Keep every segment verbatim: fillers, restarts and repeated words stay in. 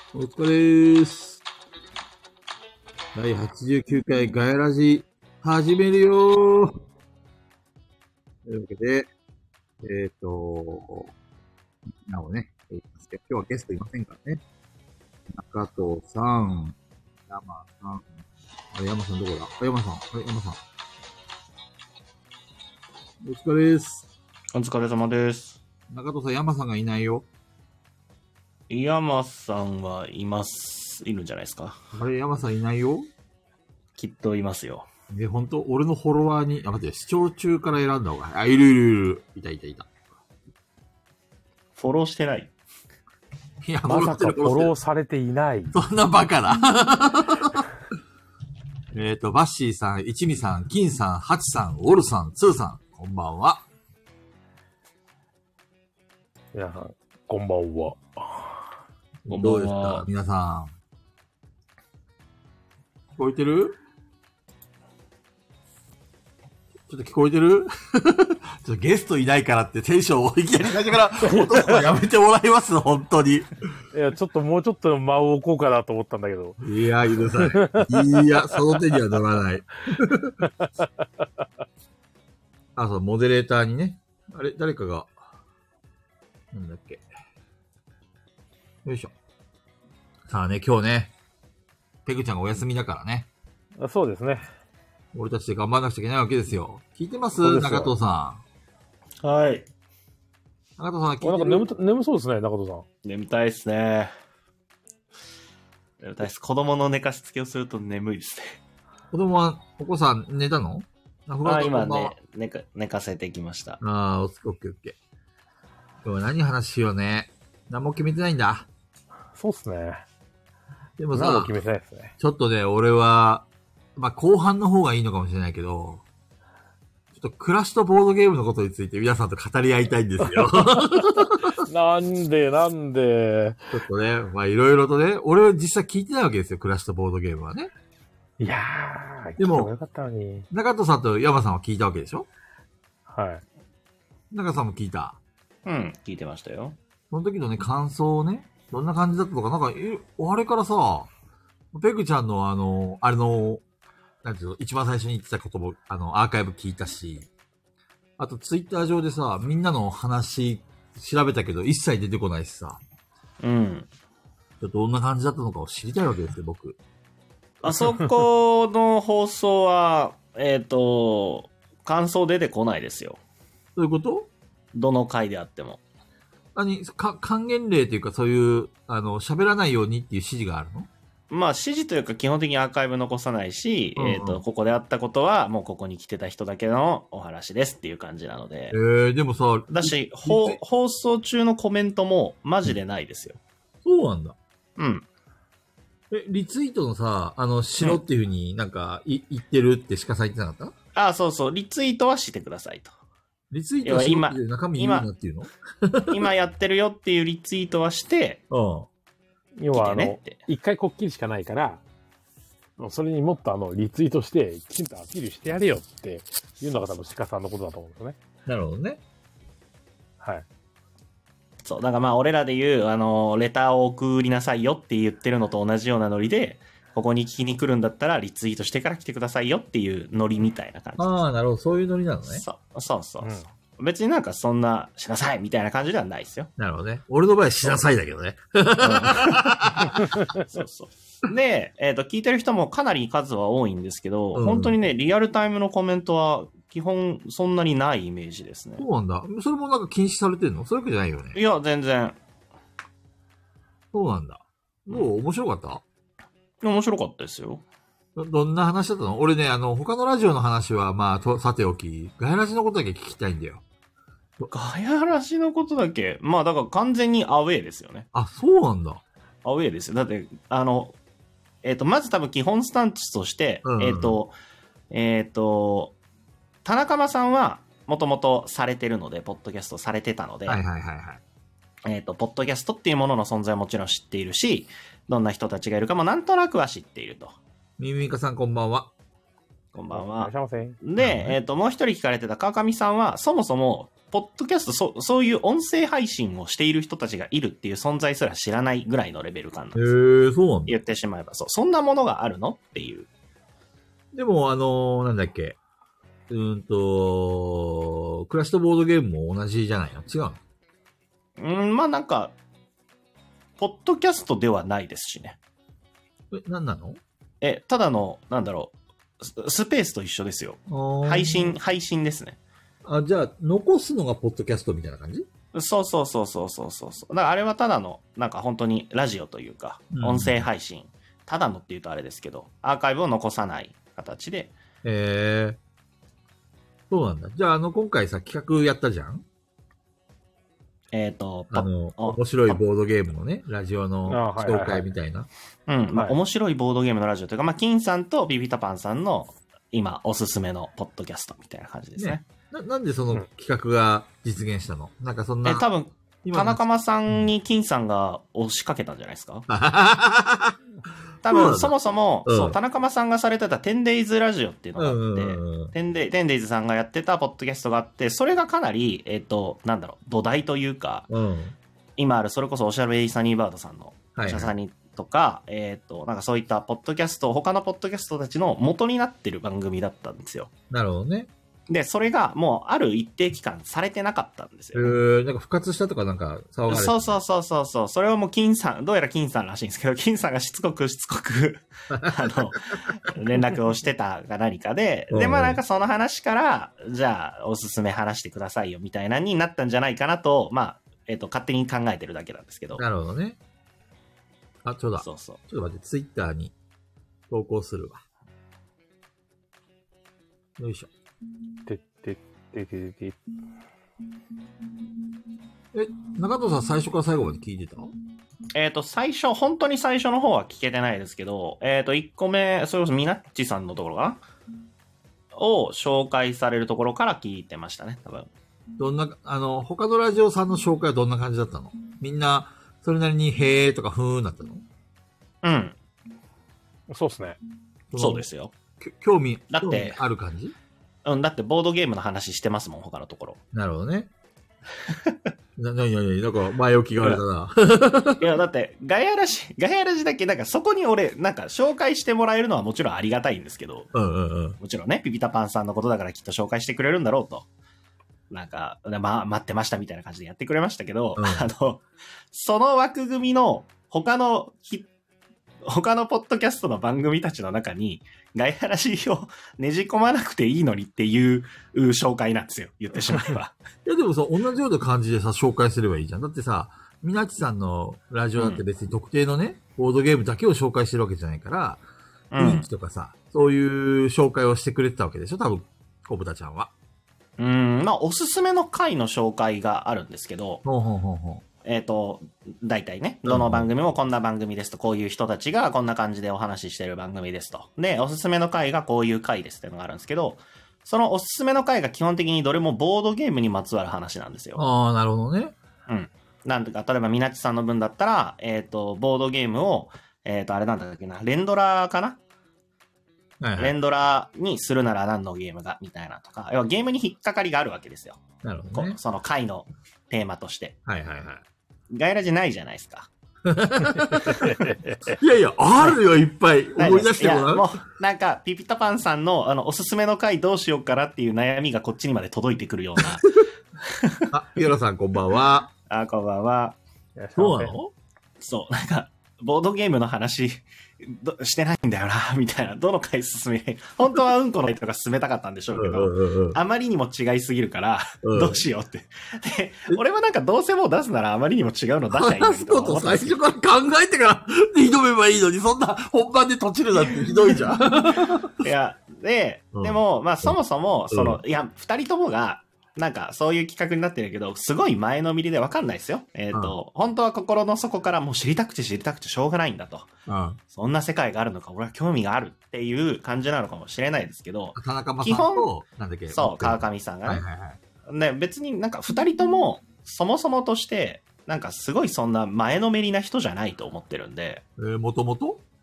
お疲れーす。だいはちじゅうきゅうかいガヤラジ始めるよー。というわけで、えっ、ー、と、なおね、今日はゲストいませんからね。中藤さん、山さん、あれ、山さんどこだあ、山さん、あれ、山さん。お疲れーす。 お疲れ様です。 中藤さん、山さんがいないよ。 山さんはいます。いるんじゃないですか。 あれ、山さんいないよ。 きっといますよ。 え、ほんと俺のフォロワーに、あ、待って、視聴中から選んだ方が、あ、いるいるいる。いたいたいた。 フォローしてない。 いや、 まさかフォローされていない。 そんなバカな。えっと、バッシーさん、一味さん、金さん、ハチさん、オルさん、ツーさん、こんばんは。 皆さん、こんばんは。 こんばんは。 どうですか皆さん。聞こえてる？ちょっと聞こえてる？ちょっとゲストいないからってテンションをいきなり最初から落とすのやめてもらいます本当に。 いや、ちょっともうちょっと間を置こうかなと思ったんだけど。 いや、許さない。いや、その手には乗らない。あ、そう、モデレーターにね。あれ、誰かが、なんだっけ。よいしょ。さあね、今日ね、ペグちゃんがお休みだからね。 あ、そうですね。 俺たちで頑張らなくちゃいけないわけですよ。聞いてます？ そうですよ中藤さん。 はい。 中藤さん聞いてる？ なんか眠た、眠そうですね、中藤さん。 眠たいっすね。眠たいっす。子供の寝かしつけをすると眠いですね。 子供は、お子さん寝たの？あ、 あ、今ね、寝か、寝かせてきました。 ああ、オッケーオッケーオッケー。今日は何話しようね。何も決めてないんだ。 そうっすね。 でもさ、 何も決めてないですね。 ちょっとね、俺は、まあ、後半の方がいいのかもしれないけど、ちょっとクラッシュとボードゲームのことについて皆さんと語り合いたいんですよ。 なんで、なんで。 ちょっとね、まあいろいろとね、俺は実際聞いてないわけですよ、クラッシュとボードゲームはね。 いやー、 でも聞いた方がよかったのに。 中藤さんと山さんは聞いたわけでしょ？ はい。 中藤さんも聞いた。 うん、聞いてましたよ。 その時のね、感想をね、どんな感じだったのか、なんか、え、あれからさ、ペグちゃんのあの、あれの、なんていうの、一番最初に言ってたことも、あの、アーカイブ聞いたし、あとツイッター上でさ、みんなの話調べたけど一切出てこないしさ、 うん。 ちょっとどんな感じだったのかを知りたいわけですよ、僕。 あそこの放送は、えっと、感想出てこないですよ。 どういうこと？ どの回であっても。 何か、還元例というかそういう、あの、喋らないようにっていう指示があるの？ まあ、指示というか基本的にアーカイブ残さないし、 うんうん、 えっと、ここであったことは、もうここに来てた人だけのお話ですっていう感じなので。 えー、でもさ、 だし、放送中のコメントもマジでないですよ。 そうなんだ。 うん。 え、リツイートのさ、あの、しろっていう風になんか、い、言ってるって鹿さん言ってなかった？ ああ、そうそう。リツイートはしてくださいと。 リツイートしろって中身言うなっていうの？ 今やってるよっていうリツイートはして、 うん。 要はあの、一回こっきりしかないから、それにもっとあの、リツイートして、きちんとアピールしてやれよっていうのが多分鹿さんのことだと思うんですよね。 なるほどね。 はい。 そう。だからまあ、俺らで言う、あの、レターを送りなさいよって言ってるのと同じようなノリで、ここに聞きに来るんだったら、リツイートしてから来てくださいよっていうノリみたいな感じ。 ああ、なるほど。そういうノリなのね。 そうそうそう、うん。別になんかそんな、しなさいみたいな感じではないですよ。 なるほどね。俺の場合はしなさいだけどね。 そうそう。で、えっと、聞いてる人もかなり数は多いんですけど、 うん、 本当にね、リアルタイムのコメントは基本そんなにないイメージですね。 そうなんだ。それもなんか禁止されてんの？そういうわけじゃないよね。 いや、全然。 そうなんだ。どう？面白かった？ 面白かったですよ。 ど、どんな話だったの？俺ね、あの、他のラジオの話は、まあ、と、さておき、ガヤラジのことだけ聞きたいんだよ。 ガヤラジのことだけ、まあ、だから完全にアウェーですよね。 あ、そうなんだ。 アウェーですよ。だって、あの、えっと、まず多分基本スタンスとして、うんうん、えっと、えっと、田中間さんは、もともとされてるので、ポッドキャストされてたので、 はいはいはいはい。 えっと、ポッドキャストっていうものの存在はもちろん知っているし、どんな人たちがいるかもなんとなくは知っていると。 みみかさんこんばんは。 こんばんは。 いらっしゃいませ。 で、えっと、もう一人聞かれてた川上さんは、そもそも、 ポッドキャスト、そう、そういう音声配信をしている人たちがいるっていう存在すら知らないぐらいのレベル感なんですよ。 へえ、そうなんだ。 言ってしまえば、そう。そんなものがあるのっていう。 でも、あのー、なんだっけ。うーんと、クラシとボードゲームも同じじゃないの？違うの？ うん、まあなんか、ポッドキャストではないですしね。 え、なんなの？ え、ただの、なんだろう、ススペースと一緒ですよ。配信、配信ですね。 あ、じゃあ、残すのがポッドキャストみたいな感じ？ そうそうそうそうそうそう。だからあれはただの、なんか本当にラジオというか、 うん音声配信。ただのって言うとあれですけど、アーカイブを残さない形で。 へえ。そうなんだ。じゃあ、あの、今回さ、企画やったじゃん？ えっ、ー、と、 あの、面白いボードゲームのね、ラジオの紹介みたいな。 うん、まあ、面白いボードゲームのラジオというか、まあ、金さんとビビタパンさんの今おすすめのポッドキャストみたいな感じですね。 ねな, なんでその企画が実現したの？なんかそんな。 え、多分、田中間さんに金さんが押しかけたんじゃないですか？多分、そもそも、うん、そう、田中間さんがされてたテンデイズラジオっていうのがあって、うんうんうん、テンデイ、テンデイズさんがやってたポッドキャストがあって、それがかなり、えっ、ー、と、なんだろう、土台というか、うん、今ある、それこそおしゃべりサニーバードさんの、おしゃさにとか、はいはい、えっ、ー、と、なんかそういったポッドキャスト、他のポッドキャストたちの元になってる番組だったんですよ。 なるほどね。 で、それがもうある一定期間されてなかったんですよ、ね。 えー、なんか復活したとかなんか騒がれて。 そうそうそうそうそう。それをもう金さん、どうやら金さんらしいんですけど、金さんがしつこくしつこく、あの、連絡をしてたか何かで、で、まあなんかその話から、じゃあおすすめ話してくださいよみたいなになったんじゃないかなと、まあ、えっと、勝手に考えてるだけなんですけど。 なるほどね。あ、ちょうだ。 そうそう。 ちょっと待って、ツイッターに投稿するわ。よいしょ。 てってってってって。 え、中藤さん最初から最後まで聞いてた？ えっと、最初、本当に最初の方は聞けてないですけど、えっと、いっこめ、それこそミナッチさんのところかなを紹介されるところから聞いてましたね、多分。 どんな、あの、他のラジオさんの紹介はどんな感じだったの？みんな、それなりにへーとかふーんだったの？ うん。 そうですね。 そうですよ。 興味、 だって、 ある感じ？ うん、だってボードゲームの話してますもん、他のところ。 なるほどね。な、なになになんか前置きがあれだな。 いや、だって、ガヤラジ、ガヤラジだけ、なんかそこに俺、なんか紹介してもらえるのはもちろんありがたいんですけど、 うんうんうん、 もちろんね、ピピタパンさんのことだからきっと紹介してくれるんだろうと。なんか、まあ、待ってましたみたいな感じでやってくれましたけど、うん、あの、その枠組みの他の、他のポッドキャストの番組たちの中に、ガヤラジをねじ込まなくていいのにっていう紹介なんですよ。言ってしまえば。 いやでもさ、同じような感じでさ、紹介すればいいじゃん。だってさ、みなちさんのラジオだって別に特定のね、うん、ボードゲームだけを紹介してるわけじゃないから、雰囲気とかさ、そういう紹介をしてくれてたわけでしょ多分、小豚ちゃんは。 うん、まあ、おすすめの回の紹介があるんですけど、 ほうほうほうほう。 えっと、大体ね、どの番組もこんな番組ですと、こういう人たちがこんな感じでお話ししてる番組ですと。で、おすすめの回がこういう回ですっていうのがあるんですけど、そのおすすめの回が基本的にどれもボードゲームにまつわる話なんですよ。 ああ、なるほどね。 うん。なんとか、例えば、みなちさんの分だったら、えっと、ボードゲームを、えっと、あれなんだっけな、連ドラかなはいはい、連ドラにするなら何のゲームがみたいなとか、要はゲームに引っかかりがあるわけですよ。 なるほどね。 その回のテーマとして。 はいはいはい。 ガイラジないじゃないですか。 いやいや、あるよ、いっぱい。思い出してもらう。いや、もう、なんか、ピピタパンさんの、あの、おすすめの回どうしようかなっていう悩みがこっちにまで届いてくるような。あ、ピオラさんこんばんは。 あ、こんばんは。 そうなの？ そう、なんか、ボードゲームの話、どしてないんだよな、みたいな。どの回進め、本当はうんこの回とか進めたかったんでしょうけど、うんうんうん、あまりにも違いすぎるから、うん、どうしようって。で、俺はなんかどうせもう出すならあまりにも違うの出しちゃいい話すこと最初から考えてから挑めばいいのに、そんな本番で閉じるなんてひどいじゃん。 いや、で、うん、でも、まあそもそも、その、うん、いや、二人ともが、なんか、そういう企画になってるけど、すごい前のめりでわかんないですよ。えっ、ー、と、うん、本当は心の底からもう知りたくて知りたくてしょうがないんだと。うん、そんな世界があるのか、俺は興味があるっていう感じなのかもしれないですけど、 田中正さんと、なんだっけ、 そう、川上さんがね。 はいはいはい。 で、別になんか二人とも、そもそもとして、なんかすごいそんな前のめりな人じゃないと思ってるんで。 えー、もともと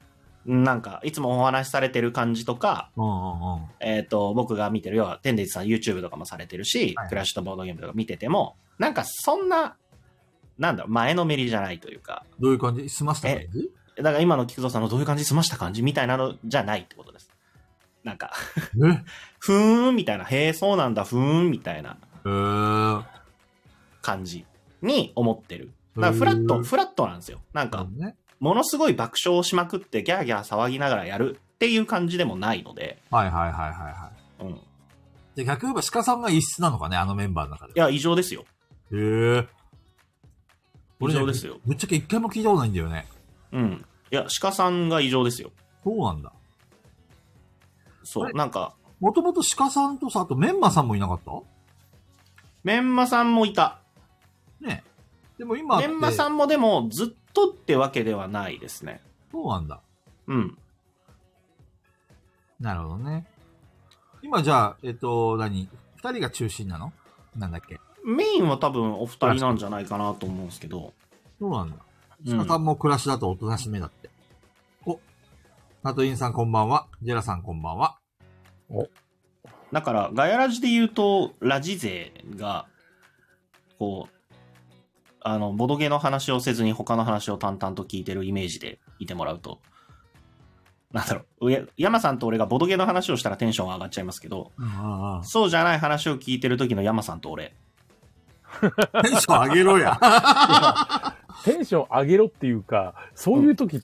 なんか、いつもお話しされてる感じとか、 うんうんうん、 えっ、ー、と、僕が見てる、要は、テンデイツさん YouTube とかもされてるし、はい、クラッシュとボードゲームとか見てても、なんかそんな、なんだろう、前のめりじゃないというか。 どういう感じ済ました感じ？ だから今の菊蔵さんのどういう感じ済ました感じみたいなのじゃないってことです。なんかふーんみたいな、へえ、そうなんだ、ふーんみたいな感じに思ってる。だからフラット、フラットなんですよ。なんか、ものすごい爆笑しまくってギャーギャー騒ぎながらやるっていう感じでもないので。 はいはいはいはいはい。うん。で、逆に言えば鹿さんが異質なのかね、あのメンバーの中で。 いや、異常ですよ。 へえ。 異常ですよ。 ぶっちゃけ一回も聞いたことないんだよね。 うん。いや、鹿さんが異常ですよ。 そうなんだ。 そう、なんか。 もともと鹿さんとさ、あとメンマさんもいなかった？ メンマさんもいた。 ね。でも今って。 メンマさんもでもずっとってわけではないですね。 そうなんだ。 うん。 なるほどね。今じゃあ、えっと、何？二人が中心なの？なんだっけ？ メインは多分お二人なんじゃないかなと思うんですけど。 そうなんだ。鹿さんも暮らしだとおとなしめだって。うん、お、ナトインさんこんばんは。ジェラさんこんばんは。 お。だから、ガヤラジで言うと、ラジ勢が、こう、あの、ボドゲの話をせずに他の話を淡々と聞いてるイメージでいてもらうと、なんだろう、山さんと俺がボドゲの話をしたらテンション上がっちゃいますけど、 うんうん、 そうじゃない話を聞いてる時の山さんと俺。 テンション上げろや。 テンション上げろっていうか、そういう時って、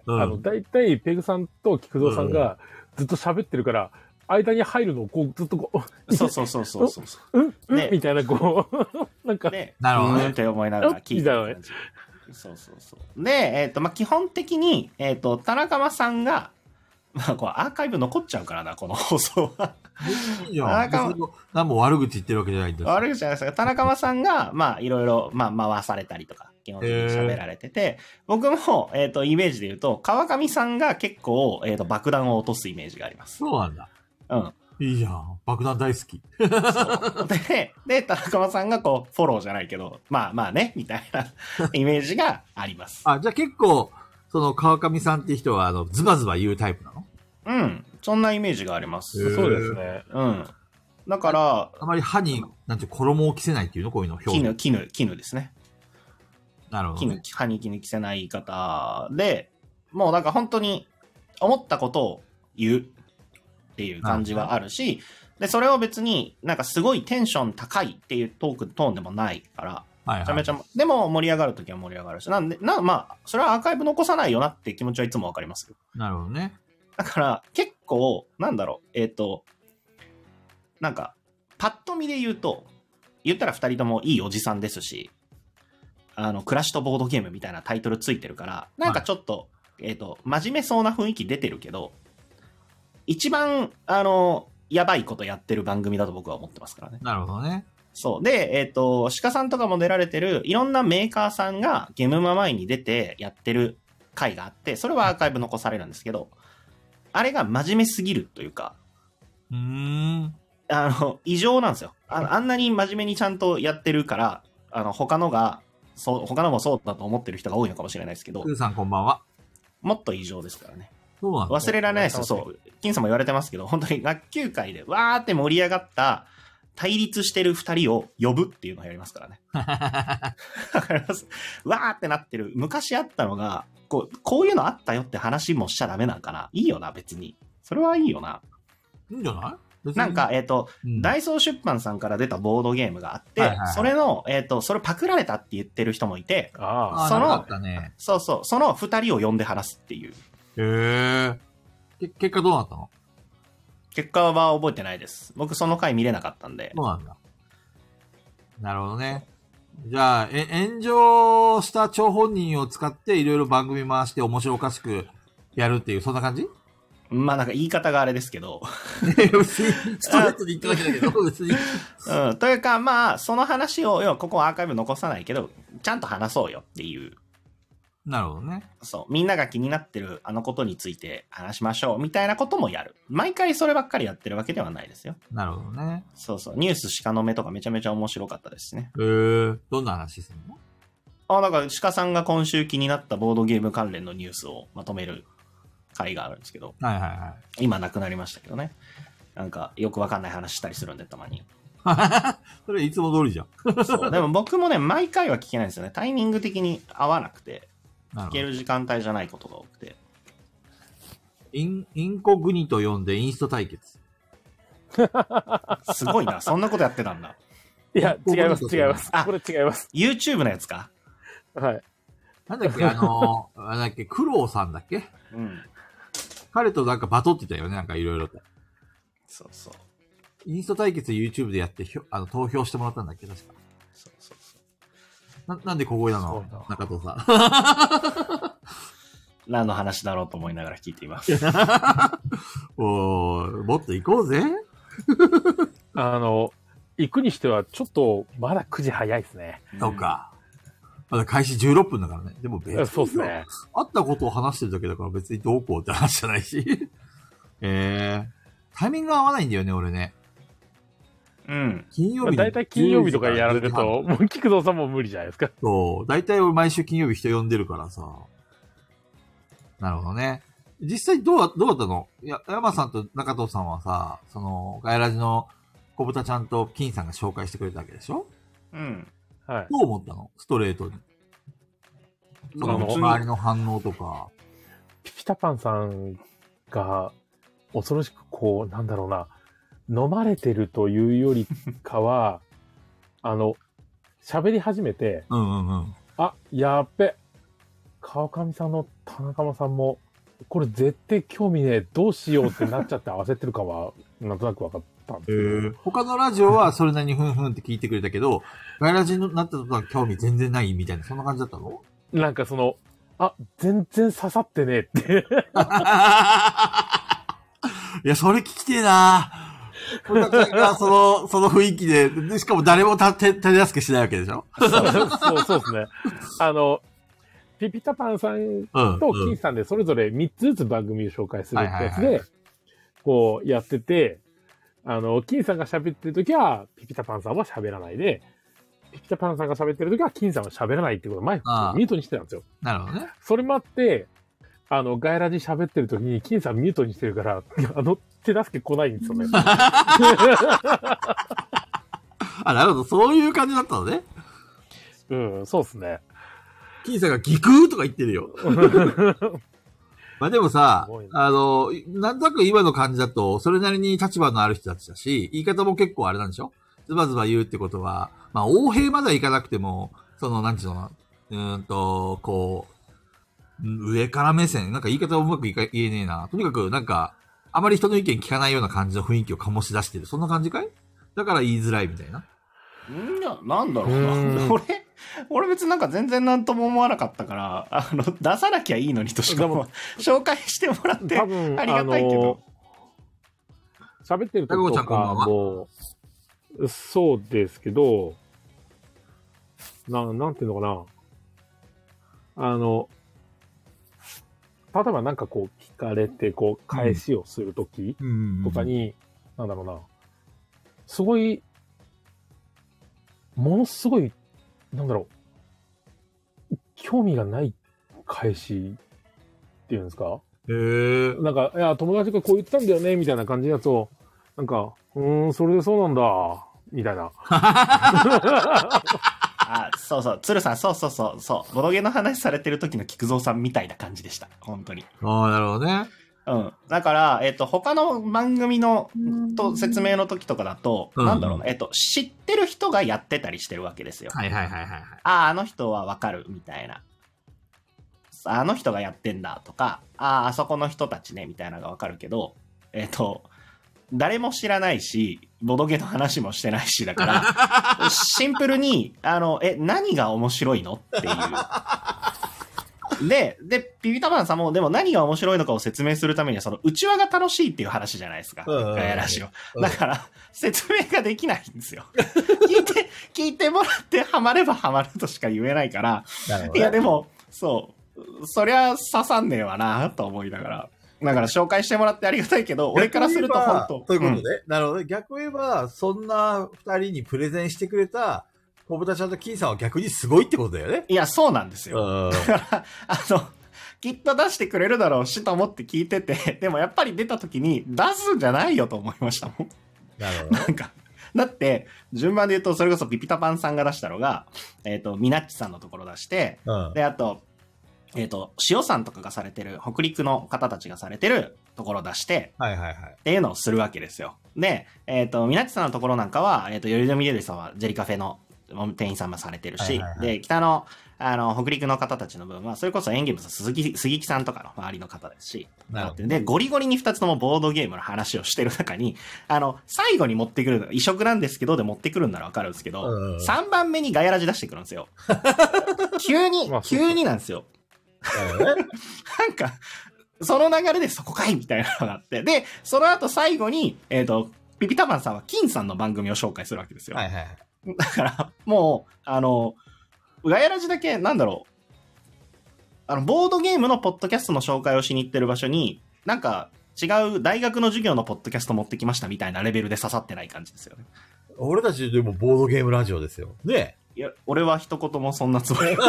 うん、あの、だいたいペグさんと菊蔵さんがずっと喋ってるから、間に入るのをこう、ずっとこう、 そうそうそうそうそう。 うんうん、ね、みたいな、こう、なんか、 ね、 なるほどね。 って思いながら聞いてる感じ。そうそうそう。で、えっと、まあ、基本的に、えっと、田中さんが、まあ、こう、アーカイブ残っちゃうからな、この放送は。 いや、何も悪口言ってるわけじゃないんです。 悪口じゃないですか。田中さんが、まあ、いろいろ、まあ、回されたりとか、基本的に喋られてて、僕も、えっと、イメージで言うと、川上さんが結構、えっと、爆弾を落とすイメージがあります。 そうなんだ。 うん。 いいじゃん。爆弾大好き。 そうで、で、田中さんがこう、フォローじゃないけど、まあまあね、みたいなイメージがあります。 あ、じゃあ結構、その川上さんっていう人は、あの、ズバズバ言うタイプなの？ うん。そんなイメージがあります。 そうですね。 うん。だから、 あまり歯に、なんていう衣を着せないっていうのこういうの表現。 絹、絹、絹ですね。 なるほど、ね。 絹、歯に絹着せない言い方で、もうなんか本当に思ったことを言うっていう感じはあるし、で、それを別になんかすごいテンション高いっていうトーク、トーンでもないから、 はいはい、 めちゃめちゃ、でも盛り上がるときは盛り上がるし、なんで、な、まあ、それはアーカイブ残さないよなって気持ちはいつもわかりますよ。 なるほどね。 だから結構、なんだろう、えっと、なんか、パッと見で言うと、言ったら二人ともいいおじさんですし、あの、クラッシュとボードゲームみたいなタイトルついてるから、なんかちょっと、はい、えっと、真面目そうな雰囲気出てるけど、一番、あの、やばいことやってる番組だと僕は思ってますからね。 なるほどね。 そう。で、えっと、鹿さんとかも出られてる、いろんなメーカーさんがゲームマ前に出てやってる回があって、それはアーカイブ残されるんですけど、あれが真面目すぎるというか、 うーん。 あの、異常なんですよ。あ、あんなに真面目にちゃんとやってるから、あの、他のが、そう、他のもそうだと思ってる人が多いのかもしれないですけど、 クーさんこんばんは。 もっと異常ですからね。 そうなん忘れられないですよ。そう。金さんも言われてますけど、本当に学級会でわーって盛り上がった対立してる二人を呼ぶっていうのをやりますからね。わかります。わーってなってる。昔あったのが、こう、こういうのあったよって話もしちゃダメなんかな。いいよな、別に。それはいいよな。 いいんじゃない？ なんか、えっと、うん、ダイソー出版さんから出たボードゲームがあって、はいはいはい、それの、えっと、それパクられたって言ってる人もいて、 あその、 ね、 そうそう、その二人を呼んで話すっていう。 へえ。結果どうなったの？ 結果は覚えてないです。僕その回見れなかったんで。 そうなんだ。なるほどね。じゃあ、え、炎上した張本人を使っていろいろ番組回して面白おかしくやるっていう、そんな感じ？ まあなんか言い方があれですけど。 別にストレートで言っただけだけど、別に。 うん。というかまあ、その話を、要はここはアーカイブ残さないけど、ちゃんと話そうよっていう。 なるほどね。 そう。みんなが気になってるあのことについて話しましょうみたいなこともやる。毎回そればっかりやってるわけではないですよ。 なるほどね。 そうそう。ニュース鹿の目とかめちゃめちゃ面白かったですね。 へー。どんな話するの？ あ、だから鹿さんが今週気になったボードゲーム関連のニュースをまとめる回があるんですけど、 はいはいはい。 今なくなりましたけどね。なんか、よくわかんない話したりするんで、たまに。 それいつも通りじゃん。 そう。でも僕もね、毎回は聞けないんですよね。タイミング的に合わなくて、聞ける時間帯じゃないことが多くて。 イン、インコグニと呼んでインスト対決。 すごいな。そんなことやってたんだ。 いや、違います、違います。 あ、 これ違います。 YouTube のやつか。 はい。 なんだっけ、あのー、なんだっけ、クロウさんだっけ。 うん。彼となんかバトってたよね、なんかいろいろと。 そうそう。 インスト対決 YouTube でやってひょ、あの、投票してもらったんだっけ、確か。 そうそうそう。 な、なんで小声なの中藤さん。 何の話だろうと思いながら聞いています。 おー、もっと行こうぜ。 あの、行くにしてはちょっとまだくじ早いですね。 そうか。まだ開始じゅうろっぷんだからね。でも別に。 そうですね。 あったことを話してるだけだから別にどうこうって話じゃないし。えー、タイミングが合わないんだよね、俺ね。 うん。 金曜日。 だいたい金曜日とかやられると、もう菊蔵さんも無理じゃないですか。 そう。だいたい俺毎週金曜日人呼んでるからさ。なるほどね。実際どう、どうだったの？いや、山さんと中藤さんはさ、その、ガイラジの小豚ちゃんと金さんが紹介してくれたわけでしょ？ うん。 はい。 どう思ったの？ストレートに。その、周りの反応とか。 ピピタパンさんが、恐ろしくこう、なんだろうな、飲まれてるというよりかは、あの、喋り始めて、 うんうんうん。 あ、やっべ。川上さんの田中さんも、これ絶対興味ねえ、どうしようってなっちゃって焦ってるかは、なんとなく分かったんですけど。えー、 他のラジオはそれなりにふんふんって聞いてくれたけど、ガイラジになった時は興味全然ないみたいな、そんな感じだったの？ なんかその、あ、全然刺さってねえって。 いや、それ聞きてえなぁ。小田ちゃんがその、その雰囲気で、でしかも誰もた手、手助けしないわけでしょ？ そう、そうそうですね。あの、ピピタパンさんと金さんでそれぞれみっつずつ番組を紹介するってやつで、こうやってて、あの、金さんが喋ってるときは、ピピタパンさんは喋らないで、ピピタパンさんが喋ってるときは、金さんは喋らないっていうことをマイクをミュートにしてたんですよ。 なるほどね。 それもあって、あの、ガイラジ喋ってるときに、金さんミュートにしてるから、あの、手助け来ないんですよね。 あ、なるほど。そういう感じだったのね。 うん、そうですね。 金さんがギクーとか言ってるよ。まあでもさ、あの、なんとなく今の感じだと、それなりに立場のある人たちだし、言い方も結構あれなんでしょ？ズバズバ言うってことは、まあ、横兵まではいかなくても、その、なんちゅうの、うーんと、こう、上から目線、なんか言い方をうまく言えねえな。とにかく、なんか、あまり人の意見聞かないような感じの雰囲気を醸し出してる。そんな感じかい？だから言いづらいみたいな。 いや、なんだろうな。俺、俺別になんか全然なんとも思わなかったから、あの、出さなきゃいいのにとしかも、紹介してもらってありがたいけど。 喋ってる時とかも、そうですけど、な、なんていうのかな。あの、例えばなんかこう聞かれて、こう返しをするときとかに、なんだろうな。すごい、ものすごい、なんだろう、興味がない返しっていうんですか？ へー。 なんか、いや、友達がこう言ってたんだよね、みたいな感じのやつを、なんか、うーん、それでそうなんだ、みたいな。 あ、そうそう、鶴さん、そうそうそう、そう、ボドゲの話されてる時の菊蔵さんみたいな感じでした。本当に。 ああ、なるほどね。 うん。だから、えっと、他の番組の、と、説明の時とかだと、うん、なんだろうな、えっと、知ってる人がやってたりしてるわけですよ。 はいはいはいはい。 ああ、あの人はわかる、みたいな。あの人がやってんだ、とか、ああ、あそこの人たちね、みたいなのがわかるけど、えっと、誰も知らないし、ボドゲの話もしてないし、だから、シンプルに、あの、え、何が面白いのっていう。で、で、ピピタパンさんも、でも何が面白いのかを説明するためには、その、内輪が楽しいっていう話じゃないですか。ガヤラジオ。だから、説明ができないんですよ。聞いて、聞いてもらってハマればハマるとしか言えないから、いや、でも、そう、そりゃ刺さんねえわな、と思いながら。だから紹介してもらってありがたいけど、俺からすると本当。 ということで、うん、なるほど。逆を言えば、そんな二人にプレゼンしてくれた、小豚ちゃんと金さんは逆にすごいってことだよね。 いや、そうなんですよ。だから、あの、 きっと出してくれるだろうしと思って聞いてて、でもやっぱり出た時に出すんじゃないよと思いましたもん。 なるほど。 なんか、だって、順番で言うと、それこそピピタパンさんが出したのが、えっと、ミナッチさんのところ出して、 うん、 で、あと、えっと、塩さんとかがされてる、北陸の方たちがされてるところを出して、 はいはいはい。 っていうのをするわけですよ。で、えっと、ミナッチさんのところなんかは、えっと、よりどみれるさんはジェリカフェの店員さんもされてるし、はいはいはい、で、北の、あの、北陸の方たちの分は、それこそエンゲームズ鈴木、杉木さんとかの周りの方ですし、で、ゴリゴリに二つともボードゲームの話をしてる中に、あの、最後に持ってくる、異色なんですけど、で持ってくるんならわかるんですけど、うん、さんばんめにガヤラジ出してくるんですよ。急に、急になんですよ。なんか、その流れでそこかいみたいなのがあって、で、その後最後に、えっと、ピピタパンさんは金さんの番組を紹介するわけですよ。はいはい。だから、もう、あの、ガヤラジだけ、なんだろう。あの、ボードゲームのポッドキャストの紹介をしに行ってる場所に、なんか、違う大学の授業のポッドキャスト持ってきましたみたいなレベルで刺さってない感じですよね。 俺たちでもボードゲームラジオですよ。ねいや、俺は一言もそんなつもり。ボ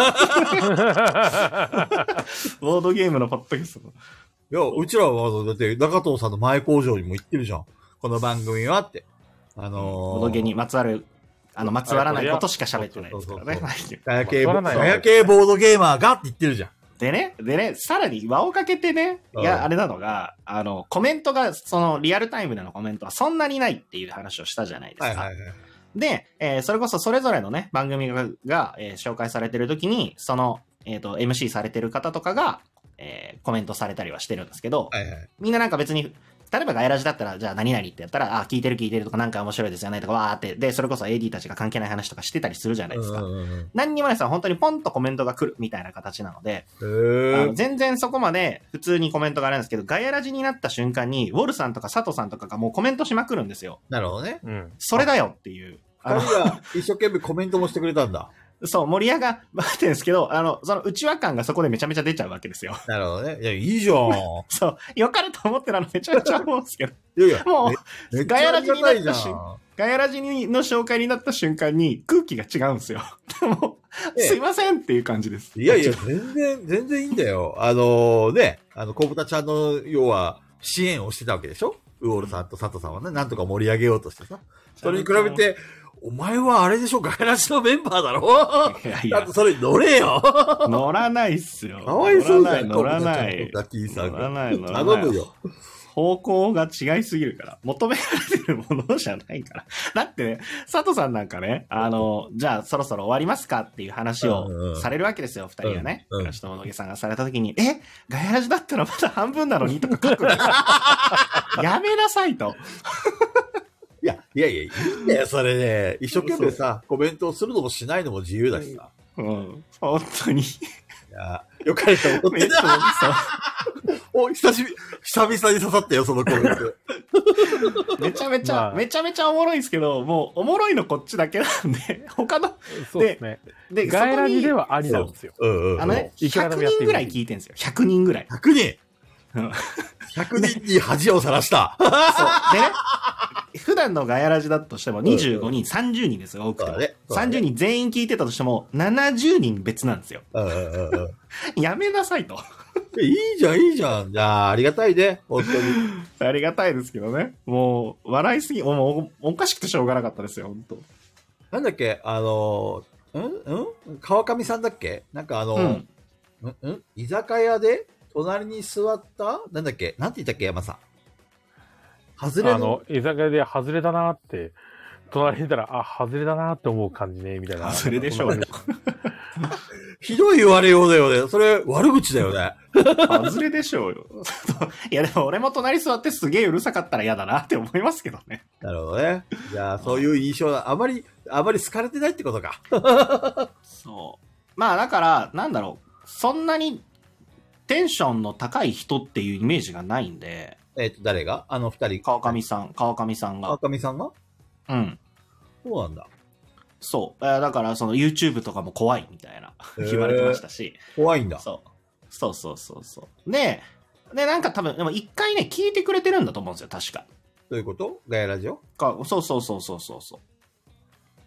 ードゲームのポッドキャストの。 いや、うちらは、だって、中藤さんの前工場にも行ってるじゃん。この番組はって。あのー、 ボードゲームにまつわる、あの、まつわらないことしか喋ってないですからね。 ガヤ系、ガヤ系ボードゲーマーがって言ってるじゃん。 でね、でね、さらに輪をかけてね、いや、あれなのが、あの、コメントが、その、リアルタイムでのコメントはそんなにないっていう話をしたじゃないですか。はいはいはい。で、えー、それこそそれぞれのね、番組が、がえー、紹介されてるときに、その、えっと、エムシー されてる方とかが、えー、コメントされたりはしてるんですけど、はいはい、みんななんか別に、例えばガヤラジだったら、じゃあ何々ってやったら、あ、聞いてる聞いてるとかなんか面白いですよねとかわーって、で、それこそ エーディー たちが関係ない話とかしてたりするじゃないですか。うんうんうん、何にもないですよ。本当にポンとコメントが来るみたいな形なので、あの全然そこまで普通にコメントがあるんですけど、ガヤラジになった瞬間に、ウォルさんとか佐藤さんとかがもうコメントしまくるんですよ。 なるほどね。 うん。それだよっていう。 二人が一生懸命コメントもしてくれたんだ。 そう、盛り上がってるんですけど、あの、その内輪感がそこでめちゃめちゃ出ちゃうわけですよ。 なるほどね。いや、いいじゃん。 そう、良かれと思ってるのめちゃめちゃ思うんですけど。 いやいや、 もう、ガヤラジになった瞬間、ガヤラジの紹介になった瞬間に空気が違うんですよ。でも、すいませんっていう感じです。 いやいや、全然、全然いいんだよ。あのー、ね、あの、小豚ちゃんの、要は、支援をしてたわけでしょ？ウォールさんと佐藤さんはね、なんとか盛り上げようとしてさ。それに比べて、お前はあれでしょ、ガヤラジのメンバーだろ？いやいや。だってそれ乗れよ。 乗らないっすよ。 かわいそうだよ。 乗らない。 ガキさん乗らない、乗らない。 頼むよ。 方向が違いすぎるから。求められてるものじゃないから。だってね、佐藤さんなんかね、あの、じゃあそろそろ終わりますかっていう話をされるわけですよ、二人がね。倉下物毛さんがされた時に、えガヤラジだったらまだ半分なのにとか書くやめなさいと。 いや、いやいや、いいんだよ、それね。一生懸命さ、コメントをするのもしないのも自由だしさ。 うん、本当に。いや、よかれと思ってた。お、久しぶり、久々に刺さったよ、そのコメント。めちゃめちゃ、まあ、めちゃめちゃおもろいんですけど、もう、おもろいのこっちだけなんで、他の、 そうですね。で、ガヤラジではありなんですよ。 うんうん、あのね、ひゃくにんぐらい聞いてるんですよ。ひゃくにんぐらい。 ひゃくにんひゃくにんに恥をさらした。 そう。でね、普段のガヤラジだとしてもにじゅうごにん、さんじゅうにんですよ、多くても。ね、さんじゅうにん全員聞いてたとしても、ななじゅうにん別なんですよ。やめなさいと。 いいじゃん、いいじゃん。いやありがたいね、本当に。 ありがたいですけどね。もう、笑いすぎ、もう、おかしくてしょうがなかったですよ、本当。 なんだっけ、あの、んん川上さんだっけなんかあの、うん、んん居酒屋で隣に座ったなんだっけなんて言ったっけ山さん。 外れあの、居酒屋で外れだなって、隣にいたら、あ、外れだなって思う感じね、みたいな。 外れでしょうね。 ひどい言われようだよね。それ、悪口だよね。 外れでしょうよ。いや、でも俺も隣座ってすげえうるさかったら嫌だなって思いますけどね。 なるほどね。じゃあ、そういう印象は、あまり、あまり好かれてないってことか。 そう。まあ、だから、なんだろう。そんなに、テンションの高い人っていうイメージがないんで。 えっと、誰があの二人。 川上さん、川上さんが。 川上さんがうん。 そうなんだ。 そう。だから、その YouTube とかも怖いみたいな言われてましたし。 怖いんだ。 そう。そうそうそうそう。で、で、なんか多分、でも一回ね、聞いてくれてるんだと思うんですよ、確か。 どういうことガヤラジオか、そうそうそうそうそうそう。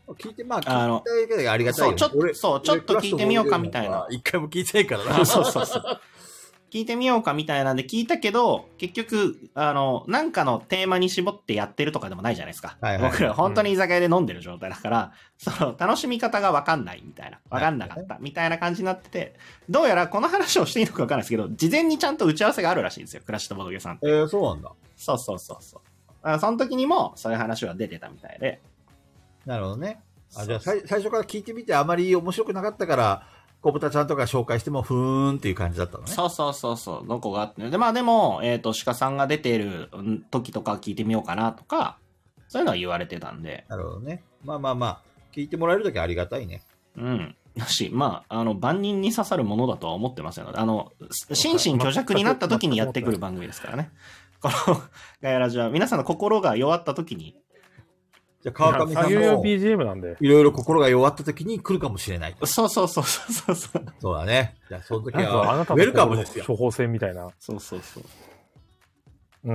聞いて、まあ、聞いてありがたいよ、ね。 そう、ちょっと、そう、ちょっと聞いてみようかみたいな。 一回も聞いてないからな。 そうそうそう。 聞いてみようかみたいなんで聞いたけど、結局、あの、なんかのテーマに絞ってやってるとかでもないじゃないですか。はいはい、僕ら本当に居酒屋で飲んでる状態だから、うん、その、楽しみ方がわかんないみたいな、わかんなかったみたいな感じになってて、どうやらこの話をしていいのかわかんないですけど、事前にちゃんと打ち合わせがあるらしいんですよ、クラッシュとボドゲさんって。 えー、そうなんだ。 そうそうそうそう。あその時にも、そういう話は出てたみたいで。 なるほどね。あ、じゃあ最初から聞いてみてあまり面白くなかったから、小豚ちゃんとか紹介してもふーんっていう感じだったのね。 そうそうそうそう。どこがあって。で、まあでも、えっと、鹿さんが出てる時とか聞いてみようかなとか、そういうのは言われてたんで。 なるほどね。まあまあまあ、聞いてもらえるだけありがたいね。 うん。だし、まあ、あの、万人に刺さるものだとは思ってませんので、あの、心身虚弱になった時にやってくる番組ですからね。このガヤラジは、皆さんの心が弱った時に、 じゃあ川上さんもビージーエム なんでいろいろ心が弱った時に来るかもしれない。 そうそうそうそうそう。 そうだね。じゃあその時はウェルカムですよ。 処方箋みたいな。 そうそうそう。 うん。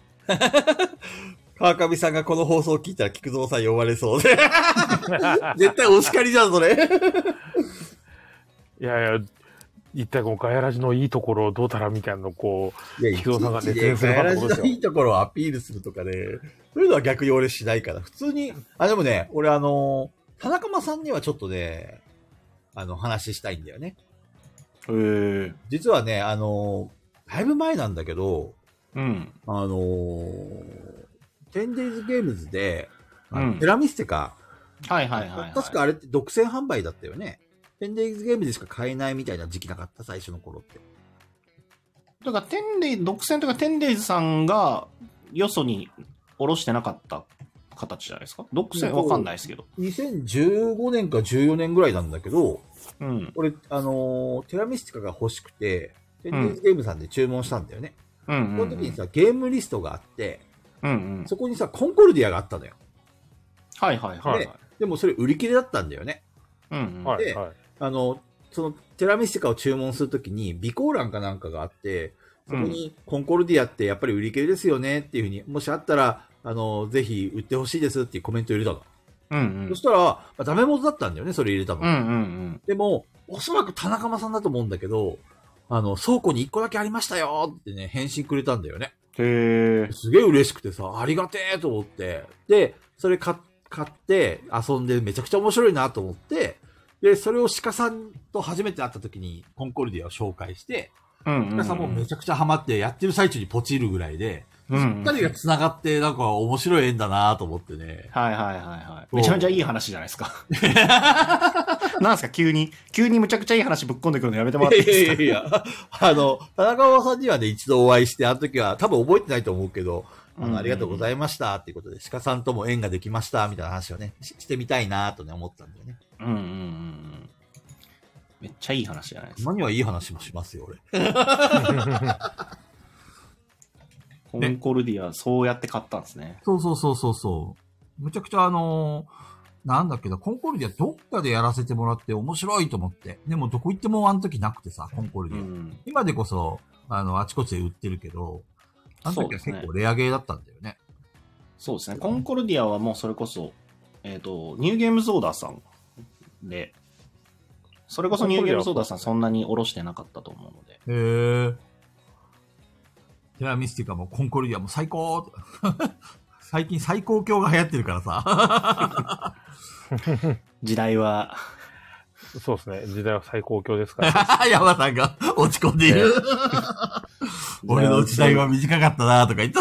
川上さんがこの放送を聞いたら菊蔵さん呼ばれそうで。絶対お叱りじゃん、それ。 いやいや、一体このガヤラジのいいところをどうたらみたいなのをこう、菊蔵さんが熱演するかってことですよ。 ガヤラジのいいところをアピールするとかね。そういうのは逆に俺しないから。普通に、あ、でもね、俺あの、田中間さんにはちょっとね、あの、話したいんだよね。 へー。 実はね、あの、だいぶ前なんだけど、 うん。 あの、テンデイズゲームズで、 うん、 テラミステか。 はいはいはい、はい。 確かあれって独占販売だったよね。テンデイズゲームでしか買えないみたいな時期なかった、最初の頃って。 だからテンデイズ、独占というかテンデイズさんがよそに下ろしてなかった形じゃないですか。独占わかんないですけど。 にせんじゅうごねんかじゅうよねんぐらいなんだけど、 うん。 俺、あのー、テラミスティカが欲しくて、テンデイズゲームさんで注文したんだよね。 うんうんうん、 その時にさ、ゲームリストがあって、 うんうん、 そこにさ、コンコルディアがあったのよ。 はいはいはい、はい。 で、でもそれ売り切れだったんだよね。 うんうん、 で、はいはい、あの、そのテラミスティカを注文するときに、備考欄かなんかがあって、そこにコンコルディアってやっぱり売り切れですよねっていうふうに、もしあったら、あの、ぜひ売ってほしいですっていうコメントを入れたの。 うんうん、 そしたら、まあ、ダメ元だったんだよね、それ入れたの。 うんうんうん、 でも、おそらく田中間さんだと思うんだけど、あの、倉庫にいっこだけありましたよってね、返信くれたんだよね。 へー。 すげえ嬉しくてさ、ありがてえと思って。で、それ買って遊んでめちゃくちゃ面白いなと思って、で、それを鹿さんと初めて会った時にコンコルディアを紹介して、 うんうんうん、 鹿さんもめちゃくちゃハマってやってる最中にポチるぐらいで、 うんうん、 二人が繋がってなんか面白い縁だなと思ってね。 はいはいはいはい。めちゃめちゃいい話じゃないですか。なんすか急に、急にむちゃくちゃいい話ぶっ込んでくるのやめてもらっていいですか。 いやいやいや、あの、田中川さんにはね、一度お会いして、あの時は多分覚えてないと思うけど、あの、ありがとうございましたっていうことで、鹿さんとも縁ができましたみたいな話をね、し, してみたいなとね、思ったんだよね。 うんうんうん。めっちゃいい話じゃないですか。 たまにはいい話もしますよ、俺。 コンコルディア、そうやって買ったんですね。 そうそうそうそうそう。むちゃくちゃあのー、なんだっけど、コンコルディアどっかでやらせてもらって面白いと思って。でもどこ行ってもあの時なくてさ、コンコルディア。うん、今でこそ、あの、あちこちで売ってるけど、あの時は結構レアゲーだったんだよね。 そうですね。コンコルディアはもうそれこそ、えっと、ニューゲームズオーダーさんで、それこそニューゲームズオーダーさんそんなにおろしてなかったと思うので。 へー。テラミスティカもコンコルディアも最高最近最高教が流行ってるからさ。 時代は。 そうですね。時代は最高教ですから、 ね。山さんが落ち込んでいる。俺の時代は短かったなとか言った。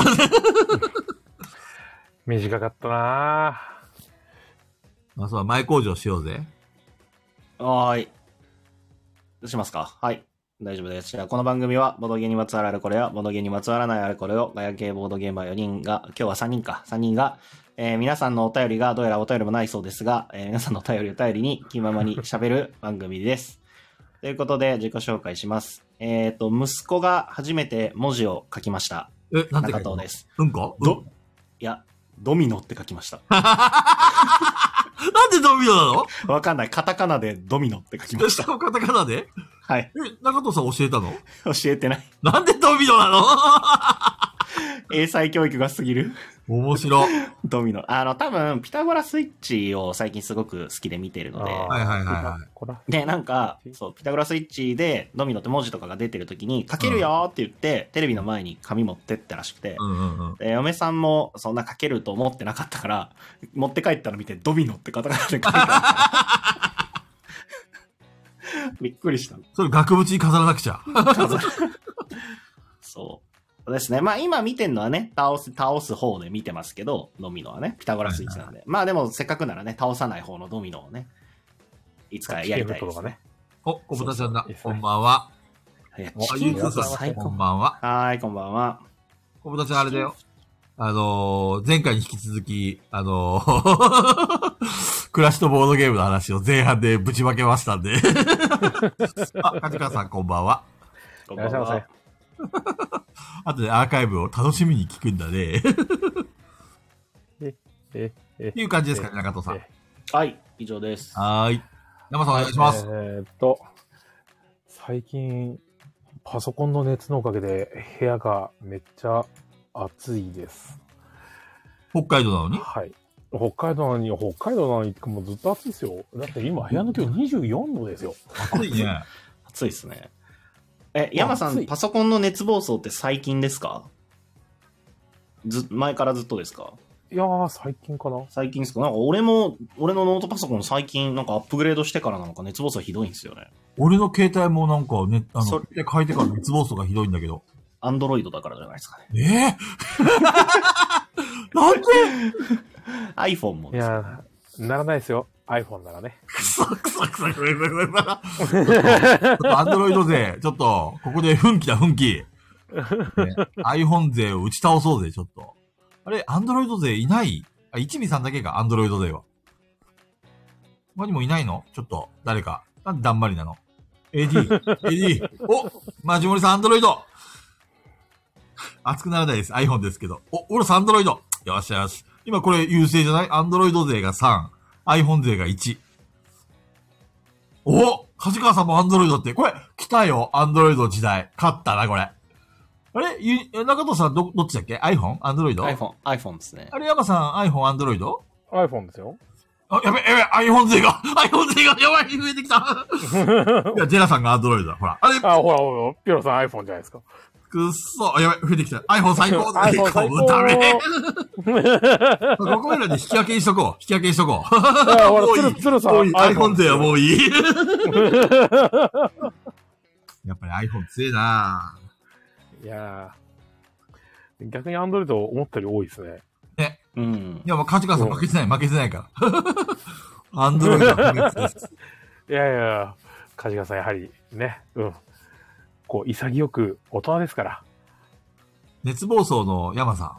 短かったなあ、そう、前工場しようぜ。 はーい。どうしますか？はい。大丈夫です。じゃあ、この番組は、ボードゲーにまつわるあれこれや、ボードゲーにまつわらないあれこれを、ガヤ系ボードゲーマーよにんが、今日はさんにんか、さんにんが、えー、皆さんのお便りが、どうやらお便りもないそうですが、えー、皆さんのお便りを頼りに、気ままに喋る番組です。ということで、自己紹介します。えっと、息子が初めて文字を書きました。 え、なんて書いたの？ 中藤です。 うんか？ ど、いや、ドミノって書きました。 なんでドミノなの？ わかんない。カタカナでドミノって書きました。 カタカナで？ はい。 え、中藤さん教えたの？ 教えてない。 なんでドミノなの？ 英才教育が過ぎる。 面白。 ドミノ。あの、多分、ピタゴラスイッチを最近すごく好きで見てるので。 はいはいはいはい。 で、なんか、そう、ピタゴラスイッチでドミノって文字とかが出てる時に、書けるよって言って、うん、テレビの前に紙持ってってらしくて、 うんうんうん、 で嫁さんもそんな書けると思ってなかったから、持って帰ったら見て、ドミノってカタカナで書いてあった。びっくりした。 それ額縁に飾らなくちゃ。 そう。ですね。まあ今見てんのはね、倒す、倒す方で見てますけど、ドミノはね、ピタゴラスイッチなんで。はいはい、まあでもせっかくならね、倒さない方のドミノをね、いつかやりたいですね。 お、小豚ちゃんだ。こんばんは。 いや、 あ、ゆうくさん、こんばんは。 はい、こんばんは。 小豚ちゃんあれだよ。あのー、前回に引き続き、あのー、暮らしとボードゲームの話を前半でぶちまけましたんで。あ、かじかさんこんばんは。 こんばんは。 あとでアーカイブを楽しみに聞くんだね。 え、え、え。 っていう感じですかね、中藤さん。 はい、以上です。 はーい。山さんお願いします。 えー、っと、最近、パソコンの熱のおかげで部屋がめっちゃ暑いです。 北海道なのに？ はい。北海道なのに、北海道なのに、もうずっと暑いですよ。だって今部屋の気温にじゅうよんどですよ。 暑いね。 暑いですね。え、山さん、パソコンの熱暴走って最近ですか？ず、前からずっとですか？ いやー、最近かな。 最近ですか？なんか俺も、俺のノートパソコン最近なんかアップグレードしてからなのか熱暴走ひどいんですよね。 俺の携帯もなんかね、あの、変えてから熱暴走がひどいんだけど。 アンドロイドだからじゃないですかね。 えぇ、ー、なんで ?iPhone もです、 ね。いやー、ならないですよ。iPhone ならね。 くそくそくそくそくそくそ。ちょっとアンドロイド勢、ちょっと、ここで奮起だ、奮起。ね、iPhone 勢を打ち倒そうぜ、ちょっと。あれ、アンドロイド勢いない？あ、一味さんだけか、アンドロイド勢は。他にもいないの？ちょっと、誰か。なんでだんまりなの？ エーディー、エーディー、おマジモリさん、アンドロイド熱くならないです。iPhone ですけど。お、俺さん、アンドロイド。よしよし。今これ優勢じゃない？アンドロイド勢がさん。iPhone 勢がいち。お梶川さんも Android って、これ、来たよ、Android 時代。勝ったな、これ。あれゆ中藤さん、ど、どっちだっけ ?iPhone? Android? iPhone、iPhone ですね。 あれ、山さん、iPhone、Android? iPhone ですよ。 あ、やべ、やべ、iPhone 勢が、iPhone 勢が、やばい、増えてきた。いや、ジェラさんが Android だ、ほら。あれあ、ほら、ほら、ピロさん iPhone じゃないですか。 くっそ、あ、やばい、増えてきた。iPhone 最高 iPhone 最高ダメここらで引き分けにしとこう。引き分けにしとこう。 もういい。つるさん。 iPhone 勢はもういい。やっぱり iPhone 強いないやー。逆に Android 思ったより多いですね。 ね。 うん。 いや、もう、カジカさん負けてない、負けてないから。Android は負けてないです。 いやいや、カジカさんやはり、ね。うん。こう、潔く大人ですから。 熱暴走の山さん。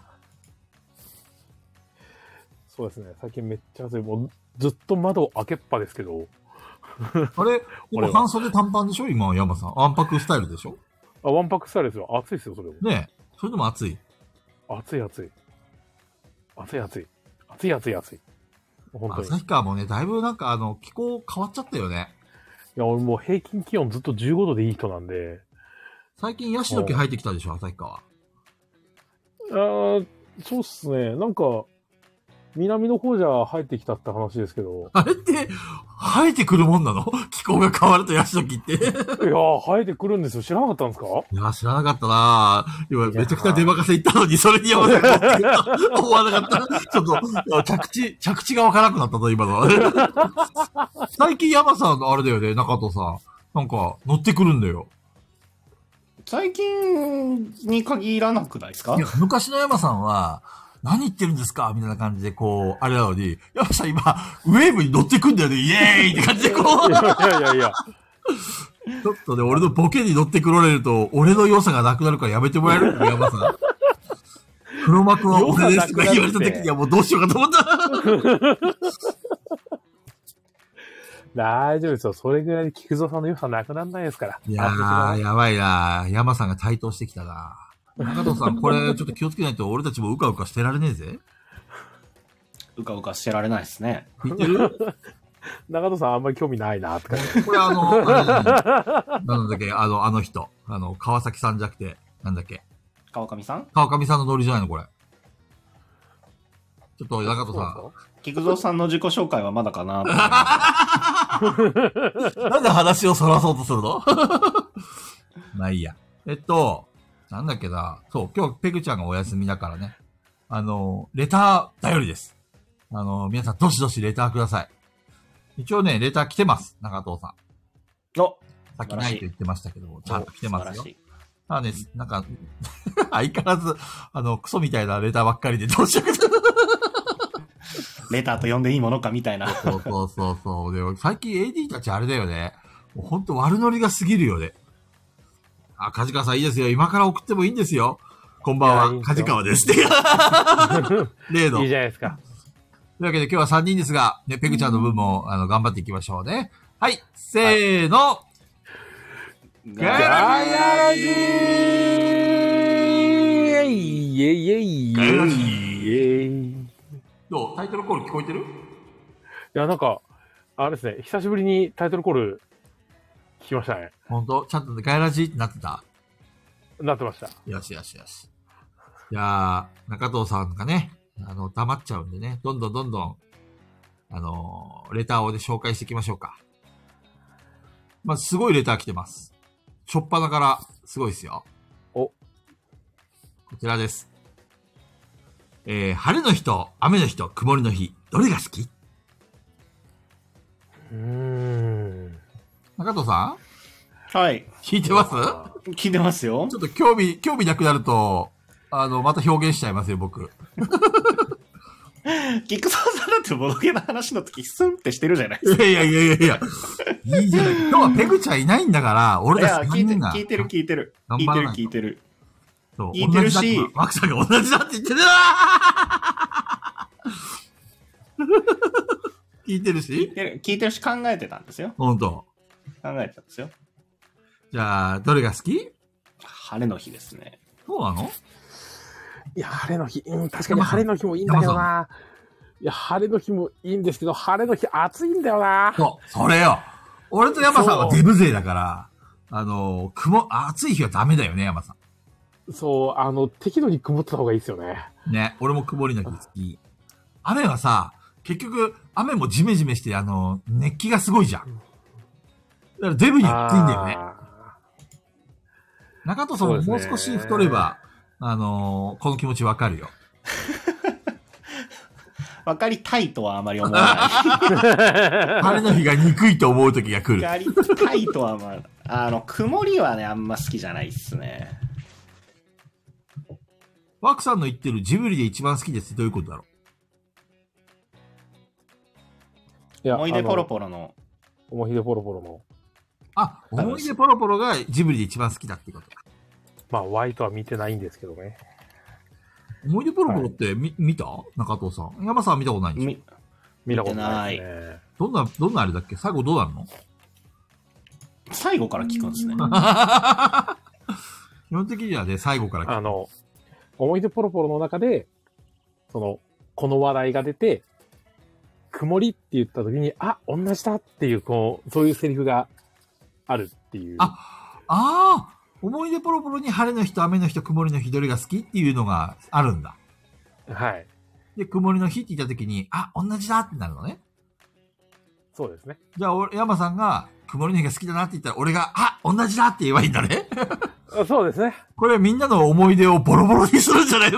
そうですね。最近めっちゃ暑い。もうずっと窓開けっぱですけど。 あれ今半袖短パンでしょ今山さん。わんぱくスタイルでしょ？ あ、ワンパクスタイルですよ。暑いですよ、それも。 ねえ。それでも暑い。 暑い暑い。暑い暑い。暑い暑い暑い。本当に。 旭川もね、だいぶなんかあの、気候変わっちゃったよね。 いや、俺もう平均気温ずっとじゅうごどでいい人なんで。 最近ヤシの木生えてきたでしょ、旭川。 あー、そうっすね。なんか、南の方じゃ生えてきたって話ですけど。 あれって、生えてくるもんなの？気候が変わるとヤシの木って。いやー、生えてくるんですよ。知らなかったんですか？ いやー、知らなかったなー。今、めちゃくちゃ出任せ言ったのに、それに山さん持ってくると思わなかった。ちょっと、着地、着地がわからなくなったと、今のは。最近山さん、あれだよね、中藤さん。なんか、乗ってくるんだよ。 最近に限らなくないですか？ いや、昔の山さんは、何言ってるんですかみたいな感じで、こう、あれなのに、山さん今、ウェーブに乗ってくんだよね、イエーイって感じで、こう。 いやいやいやいや。 ちょっとね、俺のボケに乗ってくられると、俺の良さがなくなるからやめてもらえる山さん。黒幕は俺ですとか言われた時にはもうどうしようかと思った。 大丈夫ですよ。それぐらいで菊蔵さんの良さなくならないですから。 いやー、やばいなー。山さんが台頭してきたな。中藤さん、これちょっと気をつけないと俺たちもうかうかしてられねえぜ。 うかうかしてられないですね。 聞いてる？ 中藤さんあんまり興味ないなって感じ。 これあの、あれなんだっけ、あの、あの人。あの、川崎さんじゃなくて、なんだっけ。 川上さん川上さんのノリじゃないのこれ。ちょっと、中戸さん。 菊蔵さんの自己紹介はまだかななんで話をそらそうとするのまあいいや。えっと、なんだっけな。そう、今日ペグちゃんがお休みだからね。あの、レター頼りです。あの、皆さんどしどしレターください。一応ね、レター来てます。中藤さん。 おさっきないと言ってましたけど、ちゃんと来てますよ。ただね、なんか、相変わらず、あの、クソみたいなレターばっかりでどうしようか。 レターと呼んでいいものかみたいな。 そうそうそうそう。でも最近 エーディー たちあれだよね。もうほんと悪ノリが過ぎるよね。あ、梶川さんいいですよ。今から送ってもいいんですよ。こんばんは、いい梶川ですって。例の。 いいじゃないですか。 というわけで今日はさんにんですが、ね、ペグちゃんの分も、あの、頑張っていきましょうね。はい、せーの、はい、ガヤジーイエイイエイガヤジーどうタイトルコール聞こえてる？ いや、なんか、あれですね、久しぶりにタイトルコール聞きましたね。 ほんとちゃんとガヤラジってなってた？ なってました。 よしよしよし。いやー、中藤さんがね、あの、黙っちゃうんでね、どんどんどんどん、あのー、レターをで紹介していきましょうか。まあ、すごいレター来てます。しょっぱなから、すごいですよ。 お。 こちらです。えー、晴れの日と雨の日と曇りの日、どれが好き？ うーん。 中藤さんはい。 聞いてます？ 聞いてますよ。 ちょっと興味、興味なくなると、あの、また表現しちゃいますよ、僕。 菊沢さんだってボドゲの話の時スンってしてるじゃないですか。 いやいやいやいやいいじゃない。今日はペグちゃんいないんだから、俺たちさんにんが。 聞いてる聞いてる。聞いてる聞いてる。 そう。 聞いてるし。 マクさんが同じだって言ってる聞いてるし聞いてる、聞いてるし考えてたんですよ。 ほんと。 考えてたんですよ。 じゃあ、どれが好き？ 晴れの日ですね。 そうなの？ いや、晴れの日、うん、確かに晴れの日もいいんだけどな。いや、晴れの日もいいんですけど、晴れの日暑いんだよな。 そう、それよ。俺と山さんはデブ勢だから、あの、雲、暑い日はダメだよね、山さん。そう、あの、適度に曇ってた方がいいですよね。 ね、俺も曇りの日好き。雨はさ、結局、雨もジメジメして、あの、熱気がすごいじゃん。だからデブに暑いんだよね。中戸さんももう少し太れば、あのー、この気持ちわかるよ。 わかりたいとはあまり思わない。 晴れの日が憎いと思う時が来る。 わかりたいとはまあ、あの、曇りはね、あんま好きじゃないっすね。 ワクさんの言ってるジブリで一番好きですってどういうことだろう？いや思い出ポロポロの。 思い出ポロポロの。 あ、思い出ポロポロがジブリで一番好きだってことか。 まあ、ワイとは見てないんですけどね。 思い出ポロポロってみ、はい、見た中藤さん。山さんは見たことないんでしょ？ 見、見たことないですね。 どんな、どんなあれだっけ？最後どうなるの？ 最後から聞くんですね。 基本的にはね、最後から聞く。 あの、思い出ポロポロの中で、その、この話題が出て、曇りって言った時に、あ、同じだっていう、こう、そういうセリフがあるっていう。 あ、ああ思い出ポロポロに晴れの日と雨の日と曇りの日どれが好きっていうのがあるんだ。 はい。 で、曇りの日って言った時に、あ、同じだってなるのね。 そうですね。 じゃあ、俺、山さんが、曇りの日が好きだなって言ったら、俺が、あ、同じだって言えばいいんだね。 そうですね。 これみんなの思い出をボロボロにするんじゃないの？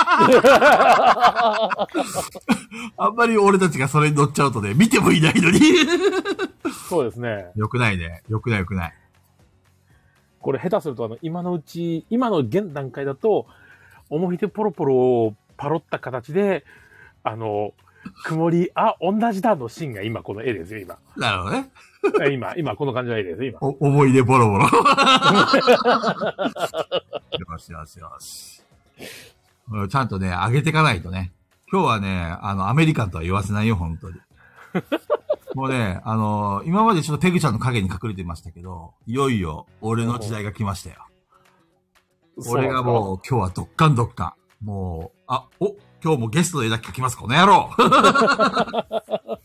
あんまり俺たちがそれに乗っちゃうとね、見てもいないのに。 そうですね。 よくないね。よくないよくない。 これ下手すると、あの、今のうち、今の現段階だと、思い出ポロポロをパロった形で、あの、曇り、あ、同じだのシーンが今この絵ですよ、今。 なるほどね。 今、今この感じの絵ですよ、今。 お思い出ボロボロ。よしよしよし。ちゃんとね、上げていかないとね。今日はね、あの、アメリカンとは言わせないよ、本当に。もうね、あのー、今までちょっとペグちゃんの影に隠れてましたけど、いよいよ俺の時代が来ましたよ。俺がもう今日はドッカンドッカン。もう、あ、お、今日もゲストの絵だけ描きます、この野郎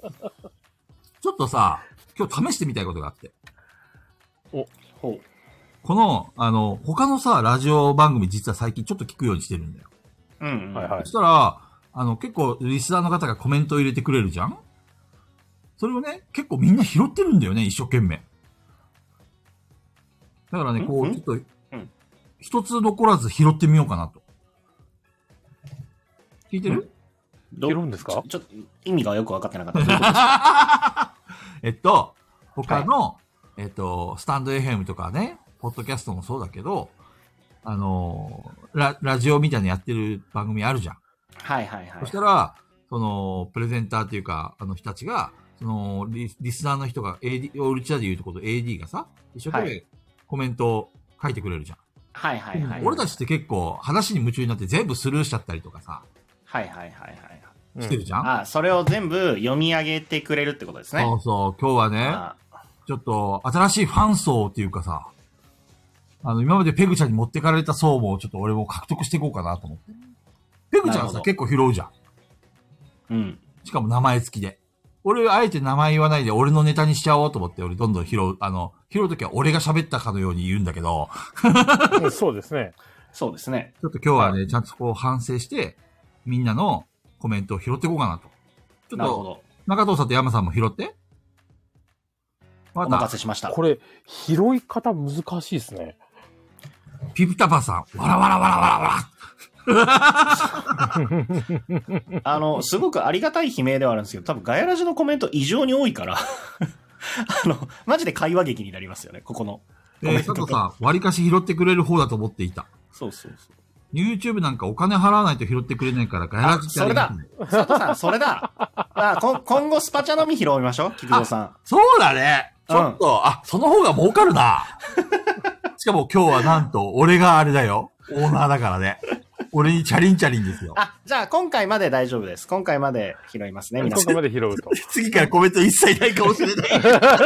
ちょっとさ、今日試してみたいことがあって。 お、ほう。 この、あの、他のさ、ラジオ番組実は最近ちょっと聞くようにしてるんだよ。 うん、うん。はいはい。 そしたら、あの、結構、リスナーの方がコメントを入れてくれるじゃん？それをね、結構みんな拾ってるんだよね、一生懸命。だからね、こう、ちょっと、一つ残らず拾ってみようかなと。聞いてる？ 拾うんですか？ ちょっと、意味がよくわかってなかった。 えっと、他の、はい、えっと、スタンド エフエム とかね、ポッドキャストもそうだけど、あの、ラ、ラジオみたいなやってる番組あるじゃん。 はいはいはい。 そしたら、その、プレゼンターっていうか、あの人たちが、そのリ、リスナーの人が エーディー、うちらで言うとこと エーディー がさ、一生懸命コメントを書いてくれるじゃん。 はいはいはい。 俺たちって結構話に夢中になって全部スルーしちゃったりとかさ。 はいはいはいはい。 してるじゃん、うん、 あ、それを全部読み上げてくれるってことですね。 そうそう。今日はね、ちょっと新しいファン層っていうかさ、あの、今までペグちゃんに持ってかれた層もちょっと俺も獲得していこうかなと思って。ペグちゃんさ、結構拾うじゃん。 うん。 しかも名前付きで。俺、あえて名前言わないで俺のネタにしちゃおうと思って俺どんどん拾う。あの、拾うときは俺が喋ったかのように言うんだけど。 そうですね。 そうですね。 ちょっと今日はね、ちゃんとこう反省して、みんなのコメントを拾っていこうかなと。ちょっと、中藤さんと山さんも拾って。 お任せしました。 これ、拾い方難しいですね。 ピピタパさん、わらわらわらわらわら。 あの、すごくありがたい悲鳴ではあるんですけど、多分ガヤラジのコメント異常に多いから、あの、マジで会話劇になりますよね、ここの。 えー、佐藤さん、割かし拾ってくれる方だと思っていた。 そうそうそう。 YouTube なんかお金払わないと拾ってくれないから、ガヤラジってありがたい。それだ佐藤さん、それだあこ今後スパチャのみ拾いましょう、菊蔵さん。 そうだね。ちょっと、うん、あ、その方が儲かるな。しかも今日はなんと、俺があれだよ。オーナーだからね。俺にチャリンチャリンですよ。 あ、じゃあ今回まで大丈夫です。今回まで拾いますね、皆さん。 今回まで拾うと。 次からコメント一切ないかもしれない。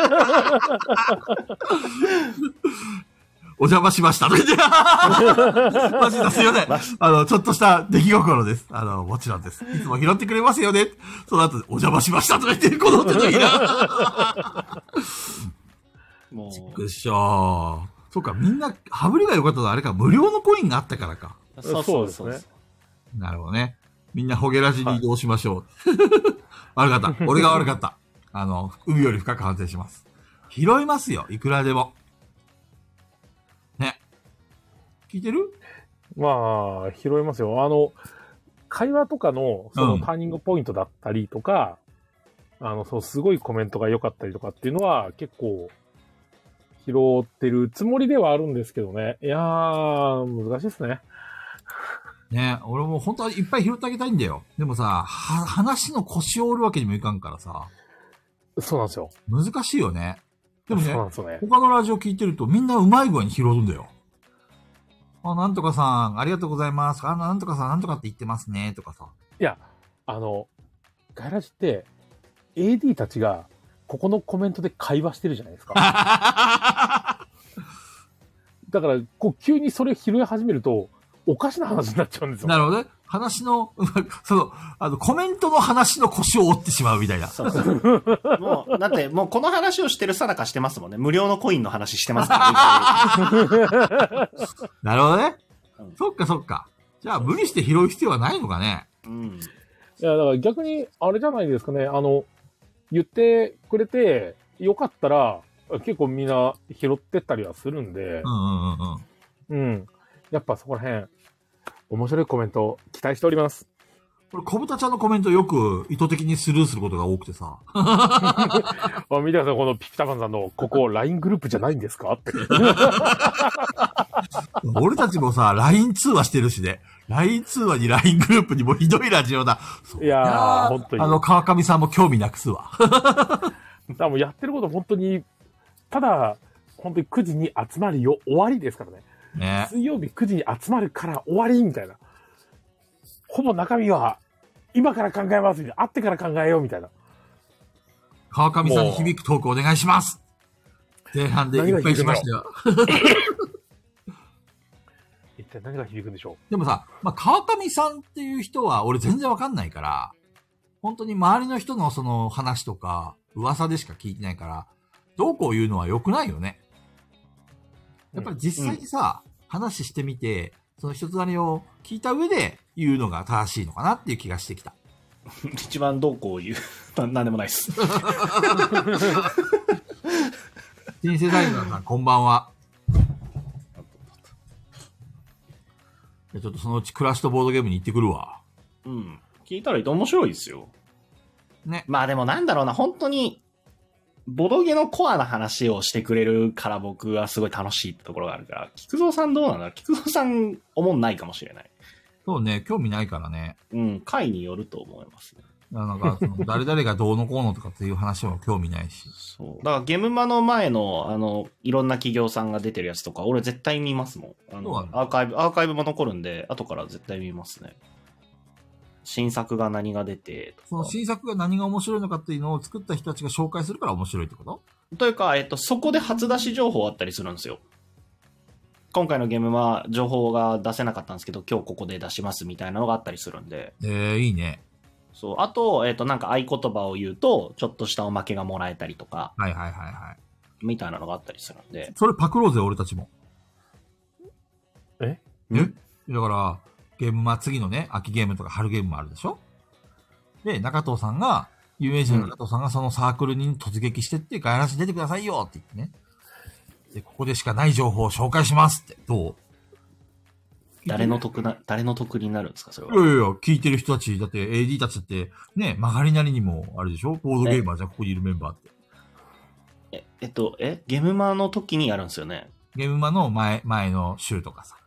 お邪魔しました。マジですよね。あの、ちょっとした出来心です。あの、もちろんです。いつも拾ってくれますよね。その後、お邪魔しましたとか言ってるこの手のひら。もう。ちっくしょー。そうか、みんな、羽振りが良かったのはあれか、無料のコインがあったからか。 そうそうですね。 なるほどね。みんなホゲラジに移動しましょう。はい、悪かった。俺が悪かった。あの、海より深く反省します。拾いますよ。いくらでも。ね。聞いてる？ まあ、拾いますよ。あの、会話とかの、そのターニングポイントだったりとか、うん、あの、そう、すごいコメントが良かったりとかっていうのは、結構、拾ってるつもりではあるんですけどね。いやー、難しいですね。 ね、俺も本当はいっぱい拾ってあげたいんだよ。でもさ、は、話の腰を折るわけにもいかんからさ。 そうなんですよ。 難しいよね。でもね、 そうなんですよね。 他のラジオ聞いてるとみんなうまい具合に拾うんだよ。あ、なんとかさん、ありがとうございます。あ、なんとかさん、なんとかって言ってますね、とかさ。 いや、あの、ガヤラジって、エーディー たちが、ここのコメントで会話してるじゃないですか。だから、こう、急にそれ拾い始めると、おかしな話になっちゃうんですよ。 なるほどね。話の、その、あの、コメントの話の腰を折ってしまうみたいな。 そうそう。もう、だって、もうこの話をしてるさなかしてますもんね。無料のコインの話してますからね。 なるほどね。うん、そっかそっか。じゃあ、無理して拾う必要はないのかね。 うん。 いや、だから逆に、あれじゃないですかね。あの、言ってくれて、よかったら、結構みんな拾ってったりはするんで。 うんうんうんうん。 うん。やっぱそこら辺、面白いコメント期待しております。 これ、小豚ちゃんのコメントよく意図的にスルーすることが多くてさ。 あ、見てください、このピピタパンさんの、ここ ライン グループじゃないんですかって。 俺たちもさ、ライン 通話してるしね。ライン 通話に ライン グループにもひどいラジオだ。 いやー、本当に。 あの、川上さんも興味なくすわ。 だもうやってること本当に、ただ、本当にくじに集まるよ、終わりですからね。 ね、 水曜日くじに集まるから終わりみたいな。ほぼ中身は、今から考えますみたいな。会ってから考えようみたいな。 川上さんに響くトークお願いします。前半でいっぱいしましたよ。 一体何が響くんでしょう。 でもさ、まあ、川上さんっていう人は俺全然わかんないから、本当に周りの人のその話とか、噂でしか聞いてないから、どうこう言うのは良くないよね。 やっぱり実際にさ、うん、話してみて、その人となりを聞いた上で言うのが正しいのかなっていう気がしてきた。 一番どうこう言う。なんでもないっす。 新世代のさん、こんばんは。ちょっとそのうちクラッシュとボードゲームに行ってくるわ。 うん。聞いたらいいと面白いですよ。 ね。 まあでもなんだろうな、本当に、ボドゲのコアな話をしてくれるから僕はすごい楽しいってところがあるから、菊蔵さんどうなんだろう？菊蔵さん思んないかもしれない。 そうね、興味ないからね。 うん、回によると思いますね。 なんか、その誰々がどうのこうのとかっていう話も興味ないし。 そう。だからゲムマの前の、あの、いろんな企業さんが出てるやつとか、俺絶対見ますもん。あの、アーカイブ、アーカイブも残るんで、後から絶対見ますね。新作が何が出てとか。 その新作が何が面白いのかっていうのを作った人たちが紹介するから面白いってこと？ というか、えっと、そこで初出し情報あったりするんですよ。今回のゲームは情報が出せなかったんですけど、今日ここで出しますみたいなのがあったりするんで。 えー、いいね。 そう。あと、えっと、なんか合言葉を言うと、ちょっとしたおまけがもらえたりとか。 はいはいはいはい。 みたいなのがあったりするんで。 それパクろうぜ、俺たちも。 ええだから、ゲーム、まあ、次のね、秋ゲームとか春ゲームもあるでしょ？で、中藤さんが、有名人の中藤さんがそのサークルに突撃してって、ガヤラジ出てくださいよって言ってね。で、ここでしかない情報を紹介しますって。どう？ 誰の得な、誰の得になるんですかそれは。 いやいやいや、聞いてる人たち、だって エーディー たちだって、ね、曲がりなりにも、あれでしょ？ボードゲーマーじゃここにいるメンバーって。 え、えっと、え、ゲームマの時にやるんですよね。 ゲームマの前、前の週とかさ。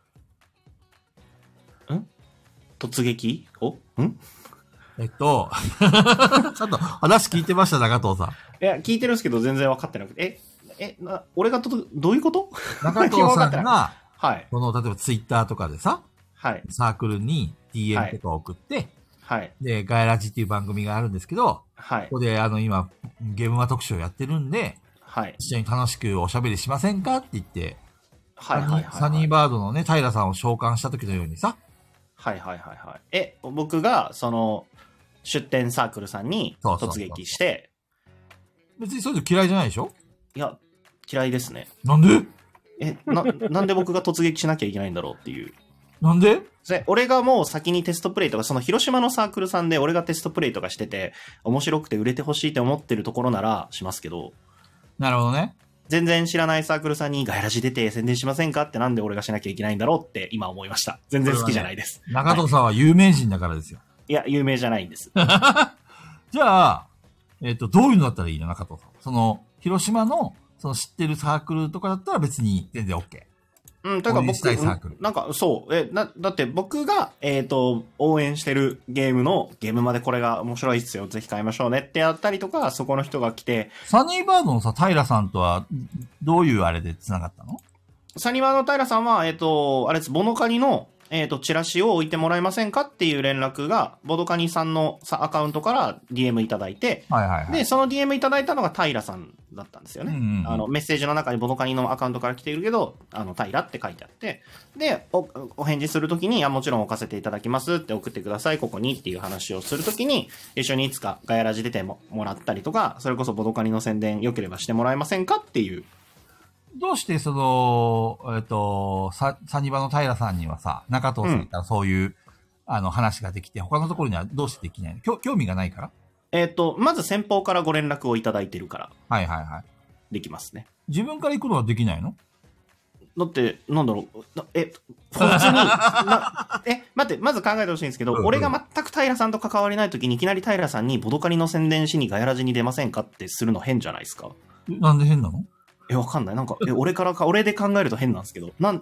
ん突撃をんえっと、ちょっと話聞いてました、中藤さん。 いや、聞いてるんですけど全然分かってなくて。え、え、な、俺がと、どういうこと？ 中藤さんが、 はい。 この、例えばツイッターとかでさ、 はい。 サークルに ディーエム とか送って、 はい。 で、ガヤラジっていう番組があるんですけど、 はい。 ここであの今、ゲームマ特集をやってるんで、 はい。 一緒に楽しくおしゃべりしませんかって言って、 はいはいはい、はい。 サニーバードのね、平さんを召喚した時のようにさ、 はいはいはいはい。え、僕が、その、出展サークルさんに突撃して、 そうそうそう別にそういうの嫌いじゃないでしょ？ いや、嫌いですね。 なんで？ え、な、なんで僕が突撃しなきゃいけないんだろうっていう。 なんで？ で、俺がもう先にテストプレイとか、その広島のサークルさんで俺がテストプレイとかしてて、面白くて売れてほしいって思ってるところならしますけど。 なるほどね。 全然知らないサークルさんにガヤラジ出て宣伝しませんかってなんで俺がしなきゃいけないんだろうって今思いました。全然好きじゃないです。 ね、中藤さんは有名人だからですよ。 はい、いや、有名じゃないんです。 じゃあ、えっと、どういうのだったらいいの中藤さん。その、広島の、その知ってるサークルとかだったら別に全然 OK。 うん、だから僕、なんか、そう、え、な、だって僕が、えっと、応援してるゲームの、ゲームまでこれが面白いっすよ、ぜひ買いましょうねってやったりとか、そこの人が来て。 サニーバードのさ、平さんとは、どういうあれで繋がったの？ サニーバードの平さんは、えっと、あれです、ボノカニの、えっと、チラシを置いてもらえませんかっていう連絡が、ボドカニさんのアカウントから ディーエム いただいて、 はいはいはい、で、 その ディーエム いただいたのが平さんだったんですよね。うんうん、あの、メッセージの中にボドカニのアカウントから来ているけど、あの、平って書いてあって、で、お、お返事するときに、あ、もちろん置かせていただきますって送ってください、ここにっていう話をするときに、一緒にいつかガヤラジ出てももらったりとか、それこそボドカニの宣伝良ければしてもらえませんかっていう。 どうしてその、えっと、サ、サニバの平さんにはさ、中藤さんからそういう、うん、あの話ができて、他のところにはどうしてできないの？興味がないから？ えっと、まず先方からご連絡をいただいてるから。 はいはいはい。 できますね。 自分から行くのはできないの？ だって、なんだろう、え、普通に、なえ、待って、まず考えてほしいんですけど、うんうん、俺が全く平さんと関わりないときに、いきなり平さんにボドカニの宣伝しにガヤラジに出ませんかってするの変じゃないですか？ なんで変なの？ え、わかんない。なんか、え、俺からか、俺で考えると変なんですけど、なん、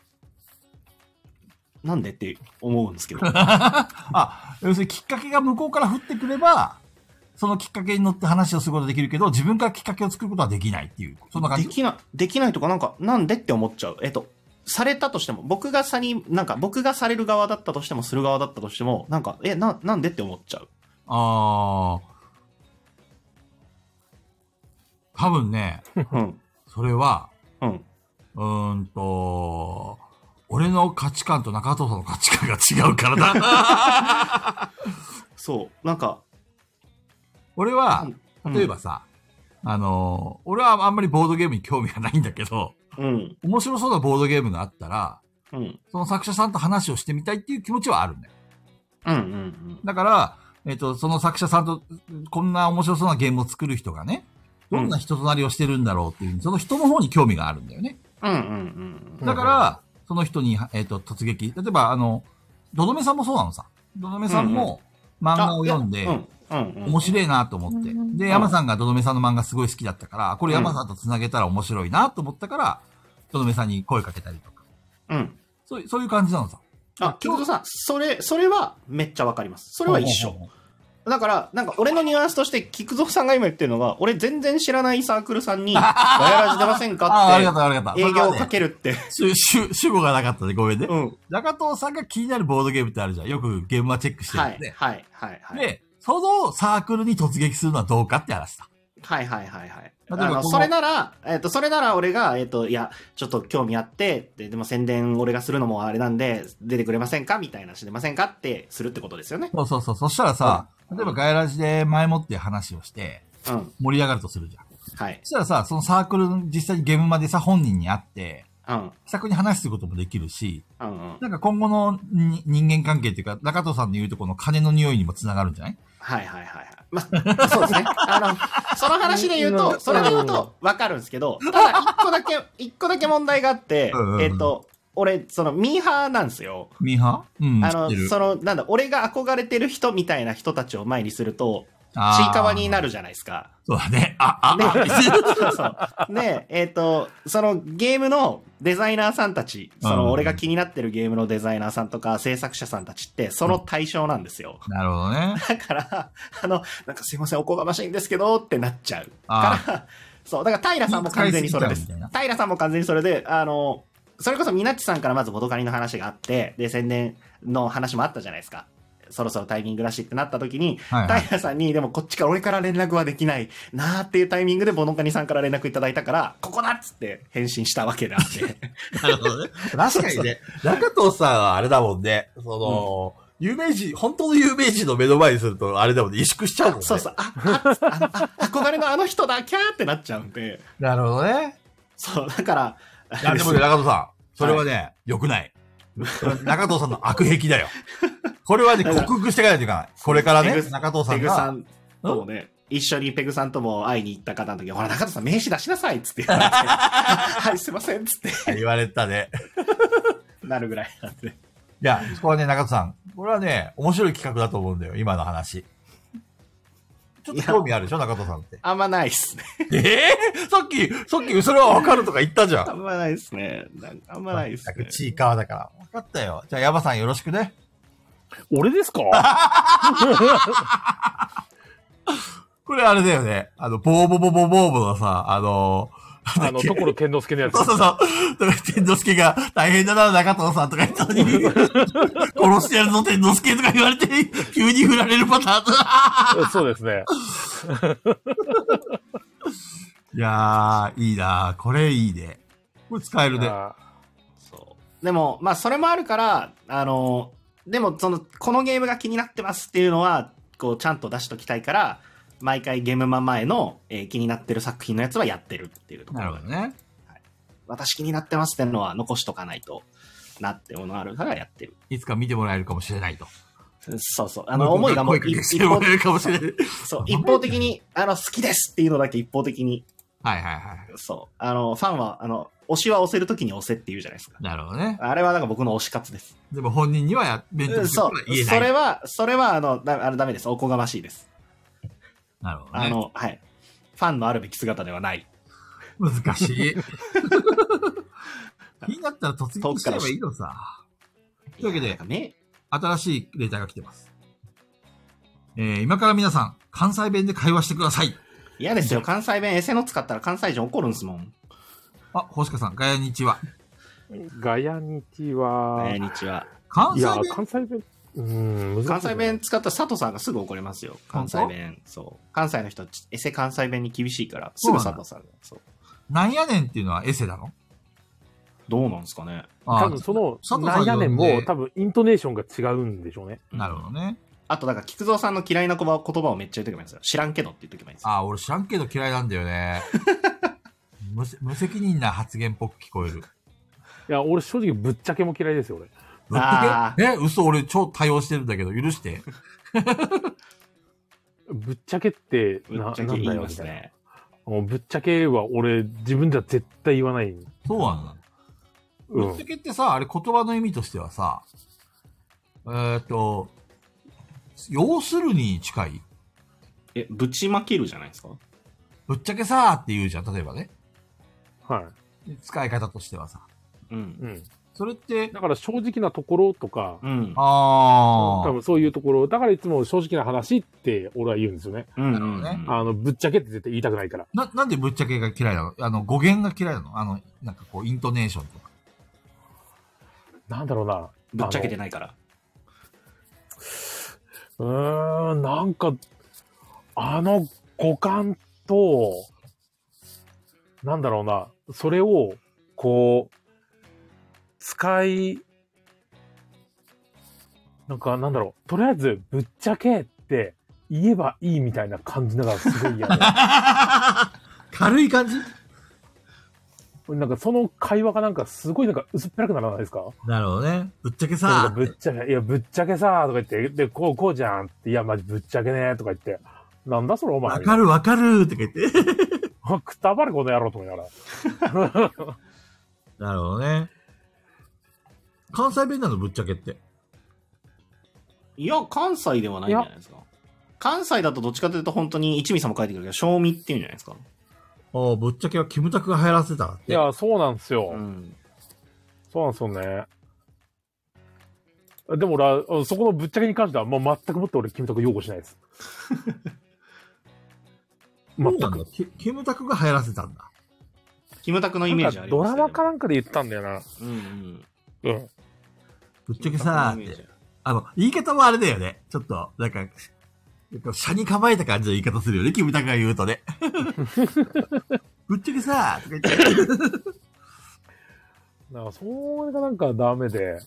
なんでって思うんですけど。 あ、要するにきっかけが向こうから降ってくれば、そのきっかけに乗って話をすることができるけど、自分からきっかけを作ることはできないっていう。そんな感じ？ できな、できないとか、なんか、なんでって思っちゃう。えっと、されたとしても、僕がさに、なんか、僕がされる側だったとしても、する側だったとしても、なんか、え、な、なんでって思っちゃう。 あー。多分ね、 うん。 それは、 うん。 うーんと、俺の価値観と中藤さんの価値観が違うからだ。 そう、なんか、 俺は、例えばさ、うん、あの、俺はあんまりボードゲームに興味がないんだけど、 うん、 面白そうなボードゲームがあったら、 うん、 その作者さんと話をしてみたいっていう気持ちはあるんだよ。 うんうんうん、 だから、えっと、その作者さんと、こんな面白そうなゲームを作る人がね、どんな人となりをしてるんだろうっていう、その人の方に興味があるんだよね。 うんうんうん、 だから、その人に、えっと、突撃。例えば、あの、ドドメさんもそうなのさ。ドドメさんも漫画を読んで、面白いなと思って。で、山さんがドドメさんの漫画すごい好きだったから、これ山さんと繋げたら面白いなと思ったから、ドドメさんに声かけたりとか。 うん。 そういう、そういう感じなのさ。 あ、キムトさん、それ、それはめっちゃわかります。それは一緒。だから、なんか俺のニュアンスとして、菊蔵さんが今言ってるのが、俺全然知らないサークルさんに、ガヤラジ出ませんかって、 あありがとう、ありがとう。 営業をかけるって。 主、主、主語がなかったね、ごめんね。 うん。 中藤さんが気になるボードゲームってあるじゃん。よくゲームはチェックしてるんで。 はい、はい、はい。 で、そのサークルに突撃するのはどうかって話だ。 はいはいはいはい。あの、それなら、えっと、それなら俺が、えっと、いや、ちょっと興味あって、で、でも宣伝俺がするのもあれなんで、出てくれませんかみたいなし出ませんかってするってことですよね。 そうそうそう。そしたらさ、うん、例えばガヤラジで前もって話をして、うん。盛り上がるとするじゃん。 はい。 そしたらさ、そのサークル実際にゲームまでさ、本人に会って、 うん。 気さくに話することもできるし、 うんうん。 なんか今後の人間関係っていうか、中藤さんの言うとこの金の匂いにもつながるんじゃない？ はいはいはいはい。まあ、そうですね。あの、その話で言うと、それで言うと、わかるんですけど、ただ、一個だけ、一個だけ問題があって、うんうん、えっと、俺、その、ミーハーなんですよ。 ミーハー？うん。 あの、その、なんだ、俺が憧れてる人みたいな人たちを前にすると、ちいかわになるじゃないですか。 そうだね。あ、あ、 で、そうそう。で、えっと、そのゲームのデザイナーさんたち、その俺が気になってるゲームのデザイナーさんとか制作者さんたちって、その対象なんですよ。 なるほどね。 だから、あの、なんかすいません、おこがましいんですけど、ってなっちゃう。から、そう、だから平さんも完全にそれです。平さんも完全にそれで、あの、それこそみなっちさんからまずボドカニの話があって、で、宣伝の話もあったじゃないですか。そろそろタイミングらしいってなった時に、はいはい、平さんに、でもこっちから俺から連絡はできないなーっていうタイミングでボノカニさんから連絡いただいたから、ここだっつって返信したわけであって。 なるほどね。確かにね。中藤さんはあれだもんね。その、うん、有名人、本当の有名人の目の前にすると、あれだもんね。萎縮しちゃうもんね。 そうそう。あ、あ、あ、あ、憧れのあの人だ、キャーってなっちゃうんで。 なるほどね。 そう、だから。 いや、でもね、中藤さん。それはね、はい、良くない。中藤さんの悪癖だよ。これはね、克服していかないといけない。これからね、中藤さんが。ペグさんともね、一緒にペグさんとも会いに行った方の時、ほら、中藤さん名刺出しなさいっつって言われて、はい、すいませんっつって。 言われたね。 なるぐらいなんで。いや、そこはね、中藤さん。これはね、面白い企画だと思うんだよ、今の話。ちょっと興味あるでしょ、中藤さんって。 あんまないっすね。 ええー、さっき、さっきそれはわかるとか言ったじゃん。 あんまないっすね。あんまないっすね。 ちいかわだから。わかったよ。じゃあ、山さんよろしくね。 俺ですかこれあれだよね。あの、ボーボボボボーボのさ、あのー、あの、所天之助のやつ。 そうそうそう。天之助が大変だな、中藤さんとか言ったのに、殺してやるぞ、天之助とか言われて、急に振られるパターン。 そうですね。 いやー、いいなこれいいね。これ使えるね。 そう。でも、まあ、それもあるから、あの、でも、その、このゲームが気になってますっていうのは、こう、ちゃんと出しときたいから、毎回ゲームマン前の、えー、気になってる作品のやつはやってるっていうところ。 なるほどね。 はい、私気になってますっていうのは残しとかないとなってものがあるからやってる。 いつか見てもらえるかもしれないと。 そうそう。あの、思いがもう一方的に、 そう、一方的に、あの、好きですっていうのだけ一方的に。 はいはいはい。 そう。あの、ファンは、あの、推しは押せるときに押せって言うじゃないですか。 なるほどね。 あれはなんか僕の推し活です。 でも本人にはや、弁当するは言えない。そう。それは、それは、あの、だあのダメです。おこがましいです。 なるほどね。 あの、はい。ファンのあるべき姿ではない。 難しい。気になったら突撃しちゃえばいいのさ。というわけで、ね、新しいレターが来てます。えー、今から皆さん、関西弁で会話してください。 嫌ですよ。関西弁エセの使ったら関西人怒るんすもん。 あ、星香さん、ガヤニチは。 ガヤニチは。 ガヤニチは。 関西弁。いや、 関西弁。うーん、 関西弁使ったら佐藤さんがすぐ怒りますよ。関西弁。そう。関西の人、エセ関西弁に厳しいから、すぐ佐藤さんが。そう。 なんやねんっていうのはエセなの？ どうなんですかね。 多分その、なんやねんも多分イントネーションが違うんでしょうね。 なるほどね。 あと、だから、菊蔵さんの嫌いな言葉をめっちゃ言っとけばいいんですよ。知らんけどって言っとけばいいんですよ。 あ、俺知らんけど嫌いなんだよね。 無無責任な発言っぽく聞こえる。 いや、俺正直ぶっちゃけも嫌いですよ、俺。 ぶっちゃけえ嘘、俺超対応してるんだけど、許して。 ぶっちゃけって、 ぶっちゃけ言いますね。 もうぶっちゃけは俺、自分じゃ絶対言わない。 そうなんだ。うん、ぶっちゃけってさ、あれ言葉の意味としてはさ、えー、っと、要するに近い？ え、ぶちまけるじゃないですか？ ぶっちゃけさーって言うじゃん、例えばね。 はい。 使い方としてはさ。 うん。うん。 それって、 だから正直なところとか、 うん。 ああ。 多分そういうところ、だからいつも正直な話って俺は言うんですよね。 うんうん、ね。 あの、ぶっちゃけって絶対言いたくないから。 な、なんでぶっちゃけが嫌いなの？あの、語源が嫌いなの？あの、なんかこう、イントネーションとか。 なんだろうな。 ぶっちゃけてないから。 うーん、なんか、あの語感と、なんだろうな、それを、こう、使い、なんか、なんだろう、とりあえず、ぶっちゃけって言えばいいみたいな感じながらすごい嫌で。 軽い感じ？ なんか、その会話がなんか、すごいなんか、薄っぺらくならないですか？ なるほどね。ぶっちゃけさー。 ぶっちゃけ、いや、ぶっちゃけさーとか言って、で、こう、こうじゃんって、いや、まじぶっちゃけねーとか言って、なんだそれお前。 わかるわかるって言って。 くたばるこの野郎と思いながら。 なるほどね。関西弁なのぶっちゃけって。 いや、関西ではないんじゃないですか。関西だとどっちかというと本当に一味さんも書いてくるけど、賞味っていうんじゃないですか。 ああ、ぶっちゃけはキムタクが流行らせたって。 いや、そうなんですよ。 うん、 そうなんですよね。でも俺、そこのぶっちゃけに関しては、もう全くもって俺、キムタク擁護しないです。 全く。キムタクが流行らせたんだ。 キムタクのイメージありますね。ドラマかなんかで言ったんだよな。 うんうん。 うん。 ぶっちゃけさーって。あの、言い方もあれだよね。ちょっと、なんか、車に構えた感じの言い方するよね、キムタクが言うとね。ぶっちゃけさーとか言って。 なんか、それがなんかダメで。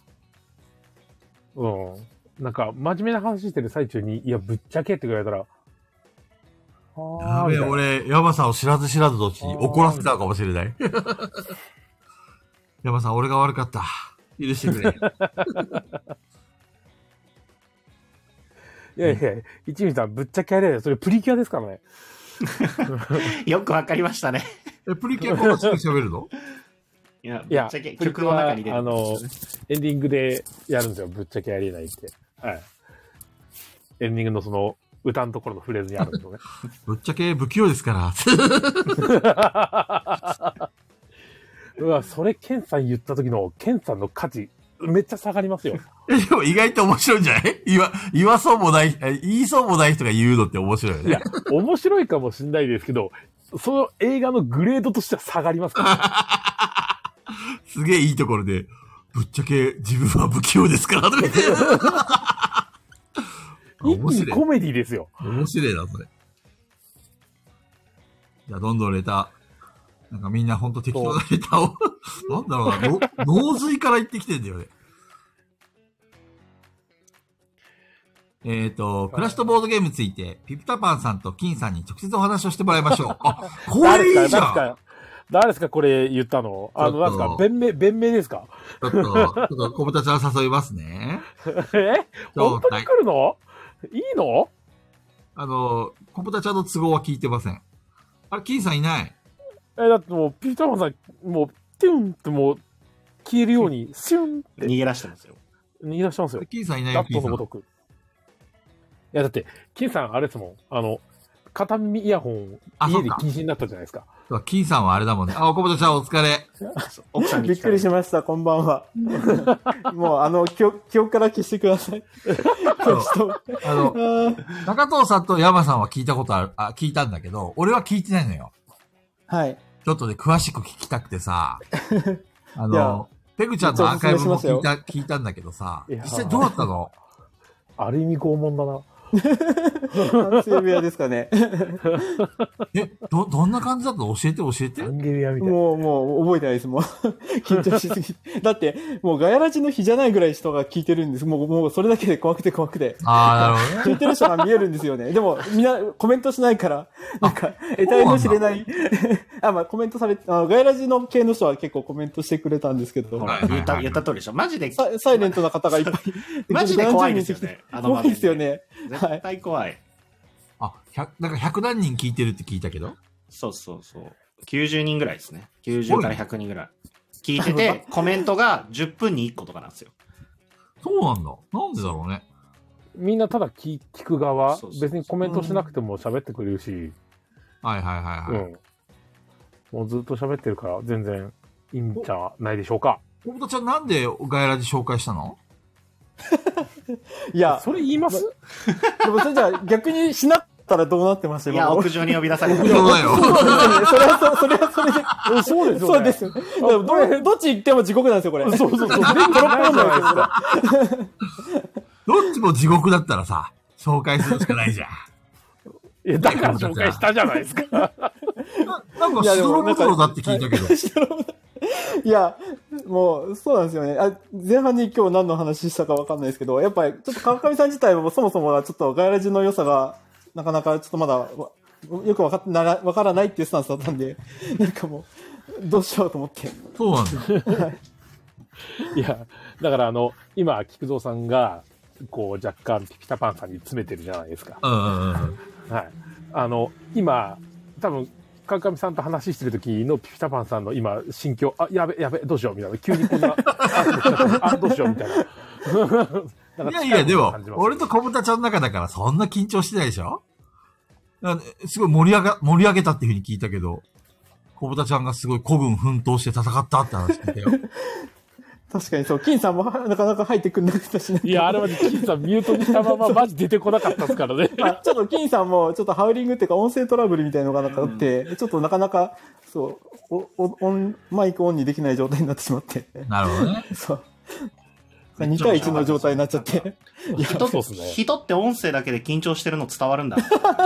うん。なんか、真面目な話してる最中に、いや、ぶっちゃけって言われたら、 やべえ、俺、山さんを知らず知らずどっちに怒らせたかもしれない。山さん、俺が悪かった。許してくれ。 いやいや、一味さん、ぶっちゃけあれだよ。それプリキュアですからね。 よくわかりましたね。 え、プリキュアこの人喋るの？ いや、ぶっちゃけ曲の中に出る。 あの、エンディングでやるんですよ。ぶっちゃけありえないって。はい。エンディングのその、歌のところのフレーズにあるんですよね。 ぶっちゃけ不器用ですから。 うわ、それ、ケンさん言った時の、ケンさんの価値、めっちゃ下がりますよ。 でも意外と面白いんじゃない？言わ、言わそうもない、言いそうもない人が言うのって面白いよね。 いや、面白いかもしれないですけど、その映画のグレードとしては下がりますから、ね。 すげえいいところで、ぶっちゃけ自分は不器用ですからとか言って。 一気にコメディですよ。 面白いな、それ。じゃあ、どんどんレター。なんかみんなほんと適当なレターを、なんだろうな、脳髄から言ってきてんだよね。えっと、クラシとボードゲームについて、ピピタパンさんと金さんに直接お話をしてもらいましょう。あ、これいいじゃん。 誰ですかこれ言ったの？あの、なんですか弁明、弁明ですか？ ちょっと、ちょっと、小豚ちゃん誘いますね。 え本当に来るの？いいの？ あの、小豚ちゃんの都合は聞いてません。あれ、金さんいない？ え、だってもう、ピーターマンさん、もう、テュンってもう、消えるように、シュンって。 逃げ出してますよ。 逃げ出してますよ。 金さんいないよ、 金さん。ダットのごとく。いや、だって、金さん、あれですもん。あの、片耳イヤホン、家で禁止になったじゃないですか。 金さんはあれだもんね。あ、小豚ちゃんお疲れ。 奥さんにびっくりしました、こんばんは。もう、あの、記憶、記憶から消してください。 あの、中藤さんと山さんは聞いたことある、あ、聞いたんだけど、俺は聞いてないのよ。 はい。 ちょっとね、詳しく聞きたくてさ、あの、ペグちゃんのアーカイブも聞いた、聞いたんだけどさ、実際どうだったの？ ある意味拷問だな。 反省部屋ですかね。 え、ど、どんな感じだったの教えて教えて。 アンゲ部屋みたいな。 もう、もう覚えてないです、もう。緊張しすぎて。だって、もうガヤラジの日じゃないぐらい人が聞いてるんです。もう、もうそれだけで怖くて怖くて。 ああ、なるほどね。 聞いてる人が見えるんですよね。でも、みんなコメントしないから、なんか、得体の知れない。あ、まあコメントされて、あの、ガヤラジの系の人は結構コメントしてくれたんですけど。 ほら、言った、言った通りでしょ。マジで。 サ, サイレントな方がいっぱい。 マジで怖いですよね。あの怖いですよね。 絶対怖い。 あ、ひゃく、なんかひゃく何人聞いてるって聞いたけど。 そうそうそう。きゅうじゅうにんぐらいですね。きゅうじゅうからひゃくにんぐらい。聞いてて、コメントがじゅっぷんにいっことかなんですよ。 そうなんだ。なんでだろうね。 みんなただ聞聞く側そうそうそう、 別にコメントしなくても喋ってくれるし、 はいはいはいはい。 うん。もうずっと喋ってるから全然いいんじゃないでしょうか。 小豚ちゃんなんでガヤラジ紹介したの？ いや、 それ言います？ でもそれじゃあ逆にしなかったらどうなってましたいや、屋上に呼び出されてる。 そうだよ。 そうですよね。それはそ、それはそれで。 そうですよね。 そうですよ。ど、どっち行っても地獄なんですよ、これ。 そうそうそう。全然ないじゃないですか。 どっちも地獄だったらさ、紹介するしかないじゃん。 いや、だから紹介したじゃないですか。 な, なんか、しどろもどろだって聞いたけど。 いや、もう、そうなんですよね。あ、前半に今日何の話したかわかんないですけど、やっぱり、ちょっと川上さん自体もそもそもはちょっとガヤラジの良さが、なかなかちょっとまだ、よくわかってなら、わからないっていうスタンスだったんで、なんかもう、どうしようと思って。 そうなんだ。 いや、だからあの、今、菊蔵さんが、こう、若干ピピタパンさんに詰めてるじゃないですか。 うんうんうん。 はい。あの、今、多分、川上さんと話してる時のピピタパンさんの今、心境、あ、やべ、やべ、どうしよう、みたいな。急にこんな、あ、あどうしよう、みたいな。 いやいや、でも、俺と小豚ちゃんの中だからそんな緊張してないでしょ？すごい盛り上が、盛り上げたっていう風に聞いたけど、小豚ちゃんがすごい孤軍奮闘して戦ったって話聞いたよ。 確かにそう、金さんもなかなか入ってくんなかったしね。 いや、あれは金さんミュートにしたままマジ出てこなかったですからね。 まあ、ちょっと金さんもちょっとハウリングっていうか音声トラブルみたいなのがなんかあって、うん、ちょっとなかなか、そう、お、お、オン、マイクオンにできない状態になってしまって。なるほどね。 そう。に対いちの状態になっちゃって。 人、ね、人って音声だけで緊張してるの伝わるんだ。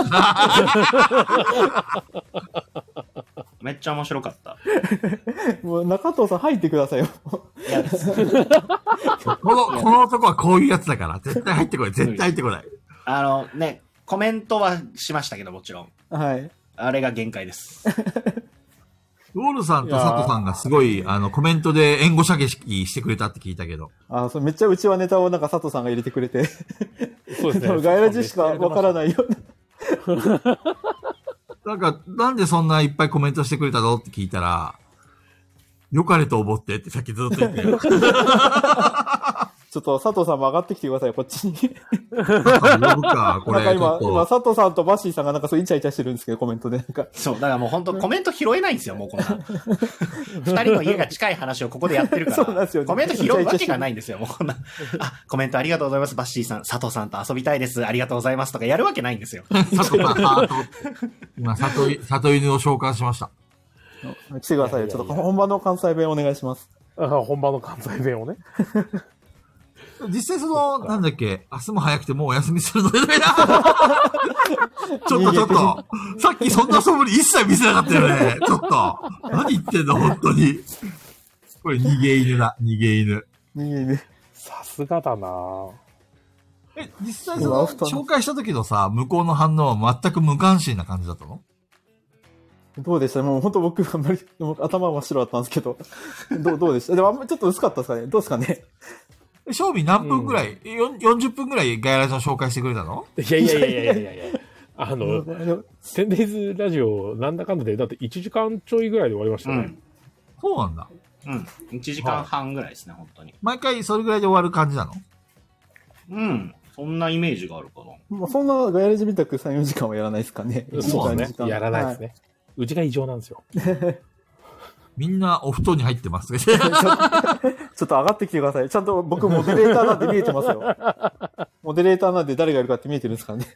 めっちゃ面白かった。 もう中藤さん入ってくださいよ。いやこの、この男はこういうやつだから、絶対入ってこない。絶対入ってこない。 あのね、コメントはしましたけど、もちろん。 はい。 あれが限界です。 ウォールさんと佐藤さんがすごい、あの、コメントで援護射撃してくれたって聞いたけど。 あ、そう、めっちゃうちはネタをなんか佐藤さんが入れてくれて。 そうですね。 ガヤラジしかわからないような。 なんか、なんでそんないっぱいコメントしてくれたのって聞いたら、良かれと思ってってさっきずっと言ってる。 ちょっと佐藤さんも上がってきてくださいよ、こっちに。 呼ぶか、これ。 なんか今、今、佐藤さんとバッシーさんがなんかそうイチャイチャしてるんですけど、コメントでなんか。 そう、だからもう本当コメント拾えないんですよ、もうこんな。二人の家が近い話をここでやってるから。そうなんですよ、ね。コメント拾うわけがないんですよ、もうこんな。あ、コメントありがとうございます、バッシーさん。佐藤さんと遊びたいです。ありがとうございますとかやるわけないんですよ。佐藤さん、 今、里い、里犬を召喚しました。 来てくださいよ。ちょっと本場の関西弁お願いします。 あ、本場の関西弁をね。 実際その、なんだっけ、明日も早くてもうお休みするので、ちょっとちょっと、さっきそんな素振り一切見せなかったよね。ちょっと。何言ってんの、本当に。これ逃げ犬だ、逃げ犬。 逃げ犬。 さすがだなぁ。 え、実際その、紹介した時のさ、向こうの反応は全く無関心な感じだったの？ どうでしたもう本当僕あんまり頭真っ白だったんですけど。どう、どうでしたでもあんまりちょっと薄かったですかねどうですかね賞味何分ぐらい、うん、よんじゅっぷんぐらいガヤラジの紹介してくれたの？ いやいやいやいやいやいやいや。あの、テンデイズラジオなんだかんだで、だっていちじかんちょいぐらいで終わりましたね。うん、 そうなんだ。 うん。いちじかんはんぐらいですね、はい、本当に。 毎回それぐらいで終わる感じなの？ うん。そんなイメージがあるかな。 まあ、そんなガヤラジみたくさん、よじかんはやらないですかね。 そうですね。やらないですね。はい、うちが異常なんですよ。 みんなお布団に入ってます。 ちょっと、ちょっと上がってきてください。ちゃんと僕モデレーターなんで見えてますよ。モデレーターなんで誰がいるかって見えてるんですかね。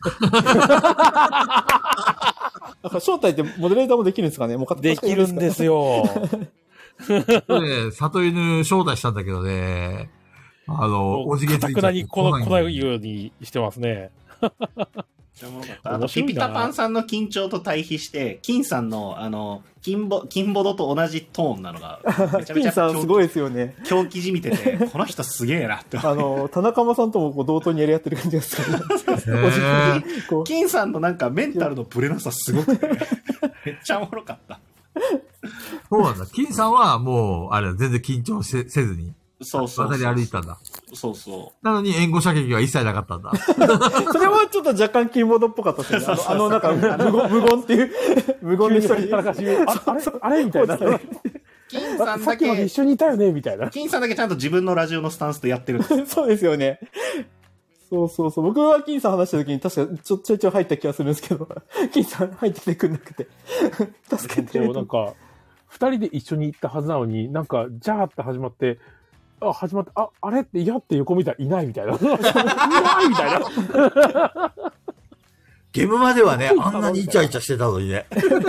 なんか招待ってモデレーターもできるんですかねもうできるんですよ。 ね、里犬招待したんだけどね。 あの、おじげついちゃって。 かたくなにこの、こないようにしてますね。 あの、ピピタパンさんの緊張と対比して、金さんの、あの、金ボ、金ボドと同じトーンなのが、めちゃめちゃ。 金さんすごいですよね。 狂気じみてて、この人すげえなって。 あの、田中間さんともこう同等にやり合ってる感じがする。 金さんのなんかメンタルのブレなさすごくて、めっちゃおもろかった。 そうなんだ。金さんはもう、あれ、全然緊張せせずに。 そうそう。 渡り歩いたんだ。 そうそう。 なのに援護射撃は一切なかったんだ。 それはちょっと若干金モードっぽかったですね。あの、なんか、無言、無言っていう、無言で一人。 あれあれみたいな。 金さんだけ。 さっきまで一緒にいたよねみたいな。 金さんだけちゃんと自分のラジオのスタンスでやってるんです。 そうですよね。そうそうそう。僕は金さん話した時に確かちょ、ちょいちょい入った気がするんですけど、金さん入ってきてくんなくて。助けて。 なんか、二人で一緒に行ったはずなのに、なんか、ジャーって始まって、あ、始まって、あ、あれって、やって横見たらいないみたいな。うわーみたいな。 ゲームまではね、あんなにイチャイチャしてたのにね。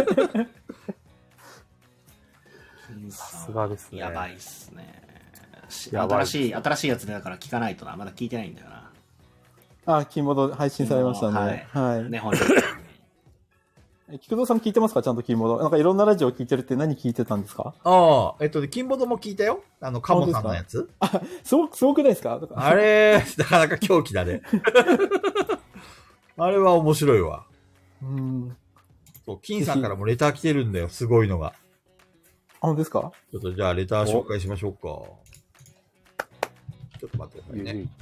さすがですね。 やばいっすね。新しい、新しいやつでだから聞かないとな。まだ聞いてないんだよな。 あ、金モード配信されましたね。はい。はい、 ね、本当に。菊蔵さん聞いてますかちゃんと金モード。なんかいろんなラジオ聞いてるって何聞いてたんですか？ ああ、えっとね、金モードも聞いたよ。あの、カモさんのやつ。 あ、すごく、すごくないですか？ あれ、なかなか狂気だね。あれは面白いわ。 うん。 そう、金さんからもレター来てるんだよ。すごいのが。 あ、本当ですか？ ちょっとじゃあレター紹介しましょうか。ちょっと待ってくださいね。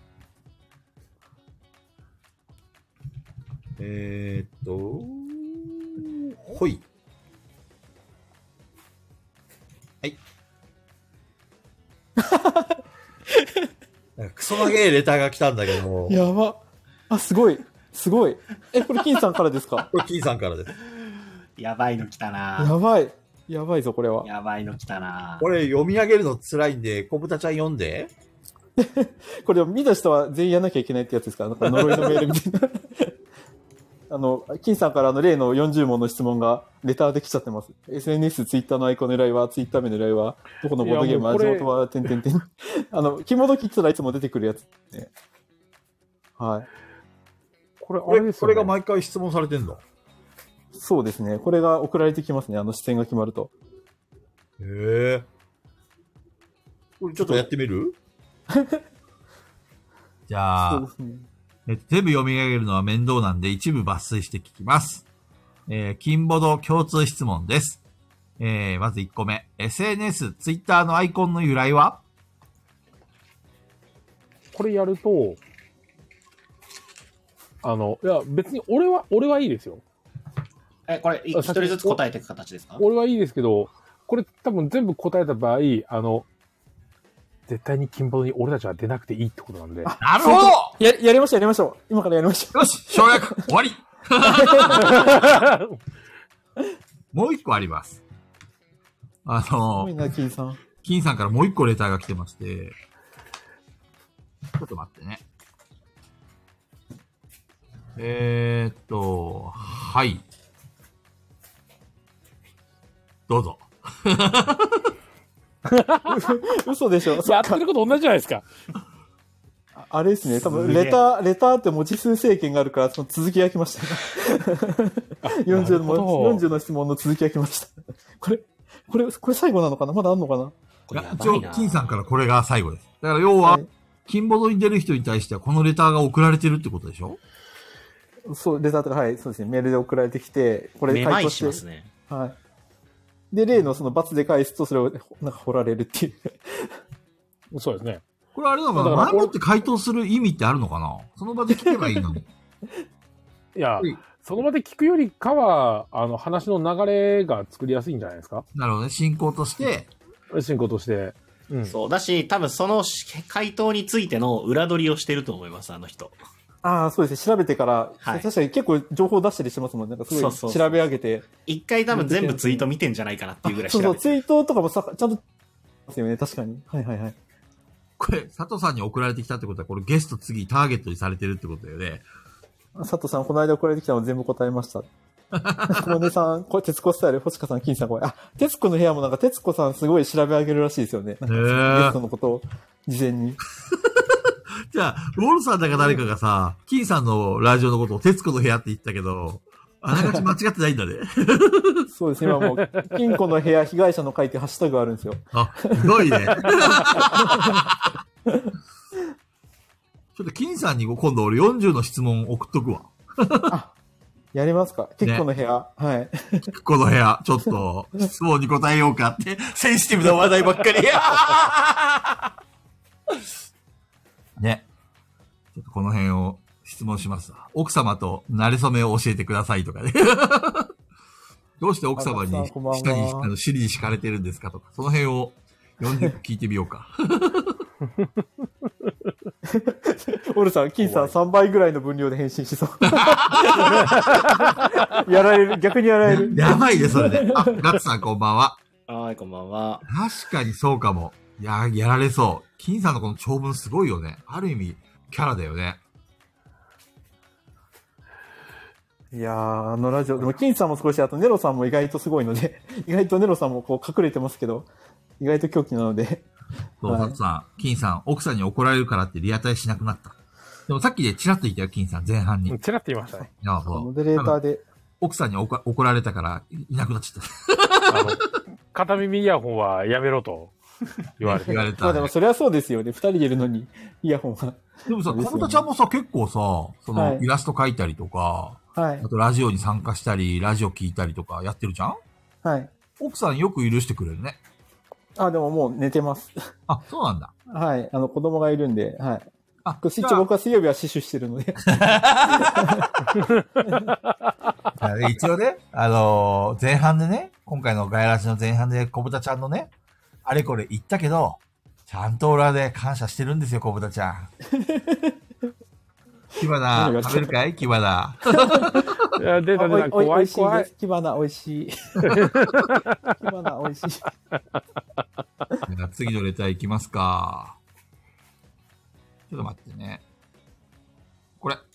えー、っと、ほい。はい。なんかクソ長いレターが来たんだけども。 やば。あ、すごい。すごい。え、これ金さんからですか？ これ金さんからです。 やばいの来たな。 やばい。やばいぞ、これは。 やばいの来たな。 これ読み上げるの辛いんで、小豚ちゃん読んで。 これ見た人は全員やんなきゃいけないってやつですか？なんか呪いのメールみたいな。あの、金さんからあの例のよんじゅう問の質問がレターできちゃってます。エスエヌエス、ツイッターのアイコン狙いは、ツイッター名狙いは、どこのボードゲーム、味元は、てんてんてん。あの、キモドキッズらいつも出てくるやつね。はい。 これ、あれですよね。 これが毎回質問されてんだ。 そうですね。これが送られてきますね。あの視点が決まると。 へえ。これちょっとやってみる？じゃあ、そうですね。え全部読み上げるのは面倒なんで一部抜粋して聞きます。えー、金ボド共通質問です。えー、まずいっこめ。エスエヌエス、ツイッターのアイコンの由来は？ これやると、あの、いや、別に俺は、俺はいいですよ。 え、これ、一人ずつ答えていく形ですか？ 俺はいいですけど、これ多分全部答えた場合、あの、絶対に金ボドに俺たちは出なくていいってことなんで。 なるほど！ や、やりましょう、やりましょう。今からやりましょう。 よし、省略、終わりもう一個あります。あの、すごいな、金さん。 金さんからもう一個レターが来てまして、ちょっと待ってね。えーっと、はい。どうぞ。 嘘でしょ。 やってること同じじゃないですか。 あれですね。多分、レター、レターって文字数制限があるから、その続きが来ました。よんじゅうの、よんじゅうの質問の続きが来ました。これ、これ、これ最後なのかな？まだあんのかな？ いや、一応、金さんからこれが最後です。だから要は、はい、金ボドに出る人に対してはこのレターが送られてるってことでしょ？ そう、レターとか、はい、そうですね。メールで送られてきて、これ回答して。めまいしますね。 はい。で、例のその罰で返すと、それを、なんか掘られるっていう。 そうですね。 これあれなのかな？前もって回答する意味ってあるのかな？その場で聞けばいいのに。 いや、その場で聞くよりかは、あの、話の流れが作りやすいんじゃないですか？ なるほどね。進行として。 進行として。 うん。そう。だし、多分その回答についての裏取りをしてると思います、あの人。 ああ、そうですね。調べてから、はい、確かに結構情報出したりしてますもんね。なんかすごい調べ上げて。 一回多分全部ツイート見てんじゃないかなっていうぐらい調べて。 そうそう、ツイートとかもさ、ちゃんと、ですよね。確かに。はいはいはい。 これ、佐藤さんに送られてきたってことは、これゲスト次ターゲットにされてるってことだよね。 佐藤さん、この間送られてきたの全部答えました。 小根さん、これ、徹子スタイル、星香さん、金さん、これ。あ、徹子の部屋もなんか、徹子さんすごい調べ上げるらしいですよね。なんか、ゲストのことを、事前に。 じゃあ、ウォルさんだか誰かがさ、金さんのラジオのことを徹子の部屋って言ったけど、あながち間違ってないんだね。 そうですね、今もう、金庫の部屋被害者の会ってハッシュタグあるんですよ。 あ、すごいね。ちょっと金さんに今度俺よんじゅうの質問送っとくわ。 あ、やりますか結構の部屋、ね、はい。 結構の部屋、ちょっと質問に答えようかって、センシティブな話題ばっかり。ね。ちょっとこの辺を質問しますわ。奥様と馴れ初めを教えてくださいとかね。どうして奥様に下に、あの、尻に敷かれてるんですかとか、その辺をよんじゅう聞いてみようか。 オルさん、金さんさんばいぐらいの分量で返信しそう。やられる、逆にやられる。 やばいね、それで。あ、ガッツさんこんばんは。 はい、こんばんは。 確かにそうかも。いや、やられそう。金さんのこの長文すごいよね。ある意味、キャラだよね。 いやー、あのラジオ、でも金さんも少し、あとネロさんも意外とすごいので、意外とネロさんもこう隠れてますけど、意外と狂気なので。 そう、はい、さん、金さん、奥さんに怒られるからってリアタイしなくなった。でもさっきでチラッと言ったよ、金さん、前半に。 チラッと言いましたね。 ああ、そう。 モデレーターで。 奥さんに怒られたからいなくなっちゃった。 あの、片耳イヤホンはやめろと言われて。 言われた、ね。 まあでもそれはそうですよね。二人いるのに、イヤホンは。 でもさ、小豚ちゃんもさ、結構さ、その、イラスト描いたりとか、はい。あとラジオに参加したり、ラジオ聞いたりとかやってるじゃん？ はい。 奥さんよく許してくれるね。 あ、でももう寝てます。 あ、そうなんだ。 はい。あの、子供がいるんで、はい。あ、スイッチ僕は水曜日は死守してるので。 一応ね、あのー、前半でね、今回のガイラジの前半で小豚ちゃんのね、あれこれ言ったけど、ちゃんと裏で感謝してるんですよ、小豚ちゃん。キバナ、食べるかいキバナ。 いや、出た出た、怖い怖い。 キバナ美味しい。キバナ美味しい。 次のレターいきますか。ちょっと待ってね。これ。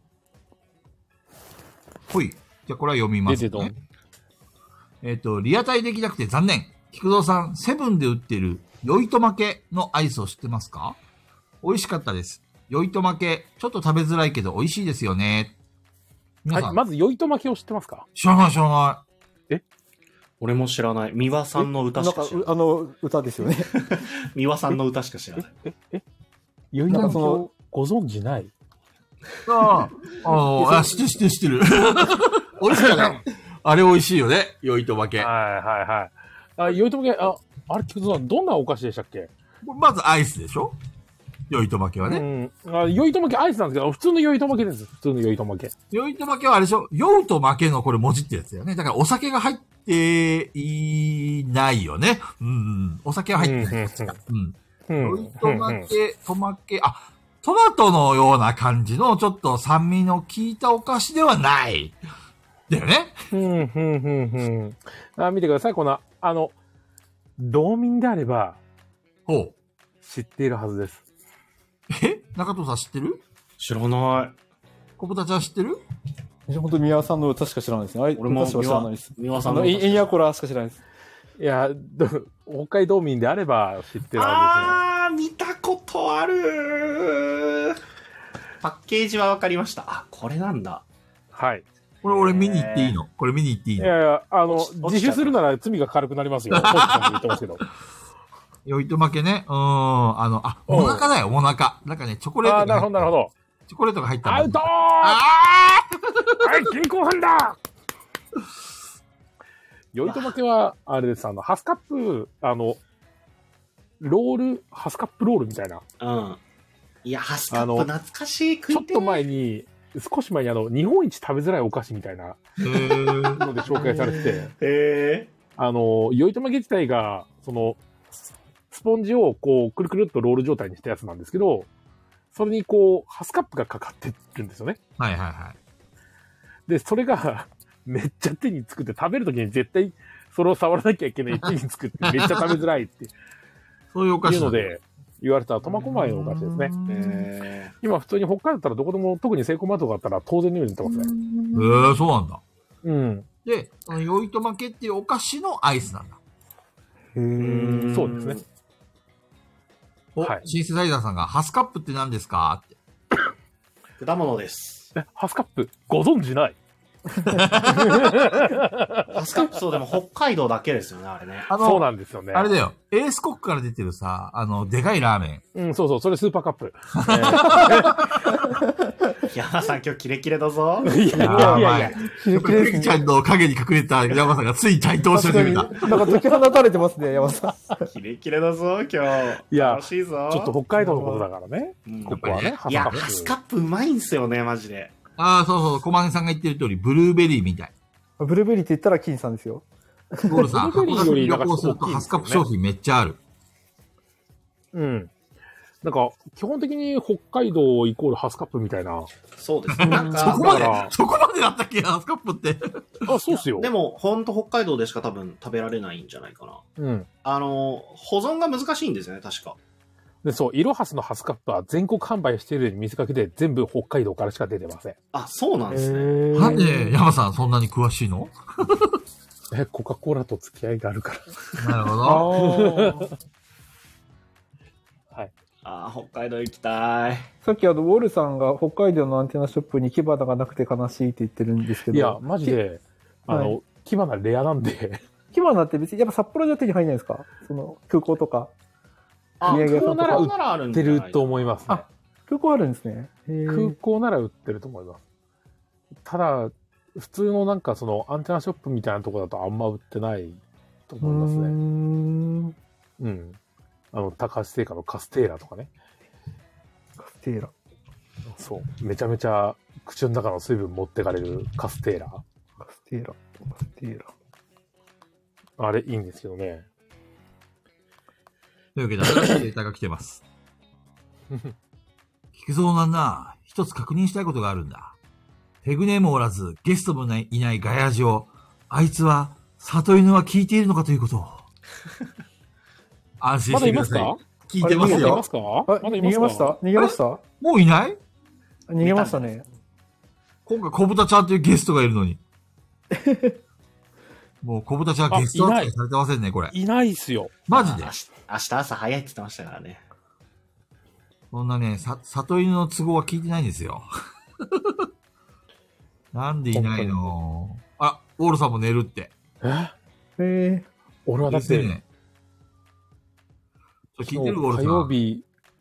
ほい。じゃあこれは読みますね。えっと、リアタイできなくて残念。菊蔵さん、セブンで売ってる、酔いと負けのアイスを知ってますか？美味しかったです。酔いと負け、ちょっと食べづらいけど美味しいですよね。 皆さん。はい、まず酔いと負けを知ってますか？ 知らない知らない。 え？俺も知らない。三輪さんの歌しか知らない。 あの、歌ですよね。 三輪さんの歌しか知らない。 えええ酔いと負けをご存知ない？ ああ、ああ、知ってる知ってる知ってる。美味しいよね。あれ美味しいよね。酔いと負け。 はいはいはい。あ、酔いと負け、あ、あれ、菊蔵さん、どんなお菓子でしたっけ？ まずアイスでしょ？酔いと負けはね。 うん。あ、酔いと負けアイスなんですけど、普通の酔いと負けです。普通の酔いと負け。 酔いと負けはあれでしょ？酔うと負けのこれ文字ってやつだよね。だからお酒が入っていないよね。うん。お酒は入ってない。うん。酔いと負け、と負け、あ、トマトのような感じのちょっと酸味の効いたお菓子ではない。だよね。 うん、うん、うん、うん。あ、見てください。この、あの、道民であれば、 ほう。 知っているはずです。 え？中藤さん知ってる？ 知らない。 小豚ちゃん知ってる？ 本当に宮輪さんの歌しか知らないですね。あれ、 俺も歌しか知らないです。 宮輪さんの歌。エンヤコラしか知らないです。 いや、北海道民であれば知ってるはずですね。あー、見たことある。パッケージはわかりました。あ、これなんだ。 はい。 これ俺見に行っていいの？これ見に行っていいの？ いやいや、あの、自首するなら罪が軽くなりますよ。ポッチさんも言ってますけど。 酔いと負けね。うーん。あの、あ、もなかだよ、もなか。なんかね、チョコレートが。 あ、なるほど、なるほど。 チョコレートが入ったアウトーあーはい、銀行犯だ酔いと負けは、あれです、あの、ハスカップ、あの、ロール、ハスカップロールみたいな。 うん。いや、ハスカップ懐かしい。 ちょっと前に、少し前にあの、日本一食べづらいお菓子みたいなので紹介されてて、 へあの、酔いと負け自体が、その、スポンジをこう、くるくるっとロール状態にしたやつなんですけど、それにこう、ハスカップがかかってるんですよね。 はいはいはい。 で、それが、めっちゃ手につくって食べるときに絶対、それを触らなきゃいけない手につくってめっちゃ食べづらいって。 そういうお菓子。 いうので、言われた苫小牧のお菓子ですね。今普通に北海道だったらどこでも、特にセイコーマートがあったら当然のように出てますね。 へえー、そうなんだ。 ううん。 で、その酔いと負けっていうお菓子のアイスなんだ。 へー。そうですね。 お、はい、シンセサイザーさんが、ハスカップって何ですかって。 果物です。 え、ハスカップご存知ないハスカップそうでも北海道だけですよね、あれね。 あの、そうなんですよね。 あれだよ。エースコックから出てるさ、あの、でかいラーメン。うん、そうそう、それスーパーカップ。 山さん今日キレキレだぞ。 いやいやいやいや。 キレキレですね。ちゃんの影に隠れた山さんがつい対等し始めた。 なんか解き放たれてますね、山さん。 キレキレだぞ、今日。 いや、 楽しいぞ。 ちょっと北海道のことだからね。うん、ここはね。 いや、ハスカップうまいんすよね、マジで。 ああ、そうそう、小金さんが言ってる通り、ブルーベリーみたい。 ブルーベリーって言ったら金さんですよ。 ゴールさん、函館に旅行するとハスカップ商品めっちゃある。 うん。なんか、基本的に北海道イコールハスカップみたいな。 そうですね。なんか、 そこまで、そこまでだったっけ、ハスカップって。 あ、そうっすよ。 でも、ほんと北海道でしか多分食べられないんじゃないかな。 うん。 あの、保存が難しいんですよね、確か。 で、そう、イロハスのハスカップは全国販売しているように見せかけて全部北海道からしか出てません。 あ、そうなんですね。 なんで山さんそんなに詳しいの？ え、コカ・コーラと付き合いがあるから。 なるほど。 はい。 ああ、北海道行きたい。 さっきあの、ウォルさんが北海道のアンテナショップに火花がなくて悲しいって言ってるんですけど。 いや、マジで、あの、はい、火花レアなんで。 火花って別に、やっぱ札幌じゃ手に入んないですか？その、空港とか。 あ、空港なら売ってると思います、ね。 あ、空港あるんですね。 空港なら売ってると思います。ただ、普通のなんかそのアンテナショップみたいなところだとあんま売ってないと思いますね。うーん。うん。あの、高橋製菓のカステーラとかね。 カステーラ。 そう。めちゃめちゃ口の中の水分持ってかれるカステーラ。 カステーラ。カステーラ。 あれいいんですけどね。 というわけで、新しいデータが来てます。菊蔵なんな、一つ確認したいことがあるんだ。ペグネームおらず、ゲストもいないガヤラジを、あいつは、里犬は聞いているのかということを。安心してください。まだいますか？聞いてますよ。 まだいますか？ まだいますか？逃げました？逃げました？ もういない？ 逃げましたね。 今回、小豚ちゃんというゲストがいるのに。もう小豚ちゃんゲスト扱いされてませんね、これ。 いないっすよ。 マジで？ 明日朝早いって言ってましたからね。 そんなね、さ、里犬の都合は聞いてないんですよ。なんでいないの？あ、ウォールさんも寝るって。 ええー、俺はだって、ね、 聞いてるウォールさん。 火曜日、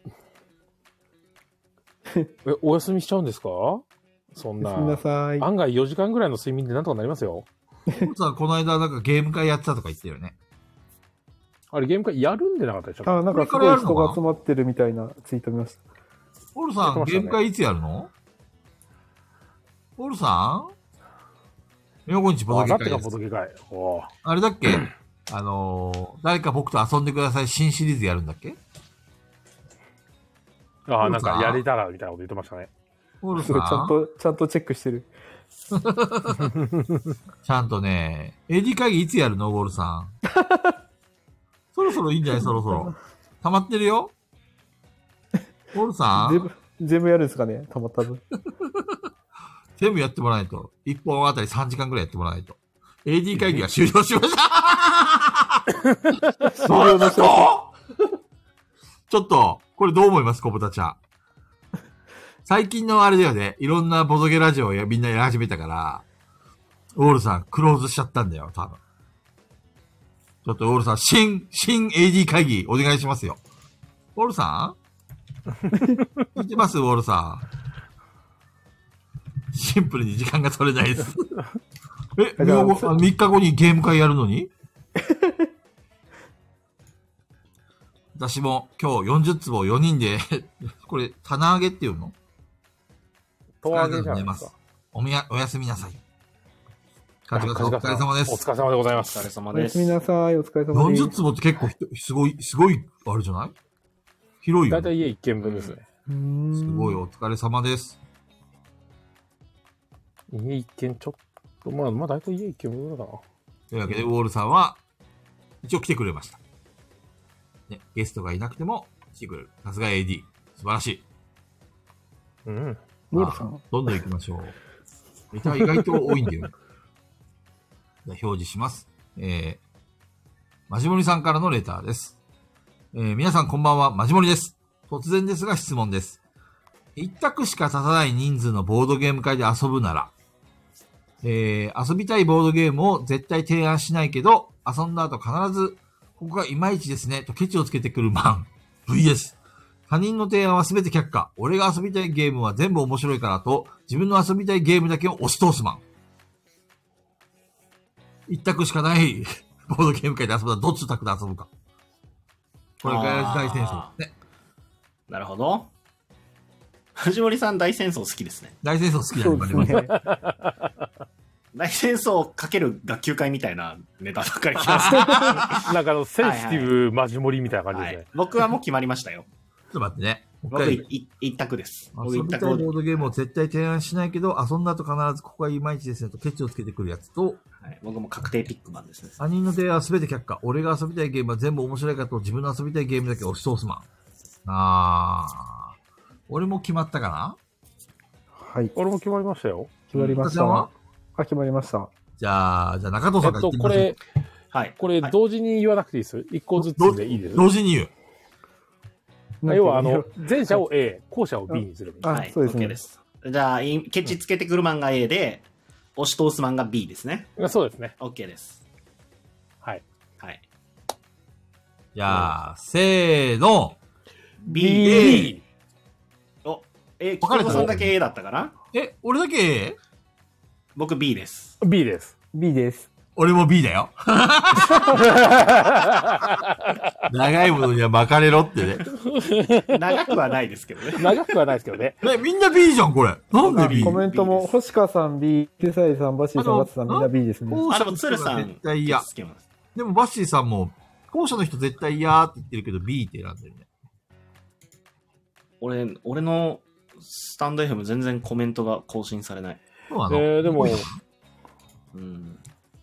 え、お休みしちゃうんですか？そんな。 すみなさい。 案外よじかんぐらいの睡眠でなんとかなりますよ。 ウォールさん、この間なんかゲーム会やってたとか言ってるよね。 あれゲーム会やるんでなかったでしょ？ あ、なんかすごい人が集まってるみたいなツイート見ました。 ウォールさん、ゲーム会いつやるの？ウォールさんよこんちボドゲ会です。 あ、ボドゲ会。おあれだっけあのー、誰か僕と遊んでください新シリーズやるんだっけ？ ああ、なんかやれたらみたいなこと言ってましたね。 ウォールさんちゃんと、ちゃんとチェックしてる。 ちゃんとね、エーディー 会議いつやるのウォールさん。そろそろいいんじゃないそろそろ。溜まってるよウォールさん全部、全部やるんですかね溜まった分。 全部やってもらわないと。いっぽんあたりさんじかんくらいやってもらわないと。エーディー 会議が終了しました終了の人ちょっと、これどう思います小豚ちゃん。最近のあれだよね、いろんなボドゲラジオをみんなやり始めたから、ウォールさんクローズしちゃったんだよ、多分。ちょっとウォールさん、新、新 エーディー 会議お願いしますよ。ウォールさん聞いてますウォールさん。シンプルに時間が取れないです。え、みっかごにゲーム会やるのに私も今日よんじゅうつぼよにんで、これ、棚上げっていうの？ 棚上げじゃないですか。 おみや、おやすみなさい。かじかさんお疲れ様です。 お疲れ様でございます。 お疲れ様です。 おやすみなさい。お疲れ様です。 よんじゅうつぼって結構すごい、すごい、あれじゃない？広いよ。 だいたい家一軒分ですね。 すごい、お疲れ様です。 家一軒ちょっと、まあ、まあだいたい家一軒分だかな。 というわけで、ウォールさんは、一応来てくれました。ね、ゲストがいなくても来てくれる。さすが エーディー。素晴らしい。 うん。 ウォールさんどんどん行きましょう。ネタ意外と多いんだよ。 じゃあ表示します。えー、マジモリさんからのレターです。えー、皆さんこんばんは、マジモリです。突然ですが質問です。一択しか立たない人数のボードゲーム会で遊ぶなら、えー、遊びたいボードゲームを絶対提案しないけど、遊んだ後必ず、ここがいまいちですね、とケチをつけてくるマン。ブイエス。他人の提案はすべて却下。俺が遊びたいゲームは全部面白いからと、自分の遊びたいゲームだけを押し通すマン。一択しかないボードゲーム会で遊ぶならどっちの択で遊ぶか。これが大戦争ですね。 なるほど。藤森さん大戦争好きですね。 大戦争好きなんで、ね、 大戦争かける学級会みたいなネタばっかり来ます、ね。 なんかあの、センシティブマジモリみたいな感じですね、はい。 僕はもう決まりましたよ。 ちょっと待ってね。 僕一択です。 遊びたいボードゲームを絶対提案しないけど、遊んだ後必ずここがいまいちですねとケチをつけてくるやつと、 はい、僕も確定ピックマンですね。 他人の提案は全て却下。俺が遊びたいゲームは全部面白いかと自分の遊びたいゲームだけ押し通すマン。あー。俺も決まったかな？ はい。俺も決まりましたよ。 決まりました。あ、決まりました。 じゃあ、じゃあ中藤さんから言ってみましょう。 えっと、これ、はい。これ、同時に言わなくていいです。一個ずつでいいです。 同時に言う。 要は、あの、前者を A、後者を B にする。 はい、そうですね。 OK です。じゃあ、ケチつけてくるマンが A で、押し通すマンが B ですね。 そうですね。 OK です。 はい。 はい。 じゃあ、せーの。 B。お、え、北野さんだけ A だったかな？ え、俺だけ A？ 僕 B です。 B です。 B です。 俺も B だよ。長いものには巻かれろってね。 長くはないですけどね。 長くはないですけどね。 え、みんな B じゃん、これ。なんで B？ コメントも、星川さん B、テサイさん、バッシーさん、バッツさん、みんな B ですね。 あ、でも鶴さん、 絶対嫌。でもバッシーさんも、後者の人絶対嫌って言ってるけど B って選んでるね。 俺、俺のスタンド エフエム 全然コメントが更新されない。 そうなの？ えー、でも、 うん。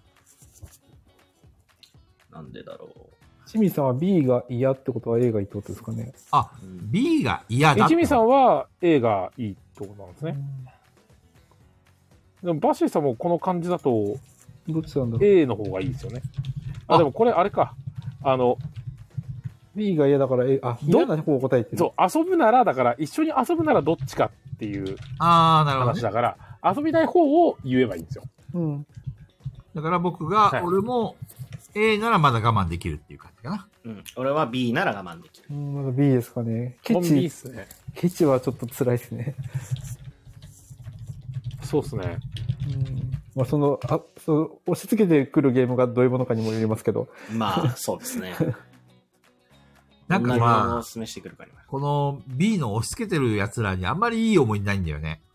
なんでだろう。 清水さんは B が嫌ってことは A がいいってことですかね。 あ、うん、B が嫌だ。 清水さんは A がいいってことなんですね。でもバッシーさんもこの感じだと、 どっちなんだろう。 A の方がいいですよね。あ、でもこれあれか。あの、 B が嫌だから A、あ、嫌な方を答えてる。 そう、遊ぶなら、だから一緒に遊ぶならどっちかっていう話だから、遊びたい方を言えばいいんですよ。 うん。 だから僕が、はい、俺も A ならまだ我慢できるっていう感じかな。 うん。俺は B なら我慢できる。 うん、まだ B ですかね。ケチ。 B っすね。 ケチはちょっと辛いですね。 そうっすね。 うん。まあその、あ、そう、押し付けてくるゲームがどういうものかにもよりますけど。 まあ、そうですね。 なんかまあ、 示してくるかこの B の押し付けてる奴らにあんまりいい思いないんだよね。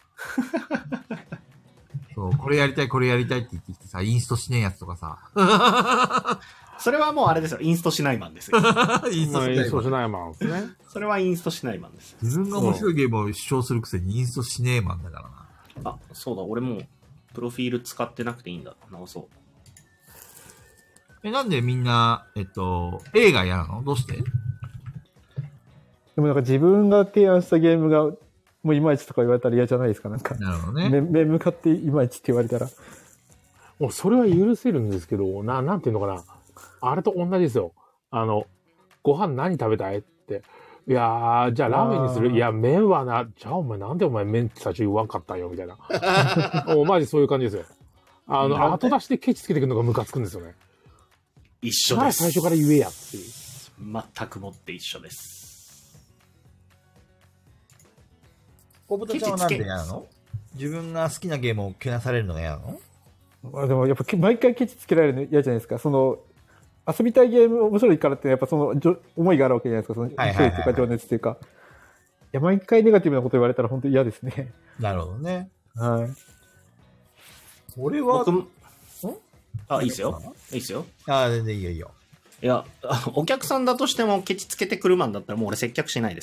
そう、これやりたい、これやりたいって言ってきてさ、インストしねえやつとかさ。 それはもうあれですよ、インストしないマンですよ。 インストしないマンですね。 それはインストしないマンです。 自分が面白いゲームを主張するくせにインストしねえマンだからな。あ、そうだ、俺もう、プロフィール使ってなくていいんだ。直そう。 え、なんでみんな、えっと、A が嫌なの？どうして？ でもなんか自分が提案したゲームが、もういまいちとか言われたら嫌じゃないですか、なんか。 なるほどね。 目、目向かっていまいちって言われたら。 もうそれは許せるんですけど、な、なんていうのかな。あれと同じですよ。あの、ご飯何食べたいって。いやー、じゃあラーメンにする？いや、麺はな、じゃあお前なんでお前麺って最初言わんかったんよ、みたいな。もうマジそういう感じですよ。あの、後出しでケチつけてくるのがムカつくんですよね。 一緒です。 最初から言えやっていう。 全くもって一緒です。 小豚ちゃんはなんで嫌なの？自分が好きなゲームをけなされるのが嫌なの？ あ、でもやっぱ毎回ケチつけられるの嫌じゃないですか。その、遊びたいゲーム面白いからってやっぱその思いがあるわけじゃないですか。その勢いというか情熱というか。いや、毎回ネガティブなこと言われたら本当に嫌ですね。 なるほどね。 はい。 俺は、僕も、あ、いいですよ。いいですよ。 あ、全然いいよいいよ。 いや、お客さんだとしてもケチつけてくるマンだったらもう俺接客しないです。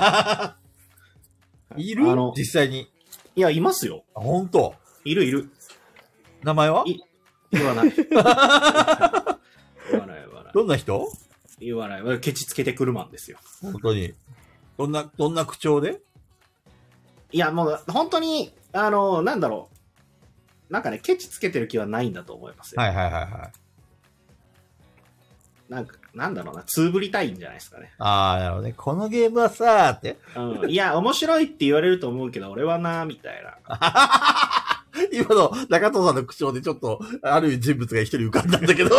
いる？実際に。 いや、いますよ。 あ、ほんと？ いるいる。 名前は？ い、言わない。言わない言わない。 どんな人？ 言わない。ケチつけてくるマンですよ。 本当に。どんな、どんな口調で？ いや、もう、本当に、あの、なんだろなんかね、ケチつけてる気はないんだと思いますよ。 はいはいはいはい。 なんか、なんだろうな、つぶりたいんじゃないですかね。 ああ、なるほどね。このゲームはさーって。 うん。いや、面白いって言われると思うけど、俺はなーみたいな。 今の中藤さんの口調でちょっと、ある人物が一人浮かんだんだけど。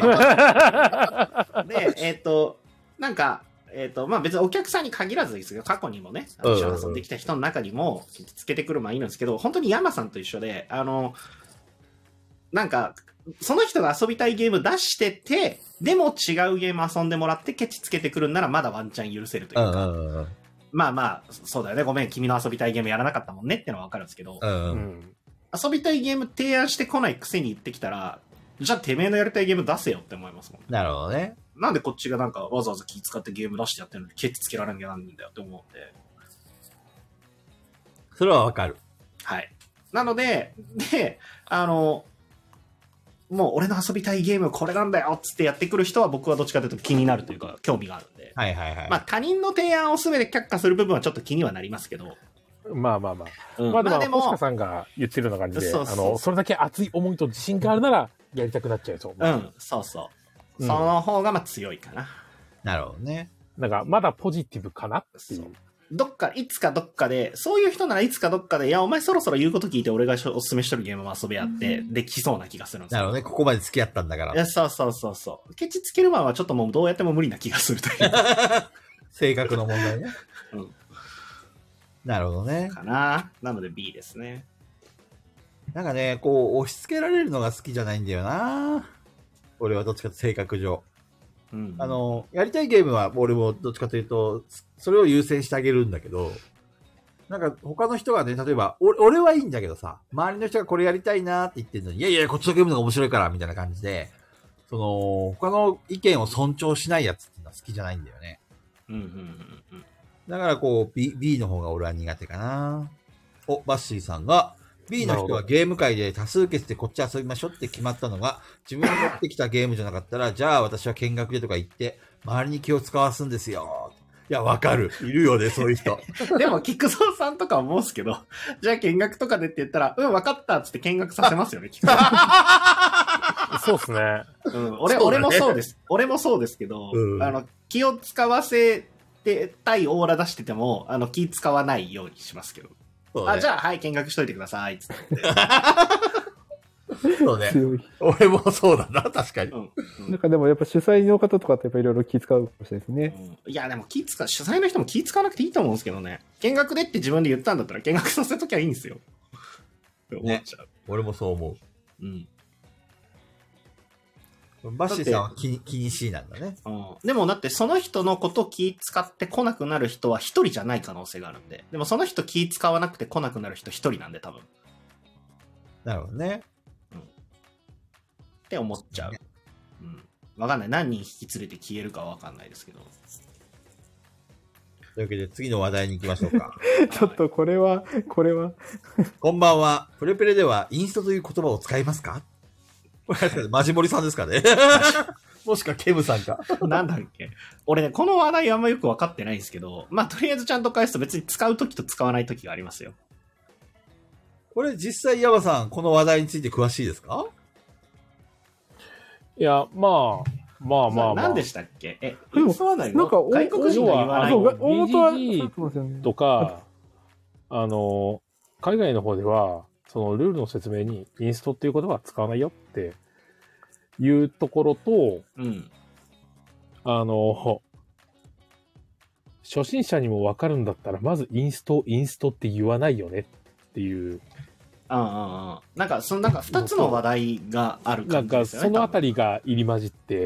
で、えっ、ー、と、なんか、えっ、ー、と、まあ、別にお客さんに限らずですけど、過去にもね、一緒に遊んできた人の中にも、つけてくるまあいいんですけど、本当に山さんと一緒で、あの、なんか、その人が遊びたいゲーム出してて、でも違うゲーム遊んでもらってケチつけてくるんならまだワンチャン許せるというか、 うんうんうん、 まあまあ、そうだよね、ごめん、君の遊びたいゲームやらなかったもんねってのはわかるんですけど、 うんうん、 遊びたいゲーム提案してこないくせに言ってきたら、じゃあてめえのやりたいゲーム出せよって思いますもんね。 なるほどね。 なんでこっちがなんかわざわざ気使ってゲーム出してやってるのにケチつけられなきゃなんないんだよって思うんで。 それはわかる。 はい。なので、で、あの、もう俺の遊びたいゲームこれなんだよっつってやってくる人は僕はどっちかというと気になるというか興味があるんで。 はいはいはい。 まあ他人の提案を全て却下する部分はちょっと気にはなりますけど。 まあまあまあ。 うん、 まあでも、 まあでも星香さんが言ってるような感じで、 そうそうそう、 あの、それだけ熱い思いと自信があるならやりたくなっちゃいそう。 うん、そうそう。うん、その方がまあ強いかな。 なるほどね。 なんかまだポジティブかなっていう。 どっか、いつかどっかで、そういう人ならいつかどっかで、いや、お前そろそろ言うこと聞いて俺がおすすめしてるゲームも遊べやって、できそうな気がするんですよ。 なるほどね。ここまで付き合ったんだから。 いや、そうそうそうそう。ケチつけるマンはちょっともうどうやっても無理な気がするという。 性格の問題ね。 うん。 なるほどね。 かな。なので ビー ですね。 なんかね、こう、押し付けられるのが好きじゃないんだよな。俺はどっちかと性格上。うん、あの、やりたいゲームは俺もどっちかというと、それを優先してあげるんだけど、なんか他の人がね、例えば、俺俺はいいんだけどさ、周りの人がこれやりたいなって言ってるのに、いやいや、こっちのゲームの方が面白いから、みたいな感じで、その、他の意見を尊重しないやつっていうのは好きじゃないんだよね。うんうんうんうん。だからこう、B、B の方が俺は苦手かな。お、バッシーさんが、B の人はゲーム界で多数決でこっち遊びましょうって決まったのが、自分が持ってきたゲームじゃなかったら、じゃあ私は見学でとか言って、周りに気を使わすんですよ。いや、わかる。いるよね、そういう人。 でも、菊蔵さんとか思うんすけど、じゃあ見学とかでって言ったら、うん、わかったっつって見学させますよね、菊蔵さん。そうっすね。 うん、俺、ね、俺もそうです。俺もそうですけど、うん、あの、気を使わせてたいオーラ出してても、あの、気使わないようにしますけど。ね、あ、じゃあ、はい、見学しといてください、つって。 そうね。俺もそうだな、確かに。うんうん、なんかでもやっぱ主催の方とかってやっぱいろいろ気使うかもしれないですね。 うん、いや、でも気使う、主催の人も気使わなくていいと思うんですけどね。見学でって自分で言ったんだったら見学させときゃいいんですよ。って思っちゃう。ね、 俺もそう思う。 うん。 バッシーさんは気に、気にしいなんだね。 うん。でもだってその人のこと気使って来なくなる人は一人じゃない可能性があるんで。でもその人気使わなくて来なくなる人一人なんで多分。 なるほどね。 うん。って思っちゃう。うん。わかんない。何人引き連れて消えるかわかんないですけど。 というわけで次の話題に行きましょうか。 ちょっとこれは、これは。 こんばんは。プレプレではインストという言葉を使いますか？これ、マジモリさんですかねもしくはケムさんか。 なんだっけ。俺ね、この話題あんまよく分かってないんですけど、まあ、とりあえずちゃんと返すと別に使うときと使わないときがありますよ。 これ実際ヤマさん、この話題について詳しいですか？ いや、まあ、まあまあまあ。 何でしたっけ？え、そうはないの？ なんか、 外国人が言わない。 ビージージー とか、あの、海外の方では、そのルールの説明にインストっていう言葉は使わないよっていうところと、 うん、 あの、初心者にもわかるんだったら、まずインスト、インストって言わないよねっていう。 ああ、ああ。なんか、そのなんか二つの話題がある感じですよね。 なんか、そのあたりが入り混じって、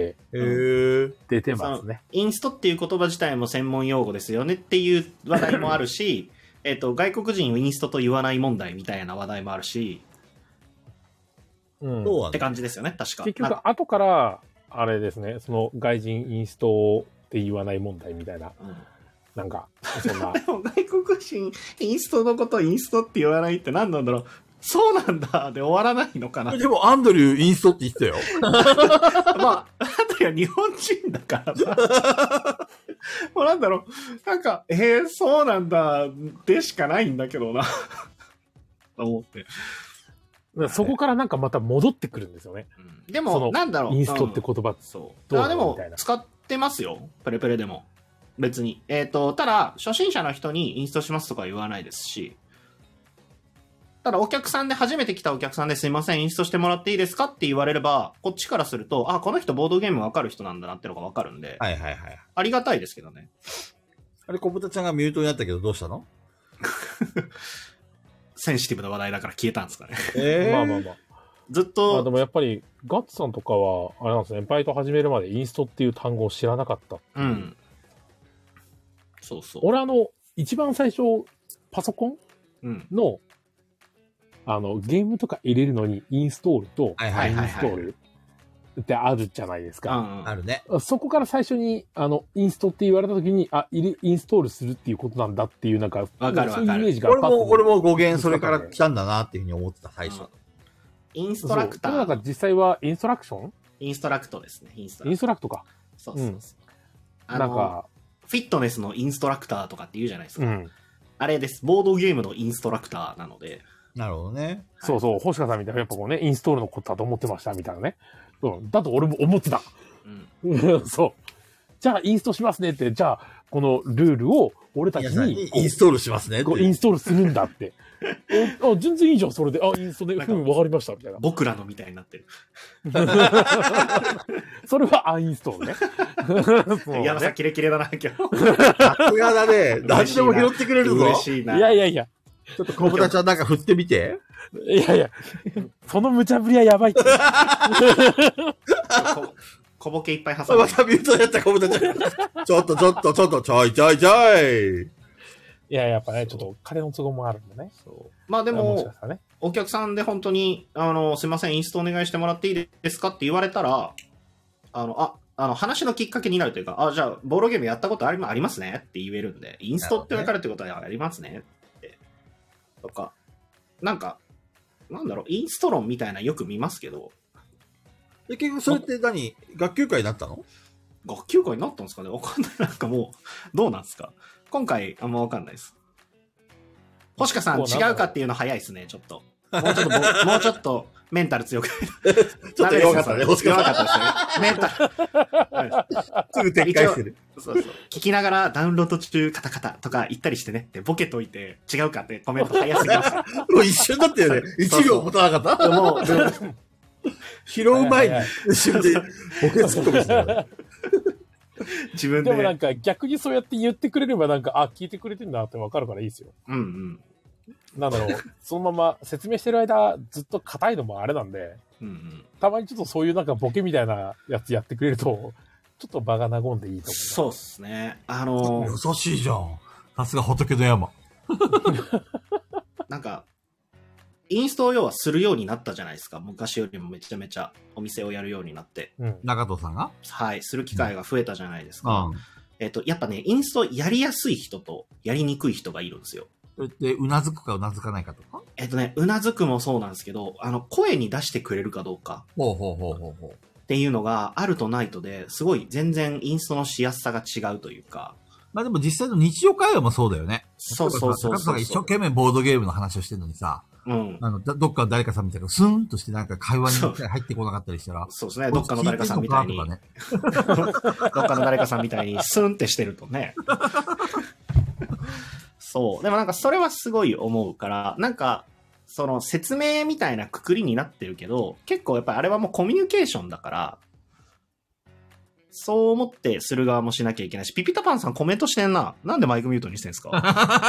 出てますね。 インストっていう言葉自体も専門用語ですよねっていう話題もあるし、えっと、外国人をインストと言わない問題みたいな話題もあるし、うん、って感じですよね、確か。 結局、後から、あれですね、その外人インストって言わない問題みたいな、うん、なんか、そんな。 でも、外国人インストのことをインストって言わないって何なんだろう。そうなんだで終わらないのかな。 でも、アンドリューインストって言ってたよ。 まあ、アンドリューは日本人だからさ。もうなんだろう。なんか、えー、そうなんだでしかないんだけどな。と思って。 そこからなんかまた戻ってくるんですよね。 うん、でも、なんだろう。 インストって言葉、うん、 そう。あ、でも、使ってますよ。プレプレでも。別に。えっと、ただ、初心者の人にインストしますとか言わないですし、ただお客さんで、初めて来たお客さんですいません、インストしてもらっていいですかって言われれば、こっちからすると、あ、この人ボードゲームわかる人なんだなってのがわかるんで、 はいはいはい。 ありがたいですけどね。 あれ、小豚ちゃんがミュートになったけどどうしたの？ センシティブな話題だから消えたんですかね。 えー、まあまあまあ。 ずっと。 あでもやっぱり、ガッツさんとかは、あれなんですね、バイト始めるまでインストっていう単語を知らなかった。 うん。そうそう。 俺あの、一番最初、パソコンの、うんあの、ゲームとか入れるのにインストールと、アインストールってあるじゃないですか。 あるね。 そこから最初に、あの、インストって言われた時に、あ、インストールするっていうことなんだっていう、なんか、 わかるそういうイメージが俺も、俺も語源それから来たんだなっていうふうに思ってた、最初。 インストラクター。 なんか実際はインストラクション？ インストラクトですね。 インストラクト。インストラクトか。 そうそうそう。 うん、なんか、 フィットネスのインストラクターとかって言うじゃないですか。うん、あれです。ボードゲームのインストラクターなので。 なるほどね。 そうそう、星川さんみたいな、やっぱこうね、インストールのことだと思ってました、みたいなね。うん。だと俺も思ってた。うん。そう。じゃあ、インストしますねって、じゃあ、このルールを俺たちに。 インストールしますねって。 インストールするんだって。あ、全然いいじゃん、それで。あ、インストで、うん、わかりました、みたいな。 僕らのみたいになってる。 それはアンインストールね。山さんキレキレだな、今日。 さすがだね。何でも拾ってくれるぞ。 嬉しいな。 いやいやいや。 ちょっと小豚ちゃんなんか振ってみて。 いやいや、その無茶ぶりはやばいって。 小ボケいっぱい挟む。 またミュートやった小豚ちゃん。ちょっとちょっとちょっとちょいちょいちょい。 いや、やっぱね、ちょっと金の都合もあるんでね。そうまあでも、ね、お客さんで本当に、あの、すいません、インストお願いしてもらっていいですかって言われたら、あの、あ、あの、話のきっかけになるというか、あ、じゃあ、ボードゲームやったことありありますねって言えるんで、インストって分かるってことはありますねって。とか、なんか、なんだろう、インスト論みたいなよく見ますけど。 え、結局それって何学級会になったの？ 学級会になったんですかねわかんない。なんかもう、どうなんですか今回、あんまわかんないです。星香さん、違うかっていうの早いですね、ちょっと。もうちょっと、もうちょっと、メンタル強く。 ちょっと弱かったね、 星香さん。弱かったですね。メンタル。 すぐ撤回してる。 そうそう。聞きながらダウンロード中カタカタとか言ったりしてねってボケといて違うかってコメント早すぎます。 もう一瞬だったよね。一秒持たなかった。もう、拾う前に一瞬でボケ突っ込みしてた。 自分で。 でもなんか逆にそうやって言ってくれればなんか、あ、聞いてくれてんだってわかるからいいですよ。 うんうん。 なんだろう、そのまま説明してる間ずっと硬いのもあれなんで、 うんうん、 たまにちょっとそういうなんかボケみたいなやつやってくれると、ちょっと場が和んでいいと思う。 そうっすね。あのー、優しいじゃん。さすが仏の山。 なんか、インストを要はするようになったじゃないですか。昔よりもめちゃめちゃお店をやるようになって。 うん、 中藤さんがはい、する機会が増えたじゃないですか。 うん、 えっと、やっぱね、インストやりやすい人とやりにくい人がいるんですよ。 で、うなずくかうなずかないかとかえっとね、うなずくもそうなんですけど、あの、声に出してくれるかどうか。 ほうほうほうほうほう。 っていうのがあるとないとですごい全然インストのしやすさが違うというか。 まあでも実際の日常会話もそうだよね。 そうそうそうそう。 高田さんが一生懸命ボードゲームの話をしてるのにさ、 うん。 あの、どっかの誰かさんみたいな、スーンとしてなんか会話に入ってこなかったりしたら。 そうですね。どっかの誰かさんみたいに。ね、どっかの誰かさんみたいにスーンってしてるとね。そう。でもなんかそれはすごい思うから、なんか、その説明みたいなくくりになってるけど、結構やっぱりあれはもうコミュニケーションだから、そう思ってする側もしなきゃいけないし、ピピタパンさんコメントしてんな。なんでマイクミュートにしてんすか？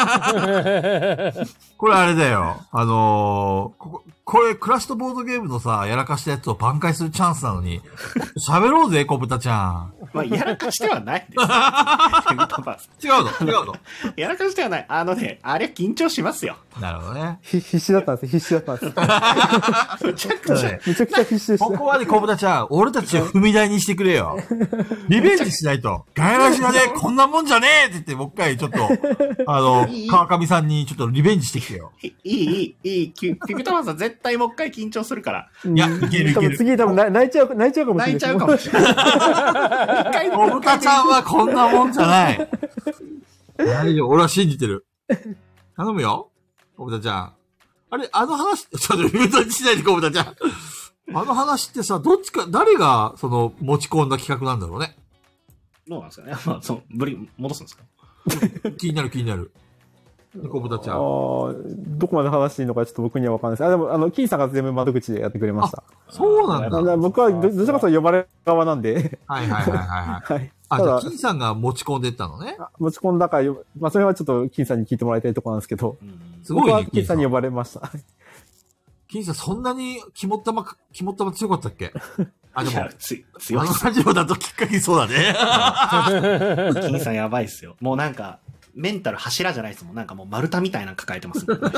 これあれだよ。あのー、ここ、これクラシットボードゲームのさ、やらかしたやつを挽回するチャンスなのに、喋ろうぜ、小豚ちゃん。 まあ、やらかしてはないです。 違うの違うのやらかしてはない。あのね、あれ緊張しますよ。 なるほどね。 必死だったんです、必死だったんです。 めちゃくちゃ。 めちゃくちゃ必死でした。 ここはね、小豚ちゃん、俺たちを踏み台にしてくれよ。リベンジしないと。ガヤラジがね、こんなもんじゃねえって言って、もう一回ちょっと、あの、川上さんにちょっとリベンジしてきてよ。 いい、いい、いい。ピピタパンさん絶対もう一回緊張するから。 いや、いけるいける。 次多分泣いちゃう、泣いちゃうかもしれない。 泣いちゃうかもしれない。 小豚ちゃんはこんなもんじゃない。大丈夫、俺は信じてる。頼むよ、小豚ちゃん。 あれ、あの話、ちょっと言うとしないで、コブタちゃん。あの話ってさ、どっちか、誰が、その、持ち込んだ企画なんだろうね。 どうなんですかね。まあ、そう、ぶり、戻すんですか気になる気になる。コブタちゃん。ああ、 どこまで話していいのかちょっと僕にはわかんないです。あ、でも、あの、金さんが全部窓口でやってくれました。 そうなんだ。 だ僕はど、どちらかというと呼ばれる側なんで。 はいはいはいはい。はい。あ、じゃあ、金さんが持ち込んでったのね。 持ち込んだから、まあ、それはちょっと金さんに聞いてもらいたいところなんですけど。うん、 すごいね。 僕は金さんに呼ばれました。 金さん、そんなに肝っ玉、肝っ玉強かったっけ？あ、でも、 つ強い。 あのラジオだときっかけそうだね。 金さんやばいっすよ。もうなんか、メンタル柱じゃないですもん。なんかもう丸太みたいなの抱えてますもん。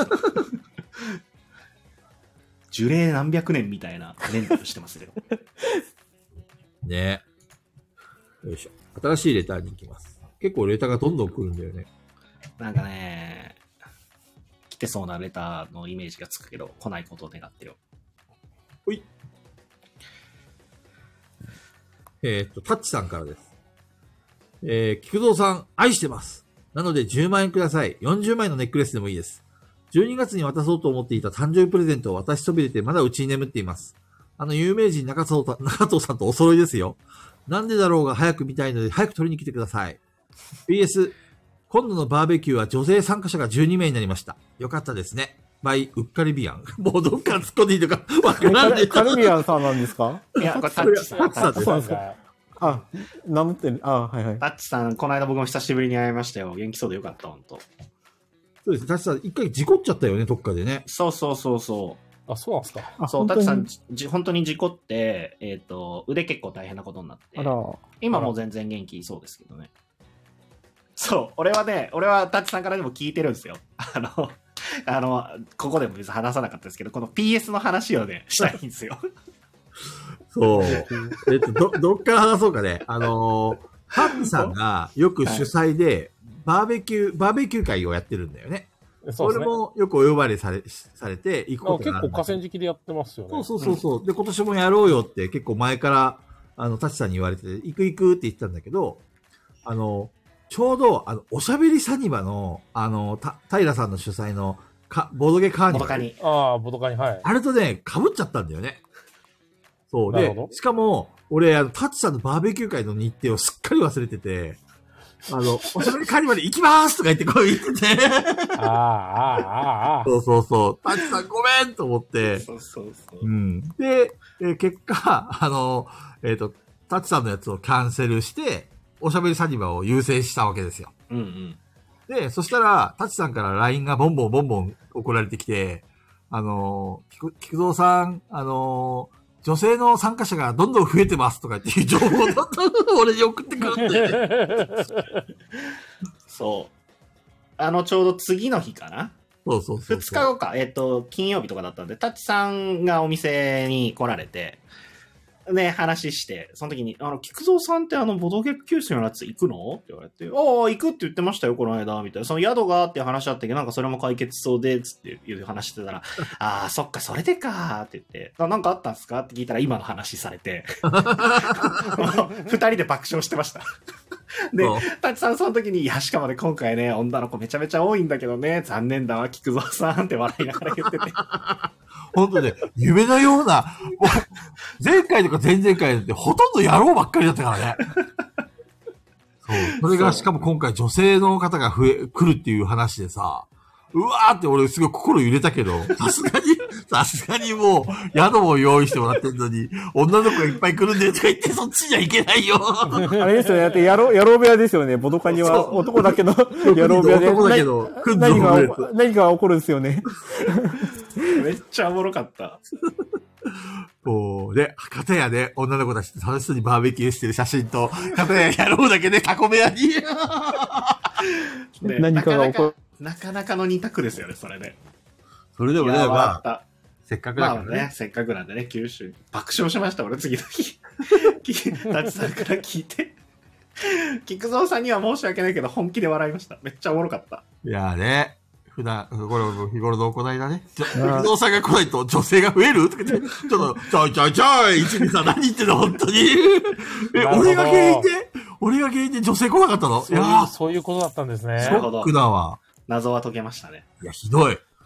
樹齢何百年みたいなメンタルしてますよ。 ねえ。よいしょ。新しいレターに行きます。結構レターがどんどん来るんだよね。 なんかね、来てそうなレターのイメージがつくけど、来ないことを願ってるよ。 ほい。えー、っと、タッチさんからです。えー、菊蔵さん、愛してます。なのでじゅうまんえんください。よんじゅうまいのネックレスでもいいです。じゅうにがつに渡そうと思っていた誕生日プレゼントを渡しそびれてまだうちに眠っています。あの有名人中藤中藤さんとお揃いですよ。なんでだろうが早く見たいので早く取りに来てください。ピーエス、今度のバーベキューは女性参加者がじゅうにめいになりました。よかったですね。バイ、うっかりビアン。もうどっから突っ込んでいいのかわからんで。 カルビアンさんなんですか？ いや、これタッチさん。 タッチさんです。 そうですか。あ、名乗ってる。あ、はいはい。 タッチさん、この間僕も久しぶりに会いましたよ。元気そうでよかった、ほんと。 そうです。タッチさん、一回事故っちゃったよね、どっかでね。 そうそうそうそう。 あ、そうなんですか。 そう、タッチさん、じ、本当に事故って、えっ、ー、と、腕結構大変なことになって。 あら。 今もう全然元気そうですけどね。そう、俺はね、俺はタッチさんからでも聞いてるんですよ。あの、あの、ここでも別に話さなかったですけど、この ピーエス の話をね、したいんですよ。 そう。えっと、ど、どっから話そうかね。あのー、タッチさんがよく主催で、バーベキュー、バーベキュー会をやってるんだよね。そうですね。俺もよくお呼ばれされ、されて、行くことがある。 結構河川敷でやってますよね。 そうそうそうそう、うん。で、今年もやろうよって結構前から、あの、タッチさんに言われてて、行く行くって言ってたんだけど、あの、ちょうど、あの、おしゃべりサニバの、あの、た、平さんの主催の、か、ボードゲカーニバル。 ボドカニ。 ああ、ボドカニ、はい。 あれとね、被っちゃったんだよね。そう。で、しかも、俺、あの、タッチさんのバーベキュー会の日程をすっかり忘れてて、あの、おしゃべりカーニバル行きまーすとか言ってこう言ってて。 ああ、ああ、ああ。 そうそうそう。タッチさんごめんと思って。 そうそうそう。 うん。で、え結果、あの、えっ、ー、と、タッチさんのやつをキャンセルして、おしゃべりサニバを優先したわけですよ。 うんうん。 で、そしたら、タッチさんから ライン がボンボンボンボン送られてきて、あの、菊、菊蔵さん、あの、女性の参加者がどんどん増えてますとかっていう情報をどんどん俺に送ってくるんで。 そう。あの、ちょうど次の日かな？ そうそうそうそう。 二日後か。えっと、金曜日とかだったんで、タッチさんがお店に来られて、で、話して、その時に、あの、菊蔵さんってあの、ボドゲ教室のやつ行くのって言われて、ああ、行くって言ってましたよ、この間、みたいな。その宿がっていう話あったけど、なんかそれも解決そうで、つっていう話してたら、ああ、そっか、それでかーって言って、なんかあったんすかって聞いたら今の話されて、二人で爆笑してました。で、タッチさんその時に、いや、しかもね、今回ね、女の子めちゃめちゃ多いんだけどね、残念だわ、菊蔵さんって笑いながら言ってて。 本当ね、夢のような、前回とか前々回ってほとんどやろうばっかりだったからね。そう。それがしかも今回女性の方が増え、来るっていう話でさ、うわーって俺すごい心揺れたけど、さすがに、さすがにもう、宿も用意してもらってんのに、女の子がいっぱい来るんでとか言って、そっちじゃいけないよ。 あれですよね。だって、やろう、やろう部屋ですよね。ボドカニは男だけのやろう部屋で。 男だけど、 何が、何が起こるんですよね。 めっちゃおもろかった。 こう、で、片やね、女の子たちと楽しそうにバーベキューしてる写真と、片ややろうだけでタコ部屋に。 ね、何かが起こる。 なかなかの二択ですよね、それね。 それでもね、まあ、せっかくだからね。 まあね、せっかくなんでね、九州。爆笑しました、俺次の日。タチさんから聞いて。菊蔵さんには申し訳ないけど、本気で笑いました。めっちゃおもろかった。 いやーね。普段、これ、日頃の行いだね。菊蔵さんが来ないと女性が増えるとか言って、ちょっと、ちょいちょいちょい、一味さん何言ってんの本当に。え、俺が原因で、俺が原因で女性来なかったの？ いやー、そういうことだったんですね。 ショックだわ。 謎は解けましたね。 いや、ひどい。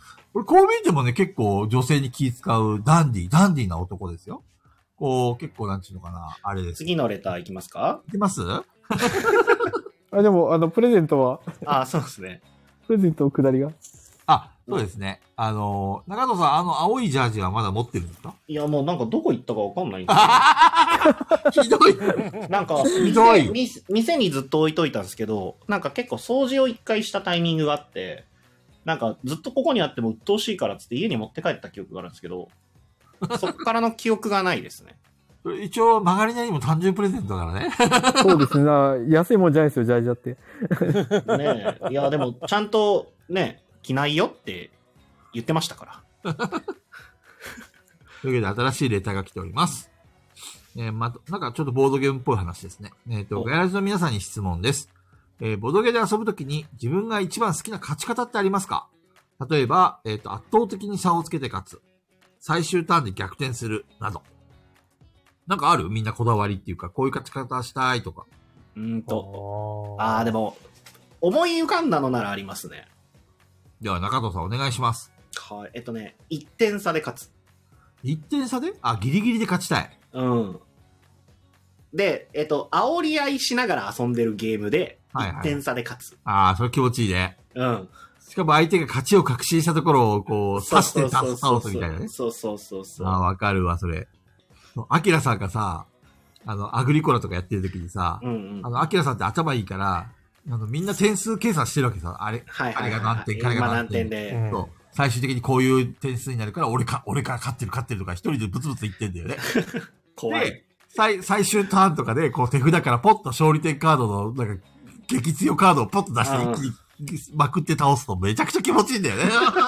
これこう見てもね、結構女性に気使うダンディ、ダンディーな男ですよ。こう、結構なんちゅうのかな、あれです。 次のレターいきますか？ いきますあ、でも、あの、プレゼントは、 あ、そうですね。 プレゼントのくだりが。 あ、そうですね。あの、中藤さん、あの青いジャージはまだ持ってるんですか？ いや、もうなんかどこ行ったかわかんないんですひどい。 よ。なんかひどい店、店にずっと置いといたんですけど、なんか結構掃除を一回したタイミングがあって、なんかずっとここにあっても鬱陶しいからっつって家に持って帰った記憶があるんですけど、そっからの記憶がないですね。 一応、曲がりなりにも誕生日プレゼントだからね。 そうですね。な安いもんじゃないですよ、ジャージだって。 ねえ。いや、でも、ちゃんとね、着ないよって言ってましたから。 というわけで、新しいレターが来ております。えー、また、なんかちょっとボードゲームっぽい話ですね。えっ、ー、と、ガヤラジの皆さんに質問です。えー、ボードゲーで遊ぶときに自分が一番好きな勝ち方ってありますか？例えば、えっ、ー、と、圧倒的に差をつけて勝つ。最終ターンで逆転する。など。なんかある？みんなこだわりっていうか、こういう勝ち方したいとか。 うーんと。ああ、でも、思い浮かんだのならありますね。 では、中藤さんお願いします。 はい。えっとね、いってん差で勝つ。 いってん差で？あ、ギリギリで勝ちたい。 うん。で、えっと、煽り合いしながら遊んでるゲームで、いってん差で勝つ。はいはい、 ああ、それ気持ちいいね。 うん。 しかも相手が勝ちを確信したところを、こう、刺して倒すみたいなね。 そうそうそうそう。 ああ、わかるわ、それ。アキラさんがさ、あの、アグリコラとかやってる時にさ、うんうん、あの、アキラさんって頭いいから、あの、みんな点数計算してるわけさ。あれ、はいはいはい、あれが何点、彼が何点で。そう。最終的にこういう点数になるから、俺か、俺から勝ってる勝ってるとか一人でブツブツ言ってんだよね。 怖い。 で、最、最終ターンとかで、こう手札からポッと勝利点カードの、なんか、激強カードをポッと出して一気にまくって倒すとめちゃくちゃ気持ちいいんだよね。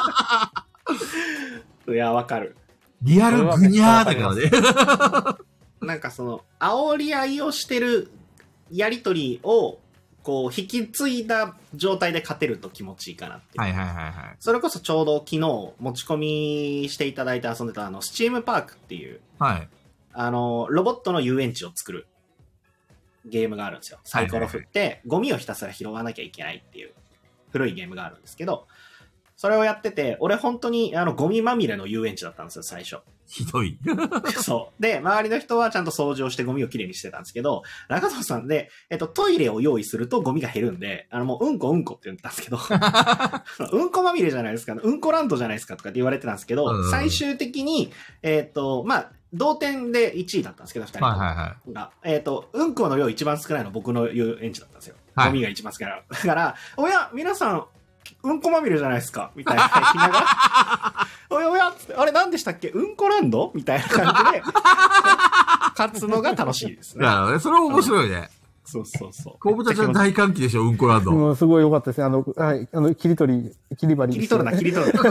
いや、わかる。 リアルグニャーだからね。 なんかその、煽り合いをしてるやりとりを、こう、引き継いだ状態で勝てると気持ちいいかなっていう。 はいはいはいはい。 それこそちょうど昨日持ち込みしていただいて遊んでたあの、スチームパークっていう、 はい。 あの、ロボットの遊園地を作るゲームがあるんですよ。サイコロ振って、はいはいはい、ゴミをひたすら拾わなきゃいけないっていう古いゲームがあるんですけど、それをやってて、俺本当にあのゴミまみれの遊園地だったんですよ、最初。 ひどい。 そう。で、周りの人はちゃんと掃除をしてゴミをきれいにしてたんですけど、中藤さんで、えっと、トイレを用意するとゴミが減るんで、あのもううんこうんこって言ったんですけど、うんこまみれじゃないですか、うんこランドじゃないですかとかって言われてたんですけど、うん、最終的に、えっと、まあ、同点でいちいだったんですけど、ふたりとも。はいはいはい。えっと、うんこの量一番少ないの僕の遊園地だったんですよ。はい、ゴミが一番少ないの。だから、おや、皆さん、うんこまみれじゃないですかみたいな言いながら、おやおやつって、あれ何でしたっけうんこランドみたいな感じで、勝つのが楽しいですね。 なるほどね。それ面白いね。 そうそうそう。 コブタちゃん大歓喜でしょ、うんこランド。 もうすごい良かったですね。あの、はい、あの、切り取り、切り張り。 切り取るな、切り取るな。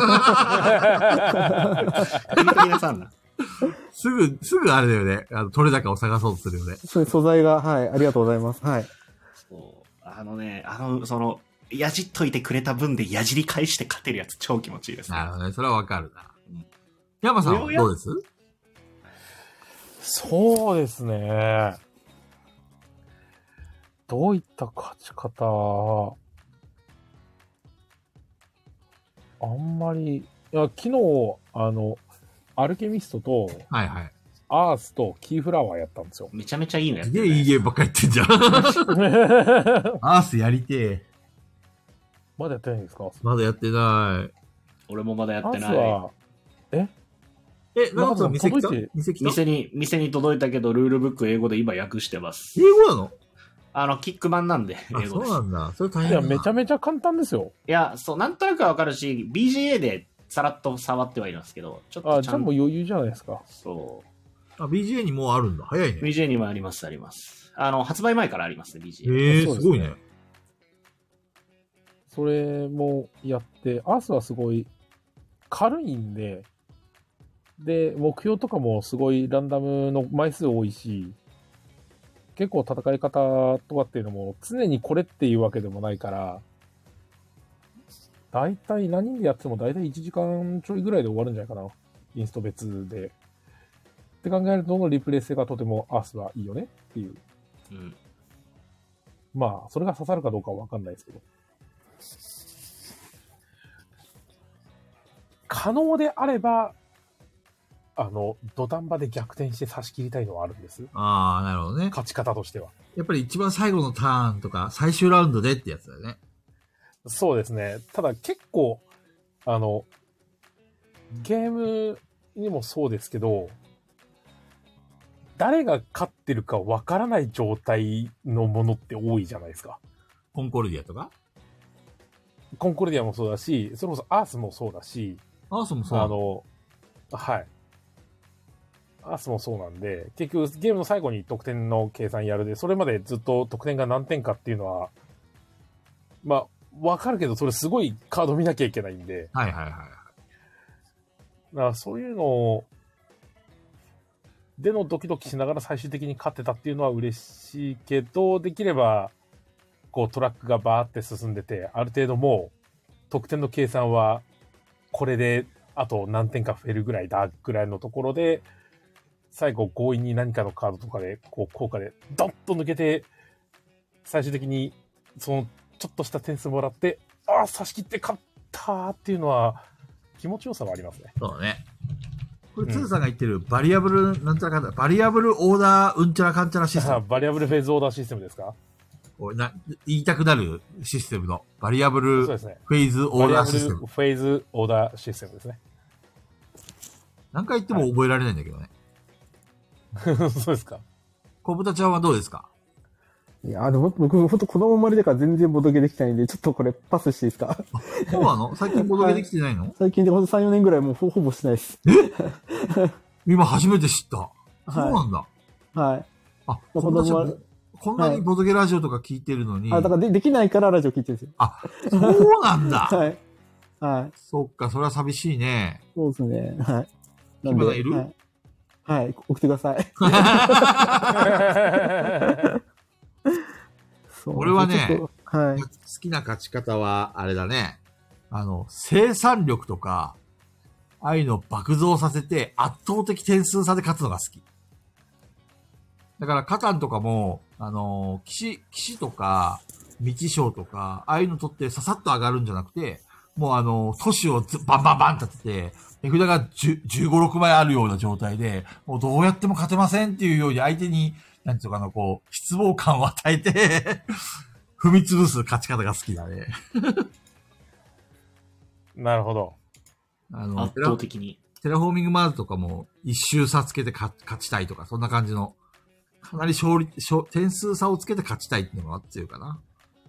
切り取りなさんな。 すぐ、すぐあれだよね。あの、取れ高を探そうとするよね。 そういう素材が、はい、ありがとうございます。はい。 そうあのね、あの、その、やじっといてくれた分でやじり返して勝てるやつ超気持ちいいですね。 なるほどね。それはわかるな。うん、山さんはどうです？ そうですね。どういった勝ち方、あんまり、いや、昨日、あの、アルケミストと、 はいはい。 アースとキーフラワーやったんですよ。 めちゃめちゃいいのやってる、ね。すげえいいゲームばっかりやってんじゃん。アースやりてえ。 まだやってないんですか？ まだやってない。 俺もまだやってない。 はええ、なんか店来た店来た店に、店に届いたけど、ルールブック英語で今訳してます。 英語なの？ あの、キック版なんで、英語です。 そうなんだ。それ大変だ。 いや、めちゃめちゃ簡単ですよ。 いや、そう、なんとなくわかるし、ビージーエー でさらっと触ってはいるんですけど、ちょっとちゃんと。 あ、じゃあもう余裕じゃないですか。 そう。 あ、ビージーエー にもうあるんだ。早いね。 ビージーエー にもあります、あります。あの、発売前からありますね、ビージーエー。 ええー、すごいね。 それもやって、アースはすごい軽いんで、で、目標とかもすごいランダムの枚数多いし、結構戦い方とかっていうのも常にこれっていうわけでもないから、だいたい何人でやってもだいたいいちじかんちょいぐらいで終わるんじゃないかな。インスト別で。って考えると、リプレイ性がとてもアースはいいよねっていう。 うん、 まあ、それが刺さるかどうかはわかんないですけど。 可能であれば、あの、土壇場で逆転して差し切りたいのはあるんです。 ああ、なるほどね。 勝ち方としては。 やっぱり一番最後のターンとか、最終ラウンドでってやつだよね。 そうですね。ただ結構、あの、ゲームにもそうですけど、誰が勝ってるかわからない状態のものって多いじゃないですか。 コンコルディアとかコンコルディアもそうだし、それこそアースもそうだし、 アースもそうあの、はい。アースもそうなんで、結局ゲームの最後に得点の計算やるで、それまでずっと得点が何点かっていうのは、まあ、わかるけど、それすごいカード見なきゃいけないんで。 はいはいはい。 だからそういうのを、でのドキドキしながら最終的に勝ってたっていうのは嬉しいけど、できれば、こうトラックがバーって進んでて、ある程度もう、得点の計算は、これで、あと何点か増えるぐらいだ、ぐらいのところで、最後強引に何かのカードとかで、こう効果でドンと抜けて、最終的に、その、ちょっとした点数もらって、ああ、差し切って勝ったーっていうのは、気持ちよさはありますね。 そうだね。これ、つーさんが言ってる、バリアブル、なんちゃらかんちゃら、バリアブルオーダー、うんちゃらかんちゃらシステム。 バリアブルフェーズオーダーシステムですか？ な言いたくなるシステムの、バリアブルフそうですね。 ェーズオーダーシステム。 フェーズオーダーシステムですね。 何回言っても覚えられないんだけどね。 はい、そうですか。 小豚ちゃんはどうですか？ いや、でも僕、ほんと子供生まれてから全然ボドゲできてないんで、ちょっとこれパスしていいですか？ そうなの？最近ボドゲできてないの？はい、 最近でほんとさん、よねんぐらいもうほぼしてないです。 え今初めて知った。そうなんだ。 はい。 あ、子供はこんなにボドゲラジオとか聞いてるのに。 はい、あ、だからでできないからラジオ聞いてるんですよ。 あ、そうなんだ。 はい。はい。 そっか、それは寂しいね。 そうですね。はい。 暇がいる？ はい。はい、送ってください。 俺はね、 はい、 好きな勝ち方は、あれだね。あの、生産力とか、ああいうのを爆増させて、圧倒的点数差で勝つのが好き。だから、カタンとかも、あの、騎士、騎士とか、道将とか、ああいうの取ってささっと上がるんじゃなくて、もうあの、都市をバンバンバン立てて、手札がじゅうご、ろくまいあるような状態で、もうどうやっても勝てませんっていうように相手に、なんていうかな、こう、失望感を与えて、踏み潰す勝ち方が好きだね。 なるほど。 あの、圧倒的に。 テラフォーミングマーズとかも一周差つけて勝ちたいとか、そんな感じの、かなり勝利、勝点数差をつけて勝ちたいっていうのが強いかな。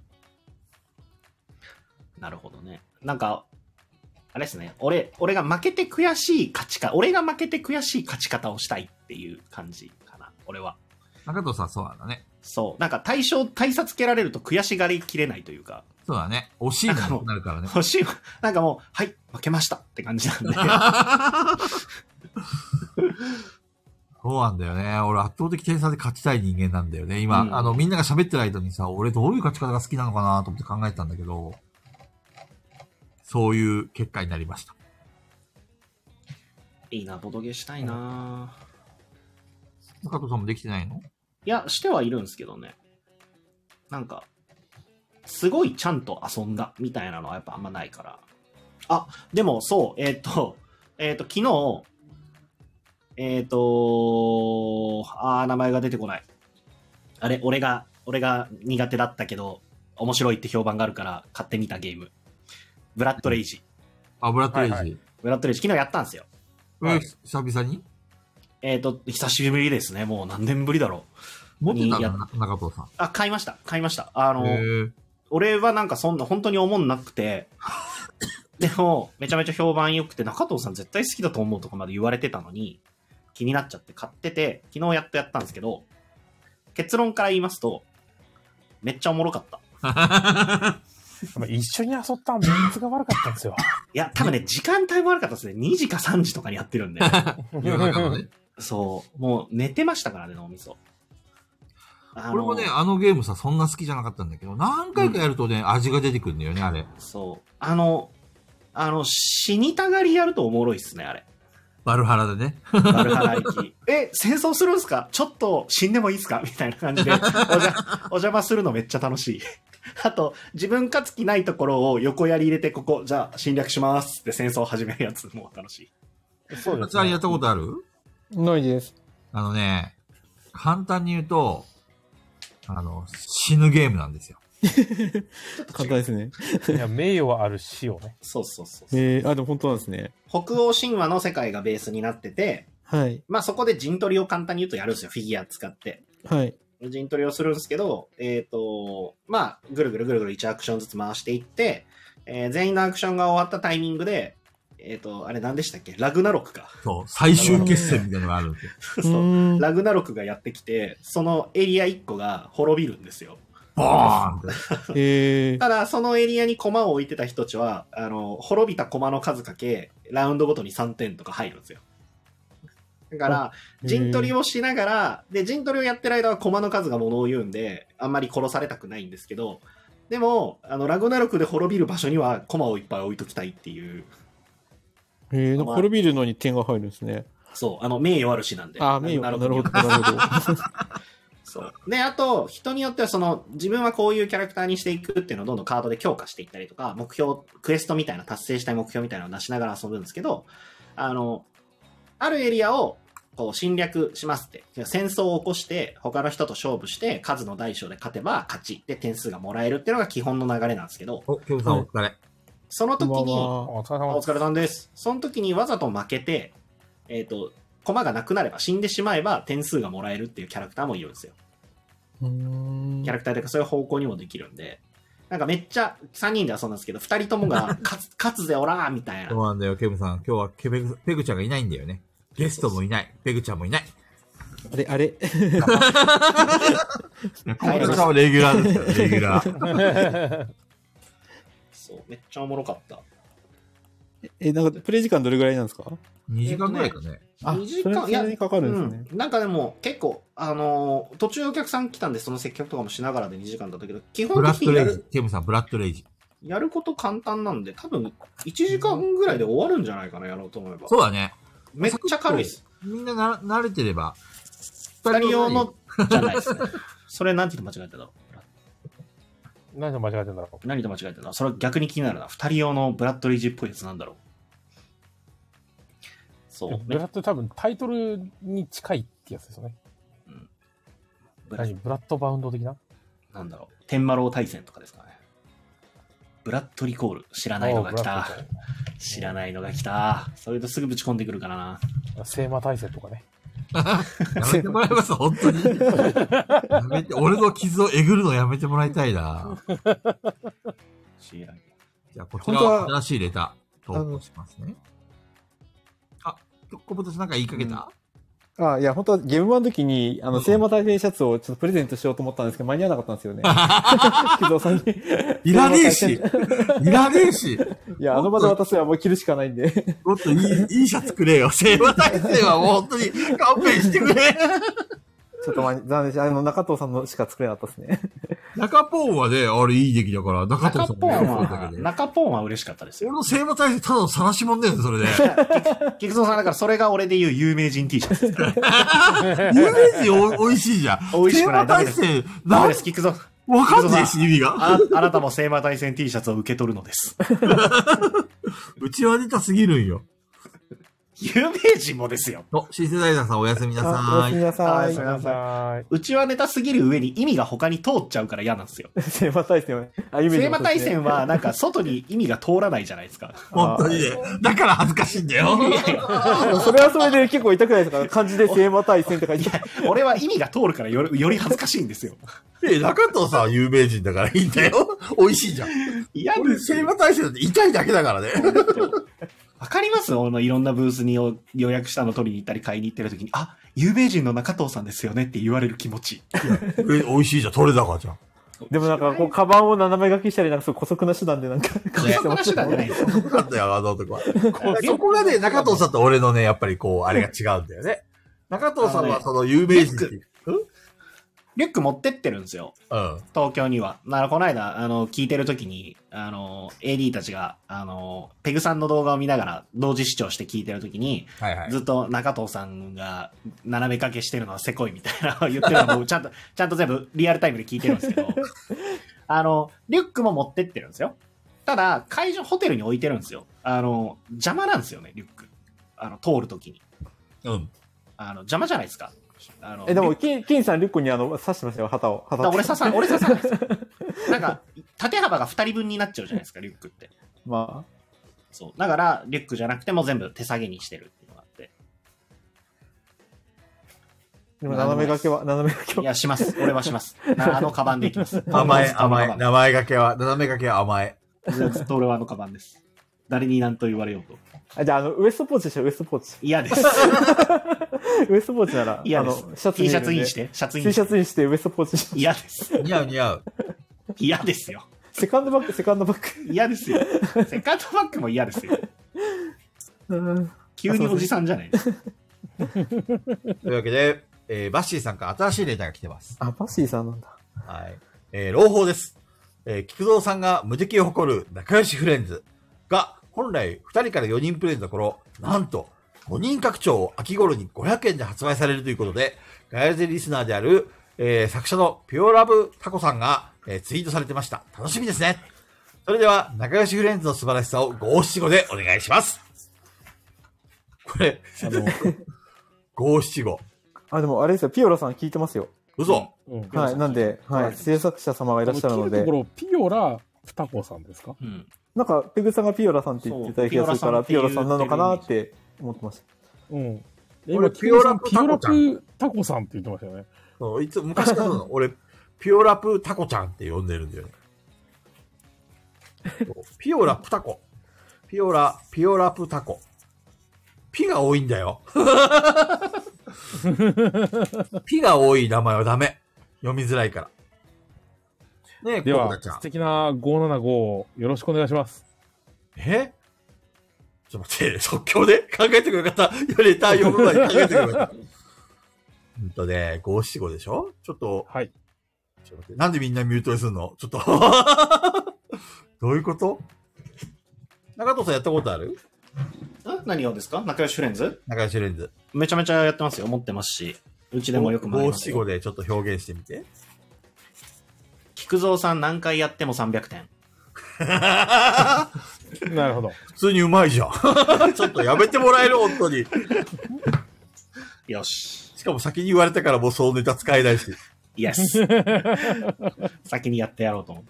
なるほどね。なんか、あれですね。俺、俺が負けて悔しい勝ち方、俺が負けて悔しい勝ち方をしたいっていう感じかな。俺は。 中藤さんそうなんだね。 そう。なんか対象、対差つけられると悔しがりきれないというか。 そうだね。惜しいものになるからね。 惜しい。なんかもう、はい、負けましたって感じなんで。 そうなんだよね。俺圧倒的点差で勝ちたい人間なんだよね。今、うん、あの、みんなが喋ってる間にさ、俺どういう勝ち方が好きなのかなと思って考えてたんだけど、そういう結果になりました。 いいな、ボドゲしたいな。 中藤さんもできてないの？ いや、してはいるんですけどね。なんか、すごいちゃんと遊んだみたいなのはやっぱあんまないから。あ、でもそう、えっと、えっと、昨日、えっと、あー、名前が出てこない。あれ、俺が、俺が苦手だったけど、面白いって評判があるから買ってみたゲーム。ブラッドレイジ。 あ、ブラッドレイジ。はいはい、 ブラッドレイジ、昨日やったんですよ。 え、はい、久々に？ えっと、久しぶりですね。もう何年ぶりだろう。持ってたの？中藤さん。 あ、買いました。買いました。あの、俺はなんかそんな、本当に思んなくて、でも、めちゃめちゃ評判良くて、中藤さん絶対好きだと思うとかまで言われてたのに、気になっちゃって買ってて、昨日やっとやったんですけど、結論から言いますと、めっちゃおもろかった。 一緒に遊ったメンツが悪かったんですよ。 いや、多分ね、時間帯も悪かったですね。にじかさんじとかにやってるんで。そう。もう寝てましたからね、脳みそ。 俺もね、あのゲームさ、そんな好きじゃなかったんだけど、何回かやるとね、うん、味が出てくるんだよね、あれ。 そう。あの、あの、死にたがりやるとおもろいっすね、あれ。 バルハラでね。 バルハラ行き。え、戦争するんすか？ちょっと死んでもいいっすか？みたいな感じでおじゃ、お邪魔するのめっちゃ楽しい。 あと、自分勝つ気ないところを横やり入れて、ここ、じゃあ侵略しますって戦争を始めるやつも楽しい。 そうです、ね。やったことある？ ないです。 あのね、簡単に言うと、あの、死ぬゲームなんですよ。 簡単ですね。 いや、名誉はある死をね。 そうそうそう。 えー、あ、でも本当なんですね。 北欧神話の世界がベースになってて、 はい。 まあそこで陣取りを簡単に言うとやるんですよ、フィギュア使って。 はい。 陣取りをするんですけど、えっ、ー、と、まあ、ぐるぐるぐるぐるいちアクションずつ回していって、えー、全員のアクションが終わったタイミングで、えっ、ー、と、あれ何でしたっけ？ラグナロクか。 そう、最終決戦みたいなのがあるんですよ。 そう、ラグナロクがやってきて、そのエリアいっこが滅びるんですよ。 ボーンって。 へー。 ただ、そのエリアに駒を置いてた人たちは、あの、滅びた駒の数かけ、ラウンドごとにさんてんとか入るんですよ。だから、陣取りをしながら、で、陣取りをやってる間は駒の数が物を言うんで、あんまり殺されたくないんですけど、でも、あの、ラグナロクで滅びる場所には駒をいっぱい置いときたいっていう。 へえ、滅びるのに点が入るんですね。 そう、あの、名誉あるしなんで。 ああ、名誉、なるほど、なるほど。 そう。で、あと、人によってはその、自分はこういうキャラクターにしていくっていうのをどんどんカードで強化していったりとか、目標、クエストみたいな達成したい目標みたいなのを出しながら遊ぶんですけど、あの、あるエリアをこう侵略しますって。戦争を起こして、他の人と勝負して、数の大小で勝てば勝ち。で、点数がもらえるっていうのが基本の流れなんですけど。 お、ケムさんお疲れ。 その時に、 お疲れ様お疲れ様です。その時にわざと負けて、えっと、駒がなくなれば、死んでしまえば点数がもらえるっていうキャラクターもいるんですよ。 うーん。 キャラクターというかそういう方向にもできるんで。なんかめっちゃさんにんで遊んだんですけど、ふたりともが勝つ、勝つぜおらーみたいな。 そうなんだよ、ケムさん。今日はケペグ、ペグちゃんがいないんだよね。ゲストもいない。ペグちゃんもいない。 あれ、あれ。 小豚さんはレギュラーですよ、レギュラー。 そう、めっちゃおもろかった。 え、なんか、プレイ時間どれぐらいなんですか？ に 時間ぐらいかね。 あ、 にじかん、 それにかかるんですね。 うん。なんかでも、結構、あのー、途中お客さん来たんで、その接客とかもしながらでにじかんだったけど、基ブ本ラッドレイジ。 的にやる、 ケムさん、ブラッドレイジ。 やること簡単なんで、多分、いちじかんぐらいで終わるんじゃないかな、やろうと思えば。 そうだね。 めっちゃ軽いです。 みんなな慣れてれば。 二人用の、じゃないですね。それ何て間違えてたの？ 何と間違えてんだろう。 何と間違えてたの？それ逆に気になるな。二人用のブラッドレイジっぽいやつなんだろう。そう。 ブラッド多分タイトルに近いってやつですよね。うん。ブラ何ブラッドバウンド的な？ なんだろう。天魔楼大戦とかですかね。ブラッドリコール。知らないのが来た。知らないのが来た。それとすぐぶち込んでくるからな。 聖魔大戦とかね。 やめてもらいます、本当に。やめて、俺の傷をえぐるのやめてもらいたいな。じゃあ、こちらは新しいレター、投稿しますね。あ、小豚さんなんか言いかけた？ うん、あ、いや、本当はゲーム版の時に、あの、聖魔大戦シャツをちょっとプレゼントしようと思ったんですけど、間に合わなかったんですよね。木造さんに。 いらねえし。いらねえし。 いや、あの場で渡すはもう着るしかないんで。 もっといい、いいシャツくれよ。聖魔大戦はもう本当に勘弁してくれ。 ちょっと残念です。あの、中藤さんのしか作れなかったですね。 中ポンはね、あれいい出来だから、中藤さんも中ポンは、中ポンは嬉しかったですよ。 俺の聖魔大戦ただの晒しもんだよね、それで。 菊蔵さんだからそれが俺で言う有名人 T シャツ。 有名人お、美味しいじゃん。 美味しくない。 聖魔大戦、 なんです、菊蔵。 わかんないし、意味が。 あ、あなたも聖魔大戦 T シャツを受け取るのです。 うちはネタすぎるんよ。 有名人もですよ。 お、新世代さんおやすみなさい。 おやすみなさい。 おやすみなさい。うちはネタすぎる上に意味が他に通っちゃうから嫌なんですよ。 聖魔大戦は、 あ、有名人、ね。聖魔大戦はなんか外に意味が通らないじゃないですか。 本当にね。だから恥ずかしいんだよ。 それはそれで結構痛くないですか？漢字で聖魔大戦って書いて。 俺は意味が通るからより、より恥ずかしいんですよ。 え、中藤さんは有名人だからいいんだよ。美味しいじゃん。いや、俺聖魔大戦だって痛いだけだからね。 わかります？あの、いろんなブースに予約したの取りに行ったり買いに行ってる時に、あ、有名人の中藤さんですよねって言われる気持ち。 え、美味しいじゃん。取れ高じゃん。 でもなんか、こう、カバンを斜め書きしたり、なんかそう、姑息な手段でなんか、 姑息な手段じゃないですよ。 よかったよ、あの男は。そこがね、中藤さんと俺のね、やっぱりこう、あれが違うんだよね。中藤さんはその有名人っていう。 リュック持ってってるんですよ。 うん。 東京には。だからこの間、あの、聞いてる時に、あの、エーディー たちが、あの、ペグさんの動画を見ながら、同時視聴して聞いてる時に、 はいはい、 ずっと中藤さんが斜め掛けしてるのはせこいみたいな言ってるのをちゃんと、ちゃんと全部リアルタイムで聞いてるんですけど、 あの、リュックも持ってってるんですよ。ただ、会場、ホテルに置いてるんですよ。あの、邪魔なんですよね、リュック。あの、通るときに。 うん。 あの、邪魔じゃないですか。あのえ、でも、金、金さんリュックにあの、刺してましたよ、旗を。旗俺刺さ、俺刺さないですよ。なんか、縦幅がふたりぶんになっちゃうじゃないですか、リュックって。 まあ。 そう。だから、リュックじゃなくても全部手下げにしてるっていうのがあって。 でも、斜め掛けは、斜め掛けは。 いや、します。俺はします。あのカバンでいきます。 甘え、甘え。名前掛けは、斜め掛けは甘え。 ずっと俺はあのカバンです。誰に何と言われようと。 あ、じゃあ、あの、ウエストポーチでしょ、ウエストポーチ。 嫌です。 ウエストポーチなら、 嫌です。 あの、シャツ T シャツインして、シャツインして。 T シャツインして、ウエストポーチし嫌です。 似合う似合う。 嫌ですよ。 セカンドバッグ、セカンドバッグ。 嫌ですよ。セカンドバッグも嫌ですよ。急におじさんじゃないですか。 というわけで、えー、バッシーさんから新しいレーターが来てます。 あ、バッシーさんなんだ。 はい。えー、朗報です。えー、菊蔵さんが無敵を誇る仲良しフレンズが、本来ふたりからよにんプレイのところ、なんとごにん拡張秋頃にごひゃくえんで発売されるということで、ガヤラジリスナーである、えー、作者のピオラブタコさんが、えー、ツイートされてました。楽しみですね。それでは、仲良しフレンズの素晴らしさをごしちごでお願いします。これ、あの、ごしちご。 あ、でもあれですよ、ピオラさん聞いてますよ。 嘘、 うん、はい、なんで、はい、制作者様がいらっしゃるので。 ところ、ピオラ、プタコさんですか？ うん。 なんか、ペグさんがピオラさんって言ってた気がするから、ピオラさんなのかなって思ってました。 うん。今、ピオラプタコプタコさんって言ってましたよね。 そう、いつも昔からの、俺、ピオラプタコちゃんって呼んでるんだよね。ピオラプタコ。ピオラ、ピオラプタコ。ピが多いんだよ。ピが多い名前はダメ。読みづらいから。ねえ、 では、素敵なごーななごをよろしくお願いします。 えちょっと待って、即興で考えてくれた。レター読む前に考えてくれた。うんとね、ごしちごでしょちょっと。 はい。 ちょっと待って。なんでみんなミュートにするのちょっと。どういうこと？中藤さんやったことある？ 何をですか？仲良しフレンズ？ 仲良しフレンズ。 めちゃめちゃやってますよ。持ってますし。うちでもよく回りますよ。 ごしちごでちょっと表現してみて。 菊蔵さん何回やってもさんびゃくてん。 なるほど。 普通にうまいじゃん。ちょっとやめてもらえる、本当に。 よし。 しかも先に言われたからもうそのネタ使えないし。 イエス。先にやってやろうと思って。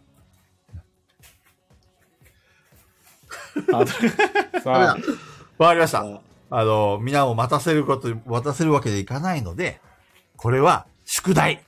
さあ、わかりました。あの、皆を待たせること、待たせるわけでいかないので、これは宿題。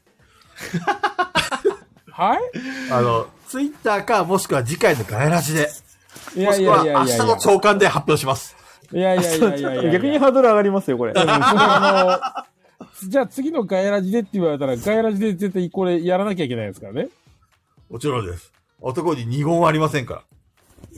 はい？ あの、ツイッターか、もしくは次回のガヤラジで。 いやいやいやいやいや。 もしくは明日の朝刊で発表します。 いやいやいやいやいや。 逆にハードル上がりますよ、これ。 あの、じゃあ次のガヤラジでって言われたら、ガヤラジで絶対これやらなきゃいけないですからね。 もちろんです。男に二言ありませんから。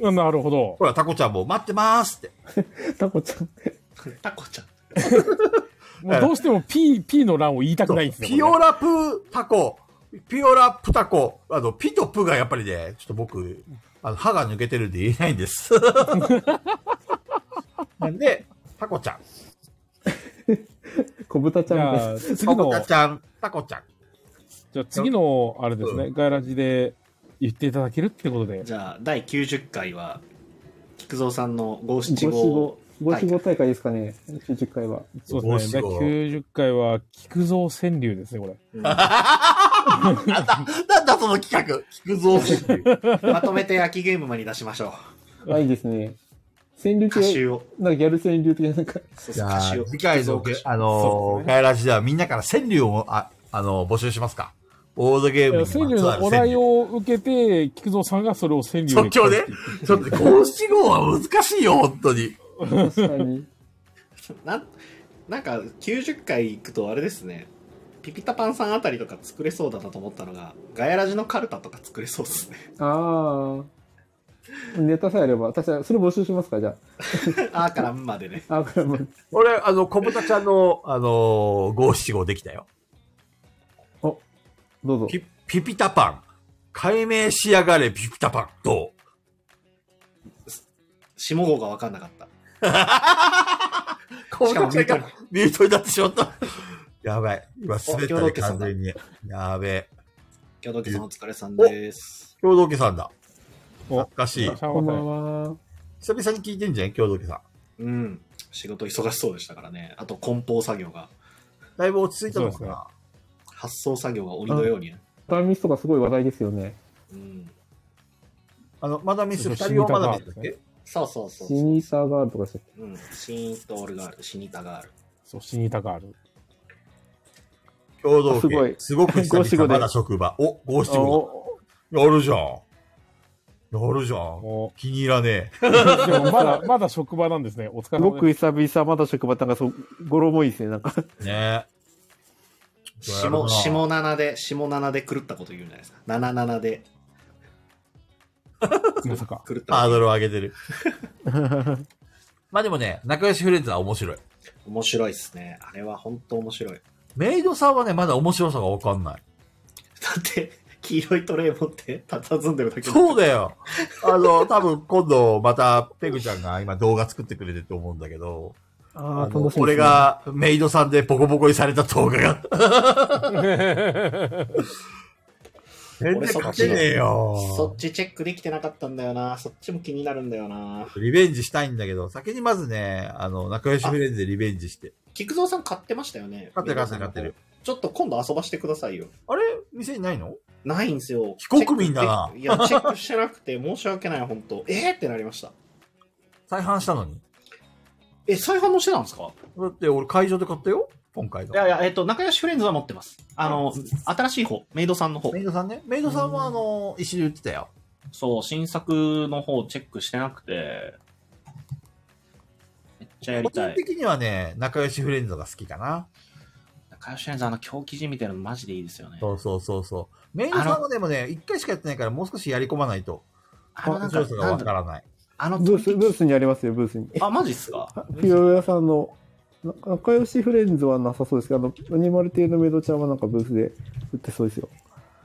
なるほど。 ほら、タコちゃんも待ってまーすって。 タコちゃん。 タコちゃん。 もうどうしても P、P の欄を言いたくないんですよ。 ピオラプタコ。ピオラプタコ。あの、ピとプがやっぱりね、ちょっと僕、あの、歯が抜けてるんで言えないんです。なんで、タコちゃん。 小豚ちゃん。 次の。 小豚ちゃん、タコちゃん。 じゃあ次の、あれですね、うん、ガヤラジで言っていただけるってことで。 じゃあ、だいきゅうじゅっかいは、菊蔵さんのごしちご。 ごしご大会ですかね、きゅうじゅっかいは。 そうですね。だいきゅうじゅっかいは、菊蔵川柳ですね、これ。 うん、なんだ、なんだその企画。菊蔵川柳。まとめて秋ゲームマに出しましょう。あ、いいですね。川柳系、なんかギャル川柳的ななんか。 じゃあ、次回の、あのー、ガヤラジではみんなから川柳を、あ、あのー、募集しますか。オードゲームに川柳のお題を受けて、菊蔵さんがそれを川柳で。 即興でちょっとごしごは難しいよ、本当に。 確かに。 な、なんか、きゅうじゅっかい行くとあれですね、ピピタパンさんあたりとか作れそうだなと思ったのが、ガヤラジのカルタとか作れそうですね。 ああ。ネタさえあれば、確かに、それ募集しますか、じゃあ。あーからんまでね。 あーからんまで。 俺、あの、小豚ちゃんの、あのー、ごしごできたよ。 お、どうぞ。 ピ、ピピタパン。解明しやがれ、ピピタパン。どう下語がわかんなかった。 しかもミュートに、ミュートになってしまった。やばい。今滑ったね、完全に。やべえ。 共同家さんお疲れさんです。 共同家さんだ。 お懐かしい。 こんばんは。 久々に聞いてんじゃん、共同家さん。うん。仕事忙しそうでしたからね。あと梱包作業が。 だいぶ落ち着いたのかな、ね、 発送作業が鬼のようにね。 マダミスとかすごい話題ですよね。 うん。 あの、マダミス、二人はマダミスだっけ？ そうそうそう。 シニータガールとかして。 うん。シニートールガール、シニタガール。 そう、シニタガール。 共同家。 すごい。 すごく久々まだ職場。お、五七五。やるじゃん。やるじゃん。気に入らねえ。でもまだ、まだ職場なんですね。お疲れ様です。 すごく久々まだ職場なんかそう、語呂もいいですね、なんか。 ね下、下七で、下七で狂ったこと言うんじゃないですか。七七で。 まさか。 狂ったハードルを上げてる。まあでもね、仲良しフレンズは面白い。 面白いっすね。あれは本当面白い。 メイドさんはね、まだ面白さがわかんない。 だって、黄色いトレイ持って佇んでるだけそうだよ。あの、多分今度またペグちゃんが今動画作ってくれてると思うんだけど、 ああ、楽しみですね。 俺がメイドさんでボコボコにされた動画が。全然勝てねえよ。 そっちチェックできてなかったんだよな。そっちも気になるんだよな。 リベンジしたいんだけど、先にまずね、あの、仲良しフレンズでリベンジして。 菊蔵さん買ってましたよね。 買ってる買ってる買ってる。 ちょっと今度遊ばしてくださいよ。 あれ店にないの？ ないんですよ。 非国民だな。 いや、チェックしてなくて申し訳ない、本当えーってなりました。 再販したのに。 え、再販もしてたんですか？ だって俺会場で買ったよ。今回の。 いやいや、えっと、仲良しフレンズは持ってます。あの、新しい方、メイドさんの方。 メイドさんね。メイドさんはあの、一緒に売ってたよ。 そう、新作の方チェックしてなくて、めっちゃやりたい。 個人的にはね、仲良しフレンズが好きかな。 仲良しフレンズ、あの、狂気じみたいなのマジでいいですよね。 そうそうそうそう。メイドさんはでもね、一回しかやってないからもう少しやり込まないと。 あの、なんか、 面白さがわからない。 あの、ブース、ブースにありますよ、ブースに。 あ、マジっすか？ ピヨヤさんの、仲良しフレンズはなさそうですけど、あの、アニマル系のメイドちゃんはなんかブースで売ってそうですよ。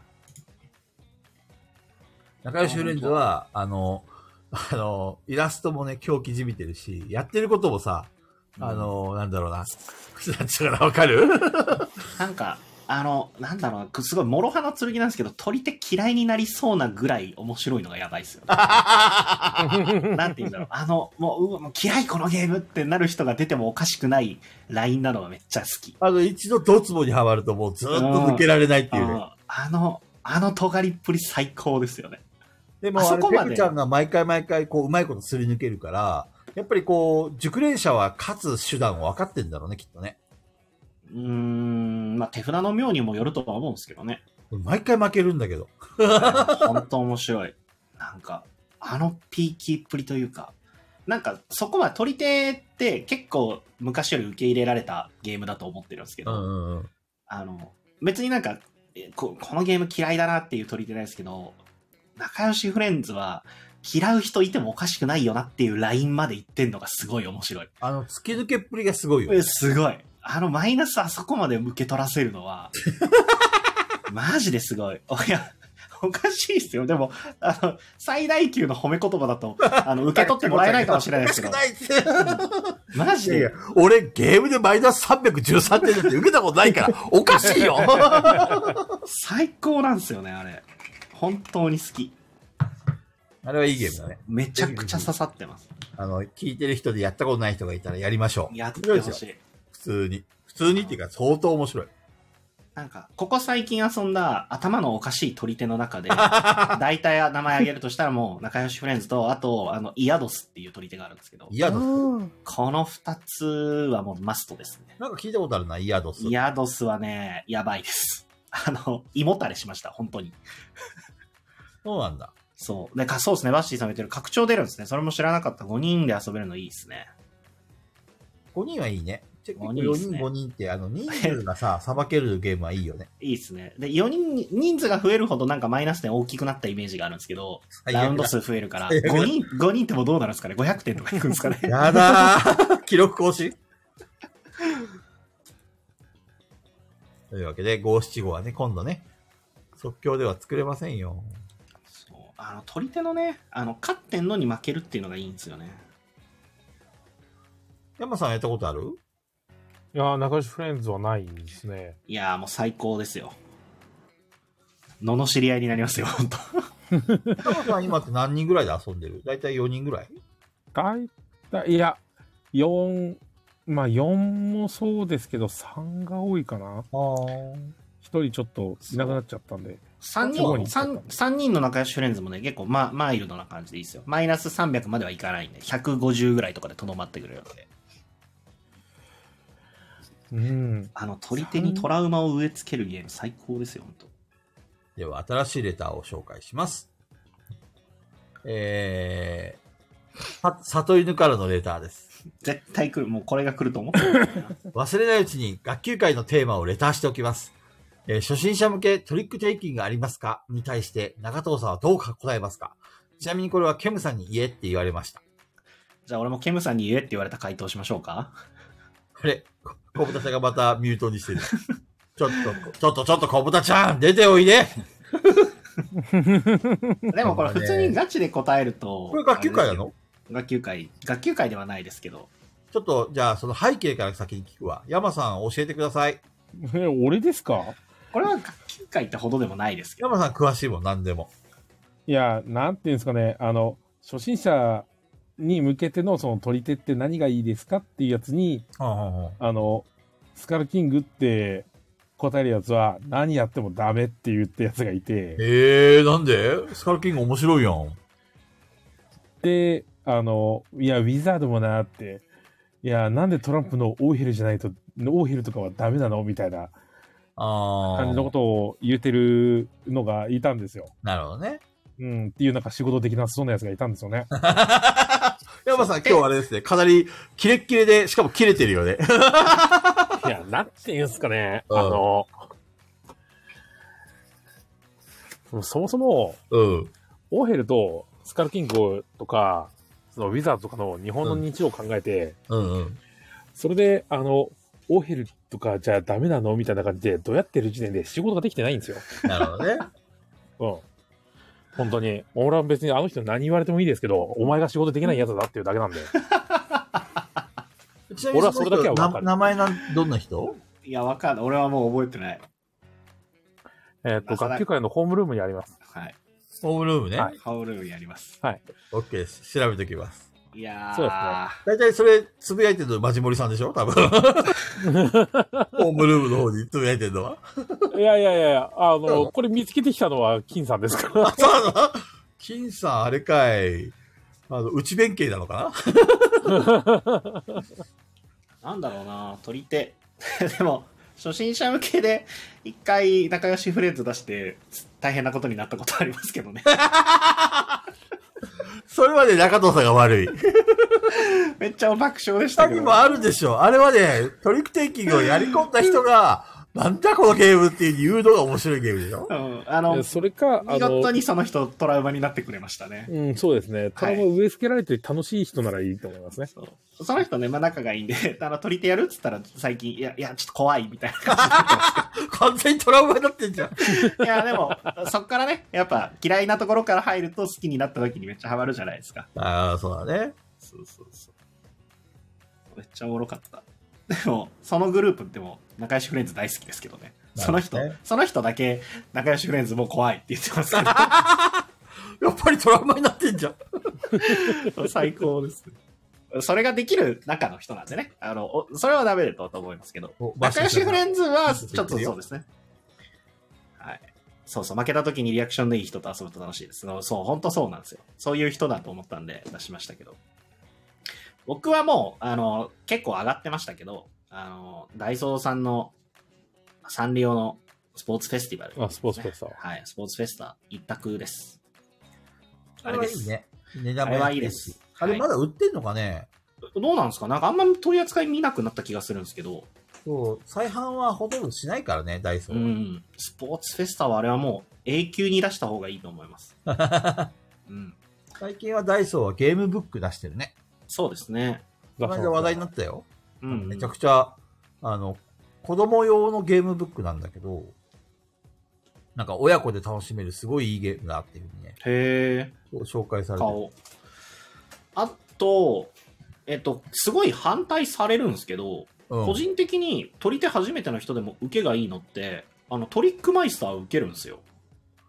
仲良しフレンズは、あの、あの、イラストもね、狂気じみてるし、やってることもさ、あの、うん、なんだろうな。なんちゅうかな、わかる？ なんか、あの、なんだろうな、すごい、諸刃の剣なんですけど、取り手嫌いになりそうなぐらい面白いのがやばいっすよね。なんて言うんだろう。あの、もう、うもう嫌いこのゲームってなる人が出てもおかしくないラインなのがめっちゃ好き。 あの、一度ドツボにはまるともうずっと抜けられないっていうね。うん、 あ, あの、あの尖りっぷり最高ですよね。 でも、あそこまで。ペグちゃんが毎回毎回、こう、うまいことすり抜けるから、やっぱりこう、熟練者は勝つ手段を分かってんだろうね、きっとね。 うーん、まあ、手札の妙にもよるとは思うんですけどね。 毎回負けるんだけど。 本当面白い。なんか、あのピーキーっぷりというか、なんか、そこは取り手って結構昔より受け入れられたゲームだと思ってるんですけど、 うんうんうん、 あの、別になんかこ、このゲーム嫌いだなっていう取り手ないですけど、仲良しフレンズは、嫌う人いてもおかしくないよなっていうラインまで言ってんのがすごい面白い。 あの、突き抜けっぷりがすごいよ。 すごい。あのマイナスあそこまで受け取らせるのは、マジですごい。いや、おかしいっすよ。でも、あの、最大級の褒め言葉だと、あの、受け取ってもらえないかもしれないですけど。マジで。いやいや、 俺、ゲームでマイナスさんびゃくじゅうさんてんって受けたことないから、おかしいよ最高なんですよね、あれ。本当に好き。 あれはいいゲームだね。 めちゃくちゃ刺さってます。 あの、聞いてる人でやったことない人がいたらやりましょう。 やってほしい。 普通に。普通にっていうか相当面白い。 なんか、ここ最近遊んだ頭のおかしい取り手の中で、大体名前挙げるとしたらもう仲良しフレンズと、あと、あの、イヤドスっていう取り手があるんですけど。 イヤドスこの二つはもうマストですね。 なんか聞いたことあるな、イヤドス。 イヤドスはね、やばいです。あの、胃もたれしました、本当に。 そうなんだ。 そう。で、そうですね、バッシーさん言ってる拡張出るんですね。それも知らなかった。ごにんで遊べるのいいですね。 ごにんはいいね。よにんごにんって、あの、人数がさ、さばけるゲームはいいよね。 いいですね。で、よにん、人数が増えるほどなんかマイナス点大きくなったイメージがあるんですけど、ラウンド数増えるから、ごにん、ごにんってもどうなるんですかね ?ごひゃくてんとかいくんですかねやだー記録更新というわけで、ごじゅうななごはね、今度ね、即興では作れませんよ。 そう。あの、取り手のね、あの、勝ってんのに負けるっていうのがいいんですよね。 山さんやったことある？ いやー、仲良しフレンズはないですね。 いやー、もう最高ですよ。 のの知り合いになりますよ、本当。 タマさん今って何人ぐらいで遊んでる？だいたいよにんぐらい？ だいたい、いや、よん、まあよんもそうですけど、さんが多いかな。ああ。ひとりちょっといなくなっちゃったんで。 さんにん、三、三人の仲良しフレンズもね、結構ま、マイルドな感じでいいですよ。マイナスさんびゃくまではいかないんで、ひゃくごじゅうぐらいとかでとどまってくれるので。 うん。 あの、取り手にトラウマを植え付けるゲーム最高ですよ、本当。 では、新しいレターを紹介します。えー、里犬からのレターです。 絶対来る。もうこれが来ると思ってる。 忘れないうちに学級会のテーマをレターしておきます。えー、初心者向けトリックテイキングありますかに対して中藤さんはどう答えますか？ちなみにこれはケムさんに言えって言われました。 じゃあ俺もケムさんに言えって言われた回答しましょうか？ これ、小豚ちゃんがまたミュートにしてる。ちょっと、ちょっとちょっと小豚ちゃん出ておいででもこれ普通にガチで答えると。 これ学級会なの？ 学級会。学級会ではないですけど。 ちょっと、じゃあその背景から先に聞くわ。山さん教えてください。 え、俺ですか？ これは学級会ってほどでもないですけど。 山さん詳しいもん、何でも。 いや、なんていうんですかね、あの、初心者に向けてのその取り手って何がいいですかっていうやつに、 はあはあ、 あの、スカルキングって答えるやつは何やってもダメって言ったやつがいて。 えー、なんで？スカルキング面白いやん。 で、あの、いや、ウィザードもなって、いや、なんでトランプのオーヘルじゃないと、オーヘルとかはダメなのみたいな感じのことを言ってるのがいたんですよ。 なるほどね。 うん、っていうなんか仕事的なそうなやつがいたんですよね。 山さん、今日はあれですね、かなりキレッキレで、しかもキレてるよね。 いや、なんて言うんすかね、 うん、 あの、そもそも、 うん、 オーヘルとスカルキングとか、そのウィザードとかの日本の日常を考えて、 うんうん、 それで、あの、オーヘルとかじゃあダメなのみたいな感じで、どうやってる時点で仕事ができてないんですよ。 なるほどね。 うん。本当に。俺は別にあの人何言われてもいいですけど、お前が仕事できないやつだっていうだけなんで。俺はそれだけは分かる。 名前なん、どんな人？ いや、わかんない。俺はもう覚えてない。 えっと、学級会のホームルームにあります。 はい。 ホームルームね。 はい。ホームルームにあります。 はい。 OK です。調べときます。 いやー。 そうですね。 だいたいそれ、つぶやいてるのマジモリさんでしょ多分。ホームルームの方につぶやいてるのは。 いやいやいやいや、あの、これ見つけてきたのは金さんですから。 あ、そうなの？金さん、あれかい。あの、内弁慶なのかな？ なんだろうな、取り手。でも、初心者向けで一回仲良しフレンズ出して大変なことになったことありますけどね。 それはね、中藤さんが悪い。 めっちゃ爆笑でしたけど。 他にもあるでしょ。あれはね、トリックテイキングをやり込んだ人が、なんだこのゲームっていう言うのが面白いゲームでしょ。 うん。あの、 それか、 見事にその人トラウマになってくれましたね。 うん、そうですね。トラウマ植え付けられて楽しい人ならいいと思いますね。 そう。その人ね、まあ仲がいいんで、あの、取り手やるっつったら最近、いや、いや、ちょっと怖いみたいな感じになってますけど。 完全にトラウマになってんじゃん。 いや、でも、そっからね、やっぱ嫌いなところから入ると好きになった時にめっちゃハマるじゃないですか。 ああ、そうだね。 そうそうそう。めっちゃおもろかった。でも、そのグループでも仲良しフレンズ大好きですけどね。その人、ね、その人だけ仲良しフレンズも怖いって言ってますけど。 やっぱりトラウマになってんじゃん。 最高です。それができる中の人なんでね。あの、それはダメだと思いますけど。仲良しフレンズは、ちょっとそうですね。はい。そうそう、負けた時にリアクションのいい人と遊ぶと楽しいです。そう、本当そうなんですよ。そういう人だと思ったんで出しましたけど。僕はもう、あの、結構上がってましたけど、あの、ダイソーさんのサンリオのスポーツフェスティバル、ね。 あ、スポーツフェスタ。 はい、スポーツフェスタ一択です。 あれです。いいね。値段もあれはいいです。 あれまだ売ってんのかね、 はい、どうなんですか？なんかあんま取り扱い見なくなった気がするんですけど。 そう、再販はほとんどしないからね、ダイソー。 うん。スポーツフェスタはあれはもう永久に出した方がいいと思います。うん。 最近はダイソーはゲームブック出してるね。 そうですね。 この間話題になったよ。 うん、うん。 めちゃくちゃ、あの、子供用のゲームブックなんだけど、なんか親子で楽しめるすごいいいゲームだっていう風にね。 へー。 紹介されてる。 あと、えっと、すごい反対されるんですけど、うん、個人的に取り手初めての人でも受けがいいのって、あのトリックマイスター受けるんですよ。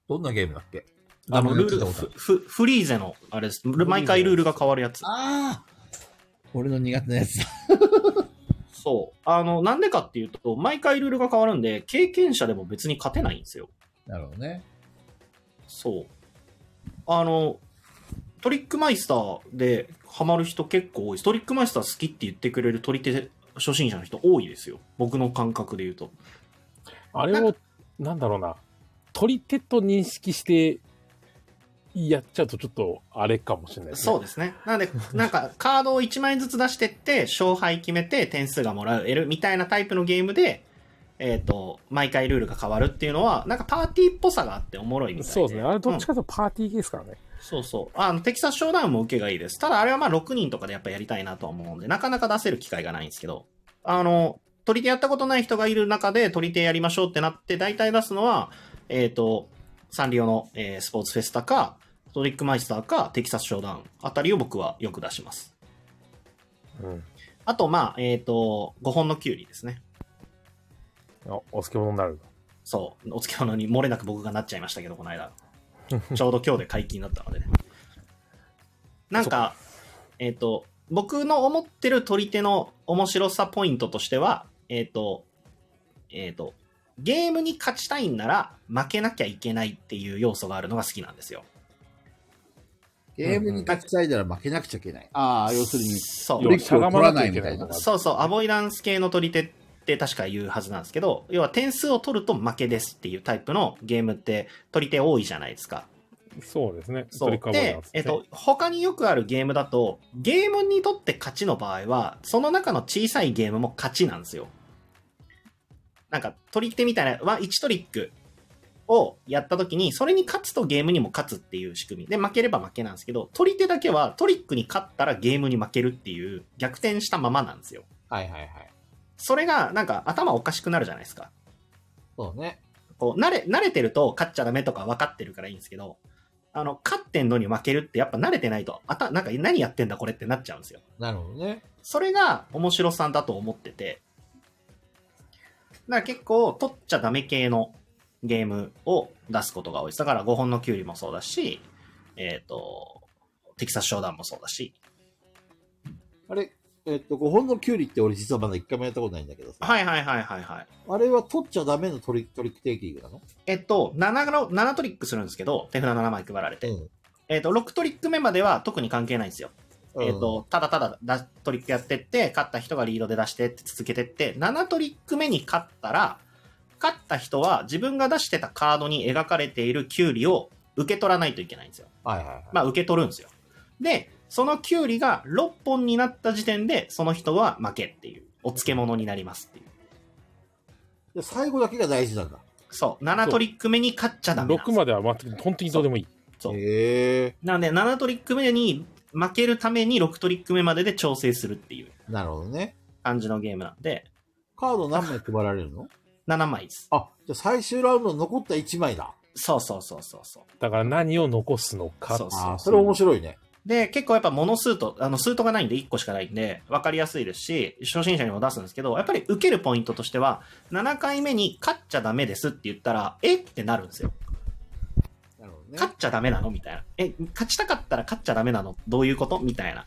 どんなゲームだっけ？ あの、ルール、フ、フリーゼの、あれです。毎回ルールが変わるやつ。 ああ俺の苦手なやつだ。 そう。あの、なんでかっていうと、毎回ルールが変わるんで、経験者でも別に勝てないんですよ。 なるほどね。 そう。あの、トリックマイスターでハマる人結構多い。トリックマイスター好きって言ってくれる取り手初心者の人多いですよ。僕の感覚で言うと。 あれを、なんだろうな、取り手と認識してやっちゃうとちょっとあれかもしれないですね。 そうですね。なので、なんかカードをいちまいずつ出してって、勝敗決めて点数がもらえるみたいなタイプのゲームで、えっと、毎回ルールが変わるっていうのは、なんかパーティーっぽさがあっておもろいみたいで。 そうですね。あれどっちかというとパーティーゲーですからね。うん、 そうそう。あの、テキサスショーダウンも受けがいいです。ただあれはまあろくにんとかでやっぱやりたいなとは思うんで、なかなか出せる機会がないんですけど、あの、取り手やったことない人がいる中で取り手やりましょうってなって、大体出すのは、えっと、サンリオの、えー、スポーツフェスタか、トリックマイスターか、テキサスショーダウンあたりを僕はよく出します。 うん。 あと、まあ、えっと、ごほんのキュウリですね。 お、お漬物になる。 そう。お漬物に漏れなく僕がなっちゃいましたけど、この間。ちょうど今日で解禁だったのでね。なんか、えっと、僕の思ってる取り手の面白さポイントとしては、えっと、えっと、ゲームに勝ちたいんなら負けなきゃいけないっていう要素があるのが好きなんですよ。 ゲームに勝ちたいなら負けなくちゃいけない。ああ、要するに、 そう。 トリックを取らないみたいな。 そうそう、アボイダンス系の取り手って確か言うはずなんですけど、要は点数を取ると負けですっていうタイプのゲームって取り手多いじゃないですか。 そうですね。 そう。で、えっと、他によくあるゲームだと、ゲームにとって勝ちの場合は、その中の小さいゲームも勝ちなんですよ。なんか、取り手みたいな、はいちトリックをやった時に、それに勝つとゲームにも勝つっていう仕組み。で、負ければ負けなんですけど、取り手だけはトリックに勝ったらゲームに負けるっていう逆転したままなんですよ。 はいはいはい。 それが、なんか頭おかしくなるじゃないですか。 そうね。 こう、慣れ、慣れてると勝っちゃダメとか分かってるからいいんですけど、あの、勝ってんのに負けるってやっぱ慣れてないと、あた、なんか何やってんだこれってなっちゃうんですよ。 なるほどね。 それが面白さだと思ってて、だから結構取っちゃダメ系のゲームを出すことが多いです。だからごほんのキュウリもそうだし、えっと、テキサスショーダウンもそうだし。 あれ、えっと、ごほんのキュウリって俺実はまだ一回もやったことないんだけどさ。 はいはいはいはいはい。 あれは取っちゃダメのトリトリックテイキングなの？ えっと、7, のななトリックするんですけど、手札ななまい配られて。 うん、 えっと、ろくトリック目までは特に関係ないんですよ。えっと、ただただだトリックやってって、勝った人がリードで出してって続けてって、ななトリック目に勝ったら、勝った人は自分が出してたカードに描かれているキュウリを受け取らないといけないんですよ。 はいはいはい。 まあ、受け取るんですよ。で、そのキュウリがろっぽんになった時点で、その人は負けっていう、お漬物になりますっていう。 で最後だけが大事なんだ。 そう。ななトリック目に勝っちゃダメなんですよ。 ろくまでは全く本当にどうでもいい。 そう。 へえ。 なんで、ななトリック目に負けるためにろくトリック目までで調整するっていう。 なるほどね。 感じのゲームなんで。 カード何枚配られるの？ ななまいです。 あ、じゃあ最終ラウンド残ったいちまいだ。 そうそうそうそうそう。 だから何を残すのか。 そうそう。 あ、それ面白いね。 で、結構やっぱモノスート、あの、スートがないんでいっこしかないんで、わかりやすいですし、初心者にも出すんですけど、やっぱり受けるポイントとしては、ななかいめに勝っちゃダメですって言ったら、えってなるんですよ。 なるほどね。 勝っちゃダメなのみたいな。え、勝ちたかったら勝っちゃダメなのどういうことみたいな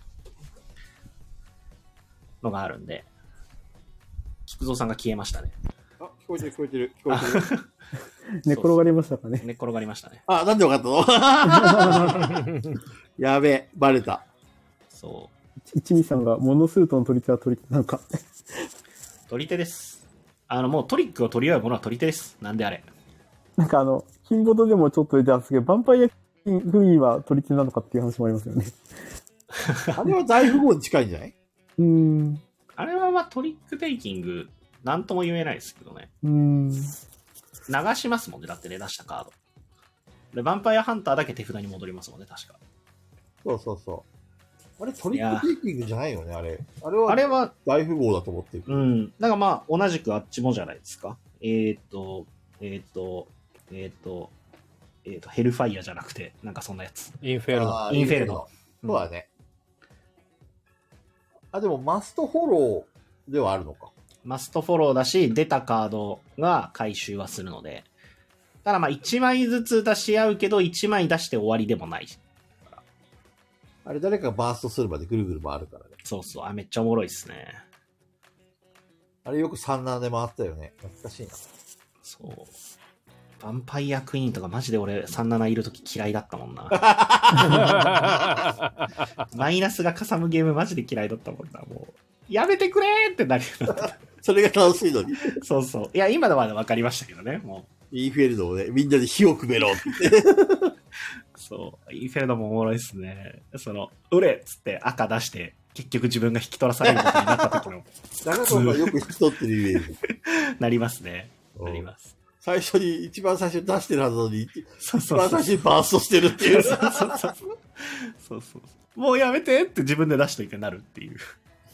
のがあるんで、菊蔵さんが消えましたね。 あ、聞こえてる聞こえてる聞こえてる。 寝転がりましたかね。 寝転がりましたね。 あ、なんでわかったの？やべえ、バレた。 そう。 一味さんがモノスートの取り手は取り手なんか。 取り手です。あの、もうトリックを取り合うものは取り手です。なんであれ。 なんかあの、キンボードでもちょっと出たんですけど、ヴァンパイア封印は取り手なのかっていう話もありますよね。 あれは大富豪に近いんじゃない？ うーん。 あれはまあトリックテイキング、なんとも言えないですけどね。 うーん。 流しますもんね、だってね、出したカード。で、ヴァンパイアハンターだけ手札に戻りますもんね、確か。 そうそうそう。あれトリックテイキングじゃないよね、あれ。あれは、 あれは、 大富豪だと思ってる。 うん。だからまあ、同じくあっちもじゃないですか。えーっと、えーっと、えーっと、えーっと、ヘルファイアじゃなくて、なんかそんなやつ。 インフェルノ。 インフェルノ。 そうだね。あ、でもマストフォローではあるのか。 マストフォローだし、出たカードが回収はするので、 ただまあいちまいずつ出し合うけど、いちまい出して終わりでもないし。 あれ誰かがバーストするまでぐるぐる回るからね。 そうそう。あ、めっちゃおもろいっすね。 あれよくさんななで回ったよね。懐かしいな。 そう。ヴァンパイアクイーンとかマジで俺さんなないるとき嫌いだったもんな。マイナスがかさむゲームマジで嫌いだったもんな。もう、やめてくれーってなるようになった。 それが楽しいのに。 そうそう。いや、今のまで分かりましたけどね、もう。 インフェルノをね、みんなで火をくべろって。 そう。インフェルノもおもろいっすね。その、うれっつって赤出して、結局自分が引き取らされることになった時の。 長藤さんよく引き取ってるイメージ。 なりますね。なります。 最初に、一番最初に出してるはずなのに、 そうそうそう一番最初にバーストしてるっていう。 そうそうそう。そうそうそう。もうやめてって自分で出しといてなるっていう。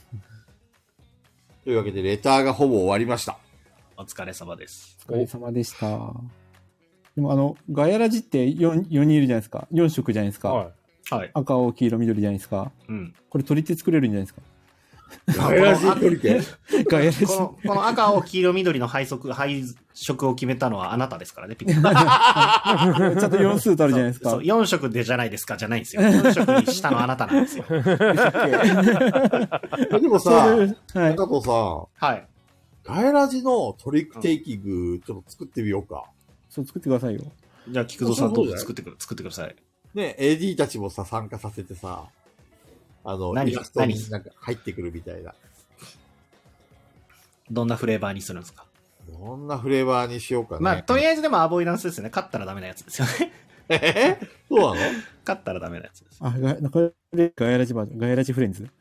というわけで、レターがほぼ終わりました。 お疲れ様です。 お疲れ様でした。でもあの、ガヤラジって 4, 4人いるじゃないですか。よん色じゃないですか。 はい。 はい。 赤、青、黄色、緑じゃないですか。 うん。 これ取り手作れるんじゃないですか。 ガヤラジ取り手ガヤラジ。 この、この赤、青、黄色、緑の配色、配色を決めたのはあなたですからね、ピッちゃんとよん数とあるじゃないですか。 そう、よん色でじゃないですか、じゃないんですよ。よん色にしたのはあなたなんですよ。 でもさ、 はい。 中藤さん。 はい。 ガヤラジのトリックテイキング、ちょっと作ってみようか。 そう、作ってくださいよ。 じゃあ、菊蔵さんどうぞ作ってくる、作ってください。 ね、エーディー たちもさ、参加させてさ、あの、 何イラストになんか入ってくるみたいな。 どんなフレーバーにするんですか？ どんなフレーバーにしようかね。 まあ、とりあえずでもアボイダンスですよね。勝ったらダメなやつですよね。 えそうなの勝ったらダメなやつです。 あ、が、これ、ガヤラジバージョン、ガヤラジフレンズ。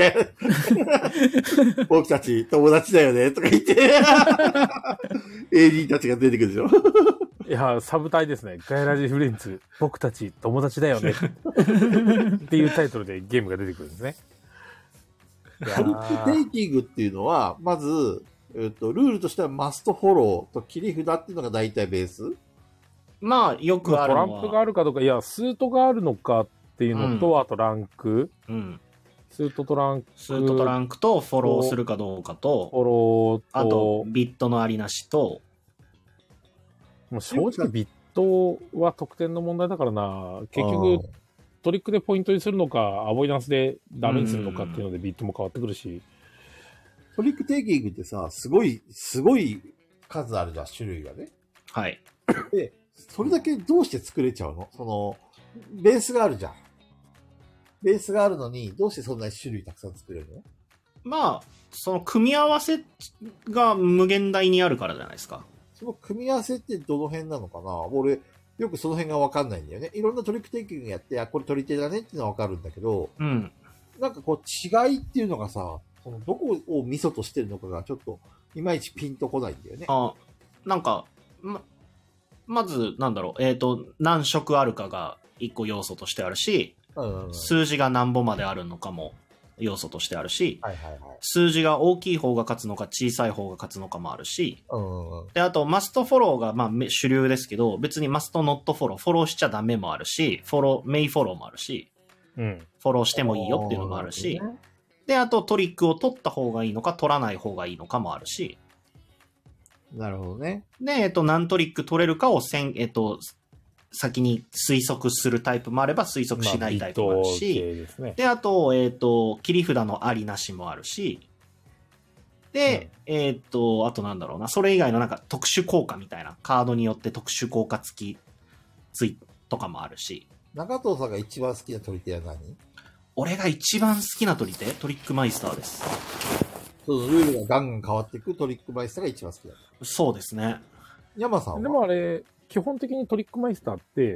僕たち友達だよねとか言って、エーディー たちが出てくるでしょ。 いや、サブタイですね。ガヤラジフレンズ、僕たち友達だよね。っていうタイトルでゲームが出てくるんですね。 トリックテイキングっていうのは、まず、えっと、ルールとしてはマストフォローと切り札っていうのが大体ベース。 まあ、よくあるのは。 トランプがあるかどうか、いや、スートがあるのかっていうのと、うん、あとランク。 うん。 スートとランク。 スートとランクとフォローするかどうかと、 フォローと、 あと、ビットのありなしと、 もう正直ビットは得点の問題だからな、結局、トリックでポイントにするのか、アボイダンスでダメにするのかっていうのでビットも変わってくるし。 トリックテイキングってさ、すごい、すごい数あるじゃん、種類がね。 はい。 で、それだけどうして作れちゃうの？その、ベースがあるじゃん。ベースがあるのに、どうしてそんなに種類たくさん作れるの？ まあ、その組み合わせが無限大にあるからじゃないですか。 その組み合わせってどの辺なのかな？俺、よくその辺がわかんないんだよね。いろんなトリックテイキングやって、あ、これ取り手だねっていうのはわかるんだけど、 うん。 なんかこう違いっていうのがさ、そのどこをミソとしてるのかがちょっと、いまいちピンとこないんだよね。 あ、なんか、ま、まず、なんだろう、えっと、何色あるかが一個要素としてあるし、 うんうん、 数字が何本まであるのかも要素としてあるし、 はいはいはい、 数字が大きい方が勝つのか小さい方が勝つのかもあるし、 うんうん、 で、あと、マストフォローがまあ主流ですけど、別にマストノットフォロー、フォローしちゃダメもあるし、フォロー、メイフォローもあるし、 うん、 フォローしてもいいよっていうのもあるし、で、あとトリックを取った方がいいのか取らない方がいいのかもあるし、 なるほどね。 で、えっと、何トリック取れるかをせん、えっと、先に推測するタイプもあれば推測しないタイプもあるし、まあですね、で、あと、えっと、切り札のありなしもあるし、で、うん、えっと、あとなんだろうな、それ以外のなんか特殊効果みたいな、カードによって特殊効果付きついとかもあるし。 中藤さんが一番好きな取り手は何？ 俺が一番好きな取り手？トリックマイスターです。 そう、ルールがガンガン変わっていくトリックマイスターが一番好きだ。 そうですね。 山さんは？ でもあれ、基本的にトリックマイスターって、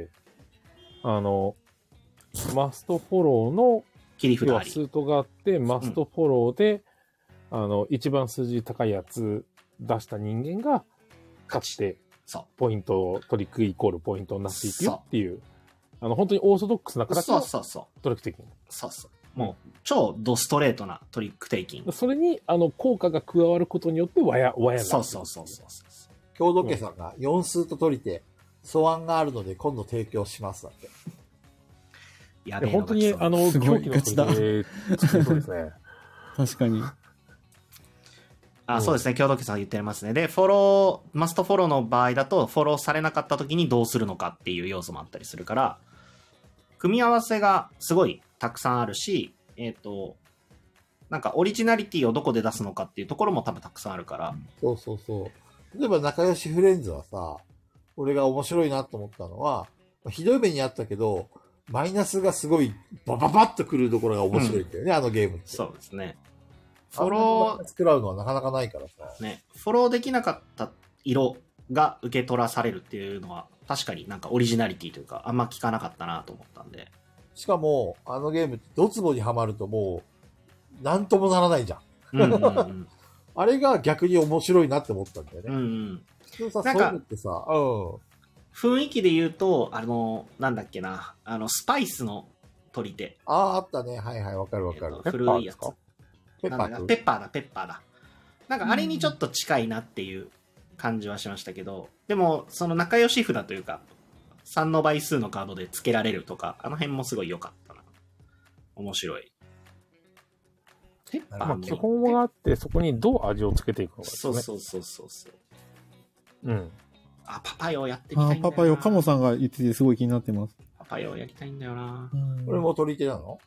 あの、マストフォローの、 切り札あり。 スートがあって、マストフォローで、うん、あの、一番数字高いやつ出した人間が、勝って、ポイント、トリックイコールポイントになっていくよっていう、あの、本当にオーソドックスな形のトリックテイキング。 そうそう。もう、超ドストレートなトリックテイキング。 それに、あの、効果が加わることによって、わや、わやなる。 そうそうそうそう。 京都家さんがよん数と取り手、素案があるので今度提供しますだって。 やべえ。 本当に、あの、狂気の取り手、そうですね。 確かに。 あ、そうですね。共同家さん言ってますね。で、フォロー、マストフォローの場合だと、フォローされなかった時にどうするのかっていう要素もあったりするから、組み合わせがすごいたくさんあるし、えっと、なんかオリジナリティをどこで出すのかっていうところも多分たくさんあるから。 そうそうそう。例えば仲良しフレンズはさ、俺が面白いなと思ったのは、ひどい目にあったけど、マイナスがすごいバババッとくるところが面白いんだよね、うん、あのゲームって。 そうですね。フォロー、 作らうのはなかなかないからさ。 ね、フォローできなかった色が受け取らされるっていうのは、確かになんかオリジナリティというか、あんま聞かなかったなと思ったんで。 しかも、あのゲームってドツボにはまるともう、なんともならないじゃん。うんうんうん、あれが逆に面白いなって思ったんだよね。 うんうん。 普通さ、そういうのってさ、うん。 雰囲気で言うと、あの、なんだっけな、あの、スパイスの取り手。 ああ、あったね。はいはい、わかるわかる。 えっと、古いやつ。 ペッパーペッパーだ、ペッパーだ。なんかあれにちょっと近いなっていう感じはしましたけど、でも、その仲良し札というか、さんの倍数のカードで付けられるとか、あの辺もすごい良かったな。面白い。 ペッパー、まあ、基本があって、そこにどう味をつけていくのかですね。 そうそうそうそうそう。 うん。 あ、パパヨやってみたいんだよな。 あ、パパヨ、カモさんが言っててすごい気になってます。 パパヨやりたいんだよな。 これも取り手なの？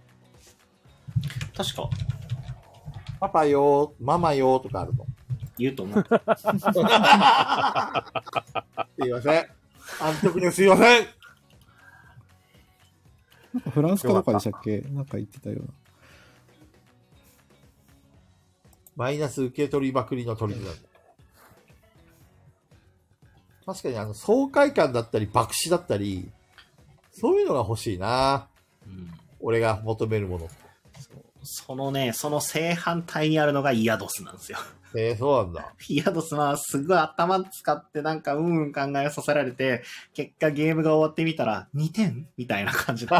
確か。 パパよ、ママよとかあるの？ 言うと思う。 すいません。安直ですいません。 なんかフランスかどっかでしたっけ？なんか言ってたような。 マイナス受け取りまくりの取り手なんだ。確かにあの爽快感だったり爆死だったり、そういうのが欲しいな、うん、俺が求めるもの。 そ, そのね、その正反対にあるのがイヤドスなんですよ。 えー、そうなんだ。 イヤドスはすごい頭使ってなんかうんうん考えさせられて、結果ゲームが終わってみたらにてんみたいな感じです。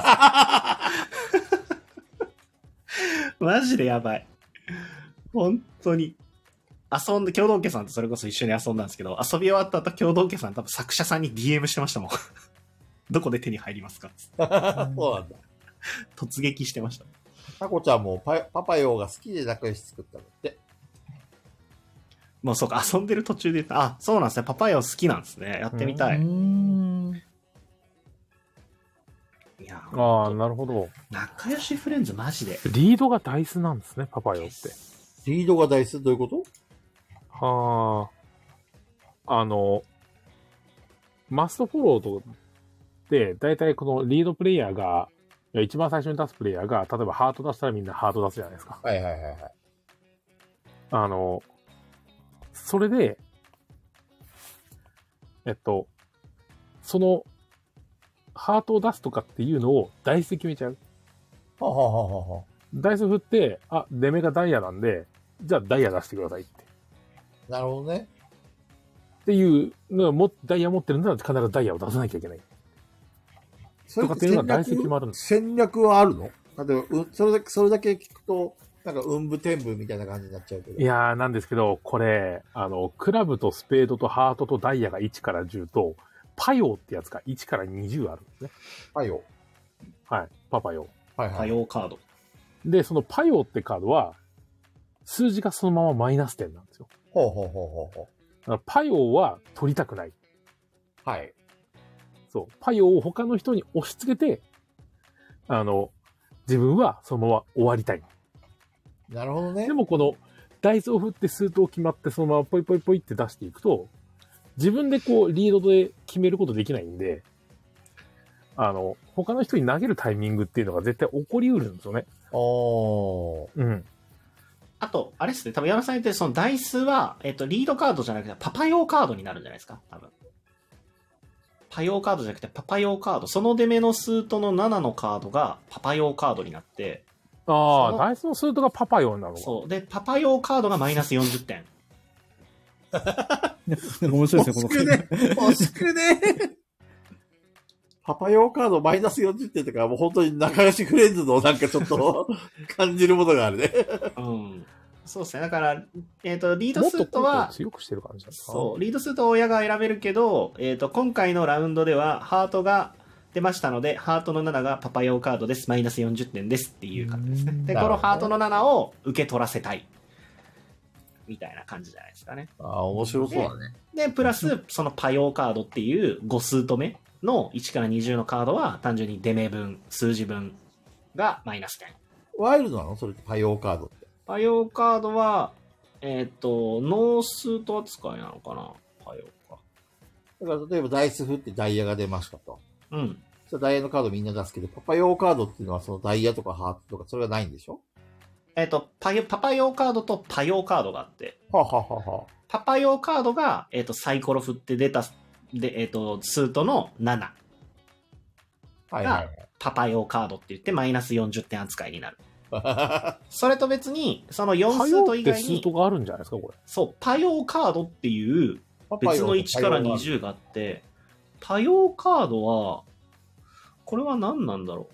マジでやばい。本当に。遊んで、共同家さんとそれこそ一緒に遊んだんですけど、遊び終わった後共同家さん多分作者さんに ディーエム してましたもん。どこで手に入りますか？ そうなんだ。 突撃してました。 タコちゃんもパパパヨが好きで仲良し作ったのって。 もうそうか、遊んでる途中で言った。あ、そうなんですね。パパヨ好きなんですね。やってみたい。 うんいやああ、なるほど。 仲良しフレンズマジで。 リードがダイスなんですね、パパヨって。 リードがダイスどういうこと？ はあ、あの、マストフォローとで、だいたいこのリードプレイヤーが、一番最初に出すプレイヤーが、例えばハート出したらみんなハート出すじゃないですか。 はいはいはいはい。 あの、それで、えっと、その、ハートを出すとかっていうのをダイスで決めちゃう。 ははははは。 ダイス振って、あ、出目がダイヤなんで、じゃあダイヤ出してくださいって。 なるほどね。 っていうのはも、ダイヤ持ってるんだら必ずダイヤを出さなきゃいけない。とかっていうのがダイスで決まるんです。 戦略はあるの？例えば、それだけ、それだけ聞くと、なんか、運部天部みたいな感じになっちゃうけど。 いやー、なんですけど、これ、あの、クラブとスペードとハートとダイヤがいちからじゅうと、パヨーってやつがいちからにじゅうあるんですね。 パヨー？はい。パパヨー。はいはい。 パヨーカード。 で、そのパヨーってカードは、数字がそのままマイナス点なんですよ。 ほうほうほうほうほう。 だからパヨーは取りたくない。 はい。 そう。パヨーを他の人に押し付けて、あの、自分はそのまま終わりたい。 なるほどね。 でもこの、ダイスを振って数頭決まってそのままポイポイポイって出していくと、自分でこう、リードで決めることできないんで、あの、他の人に投げるタイミングっていうのが絶対起こりうるんですよね。 おー。 うん。 あと、あれですね、多分山田さん言ってるそのダイスは、えっと、リードカードじゃなくてパパ用カードになるんじゃないですか多分。パ用カードじゃなくてパパ用カード。その出目のスートのななのカードがパパ用カードになって。 ああ、ダイスのスートがパパ用になるのか。 そう。で、パパ用カードがマイナスよんじゅってん。 面白いですね、この。 惜しくね。惜しくね。パパ用カードマイナスよんじゅってんとか、もう本当に仲良しフレンズのなんかちょっと感じるものがあるね。 うん。そうですね。だから、えっと、リードスートは、 強くしてる感じですか？ そう。リードスートを親が選べるけど、えっと、今回のラウンドでは、ハートが出ましたので、ハートのなながパパ用カードです。マイナスよんじゅってんですっていう感じですね。で、このハートのななを受け取らせたい。 みたいな感じじゃないですかね。 ああ、面白そうだね。 で、プラス、そのパヨーカードっていうご数と目のいちからにじゅうのカードは単純に出目分、数字分がマイナス点。 ワイルドなのそれってパヨーカードって。 パヨーカードは、えっ、ー、と、ノースート扱いなのかなパヨーカー。だから例えばダイス振ってダイヤが出ましたと。 うん。 それダイヤのカードみんな出すけど、パパヨーカードっていうのはそのダイヤとかハートとかそれがないんでしょ？ えっ、ー、と、パヨ、パパヨーカードとパヨーカードがあって。 ははははパパヨーカードが、えっ、ー、と、サイコロ振って出た、で、えっ、ー、と、スートのなな。 はいはいはい。 パパヨーカードって言ってマイナスよんじゅってん扱いになる。それと別に、そのよんスート以外に。 パヨーってスートがあるんじゃないですか、これ。 そう、パヨーカードっていう別のいちからにじゅうがあって、パヨーカードは、これは何なんだろう。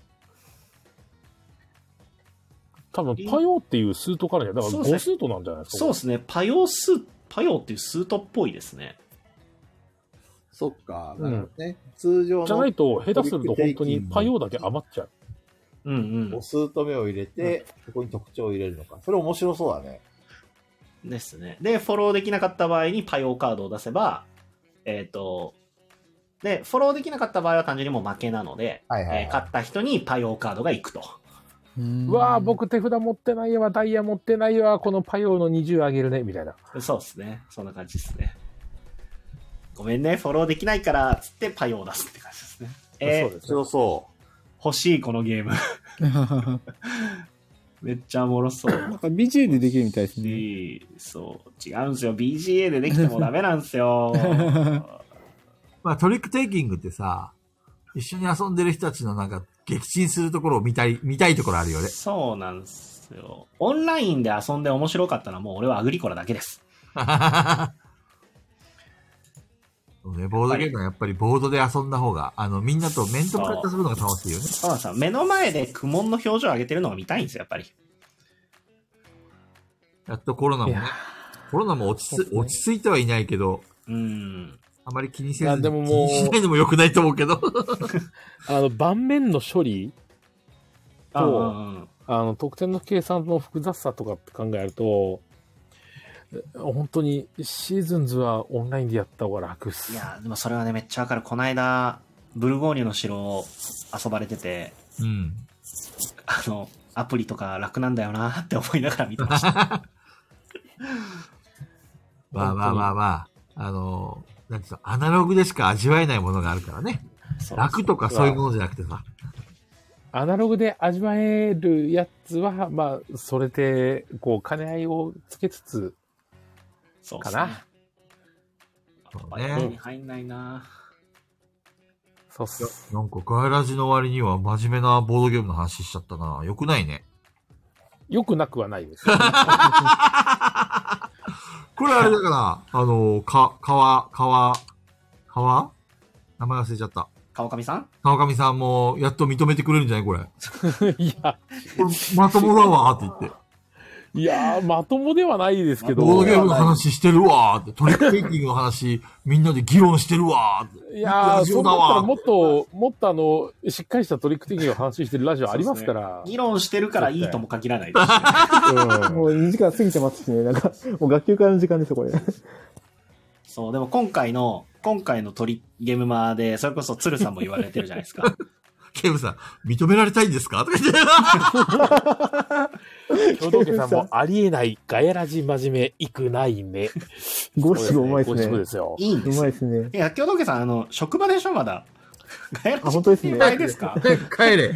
多分、パヨーっていうスートからじゃ、だからごスートなんじゃないですか。 そうですね。パヨース、パヨーっていうスートっぽいですね。 そっか。なるほどね。うん、通常の。 じゃないと、下手すると本当にパヨーだけ余っちゃう。 うんうん。 ご数と目を入れて、そこに特徴を入れるのか。それ面白そうだね。 ですね。で、フォローできなかった場合にパヨーカードを出せば、えっ、ー、と、で、フォローできなかった場合は単純にもう負けなので、はいはいはい、えー、勝った人にパヨーカードが行くと。 うわぁ、僕手札持ってないわ、ダイヤ持ってないわ、このパヨーのにじゅうあげるね、みたいな。 そうですね。そんな感じですね。ごめんね、フォローできないから、つってパヨーを出すって感じですね。 えー、そうですね。そうそう。 欲しい、このゲーム。めっちゃおもろそう。 なんか ビージーエー でできるみたいですね。 そう。違うんですよ。ビージーエー でできてもダメなんですよ。 まあトリックテイキングってさ、一緒に遊んでる人たちのなんか撃沈するところを見たい、見たいところあるよね。 そうなんですよ。オンラインで遊んで面白かったのはもう俺はアグリコラだけです。 ね、ボードゲームはやっぱりボードで遊んだ方が、あの、みんなと面と向かって遊ぶのが楽しいよね。 そうなんですよ。目の前で苦悶の表情を上げてるのが見たいんですよ、やっぱり。 やっとコロナもね。コロナも落ち着、落ち着いてはいないけど、 うん。 あまり気にせずに、 でももう気にしないのも良くないと思うけど。 あの、盤面の処理と、あ, あの、得点の計算の複雑さとかって考えると、本当にシーズンズはオンラインでやった方が楽っす。 いや、でもそれはね、めっちゃわかる。この間、ブルゴーニュの城を遊ばれてて、 うん。 あの、アプリとか楽なんだよなって思いながら見てました。 まあまあまあまあ、あの、なんていうの、アナログでしか味わえないものがあるからね。楽とかそういうものじゃなくてさ。 アナログで味わえるやつは、まあ、それで、こう、兼ね合いをつけつつ、 そうかな。 そうね。手に入んないな。 そうっす。 なんかガイラジの割には真面目なボードゲームの話しちゃったな。よくないね。 よくなくはないです。 これあれだから、あの、か、かわ、かわ、かわ名前忘れちゃった。 川上さん川上さんも、やっと認めてくれるんじゃないこれ。 いや。 これ、まともだわーって言って。 いやー、まともではないですけど。 ボードゲームの話してるわーって。トリックテイキングの話、みんなで議論してるわーって。 いやー、そうだったらもっと、もっとあの、しっかりしたトリックテイキングの話してるラジオありますから。 ね、議論してるからいいとも限らないですね。 うん、もうにじかん過ぎてますしね。なんか、もう学級会の時間ですよ、これ。 そう、でも今回の、今回のトリゲームマーで、それこそ鶴さんも言われてるじゃないですか。 ケムさん、認められたいんですかとか言って。 京道家さんもありえないガヤラジ真面目いくないね。 ゴシゴうまいですね。 ですよ。 いいんです。 うまいですね。 いや、京道家さん、あの、職場でしょ、まだ。 ガヤラジあ、本当ですね。 早いですか帰れ。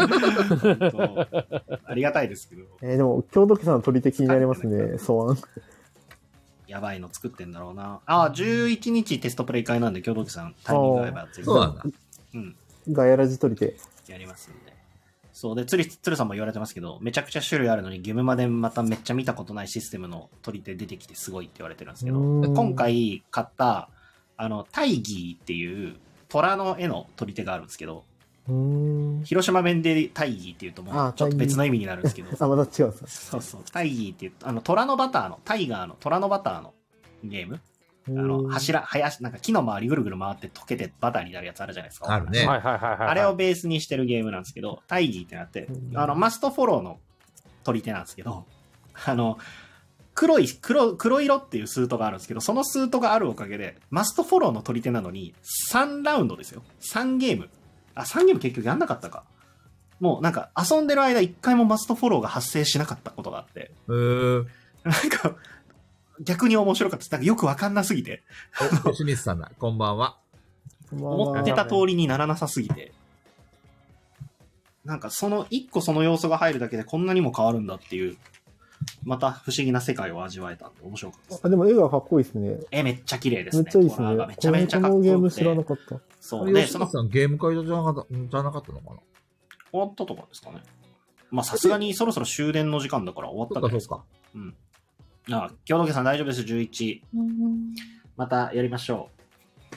ありがたいですけど。 えー、でも、京道家さんの取り手気になりますね、そう。 やばいの作ってんだろうな。ああ、じゅういちにちテストプレイ会なんで、京都木さん、タイミング合えばぜひ。 そうなんだ。 うん。 ガヤラジ取り手。 やりますんで。そうで、つる、つるさんも言われてますけど、めちゃくちゃ種類あるのに、ゲームまでまためっちゃ見たことないシステムの取り手出てきてすごいって言われてるんですけど、今回買った、あの、タイギーっていう虎の絵の取り手があるんですけど、広島弁でタイギーって言うともうちょっと別の意味になるんですけど。 あ、また違うんですか。 そうそう。タイギーって言うと、あの、虎のバターの、タイガーの虎のバターのゲームあの、柱、林、なんか木の周りぐるぐる回って溶けてバターになるやつあるじゃないですか。 あるね。 はいはいはいはい。 あれをベースにしてるゲームなんですけど、タイギーってなって、あの、マストフォローの取り手なんですけど、あの、 黒い、黒、黒色っていうスートがあるんですけど、そのスートがあるおかげで、マストフォローの取り手なのに、さんラウンドですよ。さんゲーム。あ、さんゲーム結局やんなかったか。もうなんか遊んでる間一回もマストフォローが発生しなかったことがあって。 へー。 なんか、逆に面白かったです。なんかよくわかんなすぎて。 お、吉光さんだ。こんばんは。 思ってた通りにならなさすぎて。なんかその一個その要素が入るだけでこんなにも変わるんだっていう、また不思議な世界を味わえたんで面白かったです。 あ、でも絵がかっこいいですね。 え、めっちゃ綺麗ですね。 めっちゃいいですね。 めちゃめちゃかっこよくて。 このゲーム知らなかった。 そうね。 吉光さんゲーム会じゃなかった、じゃなかったのかな？ 終わったとかですかね。まあさすがにそろそろ終電の時間だから終わったじゃないですか。うん。あ、京都家さん大丈夫です、じゅういち。またやりましょう。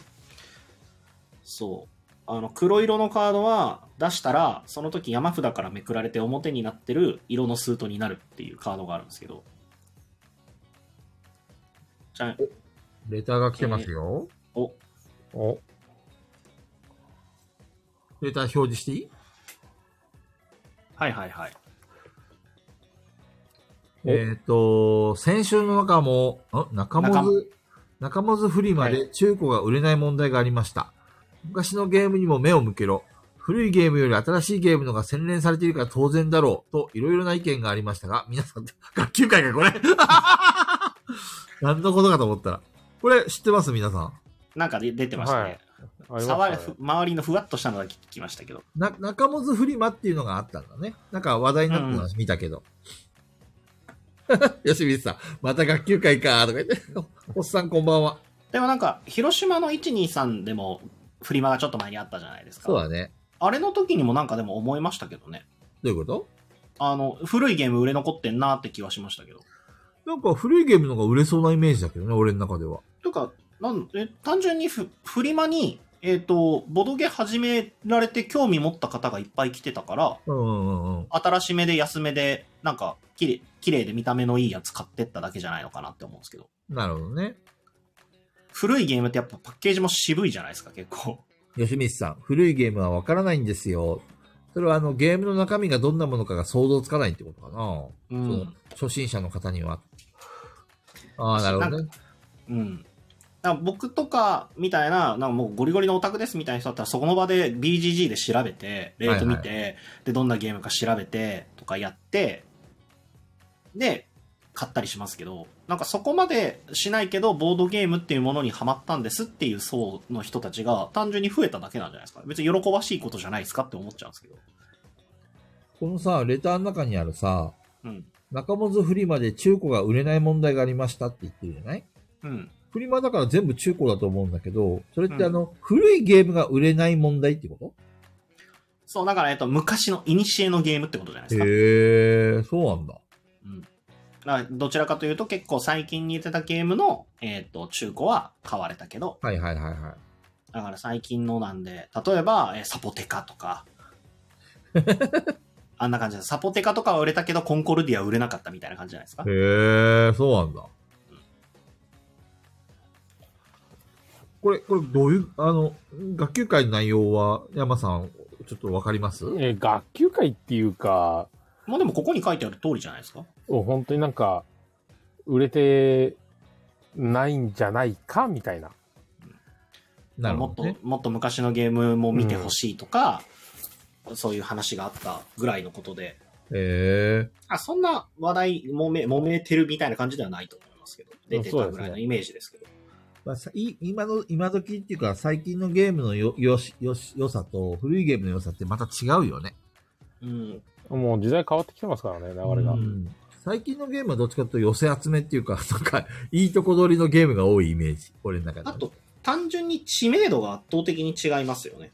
そう。あの、黒色のカードは出したら、その時山札からめくられて表になってる色のスートになるっていうカードがあるんですけど。じゃあ、 レターが来てますよ。 えー、お。 お。 レター表示していい？ はいはいはい。 えっと、先週の中も、ん中本、中本フリマで中古が売れない問題がありました。昔のゲームにも目を向けろ。古いゲームより新しいゲームのが洗練されているから当然だろう。と、いろいろな意見がありましたが、皆さん、学級会かこれ何のことかと思ったら。これ知ってます皆さん。 なんかで出てましたね。はい、触る、周りのふわっとしたのが聞きましたけど。 な、中本フリマっていうのがあったんだね。なんか話題になってるの見たけど。よしみつさん、また学級会かーとか言って。おっさんこんばんは。 でもなんか、広島のいちにさんでも、フリマがちょっと前にあったじゃないですか。 そうだね。 あれの時にもなんかでも思いましたけどね。 どういうこと？ あの、古いゲーム売れ残ってんなーって気はしましたけど。 なんか古いゲームの方が売れそうなイメージだけどね、俺の中では。 とか、なんえ単純にフフリマに、えっ、ー、と、ボドゲ始められて興味持った方がいっぱい来てたから、 うんうんうん、 新しめで安めで、なんか、きれ綺麗で見た目のいいやつ買ってっただけじゃないのかなって思うんですけど。 なるほどね。 古いゲームってやっぱパッケージも渋いじゃないですか、結構。 吉光さん、古いゲームはわからないんですよ。それはあの、ゲームの中身がどんなものかが想像つかないってことかな。うん。その初心者の方には。ああ、なるほどね。 うん。だから僕とかみたいな、なんかもうゴリゴリのオタクですみたいな人だったら、そこの場で ビージージー で調べて、レート見て、はいはい、で、どんなゲームか調べて、とかやって、で、買ったりしますけど、なんかそこまでしないけど、ボードゲームっていうものにハマったんですっていう層の人たちが単純に増えただけなんじゃないですか。別に喜ばしいことじゃないですかって思っちゃうんですけど。 このさ、レターの中にあるさ、 うん。 中本フリマで中古が売れない問題がありましたって言ってるじゃない？ うん。 フリマだから全部中古だと思うんだけど、それってあの、うん、古いゲームが売れない問題ってこと？ そう、だからえっと、昔のイニシエのゲームってことじゃないですか。 へー、そうなんだ。 うん。どちらかというと結構最近に出てたゲームの、えっと、中古は買われたけど。 はいはいはいはい。 だから最近のなんで、例えば、えー、サポテカとか。あんな感じで、サポテカとかは売れたけど、コンコルディアは売れなかったみたいな感じじゃないですか。 へー、そうなんだ。うん、これ、これどういう、あの、学級会の内容は、山さん、ちょっとわかります？ えー、学級会っていうか、 まあでもここに書いてある通りじゃないですか。 本当になんか、売れてないんじゃないかみたいな。 なるほどね、もっと、もっと昔のゲームも見てほしいとか、うん、そういう話があったぐらいのことで。 へー。 あ、そんな話題揉め、揉めてるみたいな感じではないと思いますけど。出てたぐらいのイメージですけど。 まあ、今の、今時っていうか、最近のゲームのよ、よし、よし、良さと、古いゲームの良さってまた違うよね。 うん。 もう時代変わってきてますからね、流れが。うん、 最近のゲームはどっちかというと寄せ集めっていうか、なんか、いいとこ取りのゲームが多いイメージ。俺の中で。 あと、単純に知名度が圧倒的に違いますよね。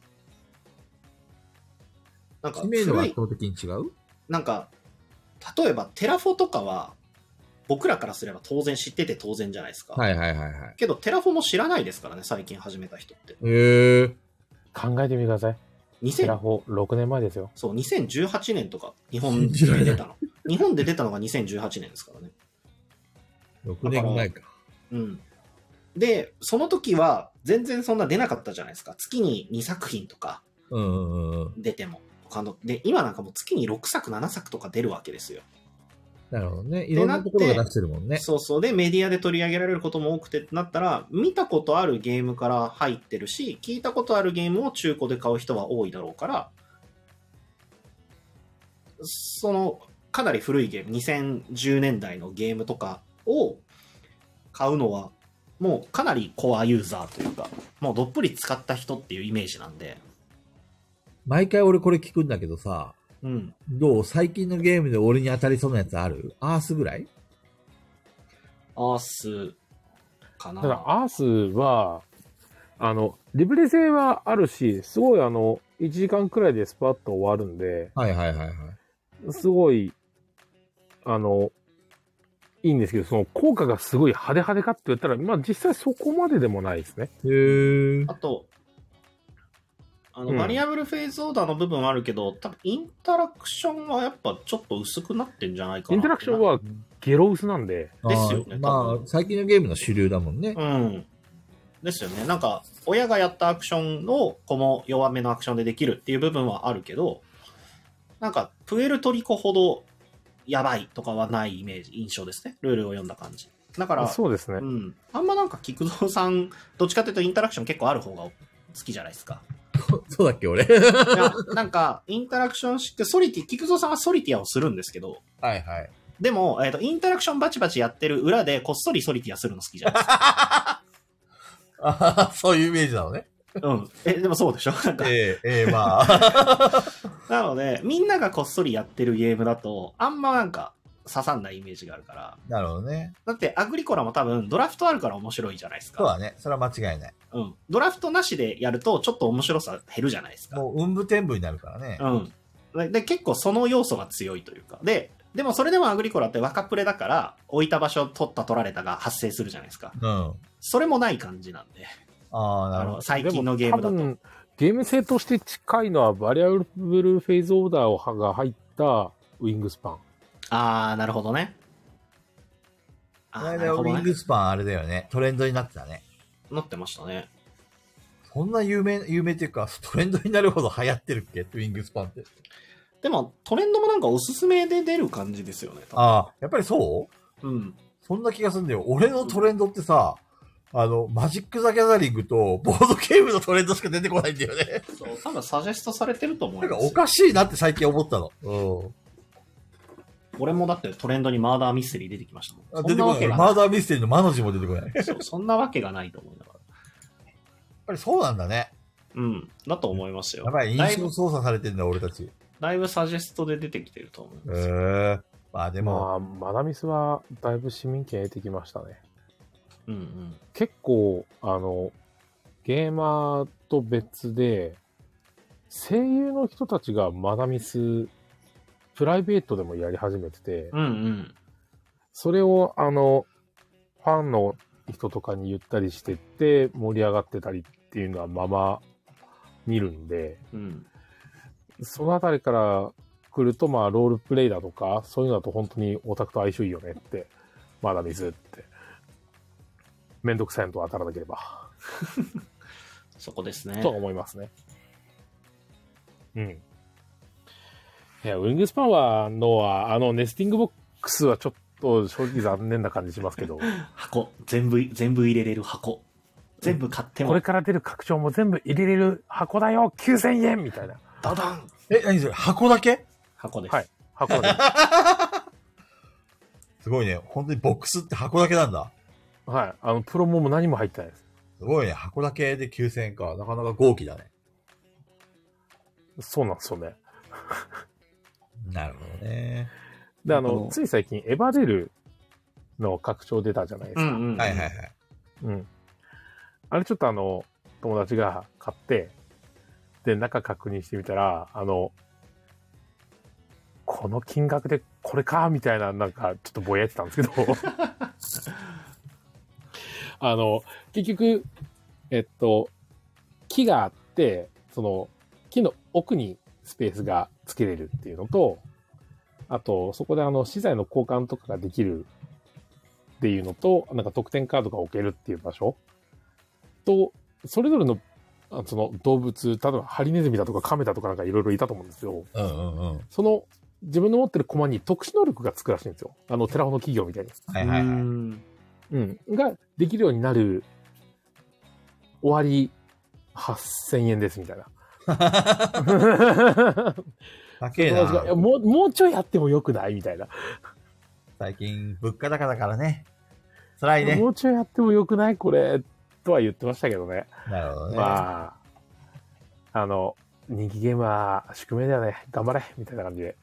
なんか、知名度が圧倒的に違う？ なんか、例えばテラフォとかは、僕らからすれば当然知ってて当然じゃないですか。 はいはいはいはい。 けど、テラフォも知らないですからね、最近始めた人って。 へー。 考えてみてください。テラフォろくねんまえですよ。 そう、にせんじゅうはちねんとか、日本で出たの。日本で出たのがにせんじゅうはちねんですからね。 ろくねんまえか。 うん。で、その時は全然そんな出なかったじゃないですか。月ににさく品とか出ても。他ので、今なんかもう月にろくさく、ななさくとか出るわけですよ。 なるほどね。いろんなところが出してるもんね。 そうそう。で、メディアで取り上げられることも多くてってなったら、見たことあるゲームから入ってるし、聞いたことあるゲームを中古で買う人は多いだろうから、その、かなり古いゲーム、にせんじゅうねんだいのゲームとかを買うのは、もうかなりコアユーザーというか、もうどっぷり使った人っていうイメージなんで。 毎回俺これ聞くんだけどさ、 うん。 どう最近のゲームで俺に当たりそうなやつある？アースぐらい？ アースかな。 ただ、アースは、あの、リプレイ性はあるし、すごいあの、いちじかんくらいでスパッと終わるんで、 はいはいはいはい。 すごい、あの、いいんですけど、その効果がすごい派手派手かって言ったら、まあ実際そこまででもないですね。 へー。 あと、あの、 うんバリアブルフェイズオーダーの部分はあるけど、多分インタラクションはやっぱちょっと薄くなってんじゃないかな。 インタラクションはゲロ薄なんで、 ですよねあーまあ、最近のゲームの主流だもんね。 うん。ですよね。なんか、親がやったアクションを子も弱めのアクションでできるっていう部分はあるけど、なんか、プエルトリコほどやばいとかはないイメージ、印象ですね。ルールを読んだ感じ。だから、 そうですね。 うん。あんまなんか、菊蔵さん、どっちかというとインタラクション結構ある方が好きじゃないですか。 そうだっけ俺。 いや、なんか、インタラクションして、ソリティ、菊蔵さんはソリティアをするんですけど、 はいはい。 でも、えっと、インタラクションバチバチやってる裏で、こっそりソリティアするの好きじゃないですか。 ああ、そういうイメージなのね。 うん。え、でもそうでしょなんか。 ええええまあ。 なので、みんながこっそりやってるゲームだと、あんまなんか、刺さんないイメージがあるから。 なるほどね。 だって、アグリコラも多分、ドラフトあるから面白いじゃないですか。 そうだね。それは間違いない。 うん。ドラフトなしでやると、ちょっと面白さ減るじゃないですか。 もう、運武天武になるからね。 うん。で、で結構その要素が強いというか。で、でもそれでもアグリコラって若プレだから、置いた場所取った取られたが発生するじゃないですか。 うん。 それもない感じなんで。 ああ、なあるほど。 の最近のゲームだと。 でも多分ゲーム性として近いのは、バリアブルフェイズオーダーが入ったウィングスパン。 あー、なるほどね。あー、 この間、ウなるほどね。 ィングスパンあれだよね。トレンドになってたね。 なってましたね。 そんな有名、有名っていうか、トレンドになるほど流行ってるっけウィングスパンって。 でも、トレンドもなんかおすすめで出る感じですよね。 ああ、やっぱりそううん。 そんな気がするんだよ。俺のトレンドってさ、あの、マジック・ザ・ギャザリングとボードゲームのトレンドしか出てこないんだよね。 そう、多分サジェストされてると思いますよ。 なんかおかしいなって最近思ったの。うん。 俺もだってトレンドにマーダーミステリー出てきましたもん。そあ出てこない。 んなわけがマーダーミステリーのマの字も出てこない。やっそうそんなわけがないと思いながら。 ぱりそうなんだね。 うん。だと思いますよ。 やばい、 だいぶ印象操作されてんだ、俺たち。 だいぶサジェストで出てきてると思いへますよ。 え。まあでも、 まあ、マダミスはだいぶ市民権得てきましたね。 うんうん。 結構、あの、ゲーマーと別で、声優の人たちがマダミス、プライベートでもやり始めてて、 うんうん。 それを、あの、ファンの人とかに言ったりしてって盛り上がってたりっていうのはまま見るんで、 うん。 そのあたりから来ると、まあ、ロールプレイだとか、そういうのだと本当にオタクと相性いいよねって、まだ水って。めんどくさいのと当たらなければ。 そこですね。 とは思いますね。うん。いや、ウィングスパンは、のは、あの、ネスティングボックスはちょっと正直残念な感じしますけど。 箱。全部、全部入れれる箱。全部買っても。 これから出る拡張も全部入れれる箱だよ !きゅうせんえんみたいな。 ダダンえ、何それ箱だけ箱です。 はい。箱だけ。 すごいね。本当にボックスって箱だけなんだ。 はい。あの、プロモも何も入ってないです。 すごいね。箱だけできゅうせんえんか。なかなか豪気だね。 そうなんですよね。 なるほどね。 で、ああのの、つい最近、エヴァデルの拡張出たじゃないですか。 うんうん。 はいはいはい。 うん。あれちょっとあの、友達が買って、で、中確認してみたら、あの、この金額でこれかみたいな、なんか、ちょっとぼやってたんですけど、あの、結局、えっと、木があって、その、木の奥にスペースがつけれるっていうのと、あと、そこであの、資材の交換とかができるっていうのと、なんか特典カードが置けるっていう場所と、それぞれの、あのその動物、例えばハリネズミだとかカメだとかなんかいろいろいたと思うんですよ。 うんうんうん。 その自分の持ってる駒に特殊能力がつくらしいんですよ。あの、テラフォの企業みたいに。 はいはいはい。 うんうん。が、できるようになる、終わりはっせんえんです、みたいな。 高えな。 もう、もうちょいやってもよくないみたいな。 最近、物価高だからね。辛いね。 もうちょいやってもよくないこれ、とは言ってましたけどね。 なるほどね。 まあ、あの、人気ゲームは宿命だよね。頑張れみたいな感じで。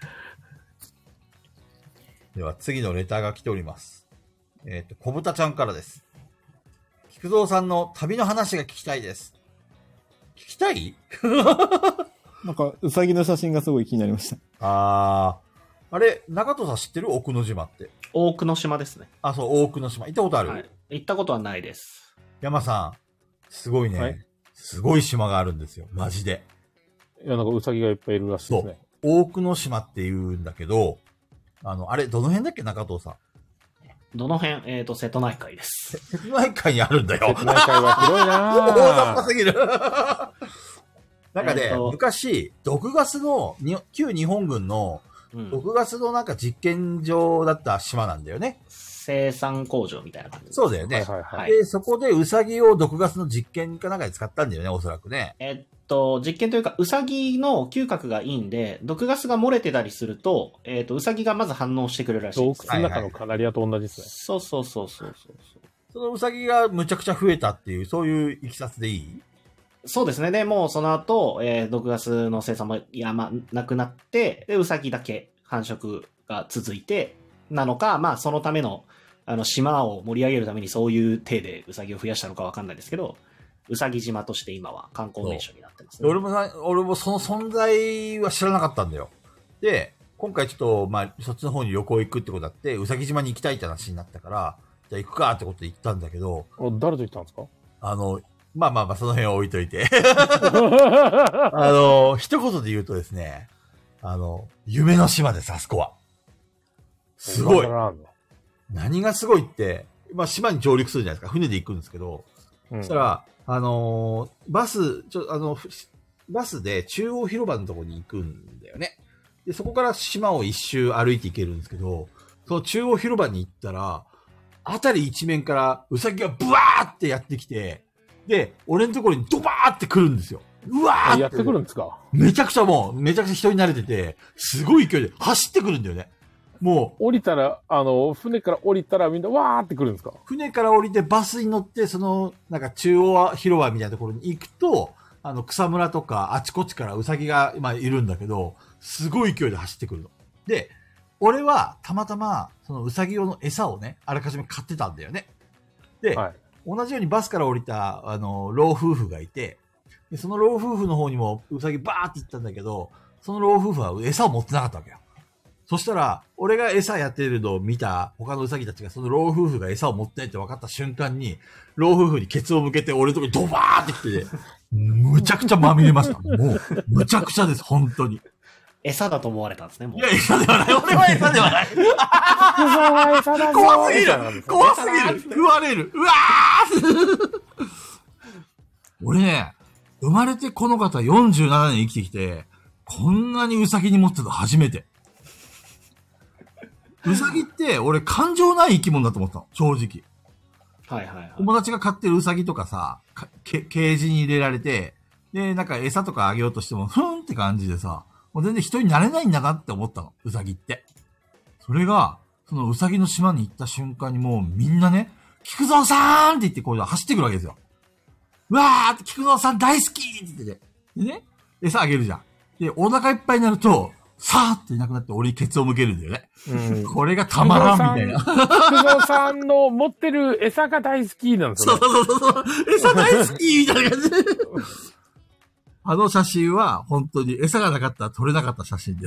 では、次のレターが来ております。えっと、小豚ちゃんからです。菊蔵さんの旅の話が聞きたいです。聞きたいなんか、うさぎの写真がすごい気になりました。 あー。あれ、中藤さん知ってる奥之島って。 大久野島ですね。 あ、そう、大久野島。行ったことある、 はい、行ったことはないです。 山さん、すごいね、はい。すごい島があるんですよ。マジで。 いや、なんかウサギがいっぱいいるらしいですね。 そう。大久野島って言うんだけど、あの、あれ、どの辺だっけ、中藤さん。 どの辺えっ、ー、と、瀬戸内海です。 瀬戸内海にあるんだよ。 瀬戸内海は広いなぁ。 大雑把すぎる。なんかね、えー、昔、毒ガスの、旧日本軍の、毒ガスのなんか実験場だった島なんだよね。 生産工場みたいな感じです。 そうだよね。 はいはいはい、 で、そこでウサギを毒ガスの実験かなんかで使ったんだよね、おそらくね。 えっと、実験というか、ウサギの嗅覚がいいんで、毒ガスが漏れてたりすると、えっと、ウサギがまず反応してくれるらしいです。 洞窟の中のカナリアと同じですね。 そうそうそうそうそう。 そのウサギがむちゃくちゃ増えたっていう、そういういきさつでいい？ そうですね。で、もうその後、えー、毒ガスの生産もやま、なくなって、で、ウサギだけ繁殖が続いて、なのか、まあ、そのための、あの、島を盛り上げるためにそういう体でウサギを増やしたのかわかんないですけど、ウサギ島として今は観光名所になってますね。 俺もな、俺もその存在は知らなかったんだよ。で、今回ちょっと、まあ、そっちの方に旅行行くってことだって、ウサギ島に行きたいって話になったから、じゃあ行くかってことで行ったんだけど。 誰と行ったんですか？ あの、まあまあまあ、その辺は置いといて。あの、一言で言うとですね、あの、夢の島です、あそこは。すごい。何がすごいって、まあ島に上陸するじゃないですか。船で行くんですけど、うん、そしたら、あのー、バス、ちょ、あの、バスで中央広場のところに行くんだよね。で、そこから島を一周歩いて行けるんですけど、その中央広場に行ったら、あたり一面からウサギがブワーってやってきて、で、俺のところにドバーって来るんですよ。うわーって。 やってくるんですか？ めちゃくちゃもう、めちゃくちゃ人に慣れてて、すごい勢いで走ってくるんだよね。もう。降りたら、あの、船から降りたらみんなわーって来るんですか？ 船から降りてバスに乗って、その、なんか中央広場みたいなところに行くと、あの、草むらとかあちこちからウサギが今いるんだけど、すごい勢いで走ってくるの。で、俺はたまたま、そのウサギ用の餌をね、あらかじめ買ってたんだよね。で、はい、同じようにバスから降りた、あの、老夫婦がいて、でその老夫婦の方にもウサギバーって行ったんだけど、その老夫婦は餌を持ってなかったわけよ。そしたら、俺が餌やってるのを見た他のウサギたちがその老夫婦が餌を持ってないって分かった瞬間に、老夫婦にケツを向けて俺のとこにドバーって来て、ね、むちゃくちゃまみれました。もう、むちゃくちゃです、本当に。 餌だと思われたんですね、もう。 いや、餌ではない。俺は餌ではない。 餌だぞ怖すぎる怖すぎる食われるうわー俺ね、生まれてこの方よんじゅうななねん生きてきて、こんなにウサギに持ってたの初めて。ウサギって俺感情ない生き物だと思ったの、正直。 はいはいはい。 友達が飼ってるウサギとかさ、かケージに入れられて、で、なんか餌とかあげようとしても、ふんって感じでさ、もう全然人になれないんだなって思ったの、ウサギって。それが、そのウサギの島に行った瞬間にもうみんなね、菊蔵さーんって言ってこう走ってくるわけですよ。うわーって菊蔵さん大好きって言ってて。でね、餌あげるじゃん。で、お腹いっぱいになると、さーっていなくなって俺にケツを向けるんだよね。うん、これがたまらんみたいな。 菊蔵さんの持ってる餌が大好きなんですよ、ね。 そうそうそうそう。餌大好きみたいな感じで。あの写真は本当に餌がなかったら撮れなかった写真です。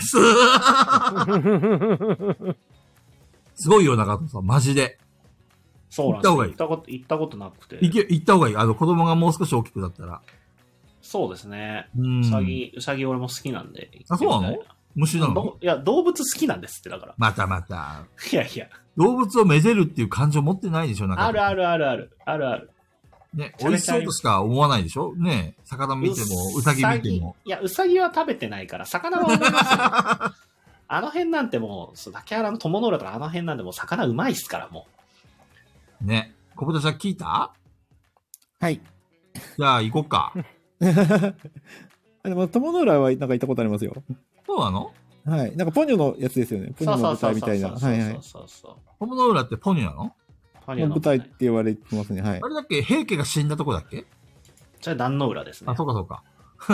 すごいよ、中藤さん。マジで。 そうなんですよ。行った方がいい。行ったこと、行ったことなくて。 行け、行った方がいい。あの、子供がもう少し大きくなったら。 そうですね。うさぎ、うさぎ俺も好きなんで。 あ、そうなの？虫なの？ いや、動物好きなんですって、だから。 またまた。 いやいや。 動物をめでるっていう感情持ってないでしょ、中藤さん。 あるあるあるある。あるある。 ね、美味しそうとしか思わないでしょね、魚見ても、うさぎ見ても。 いや、うさぎは食べてないから、魚は思いますよ。ああの辺なんてもう、竹原の友の浦とかあの辺なんでもう魚うまいっすから、もう。ね。小豚ちゃん聞いた？ はい。 じゃあ行こっか。 でも、友の浦はなんか行ったことありますよ。 そうなの？ はい。なんかポニョのやつですよね。ポニョの舞台みたいな。はいはい。 友の浦ってポニョなの？ ポニョの舞台って言われてますね。はい。 あれだっけ？平家が死んだとこだっけ？ じゃあ壇の浦ですね。 あ、そうかそうか。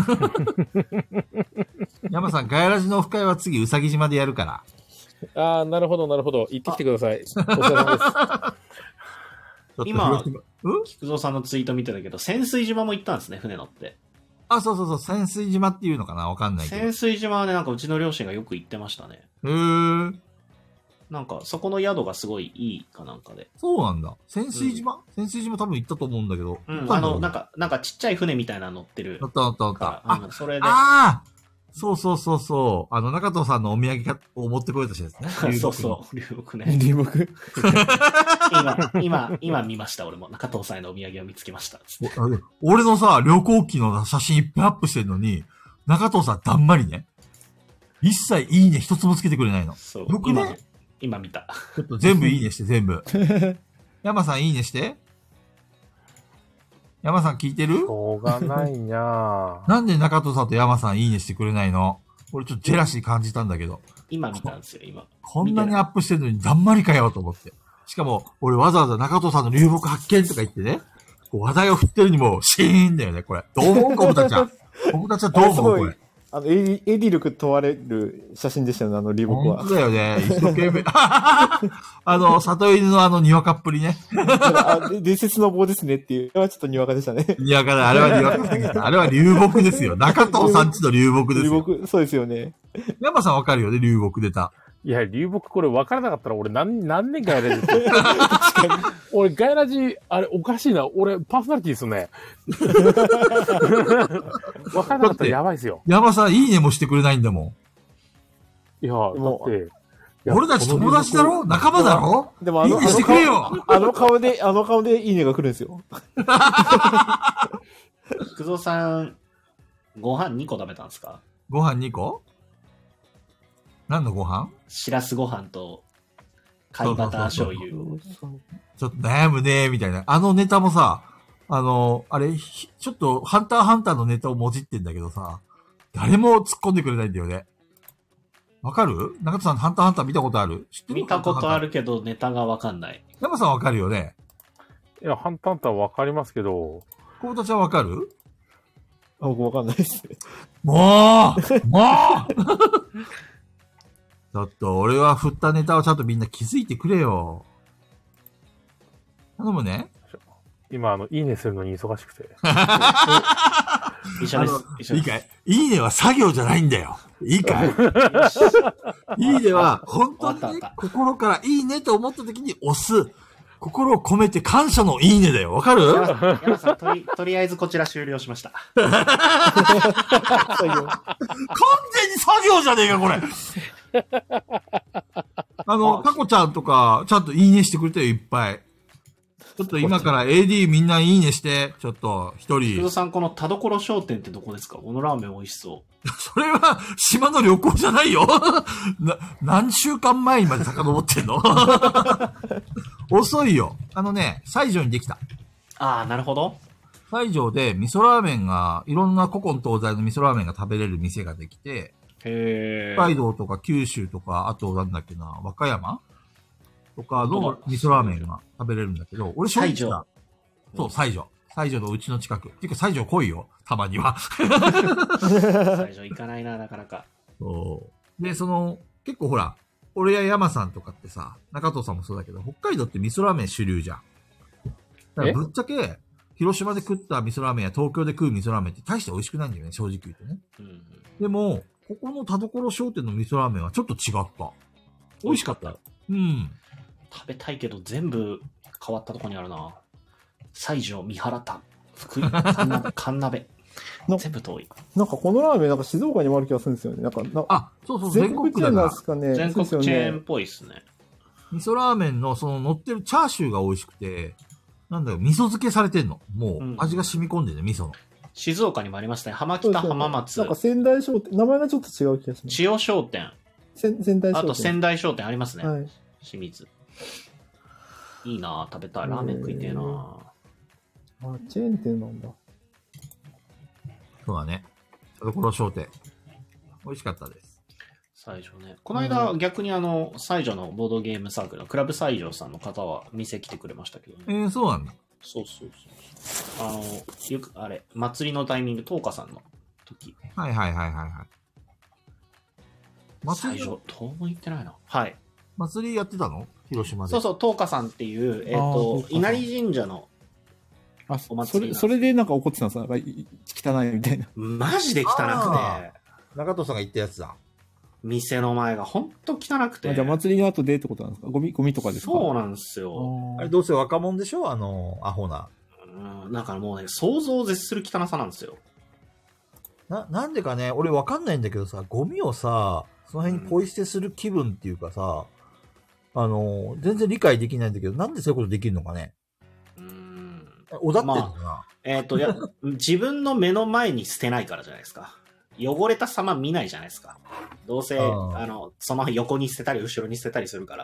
山さん、ガヤラジのオフ会は次、うさぎ島でやるから。 ああ、なるほど、なるほど。行ってきてください。お疲れ様です。 今、菊蔵さんのツイート見てたけど、潜水島も行ったんですね、船乗って。 あ、そうそうそう、潜水島っていうのかなわかんないけど。 潜水島はね、なんかうちの両親がよく行ってましたね。 へー。 なんか、そこの宿がすごいいいかなんかで。 そうなんだ。潜水島、うん、潜水島多分行ったと思うんだけど。 うん、あの、なんか、なんかちっちゃい船みたいなの乗ってる。 乗った乗った乗った。 あ、うん、それで。 ああそうそうそうそう。あの、中藤さんのお土産を持ってこようとしたやつね。 そうそう、流木ね。 流木今、今、今見ました、俺も。中藤さんへのお土産を見つけました。 俺のさ、旅行記の写真いっぱいアップしてるのに、中藤さんだんまりね。一切いいね一つもつけてくれないの。 そう。 よくね。 今見た。 ちょっと全部いいねして、全部。山さんいいねして。山さん聞いてる？ しょうがないななんで中藤さんと山さんいいねしてくれないの？俺ちょっとジェラシー感じたんだけど。 今見たんですよ、今。 こんなにアップしてるのにだんまりかよと思って。しかも、俺わざわざ中藤さんの流木発見とか言ってね、こう話題を振ってるにもシーンだよね、これ。どう思う小豚ちゃん。小豚ちゃんどう思うこれ。 あの、エディ、エディ力問われる写真でしたよね、あの流木は。 本当だよね。一生懸命。あの、里犬のあの、にわかっぷりね。 あ、伝説の棒ですねっていう。あれはちょっとにわかでしたね。 にわかだ。あれはにわかすぎた。あれは流木ですよ。中藤さんちの流木ですよ。 流木、そうですよね。 山さんわかるよね、流木出た。 いや、流木これ分からなかったら俺何、何年かやれるんですよ。俺、ガイラジ、あれ、おかしいな。俺、パーソナリティですね。分からなかったらやばいですよ。 山さん、いいねもしてくれないんだもん。いや、だって。 俺たち友達だろ？仲間だろ？ でもあの、 いいねしてくれよ。 あの顔で、あの顔でいいねが来るんですよ。 菊蔵さん、ご飯にこ食べたんですか？ ご飯にこ？何のご飯？ しらすご飯と、貝バター醤油。 ちょっと悩むねーみたいな。あのネタもさ、あの、あれ、ちょっとハンターハンターのネタをもじってんだけどさ、誰も突っ込んでくれないんだよね。わかる？中田さん、ハンターハンター見たことある？知ってる？ 見たことあるけど、ネタがわかんない。 山さんわかるよね？ いや、ハンターハンターわかりますけど。 コウタちゃんわかる？ あ、僕わかんないです。 もうもうちょっと、俺は振ったネタをちゃんとみんな気づいてくれよ。頼むね。 今、あの、いいねするのに忙しくて。 一緒です。一緒です。 いいかい？いいねは作業じゃないんだよ。いいかい？いいねは、本当に、ね、心からいいねと思った時に押す。心を込めて感謝のいいねだよ。わかる？ 山さん、とり、とりあえずこちら終了しました。 完全に作業じゃねえか、これ。あの、タコちゃんとか、ちゃんといいねしてくれたよ、いっぱい。ちょっと今から エーディー みんないいねして、ちょっと、一人。 菊蔵さん、この田所商店ってどこですか？このラーメン美味しそう。 それは、島の旅行じゃないよ。な、何週間前にまで遡ってんの？遅いよ。あのね、西条にできた。 ああ、なるほど。 西条で味噌ラーメンが、いろんな古今東西の味噌ラーメンが食べれる店ができて、 へ北海道とか九州とか、あとなんだっけな、和歌山とかの味噌ラーメンが食べれるんだけど、俺正直さ、そう、西条。西条のうちの近く。ていうか西条来いよ、たまには。 西条行かないな、なかなか。 そう。で、その、結構ほら、俺や山さんとかってさ、中藤さんもそうだけど、北海道って味噌ラーメン主流じゃん。だからぶっちゃけ、広島で食った味噌ラーメンや東京で食う味噌ラーメンって大して美味しくないんだよね、正直言うとね。うんうん、でも、ここの田所商店の味噌ラーメンはちょっと違った。美味しかった。うん。 食べたいけど全部変わったとこにあるな。西条、三原田、福井、神鍋。全部遠い。 なんかこのラーメンなんか静岡にもある気がするんですよね。なんか、なあ、そうそう、 全国チェーンなんですかね。 全国チェーンっぽいっすね。 味噌ラーメンのその乗ってるチャーシューが美味しくて、なんだよ、味噌漬けされてんの。もう味が染み込んでるね、味噌の。 静岡にもありますね。浜北、浜松。 なんか仙台商店、名前がちょっと違う気がします。 千代商店。 仙仙台商店。 あと仙台商店ありますね。 はい。 清水。いいなぁ、食べたい。ラーメン食いてえなぁ。 あ、チェーン店なんだ。 そうだね。田所商店。美味しかったです。 西条ね。この間、うん、逆にあの、西条のボードゲームサークルのクラブ西条さんの方は店来てくれましたけどね。 えー、そうなんだ。 そうそうそう。あの、よく、あれ、祭りのタイミング、東花さんの時。 はいはいはいはいはい。 祭り西条、どうも行ってないな。はい。 祭りやってたの広島で。 そうそう、東花さんっていう、えっ、ー、と、稲荷神社のあ、それ、それでなんか怒ってたんですか？なんか汚いみたいな。 マジで汚くて。 中藤さんが言ったやつだ。 店の前がほんと汚くて。 じゃあ祭りの後でってことなんですか？ゴミ、ゴミとかですか？ そうなんですよ。 あれどうせ若者でしょあの、アホな。 うん、だからもうね、想像を絶する汚さなんですよ。 な、なんでかね、俺わかんないんだけどさ、ゴミをさ、その辺にポイ捨てする気分っていうかさ、うん、あの、全然理解できないんだけど、なんでそういうことできるのかね。 うーん。 おだってんのかな、 まあ、えっ、ー、と、いや、自分の目の前に捨てないからじゃないですか。汚れた様見ないじゃないですか。どうせ、あの、その横に捨てたり、後ろに捨てたりするから。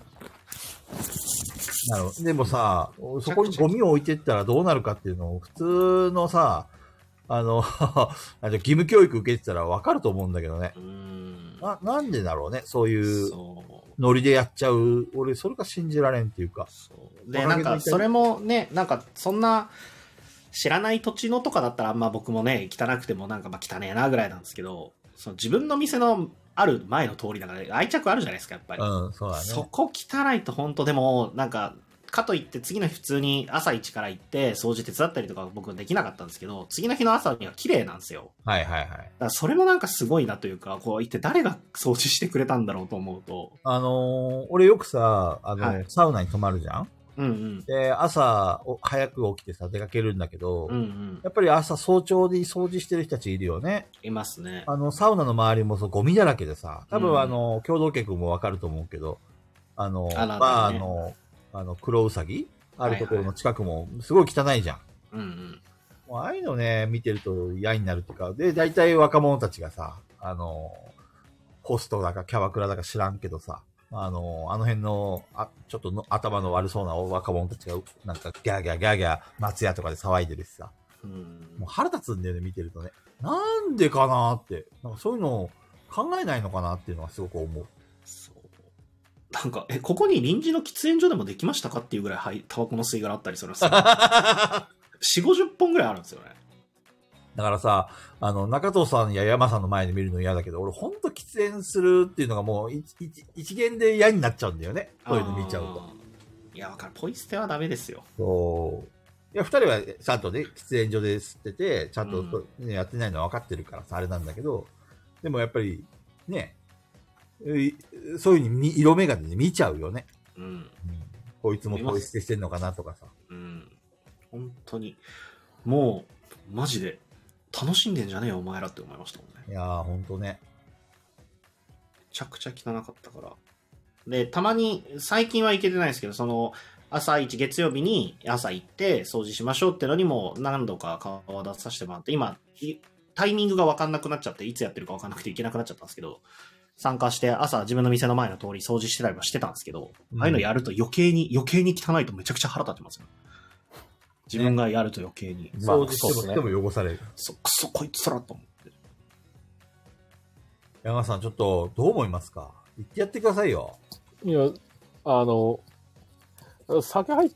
なるほど。でもさ、そこにゴミを置いてったらどうなるかっていうのを、普通のさ、あの、義務教育受けてたらわかると思うんだけどね。 うーんな、なんでだろうね。そういうノリでやっちゃう。俺、それが信じられんっていうか。 そうで、なんか、それもね、なんか、そんな、知らない土地のとかだったら、まあ僕もね、汚くてもなんかまあ汚ねえなぐらいなんですけど、その自分の店のある前の通りだから愛着あるじゃないですか、やっぱり。 うん、そうだね。 そこ汚いと本当でも、なんか、かといって次の日普通に朝一から行って掃除手伝ったりとか僕できなかったんですけど、次の日の朝には綺麗なんですよ。 はいはいはい。だからそれもなんかすごいなというか、こう一体誰が掃除してくれたんだろうと思うと。 あのー、俺よくさ、あの、はい、サウナに泊まるじゃんうんうん、 で、朝、早く起きてさ、出かけるんだけど、 うんうん、 やっぱり朝早朝で掃除してる人たちいるよね。 いますね。 あの、サウナの周りもそうゴミだらけでさ、多分、うん、あの、共同家君もわかると思うけど、あの、あバーの、あの、黒うさぎあるところの近くもすごい汚いじゃん。 うんうん、 もうああいうのね、見てると嫌になるっていうか、で、大体若者たちがさ、あの、ホストだかキャバクラだか知らんけどさ、あの、あの辺の、あ、ちょっとの頭の悪そうな若者たちが、なんかギャーギャーギャーギャー、松屋とかで騒いでるしさ。 うん、 もう腹立つんだよね、見てるとね。なんでかなって。なんかそういうのを考えないのかなっていうのはすごく思う。 そう。なんか、え、ここに臨時の喫煙所でもできましたかっていうぐらい、はい、タバコの吸い殻あったりするんですよ。よん、ごじゅっぽんぐらいあるんですよね。 だからさ、あの、中藤さんや山さんの前で見るの嫌だけど、俺ほんと喫煙するっていうのがもう一、一、一元で嫌になっちゃうんだよね。そういうの見ちゃうと。 いや、わかる。ポイ捨てはダメですよ。 そう。いや、二人はちゃんとね、喫煙所で吸ってて、ちゃんと、ね、やってないのは分かってるからさ、あれなんだけど、でもやっぱり、ね、そういうふうに色眼鏡で見ちゃうよね。 うん。うん、 こいつもポイ捨てしてんのかなとかさ。 うん。本当に。もう、マジで。楽しんでんじゃねえよお前らって思いましたもんね。 いやーほんとね。 めちゃくちゃ汚かったから。で、たまに、最近は行けてないですけど、その、朝一月曜日に朝行って掃除しましょうってのにも何度か顔を出させてもらって、今、タイミングが分かんなくなっちゃって、いつやってるか分かんなくて行けなくなっちゃったんですけど、参加して朝自分の店の前の通り掃除してたりはしてたんですけど、うん、ああいうのやると余計に、余計に汚いとめちゃくちゃ腹立ってますよ。自分がやると余計に。 まあ、掃除しても汚される。 そ、くそ、こいつらと思って。 山さん、ちょっと、どう思いますか？言ってやってくださいよ。 いや、あの、酒入って、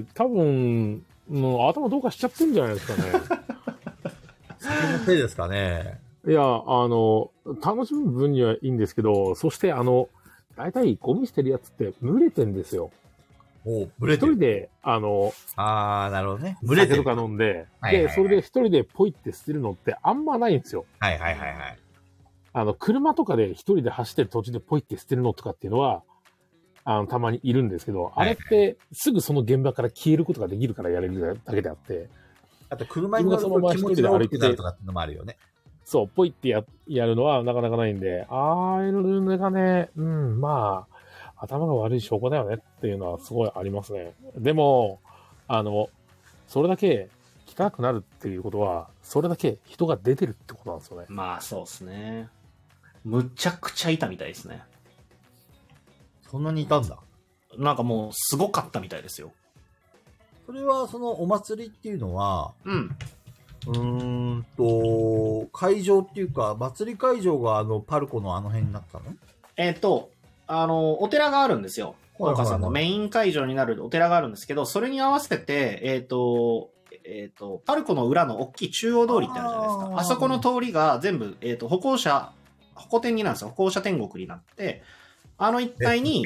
多分、もう頭どうかしちゃってんじゃないですかね。 酒のせいですかね。 いや、あの、楽しむ分にはいいんですけど、そして、あの、大体ゴミ捨てるやつって群れてんですよ。 おブレてる。 一人で、あの、 あー、なるほどね。 ブレてる。酒とか飲んで、はいはいはい、で、それで一人でポイって捨てるのってあんまないんですよ。 はいはいはいはい。 あの、車とかで一人で走ってる途中でポイって捨てるのとかっていうのは、あの、たまにいるんですけど、あれってすぐその現場から消えることができるからやれるだけであって。 あと車に乗ると気持ちが悪くなるとかっていうのもあるよね。 そう、ポイってや、やるのはなかなかないんで、ああいうのがね、うん、まあ、頭が悪い証拠だよねっていうのはすごいありますね。でも、あの、それだけ汚くなるっていうことは、それだけ人が出てるってことなんですよね。 まあそうですね。 むちゃくちゃいたみたいですね。 そんなにいたんだ。 なんかもう、すごかったみたいですよ。 それは、そのお祭りっていうのは、 うん。 うーんと、会場っていうか、祭り会場があの、パルコのあの辺になったの？ えっ、ー、と、あの、お寺があるんですよ。 はいはいはい、 岡さんのメイン会場になるお寺があるんですけど、それに合わせて、えっ、ー、と、えっ、ー、と、パルコの裏の大きい中央通りってあるじゃないですか。あ, あそこの通りが全部、えっ、ー、と、歩行者、歩行天になるんですよ。歩行者天国になって、あの一帯に、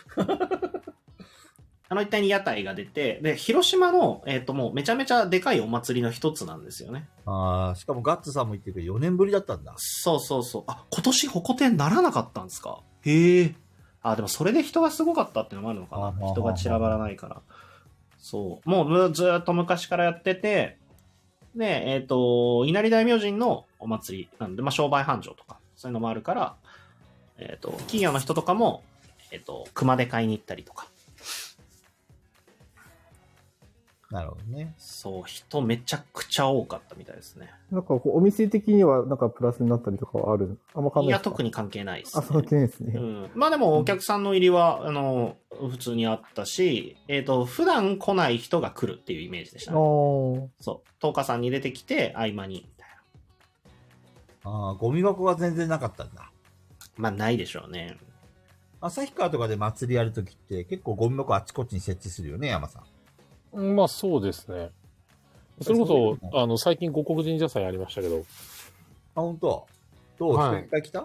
あの一帯に屋台が出て、で、広島の、えっ、ー、と、もうめちゃめちゃでかいお祭りの一つなんですよね。 ああ、しかもガッツさんも言ってるけど、よねんぶりだったんだ。 そうそうそう。あ、今年歩行天ならなかったんですか？へえ。あ、でもそれで人がすごかったっていうのもあるのかな。人が散らばらないから。そう。もうずっと昔からやってて、で、えっ、ー、と、稲荷大明神のお祭りなんで、まあ、商売繁盛とか、そういうのもあるから、えっ、ー、と、企業の人とかも、えっ、ー、と、熊で買いに行ったりとか。 なるほどね。 そう、人めちゃくちゃ多かったみたいですね。 なんかこう、お店的にはなんかプラスになったりとかはある？あんま関係ないですか？いや、 特に関係ないです、ね。 あ、関係ないですね。 うん。まあでもお客さんの入りは、あの、普通にあったし、えっ、ー、と、普段来ない人が来るっていうイメージでしたね。そう。十日さんに出てきて、合間に、みたいな。ああ、ゴミ箱が全然なかったんだ。 まあないでしょうね。 旭川とかで祭りやるときって結構ゴミ箱あっちこっちに設置するよね、山さん。 まあそうですね。それこそ、あの、最近五国神社祭ありましたけど。 あ、本当。どう、はい、人いっぱい来た？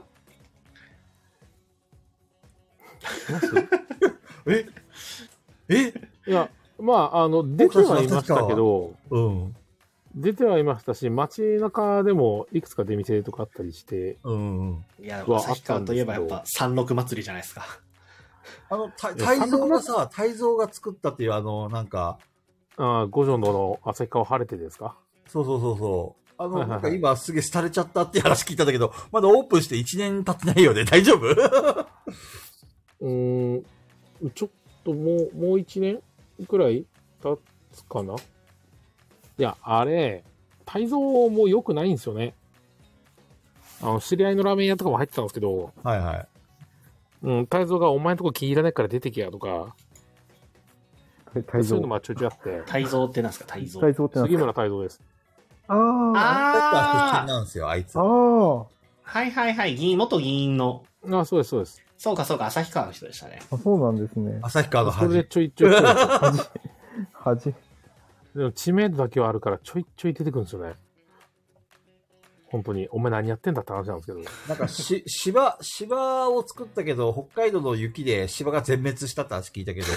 ええいや、まあ、あの、出てはいましたけど、 うん。 出てはいましたし、街中でもいくつか出店とかあったりして、 うんうん。 いや、旭川といえばやっぱ三六祭りじゃないですか。 あの、泰造がさ、泰造が作ったっていうあの、なんか、 ああ、五条の旭川晴れてですか？ そうそうそうそう。あの、はいはいはい、なんか今すげえ廃れちゃったっていう話聞いたんだけど、まだオープンしていちねん経ってないよね。大丈夫？ うーん、ちょっともう、もういちねんくらい経つかな？いや、あれ、泰造も良くないんですよね。あの、知り合いのラーメン屋とかも入ってたんですけど、 はいはい。 うん、泰造がお前んとこ気に入らないから出てけやとか、そういうのもちょいちょいあって。 泰造ってなんですか？泰造。 泰造ってなんですか？ 杉村泰造です。 ああ。 ああ。出身なんですよ、あいつ。 ああ。 はいはいはい。議員、元議員の。 ああ、そうです、そうです。 そうかそうか、旭川の人でしたね。 あ、そうなんですね。 旭川の恥。 それでちょいちょい。 恥。恥。 でも知名度だけはあるからちょいちょい出てくるんですよね。本当に、お前何やってんだって話なんですけど。 なんかし、芝、芝を作ったけど、北海道の雪で芝が全滅したって話聞いたけど。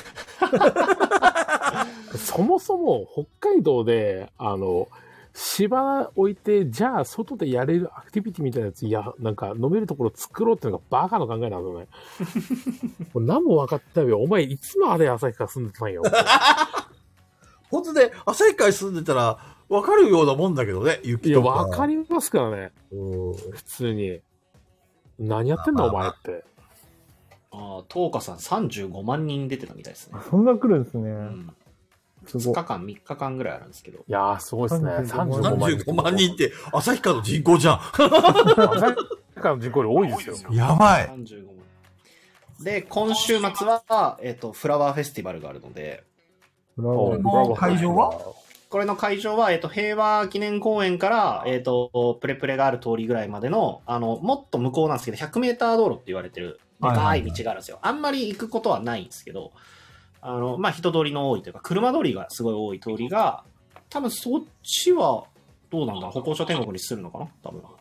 そもそも北海道で、あの、芝置いて、じゃあ外でやれるアクティビティみたいなやつ、いや、なんか飲めるところ作ろうっていうのがバカの考えなんですよね。何も分かってないよ。お前いつまで旭川住んでたんよ。 本当で、旭川に住んでたら、わかるようなもんだけどね、雪とか。 いや、わかりますからね。普通に。何やってんだ、お前って。 ああ、東花さんさんじゅうごまんにん出てたみたいですね。 そんな来るんですね。うん、 ふつかかん、みっかかんぐらいあるんですけど。いやー、すごいですね。 さんじゅうごまんにんって、旭川の人口じゃん。旭川の人口より多いですよ。 やばい。 さんじゅうごまん。で、今週末は、えっと、フラワーフェスティバルがあるので。 フラワー会場はこれの会場は、えっと、平和記念公園から、えっと、プレプレがある通りぐらいまでの、あの、もっと向こうなんですけど、ひゃくメーター道路って言われてる、でかい道があるんですよ。あんまり行くことはないんですけど、あの、まあ、人通りの多いというか、車通りがすごい多い通りが、多分そっちは、どうなんだ、歩行者天国にするのかな多分。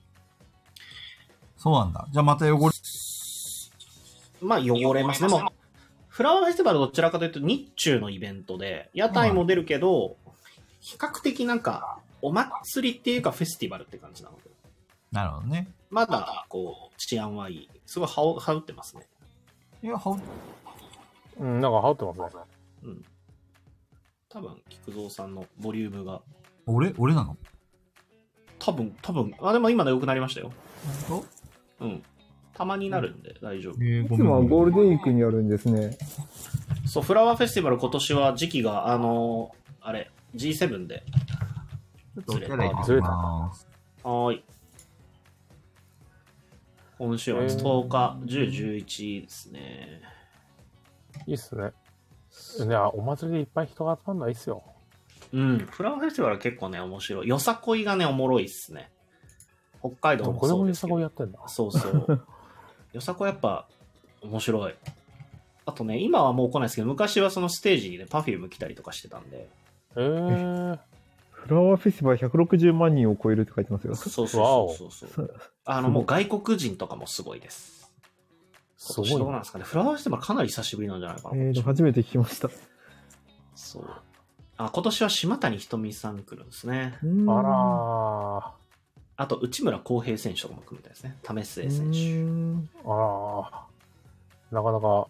そうなんだ。じゃあまた汚れ、 まあ、汚れますね。もう、フラワーフェスティバルどちらかというと日中のイベントで、屋台も出るけど、うん比較的なんか、お祭りっていうかフェスティバルって感じなので。 なるほどね。 まだ、こう、治安はいい。すごい羽織ってますね。 いや、羽織うん、なんか羽織ってますね。 うん。多分、菊蔵さんのボリュームが。 俺俺なの多分、多分。あ、でも今の良くなりましたよ。 本当？うん。たまになるんで大丈夫。 えー、いつもはゴールデンウィークにやるんですね。 そう、フラワーフェスティバル今年は時期が、あのー、あれ、ジーセブン でずれた。 はーい。 今週末とおか、じゅう、じゅういちですね。 いいっすね。いや、お祭りでいっぱい人が集まるのはいいっすよ。 うん。フラワーフェスティバルは結構ね、面白い。よさこいがね、おもろいっすね。北海道もそうですけど。 これもよさこいやってんだ。 そうそう。よさこいやっぱ、面白い。あとね、今はもう来ないですけど、昔はそのステージにね、パフューム来たりとかしてたんで。 へー。 フラワーフェスティバルひゃくろくじゅうまんにんを超えるって書いてますよ。 そうそうそうそう。あの、もう外国人とかもすごいです。すごい。どうなんですかね。フラワーフェスティバルかなり久しぶりなんじゃないかな。 えー、初めて聞きました。 そう。あ、今年は島谷ひとみさん来るんですね。 あらー。 あと、内村航平選手とかも来るみたいですね。為末選手。 ああ。なかなか、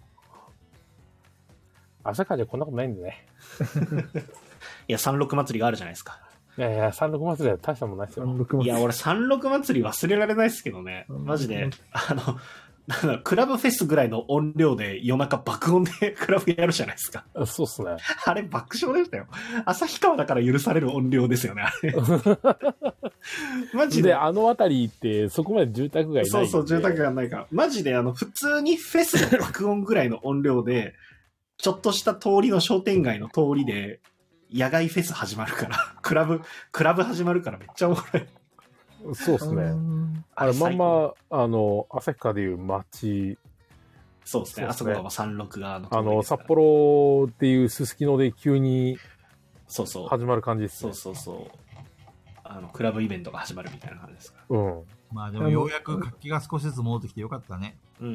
朝からでこんなことないんでね。 いや、三六祭りがあるじゃないですか。 いやいや、三六祭りは大したもんないですよ。 いや、俺三六祭り忘れられないですけどね。マジで、あの、なんだろう、クラブフェスぐらいの音量で夜中爆音でクラブやるじゃないですか。 そうっすね。 あれ爆笑でしたよ。旭川だから許される音量ですよね、あれ。マジで。 で、あの辺りってそこまで住宅街ないんで。 そうそう、住宅街ないから。マジであの、普通にフェスの爆音ぐらいの音量で、ちょっとした通りの商店街の通りで、野外フェス始まるから、クラブ、クラブ始まるからめっちゃおもろい。 そうっすね。あれ、まんま、あの、旭川でいう街。 そうですね。あそこが三六があの、札幌っていうすすきので急に、 そうそう。 始まる感じですね。そうそうそう。あの、クラブイベントが始まるみたいな感じですか。 うん。 まあでもようやく活気が少しずつ戻ってきてよかったね。 うんうん。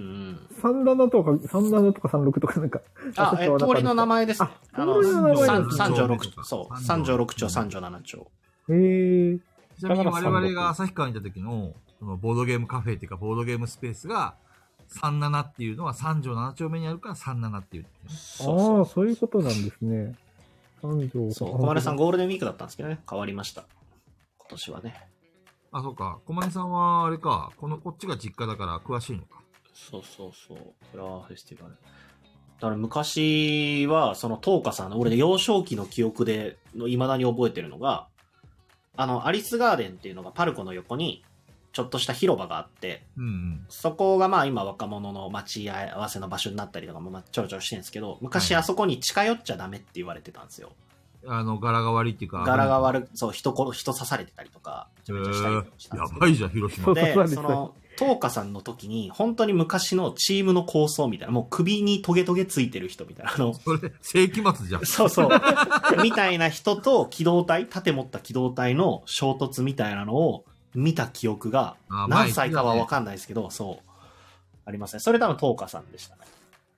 さんななとか、さんななとかさんろくとかなんか。 あ、え、通りの名前ですね。 あの、 三条六丁、そう。三条六丁、三条七丁。 へー。 ちなみに我々が旭川にいた時の、そのボードゲームカフェっていうか、ボードゲームスペースが、さんじゅうななっていうのは三条七丁目にあるからさんじゅうななっていう、ね。 ああ、そういうことなんですね。三条。 そう、小丸さんゴールデンウィークだったんですけどね、変わりました。今年はね。 あ、そうか。小丸さんは、あれか、この、こっちが実家だから詳しいのか。 そうそうそう。フラワーフェスティバル。だから昔は、その、東花さんの、俺で幼少期の記憶で、の未だに覚えてるのが、あの、アリスガーデンっていうのがパルコの横に、ちょっとした広場があって、 うんうん、 そこがまあ今若者の待ち合わせの場所になったりとかもまあちょろちょろしてるんですけど、昔あそこに近寄っちゃダメって言われてたんですよ。 はい、あの、柄が悪いっていうか。 柄が悪い、そう、人、人刺されてたりとか、めちゃめちゃしたりとかしたんですけど。 やばいじゃん、広島で、その、東花さんの時に、本当に昔のチームの構想みたいな、もう首にトゲトゲついてる人みたいな、あの、 それ、世紀末じゃん。 そうそう。みたいな人と機動隊、盾持った機動隊の衝突みたいなのを見た記憶が、何歳かはわかんないですけど、そう。ありますね。それ多分東花さんでしたね。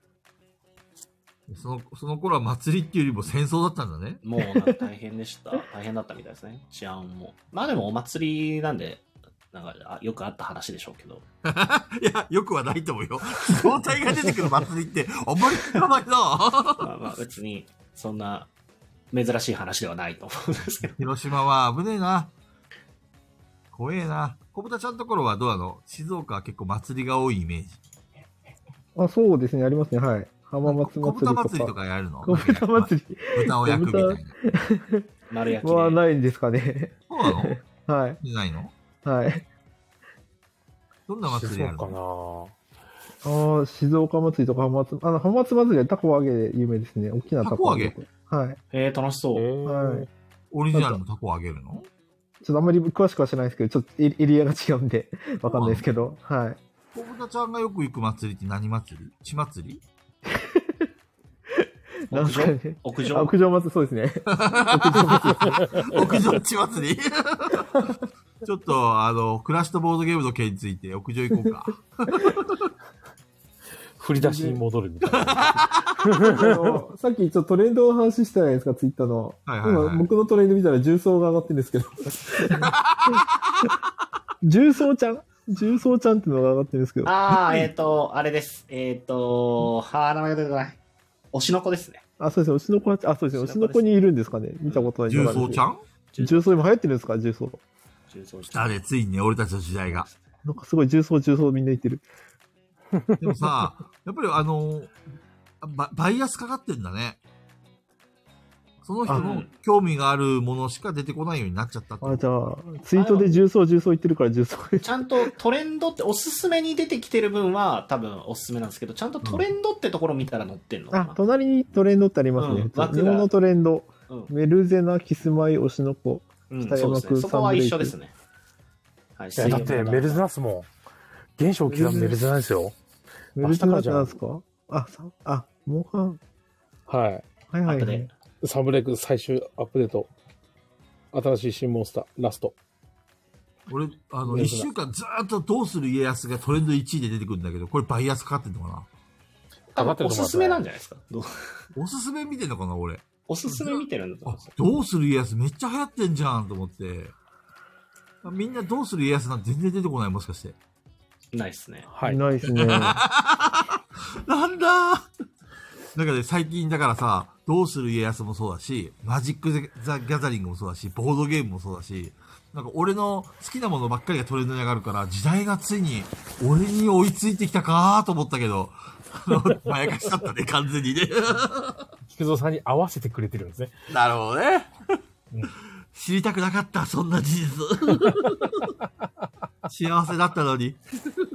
その、その頃は祭りっていうよりも戦争だったんだね。 もうなんか大変でした。大変だったみたいですね。治安も。まあでもお祭りなんで、なんか、あよくあった話でしょうけど。 いや、よくはないと思うよ。機動隊が出てくる祭りって、あんまり聞かないなまあまあ別に、そんな、珍しい話ではないと思うんですけど。 広島は危ねえな。怖えな。小豚ちゃんのところはどうなの？静岡は結構祭りが多いイメージ。 あ、そうですね、ありますね、はい。浜松祭りとか。 小豚祭りとかやるの？ 小豚祭り。 豚を焼くみたいな。 丸焼きで。 はないんですかね。 そうなの？ はい。 ないの？ はい。 どんな祭りやるの？ ああ、静岡祭りとか浜松、あの、浜松祭りはタコ揚げで有名ですね。大きなタコ揚げ。はい。 えー、楽しそう。 はい。 オリジナルのタコ揚げるの？ ちょっとあんまり詳しくは知らないですけど、ちょっとエリアが違うんで、わかんないですけど、はい。 小豚ちゃんがよく行く祭りって何祭り？血祭り？ 屋上屋上屋上祭り、そうですね。 屋上血祭りちょっと、あの、クラッシュとボードゲームの件について屋上行こうか。 振り出しに戻るみたいな。 さっきちょっとトレンドの話したじゃないですか、ツイッターの。はいはいはい、今、僕のトレンド見たら重曹が上がってるんですけど。重曹ちゃん重曹ちゃんっていうのが上がってるんですけど。 ああ、えっ、ー、と、あれです。えっ、ー、と、はあ、名前が出てこない。推しの子ですね。 あ、そうですね。推しの子は、あ、そうですね。推しの子にいるんですかね。見たことない。 重曹ちゃん重曹今流行ってるんですか重曹。 重曹来たね、ついにね、俺たちの時代が。 なんかすごい重曹重曹みんな言ってる。 でもさ、やっぱりあの、バ、バイアスかかってんだね。 その人の興味があるものしか出てこないようになっちゃったって。 あ、じゃあ、ツイートで重曹重曹言ってるから重曹。 ちゃんとトレンドっておすすめに出てきてる分は多分おすすめなんですけど、ちゃんとトレンドってところ見たら載ってんのかな。 あ、隣にトレンドってありますね。 うん、 日本のトレンド。 うん、 メルゼナ、キスマイ、推しの子、 うん、北山君、ね、そこは一緒ですね。 はい、だってメルゼナスも、現象を刻むメルゼナですよ。 メルゼナってなんですか？あ、さ、あ、モンハン。 はい。 はいはい、はい。 サブレイク最終アップデート。新しい新モンスター、ラスト。 俺、あの、一週間ずーっとどうする家康がトレンドいちいで出てくるんだけど、これバイアスかかってんのかな？ かかってると思います。おすすめなんじゃないですか？ おすすめ見てんのかな俺。 おすすめ見てるんだと思う。 どうする家康めっちゃ流行ってんじゃんと思って。みんなどうする家康なんて全然出てこないもしかして。 ないっすね。 はい。ないっすね。 なんだだからね、最近だからさ、どうする家康もそうだし、マジック・ザ・ギャザリングもそうだし、ボードゲームもそうだし、なんか俺の好きなものばっかりがトレンドに上がるから、時代がついに俺に追いついてきたかーと思ったけど、まやかしちゃったね、完全にね。 菊蔵さんに合わせてくれてるんですね。 なるほどね。うん、知りたくなかった、そんな事実。幸せだったのに。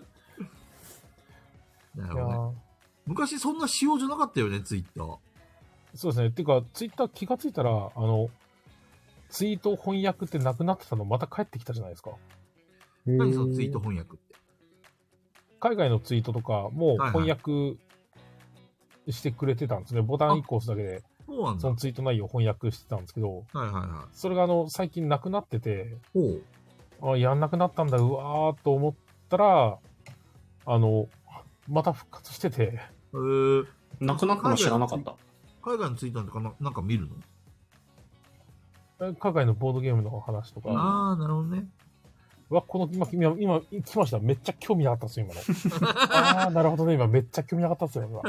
なるほどね。昔そんな仕様じゃなかったよね、ツイッター。 そうですね。てか、ツイッター気がついたら、あの、ツイート翻訳ってなくなってたのまた帰ってきたじゃないですか。 何そのツイート翻訳って。 海外のツイートとかも翻訳してくれてたんですね。はいはい、ボタンいっこ押すだけで、 そうなんだ。 そのツイート内容を翻訳してたんですけど、 はいはいはい。 それがあの、最近なくなってて、 おあ、やんなくなったんだ、うわーと思ったら、あの、また復活してて、 えー、 なくなったの知らなかった。 海外のツイートとかな、なんか見るの？海外のボードゲームの話とか。 ああ、なるほどね。 わ、この、今、今、今、来ました。めっちゃ興味なかったですよ、今の。ああ、なるほどね。今、めっちゃ興味なかったですよ、今。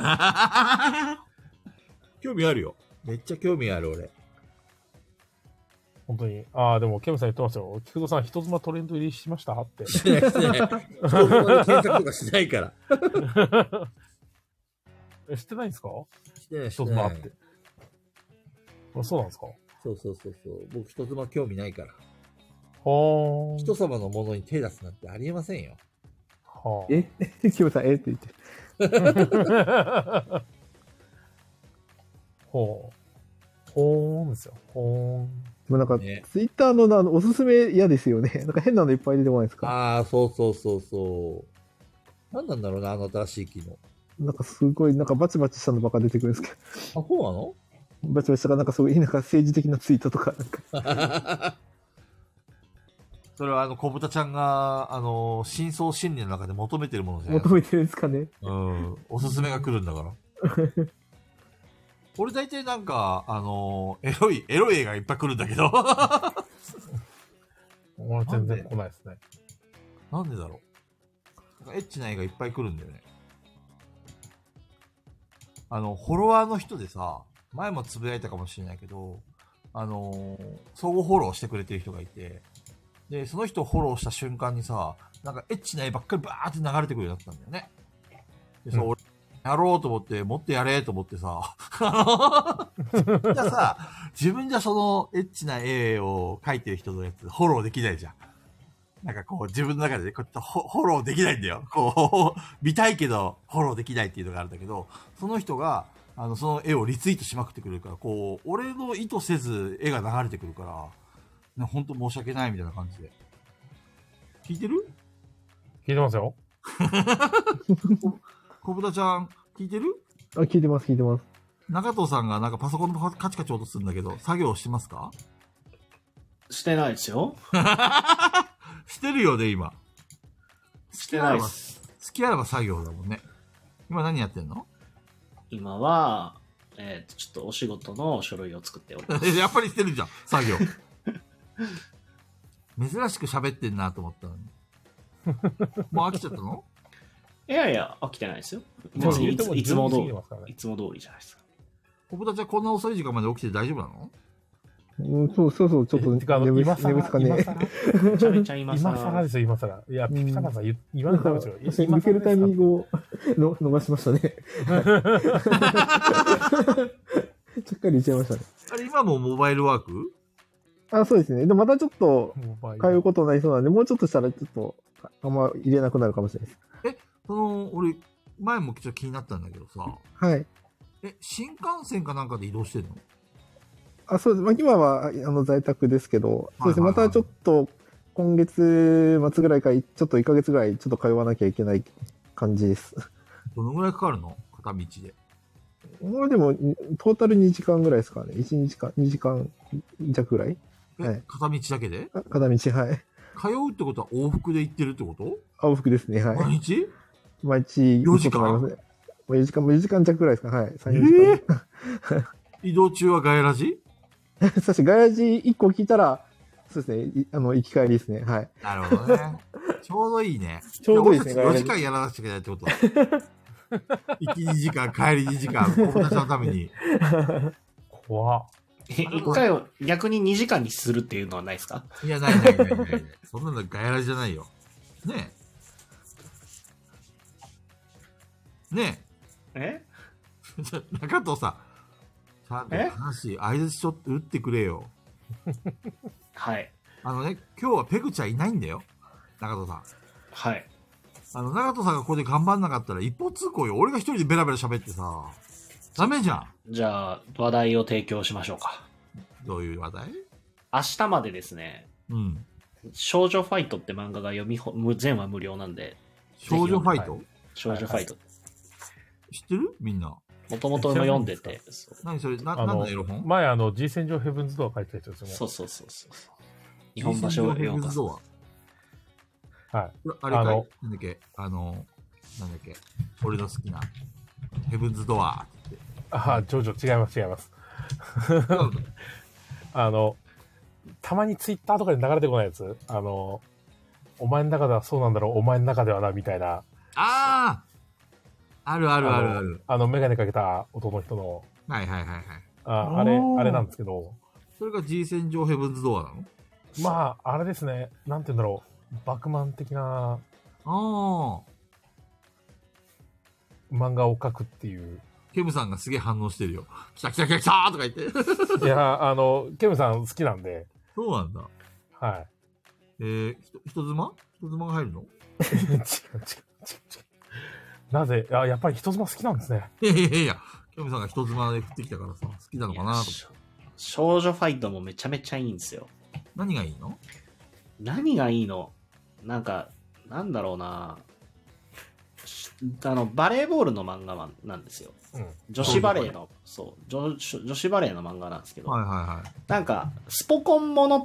興味あるよ。めっちゃ興味ある、俺。 本当に。ああ、でも、ケムさん言ってますよ。菊蔵さん、人妻トレンド入りしましたって。 してない、してない。人妻で検索とかしないから。 え、してないんですか？ してない、 人妻って。あ、そうなんですか？ そうそうそうそう。僕、人妻興味ないから。 はあ。 人様のものに手出すなんてありえませんよ。 はあ。えキムさん、えって言って。 ほう。ほーんですよ。ほーん。 でもなんか、ね、ツイッターのあのおすすめ嫌ですよね。なんか変なのいっぱい出てこないですか？ ああ、そうそうそうそう。何なんだろうな、あの新しい機能。 なんかすごい、なんかバチバチしたのばっか出てくるんですけど。あ、そうなの？ バチバチしたか、なんかすごい、なんか政治的なツイートとか、なんか。 それはあの、小豚ちゃんが、あの、深層心理の中で求めてるものじゃない求めてるんですかね。 うん。おすすめが来るんだから。俺大体なんか、あの、エロい、エロい映画いっぱい来るんだけど。 俺全然来ないですね。 なんでだろう。なんかエッチな映画いっぱい来るんだよね。あの、フォロワーの人でさ、前もつぶやいたかもしれないけど、あのー、相互フォローしてくれてる人がいて、で、その人をフォローした瞬間にさ、なんかエッチな絵ばっかりバーって流れてくるようになったんだよね。で、そう、うん、俺、やろうと思って、もっとやれと思ってさ、自分じゃさ、自分じゃそのエッチな絵を描いてる人のやつ、フォローできないじゃん。なんかこう、自分の中でこうやってフォローできないんだよ。こう、見たいけど、フォローできないっていうのがあるんだけど、その人が、あの、その絵をリツイートしまくってくれるから、こう、俺の意図せず絵が流れてくるから、ね、ほんと申し訳ないみたいな感じで。聞いてる？ 聞いてますよ。 小豚ちゃん、聞いてる？ あ、聞いてます、聞いてます。 中藤さんがなんかパソコンのカチカチ音するんだけど、作業してますか？ してないですよ。 してるよね、今。 してないです。 好きあらば作業だもんね。今何やってんの？ 今は、えっと、ちょっとお仕事の書類を作っております。 やっぱりしてるじゃん、作業。珍しく喋ってんなと思ったのに。もう飽きちゃったの？ いやいや、飽きてないですよ。もういついつも通り、いつも通りじゃないですか。 小豚ちゃんこんな遅い時間まで起きて大丈夫なの？ うん、そうそうそう、ちょっと眠い今眠いすかね。 めちゃめちゃ今更。今更ですよ、今更。いや、ピピタカさん言言わないとダメですよ。 抜けるタイミングをの逃しましたね。ちょっかいかりいっちゃいましたね。 あれ、今もモバイルワーク？ あ、そうですね。でもまたちょっと、 モバイル通うことになりそうなんで、もうちょっとしたらちょっと、あんま入れなくなるかもしれないです。 え、その、俺、前もちょっと気になったんだけどさ、 はい。 え、新幹線かなんかで移動してんの？ あ、そうです。まあ、今は、あの、在宅ですけど、そうですね。 はいはいはいまたちょっと、今月末ぐらいか、ちょっといっかげつぐらい、ちょっと通わなきゃいけない感じです。 どのぐらいかかるの？片道で。 もうでも、トータルにじかんぐらいですかね。いちにちか、にじかん弱ぐらい。 え、 はい片道だけで？ あ片道、はい。 通うってことは往復で行ってるってこと？ 往復ですね、はい。 毎日？ 毎日、 よじかん行くこともありますね。もうよじかん、もうよじかん弱ぐらいですか、はい。さん、よじかん。 移動中はガヤラジ？ そして、ガヤラジいっこ聞いたら、そうですね、いあの、行き帰りですね、はい。 なるほどね。ちょうどいいね。 ちょうどいいですねよじかんやらなくちゃいけないってことだ。行きにじかん、帰りにじかん、小豚ちゃんのために。 怖っ。 え一回を逆ににじかんにするっていうのはないですか？ いや、ないないないないない。そんなのガヤラジじゃないよ。ねえ。ねええ。中藤さん、ちゃんと話、相づちちょっと打ってくれよ。 はい。 あのね、今日はペグちゃんいないんだよ。中藤さん。 はい。 あの、長藤さんがここで頑張んなかったら一方通行よ。俺が一人でベラベラ喋ってさ。ダメじゃん。 じゃあ、話題を提供しましょうか。 どういう話題？ 明日までですね、 うん。 少女ファイトって漫画が読みほ、む全話無料なんで、 少女ファイト？ はい少女ファイト。 知ってる？みんな。 もともと読んでて、そう何それ？な、 あなんのだエロ本？ 前あの G 戦場ヘブンズドア書いてた人ですよね。 そうそうそうそう。日本橋を読んだ。 ドア。 はい。 あれかいあのなんだっけあの、なんだっけ俺の好きな、ヘブンズドアってあ、ジョジョ違います違います。 言って。 あの、たまにツイッターとかで流れてこないやつあの、お前の中ではそうなんだろう、お前の中ではな、みたいな。 あああるあるあるある。 あの、メガネかけた男の人の、 はいはいはいはい。 ああれ、 あーあれなんですけど、 それが G 戦場ヘブンズドアなの？ まあ、あれですね、なんて言うんだろう、バクマン的なああ。 漫画を描くっていう。 ケムさんがすげえ反応してるよ。来た来た来た来たーとか言って。 いや、あの、ケムさん好きなんで、 そうなんだ。 はい。 えー、ひと人妻人妻が入るの？ 違う違う違う違う。なぜあ、やっぱり人妻好きなんですね。 いやいやいや、ケムさんが人妻で降ってきたからさ、好きなのかなと思って。 少女ファイトもめちゃめちゃいいんですよ。 何がいいの？ 何がいいの？なんか、なんだろうなあの、バレーボールの漫画なんですよ。 うん。 女子バレーの、そう女、女子バレーの漫画なんですけど、 はいはいはい。 なんか、スポコンものって、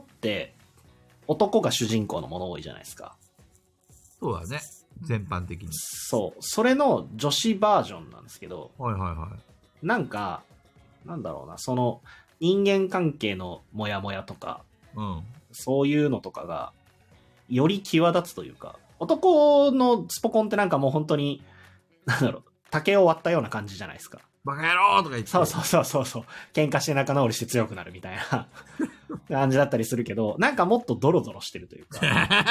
男が主人公のもの多いじゃないですか。 そうだね。全般的に。 そう。それの女子バージョンなんですけど、 はいはいはい。 なんか、なんだろうな、その、人間関係のモヤモヤとか、 うん。 そういうのとかが、より際立つというか、男のスポコンってなんかもう本当に、なんだろう、竹を割ったような感じじゃないですか。 バカ野郎とか言って。 そうそうそうそうそう。喧嘩して仲直りして強くなるみたいな感じだったりするけど、なんかもっとドロドロしてるというか。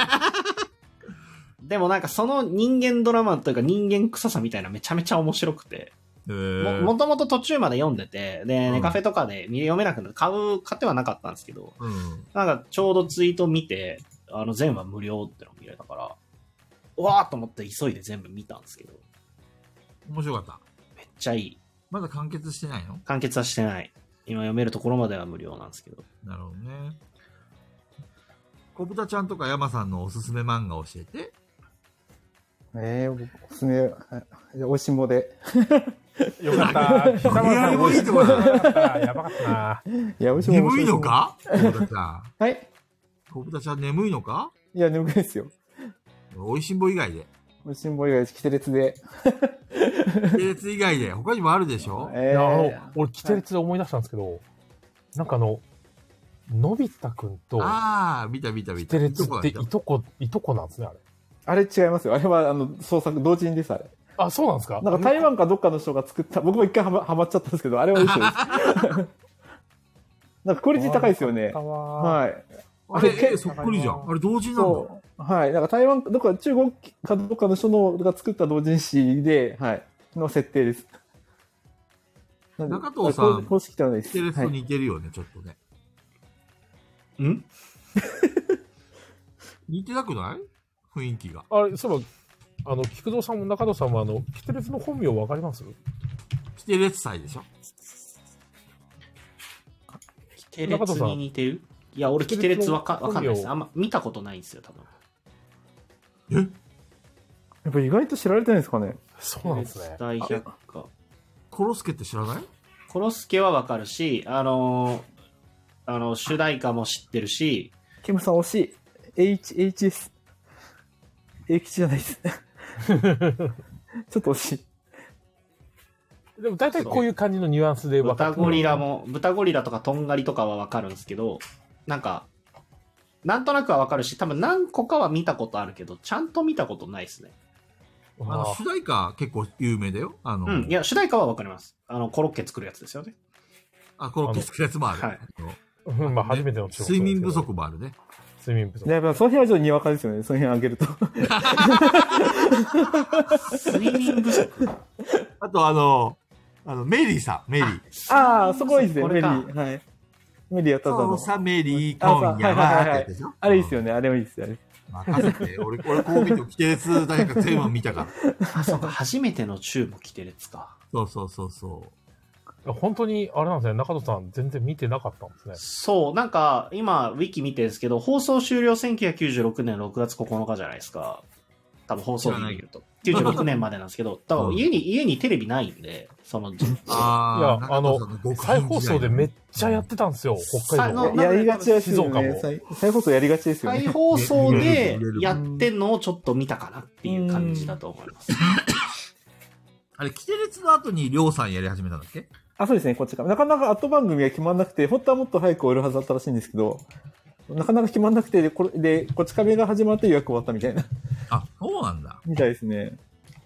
でもなんかその人間ドラマというか人間臭さみたいなめちゃめちゃ面白くて。ももともと途中まで読んでて、で、ネカフェとかで読めなくなって買う、買ってはなかったんですけど、 うん。 なんかちょうどツイート見て、あの全話無料ってのを見れたから、うわーっと思って急いで全部見たんですけど、 面白かった。 めっちゃいい。 まだ完結してないの？ 完結はしてない。今読めるところまでは無料なんですけど。 なるほどね。小豚ちゃんとか山さんのおすすめ漫画教えて。 えー、僕おすすめ、はいじゃあおいしんぼで。 よかった。貴様さんもいいとこだよかった。やばかったな。 いや、おいしんぼ面眠い白ですのか小豚ちゃん。 はい。 小豚ちゃん眠いのか？ いや、眠いですよ。 おいしんぼ以外で。 おいしんぼ以外、キテレツで。 系列以外で。他にもあるでしょ？ えいや、あのー、、 俺、キテレツで思い出したんですけど、なんかあの、のび太くんと、 ああ、見た見た見キた。 テレツっていいとことこ、いとこなんですね、あれ。 あれ違いますよ。あれは、あの、創作、同人です、あれ。 あ、そうなんですか？ なんか台湾かどっかの人が作った、僕も一回はまはまっちゃったんですけど、あれは嘘です。なんかクオリティ高いですよね。 ははい。 あれ、 あれえそっくりじゃん。あれ同時なんだ。 そう。はい。なんか台湾、どっか中国かどっかの人のが作った同人誌で、はい。の設定です。 中藤さん、 公式ではないです。 キテレツと似てるよね、はい、ちょっとね。 ん似てなくない雰囲気が。 あれ、そういえば、あの、菊蔵さんも中藤さんも、あの、キテレツの本名わかります？ キテレツ祭でしょ？ キテレツに似てる？いや、俺キテレツわかわかんないです。あんま見たことないんですよ、多分。 え？ やっぱ意外と知られてないんですかね。 そうなんですね。 大百科。 コロスケって知らない？ コロスケはわかるし、あのー、あの、主題歌も知ってるし。 キムさん惜しい。H、エイチエス。英吉じゃないです。ちょっと惜しい。 でも大体こういう感じのニュアンスで分かる。 豚ゴリラも、豚ゴリラとかトンガリとかはわかるんですけど、なんか、なんとなくはわかるし、多分何個かは見たことあるけど、ちゃんと見たことないですね。 あの、主題歌結構有名だよ。あの、 うん、いや、主題歌はわかります。あの、コロッケ作るやつですよね。 あ、コロッケ作るやつもある。はい。 うん、まあ初めての睡眠不足もあるね。 睡眠不足。 やっぱその辺はちょっとにわかですよね。その辺あげると。 睡眠不足。 あとあの、あの、メリーさん、メリー。 ああ、そこいいですね、メリー。はい。メリーやったの。 さ、メリー、今夜は、 あれいいですよね、あれもいいですよね。 任せて。俺、俺こう見て、キテレツ大学全部見たから。 あ、そうか、初めての中もキテレツか。 そうそうそうそう。 本当に、あれなんですね、中戸さん全然見てなかったんですね。 そう、なんか、今、ウィキ見てるんですけど、放送終了せんきゅうひゃくきゅうじゅうろくねんろくがつここのかじゃないですか。多分放送日見ると。きゅうじゅうろくねんまでなんですけど、多分家に、家にテレビないんで、その、 あいや、あの、再放送でめっちゃやってたんですよ、北海道。 やりがちですよね。再放送やりがちですよね。 再放送でやってんのをちょっと見たかなっていう感じだと思います。 あれ、キテレツの後にりょうさんやり始めたんだっけ？ あ、そうですね、こっちか。なかなか後番組が決まんなくて、本当はもっと早く終えるはずだったらしいんですけど、なかなか決まんなくて、で、これで、こち亀が始まって予約終わったみたいな。 あ、そうなんだ。 みたいですね。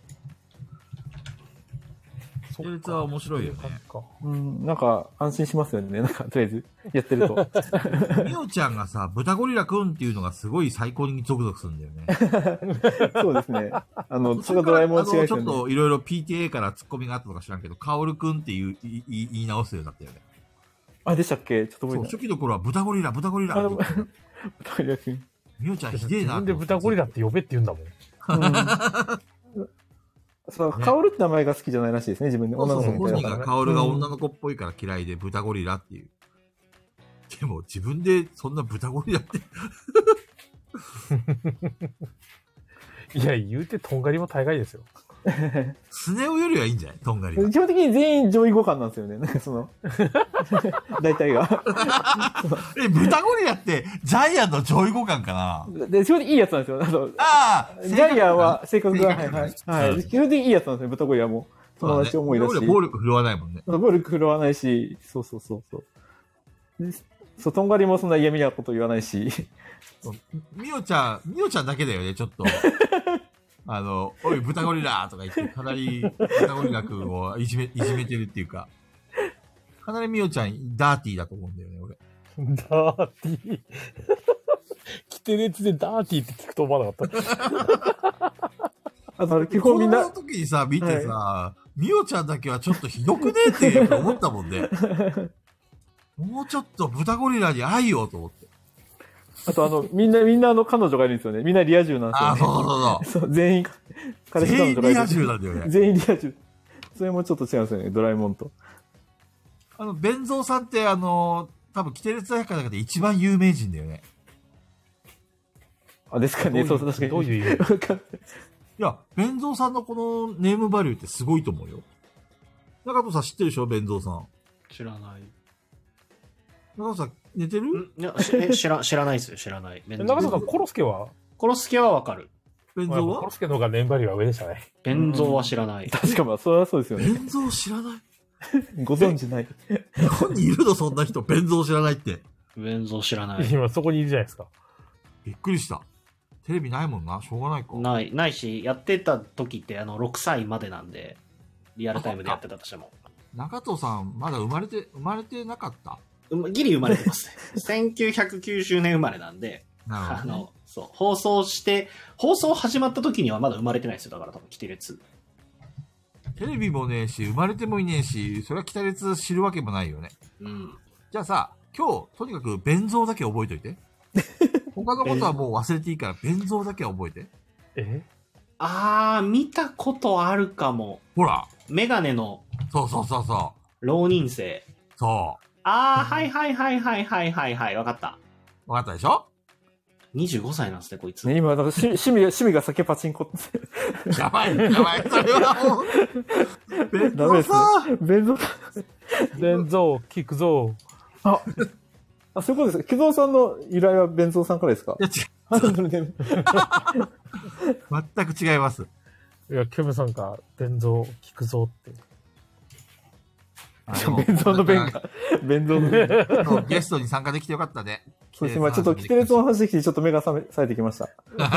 キテレツは面白いよね。 うん、なんか安心しますよね。なんか、とりあえず、やってると。 みおちゃんがさ、豚ゴリラくんっていうのがすごい最高にゾクゾクするんだよね。 そうですね。あの、それがドラえもん違いですよね。 ちょっといろいろ ピーティーエー からツッコミがあったのか知らんけど、カオルくんっていう言い言い直すようになったよね。 あ、でしたっけ？ちょっと覚えてない。 初期の頃は豚ゴリラ、豚ゴリラ。豚ゴリラくん。 みおちゃんひでえな。 自分で豚ゴリラって呼べって言うんだもん。 うんそう、カオルって名前が好きじゃないらしいですね、自分で。 女の子みたいな。本人がカオルが女の子っぽいから嫌いで豚ゴリラっていう。でも自分でそんな豚ゴリラって。 いや、言うてとんがりも大概ですよ。 スネ夫よりはいいんじゃないとんがりは。 基本的に全員上位互換なんですよね。なんかその、大体が。 え、豚ゴリラってジャイアンの上位互換かな？ で、基本的にいいやつなんですよ。あのああジャイアンは性格が、はいはい。はい。基本的にいいやつなんですよ、豚ゴリラも。友達思いだし。 暴力振るわないもんね。 暴力振るわないし、そうそうそうそう。そう、とんがりもそんな嫌味なこと言わないし。 みおちゃん、みおちゃんだけだよね、ちょっと。あの、おい、豚ゴリラとか言って、かなり豚ゴリラ君をいじめ、いじめてるっていうか、かなりみおちゃん、ダーティーだと思うんだよね、俺。 ダーティーキテレツでダーティーって聞くと思わなかった。 あの、基本みんな。 この時にさ、見てさ、みお、はい、ちゃんだけはちょっとひどくねって思ったもんね。もうちょっと豚ゴリラに愛をと思って。 あとあの、みんな、みんなあの、彼女がいるんですよね。みんなリア充なんですよね。 あ、そうそうそう。そう、全員、 彼氏彼女がいる。全員リア充なんだよね。 全員リア充。それもちょっと違うんですよね、ドラえもんと。 あの、弁蔵さんってあの、多分、キテレツ大学の中で一番有名人だよね。 あ、ですかね、そうそう、確かに。 どういう意味？ いや、弁蔵さんのこのネームバリューってすごいと思うよ。中藤さん知ってるでしょ、弁蔵さん。 知らない。 中藤さん、寝てる？ いや、え、知ら、知らないですよ、知らない。 中藤さん、コロスケは？ コロスケはわかる。 弁蔵は？ コロスケの方がネームバリューは上でしたね。 弁蔵は知らない。 確かまあ、それはそうですよね。 弁蔵知らないご存知ない。 日本にいるの、そんな人。弁蔵知らないって。 弁蔵知らない。 今そこにいるじゃないですか。 びっくりした。テレビないもんな。しょうがないか。 ない、ないし、やってた時ってあの、ろくさいまでなんで、リアルタイムでやってたとしても。 中藤さん、まだ生まれて、生まれてなかった？ ギリ生まれてますね。せんきゅうひゃくきゅうじゅうねん生まれなんで、 なるほど、ね、 あの、そう、放送して、放送始まった時にはまだ生まれてないですよ。だから多分、キテレツ。 テレビもねえし、生まれてもいねえし、それは北列知るわけもないよね。 うん。 じゃあさ、今日、とにかく、弁蔵だけ覚えといて。他のことはもう忘れていいから、弁蔵だけは覚えて。 えあー、見たことあるかも。 ほら。 メガネの。 そうそうそうそう。 浪人生。 そう。 あー、はいはいはいはいはいはいはい。わかった。 わかったでしょ？ にじゅうごさいなんですね、こいつ。 ね、今、なんか趣趣味が、趣味が酒パチンコって。 やばい、やばい、それはもう。弁蔵さん。 弁蔵さん。弁蔵、聞くぞ。 あ、あ、そういうことですか。木造さんの由来は弁蔵さんからですか？ いや、違う。全く違います。 いや、ケムさんが弁蔵、聞くぞって。 弁蔵の弁が、弁蔵の弁が。ゲストに参加できてよかったね。 そうですね。まあちょっと、キテレツの話できて、ちょっと目が覚め、冴えてきました。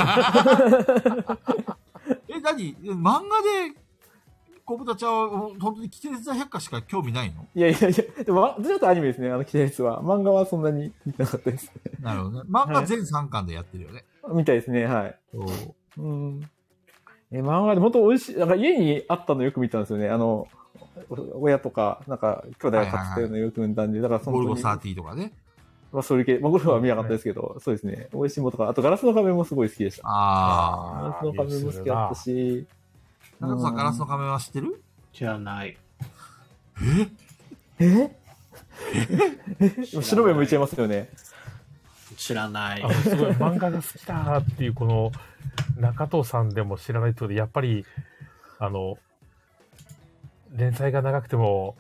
え、何漫画で、小豚ちゃんは、本当にキテレツ百科しか興味ないの？ いやいやいや、でも、どちらかとアニメですね、あの、キテレツは。漫画はそんなに見てなかったです。 なるほどね。漫画全さんかんでやってるよね。 はい、みたいですね、はい。 そう。 うん。え、漫画で本当美味しい、なんか家にあったのよく見たんですよね。あの、親とか、なんか、兄弟が買ってたのよく見たんで、だからその。 ゴルゴサーティーとかね。 まあ、それ系、まあ、ゴルフは見なかったですけど、そうですね。美味しいものとか、あとガラスの仮面もすごい好きでした。 ああ。ガラスの仮面も好きだったし。 中田さん、ガラスの仮面は知ってる？ 知らない。 えええ白目向いちゃいますよね。 知らない。 あのすごい漫画が好きだっていう、この、中藤さんでも知らないってことで、やっぱり、あの、連載が長くても、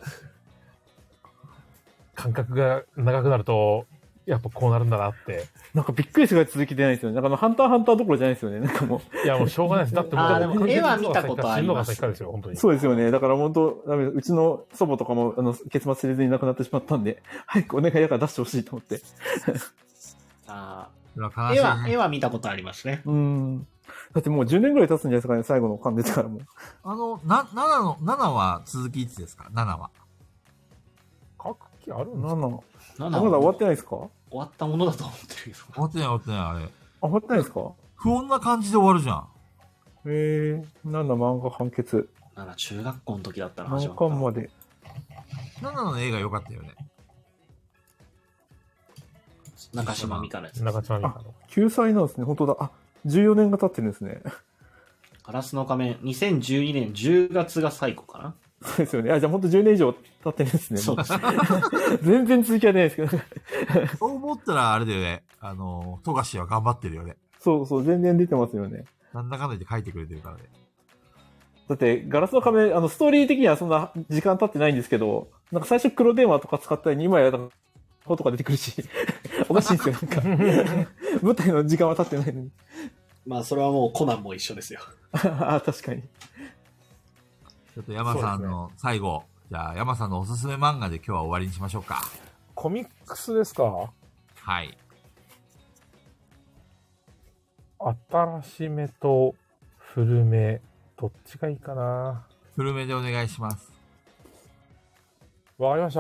間隔が長くなると、やっぱこうなるんだなって。 なんかびっくりするぐらい続き出ないですよね。なんかあの、ハンターハンターどころじゃないですよね。なんかもう。いや、もうしょうがないです。だってもう、 あでも絵は見たことあります。 ですよ、本当に。 そうですよね。だから本当、ダメうちの祖母とかも、あの、結末知れずに亡くなってしまったんで、早くお願いだから出してほしいと思って。 ああ。絵は、絵は見たことありますね。 うん。だってもうじゅうねんぐらい経つんじゃないですかね、最後の巻出てからも。 あの、な、ななの、ななは続きいつですか？ なな は。 書く気あるんですか？ なな。 まだ終わってないですか？ 終わったものだと思ってるけど。 終わってない終わってない、あれ。 あ、終わってないですか？ 不穏な感じで終わるじゃん。 へえ、なな漫画完結。 なな中学校の時だったら何巻まで。 ななの映画良かったよね。 中島美嘉のやつ。 中島美嘉の。 救済なんですね、本当だ。あ、じゅうよねんが経ってるんですね。 ガラスの仮面、にせんじゅうにねんじゅうがつが最後かな。 そうですよね。あ、じゃあ本当じゅうねん以上経ってるんですね。 そうですね。 全然続きはないですけど。 そう思ったらあれだよね。あの、富樫は頑張ってるよね。 そうそう、全然出てますよね。 なんだかんだ言って書いてくれてるからね。 だって、ガラスの仮面、あの、ストーリー的にはそんな時間経ってないんですけど、なんか最初黒電話とか使ったりに、今や、フォとか出てくるし、おかしいんですよ、なんか。舞台の時間は経ってないのに。 まあ、それはもうコナンも一緒ですよ。 あ、確かに。 ちょっと山さんの最後、ね、じゃあ山さんのおすすめ漫画で今日は終わりにしましょうか。 コミックスですか？ はい。 新しめと古め、どっちがいいかな。 古めでお願いします。 わかりました。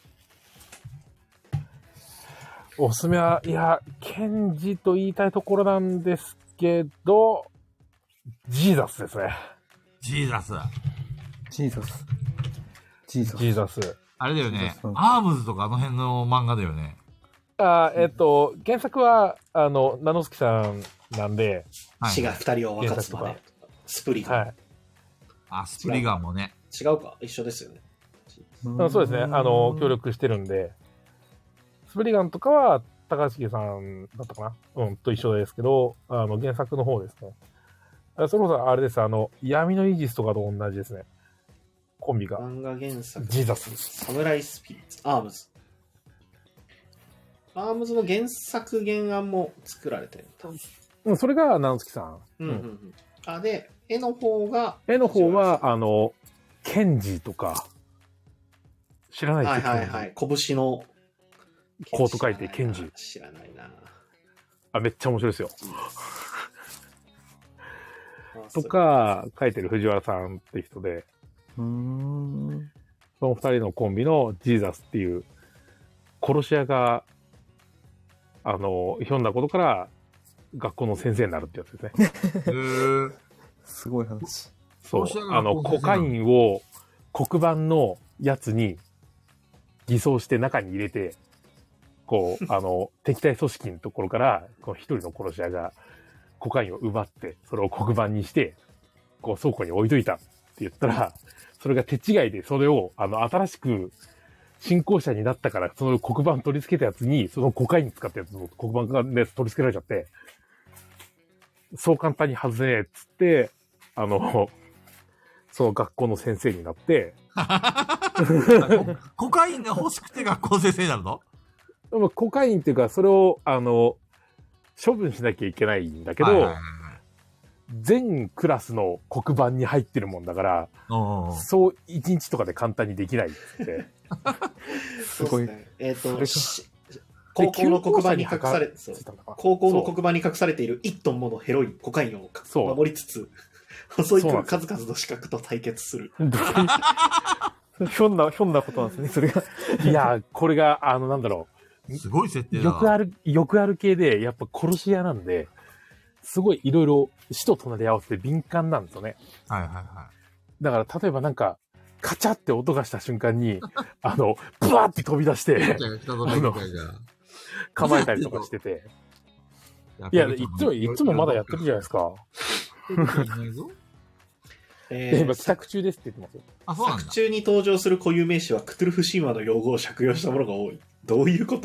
おすすめは、いや、ケンジと言いたいところなんですけど、ジーザスですね。 ジーザス。 ジーザス。ジーザス。 ジーザス。 あれだよね。アームズとかあの辺の漫画だよね。 あえっと、原作は、あの、ナノスキさんなんで。 死が二人を分かつまで。スプリガン。はい。 あ、スプリガンもね。 違うか一緒ですよね。 そうですね。あの、協力してるんで。スプリガンとかは、高橋さんだったかなうん、と一緒ですけど、あの、原作の方ですね。そもそもあれです、あの、闇のイージスとかと同じですね。コンビが。 漫画原作。 ジーザス。 サムライスピリッツ。アームズ。アームズの原作原案も作られてるんだ。 うん、それが、ナノスキさん。 うんうんうん。あ、で、絵の方が。 絵の方は、あの、ケンジとか、知らないですか？はいはいはい。拳の。 コート書いて、ケンジ。 知らないな。 あ、めっちゃ面白いですよ。とか、書いてる藤原さんって人で、 うーんその二人のコンビのジーザスっていう、殺し屋が、あの、ひょんなことから学校の先生になるってやつですね。 へーすごい話。 そう、あの、コカインを黒板のやつに偽装して中に入れて、こう、あの、敵対組織のところから、こう一人の殺し屋がコカインを奪って、それを黒板にして、こう倉庫に置いといたって言ったら、それが手違いでそれを、あの、新しく新興者になったから、その黒板取り付けたやつに、そのコカイン使ったやつの黒板がね、取り付けられちゃって、そう簡単に外せねえっつって、あの、その学校の先生になって、 コカインが欲しくて学校先生になるの？ コカインっていうか、それを、あの、処分しなきゃいけないんだけど、はいはいはい、全クラスの黒板に入ってるもんだから、そう一日とかで簡単にできないって。 すごい。ね、えっ、ー、と、高校の黒板に隠され、高校の黒板に隠されているいちトンものヘロイン、コカインを守りつつ、細いく数々の資格と対決する。 ひょんな、ひょんなことなんですね、それが。 いや、これが、あの、なんだろう。すごい設定だな。 よくある、よくある系で、やっぱ殺し屋なんで、すごいいろいろ死と隣り合わせて敏感なんですよね。 はいはいはい。 だから、例えばなんか、カチャって音がした瞬間に、あの、ブワーって飛び出して、あの、構えたりとかしてて。いや、いつも、いつもまだやってるじゃないですか。えー、今、帰宅中ですって言ってますよ。 あ、そうなんだ。作中に登場する固有名詞はクトゥルフ神話の用語を借用したものが多い。どういうこと？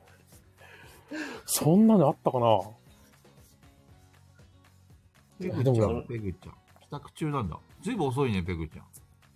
そんなのあったかな？ ペグちゃん、ペグちゃん。帰宅中なんだ。ずいぶん遅いね、ペグちゃ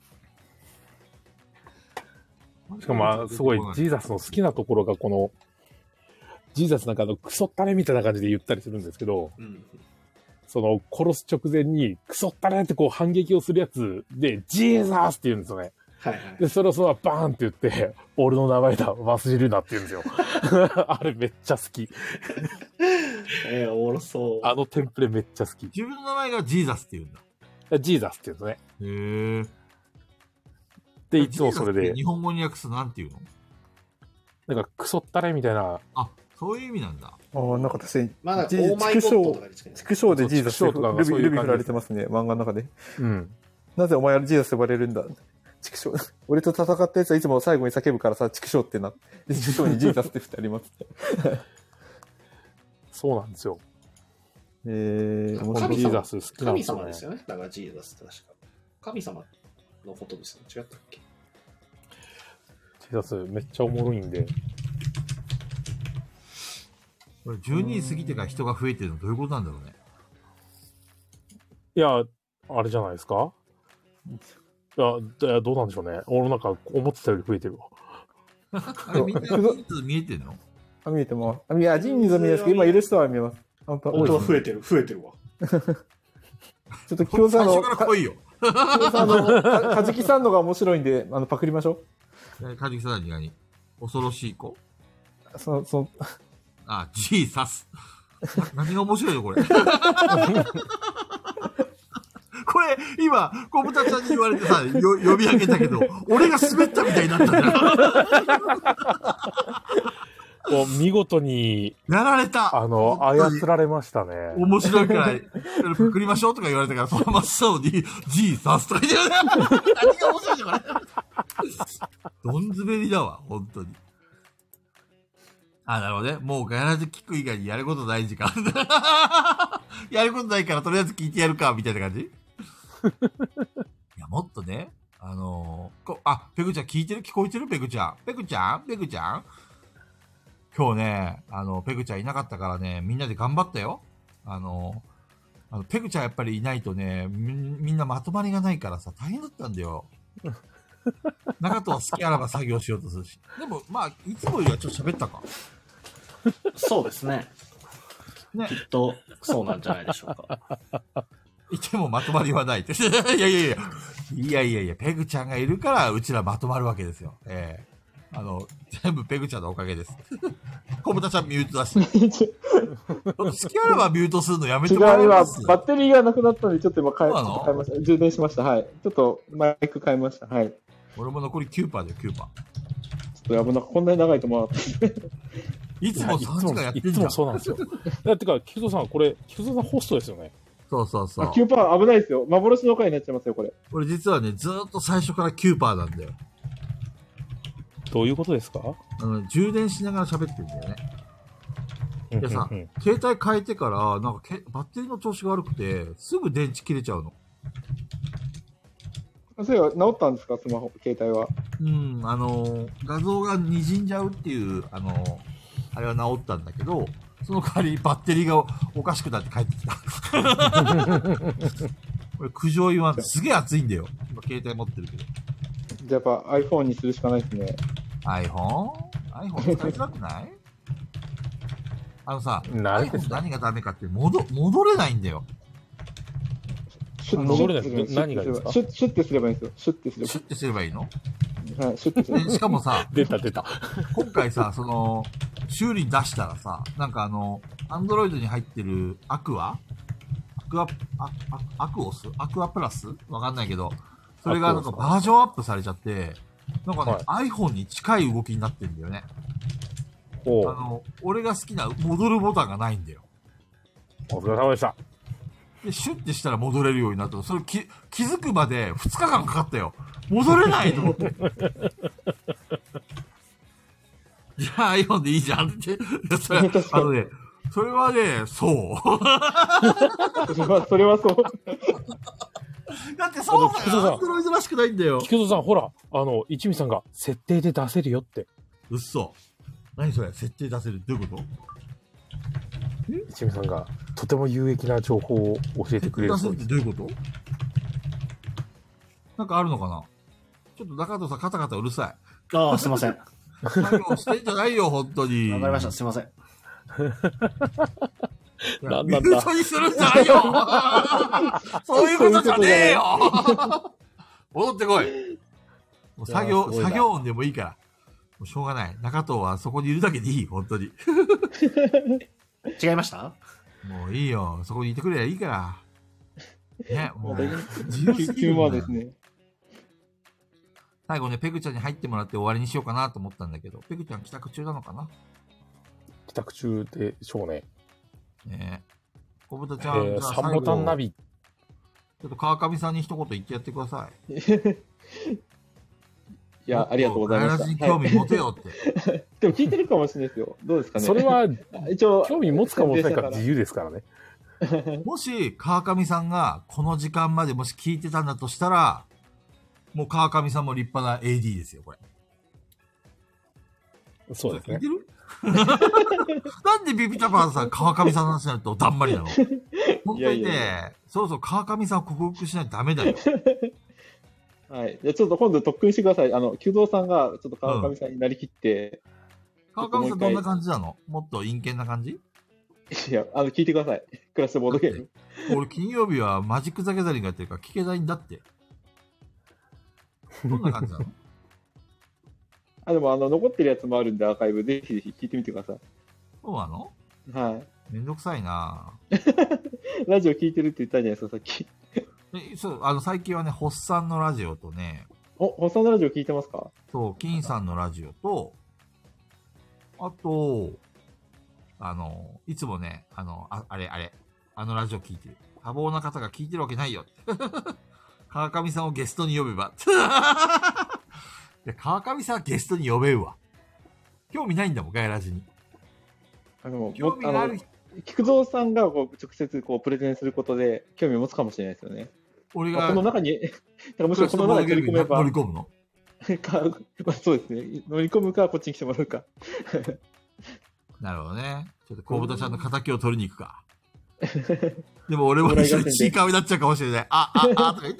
ん。しかも、すごい、ジーザスの好きなところが、この、ジーザスなんかのクソったれみたいな感じで言ったりするんですけど、うん、その、殺す直前に、クソったれってこう反撃をするやつで、ジーザスって言うんですよね。 はいはい、 で、それをそのままバーンって言って、俺の名前だ、忘れるなって言うんですよ。あれめっちゃ好き。 えー、おもろそう。 あのテンプレめっちゃ好き。 自分の名前がジーザスって言うんだ。 ジーザスって言うんですね。へー。 で、いつもそれで。 日本語に訳すとなんて言うの？ なんか、クソったれみたいな。 あ、そういう意味なんだ。 ああ、なんか確かに。 まだ、オーマイゴッドとかですね。 畜生でジーザスとかルビルビ振られてますね、漫画の中で。 うん。 なぜお前はジーザスと呼ばれるんだ？畜生。俺と戦ったやつはいつも最後に叫ぶからさ、畜生ってなって、畜生にジーザスって振ってあります。 そうなんですよ。 えー、 神ジーザス好きなんですよね。神様ですよね。だからジーザスって確か。神様のことですよね。違ったっけ？ ジーザスめっちゃおもろいんで。 これじゅうにじ過ぎてから人が増えてるのどういうことなんだろうね。 いや、あれじゃないですか？いや、どうなんでしょうね。俺なんか思ってたより増えてるわ。 あれみんな人数見えてんの？ あ、見えてます。いや、人数は見えないですけど、今いる人は見えます。 本当は増えてる、増えてるわ。 ちょっと京さんの、 最初から来いよ。 京さんの、かじきさんのが面白いんで、あの、パクりましょう。かじきさんは何？恐ろしい子？ その、その、 あ、ジーサス。何が面白いのこれ。これ、今、小豚ちゃんに言われてさ、よ呼び上げたけど、俺が滑ったみたいになったんだよ。 もう見事に、 やられた。 あの、操られましたね。 面白いくらい、パクりましょうとか言われたから、そのままそうに、ジーサスとか言ってる。何が面白いのこれ。どんずべりだわ、本当に。あ、なるほどね。もうガヤラジ聞く以外にやることない時間。やることないからとりあえず聞いてやるか、みたいな感じいや、もっとね、あのー、こあ、ペグちゃん聞いてる？聞こえてる？ペグちゃん。ペグちゃん？ペグちゃん？今日ね、あの、ペグちゃんいなかったからね、みんなで頑張ったよ。あの、あのペグちゃんやっぱりいないとねみ、みんなまとまりがないからさ、大変だったんだよ。中とは好きあらば作業しようとするし。でも、まあ、いつもよりはちょっと喋ったか。 そうですね。 ね。 きっと、そうなんじゃないでしょうか。 いてもまとまりはないって。いやいやいや。いやいやいや、ペグちゃんがいるから、うちらまとまるわけですよ。ええー、あの、全部ペグちゃんのおかげです。小豚ちゃんミュートだし。好きあらばミュートするのやめてもらえます？ 違う、今、バッテリーがなくなったので、ちょっと今変え、変えました。充電しました。はい。ちょっとマイク変えました。はい。 俺も残り きゅうパーセント で きゅうパーセント。 ちょっとやばな、こんなに長いと思わなかった。 いつもさんじかんやってんじゃん。 いつもそうなんですよ。だってか、菊蔵さん、これ、菊蔵さんホストですよね。 そうそうそう。 きゅうパーセント 危ないですよ。幻の回になっちゃいますよ、これ。 俺実はね、ずーっと最初から きゅうパーセント なんだよ。 どういうことですか？ あの、充電しながら喋ってるんだよね。でさ、うんうんうん、携帯変えてから、なんかけバッテリーの調子が悪くて、すぐ電池切れちゃうの。 それは治ったんですか、スマホ、携帯は。 うん、あの、画像が滲んじゃうっていう、あの、あれは治ったんだけど、その代わりバッテリーがおかしくなって帰ってきた。これ苦情言わんとすげえ熱いんだよ。今携帯持ってるけど。 じゃあやっぱ iPhone にするしかないですね。 iPhone?iPhone 使いづらくないあのさ、iPhone 何がダメかって戻、戻れないんだよ。 戻れないです。何がですか？ シュッ、シュッてすればいいんですよ。シュッてすれば。 シュッてすればいいの？ はい、シュッてすればいい。 しかもさ、 出た出た。 今回さ、その、修理出したらさ、なんかあの、Android に入ってるアクアアクア、アアクオスアクアプラスわかんないけど、それがなんかバージョンアップされちゃって、なんかね、はい、iPhone に近い動きになってんだよね。あの、俺が好きな戻るボタンがないんだよ。 お疲れ様でした。 で、シュッてしたら戻れるようになった。それ気、気づくまでふつかかんかかったよ。戻れないと思って。じゃあ iPhone でいいじゃんって。それ、あのね、それはね、そう。 それは、それはそう。 だってそうだよ。アンドロイドらしくないんだよ。 菊蔵さん、ほら、あの、一味さんが設定で出せるよって。 うっそ。何それ設定出せるどういうこと一味さんがとても有益な情報を教えてくれるそうです。 どういうことなんかあるのかなちょっと中藤さんカタカタうるさい。ああ、すいません。 作業してんじゃないよ、本当に。 わかりました、すいません。 なんなんだ。 ミュートにするんじゃないよそういうことじゃねえよ戻ってこい。もう作業、作業音でもいいから。もうしょうがない。中藤はそこにいるだけでいい、本当に。 違いました？ もういいよ。そこにいてくれりゃいいから。ね、もう、 自由すぎるんだよ。ですね。 最後ね、ペグちゃんに入ってもらって終わりにしようかなと思ったんだけど、ペグちゃん帰宅中なのかな？ 帰宅中でしょうね。 ねえ。小豚ちゃん、 えー、さんボタンナビ。 ちょっと川上さんに一言言ってやってください。 いや、ありがとうございました。 ガヤラジに興味持てよって。 はい、でも聞いてるかもしれないですよ。どうですかね。 それは、一応、興味持つか持たないか自由ですからね。 もし、川上さんがこの時間までもし聞いてたんだとしたら、もう川上さんも立派な エーディー ですよ、これ。 そうですね。 聞いてるなんでビビタパンさん、川上さんの話になるとだんまりなの本当にね、そろそろ川上さんを克服しないとダメだよ。 はい。じゃあちょっと今度特訓してください。あの、久蔵さんがちょっと川上さんになりきって。 うん、川上さんどんな感じなの？もっと陰険な感じ？ いや、あの、聞いてください。クラスボードゲーム。 俺金曜日はマジック・ザ・ギャザリングやってるから聞けないんだって。どんな感じなの？ あ、でもあの、残ってるやつもあるんで、アーカイブ。ぜひぜひ聞いてみてください。 そうなの？ はい。 めんどくさいなラジオ聞いてるって言ったじゃないですか、さっき。 え、そう、あの、最近はね、ホッサンのラジオとね。 お、ホッサンのラジオ聞いてますか？ そう、金さんのラジオと、あと、あの、いつもね、あの、ああれ、あれ、あのラジオ聞いてる。多忙な方が聞いてるわけないよ。川上さんをゲストに呼べば。いや、川上さんはゲストに呼べるわ。興味ないんだもん、ガヤラジに。 あの、 興味がある人。 菊蔵さんがこう直接こうプレゼンすることで興味を持つかもしれないですよね。 俺が、 この中に、だからむしろこの中に乗り込めば。 乗り込むのか、まあ、そうですね。乗り込むか、こっちに来てもらうか。 なるほどね。ちょっと小豚ちゃんの仇を取りに行くか。でも俺も一緒にチーカーになっちゃうかもしれない。あ、あ、あ、とか言って。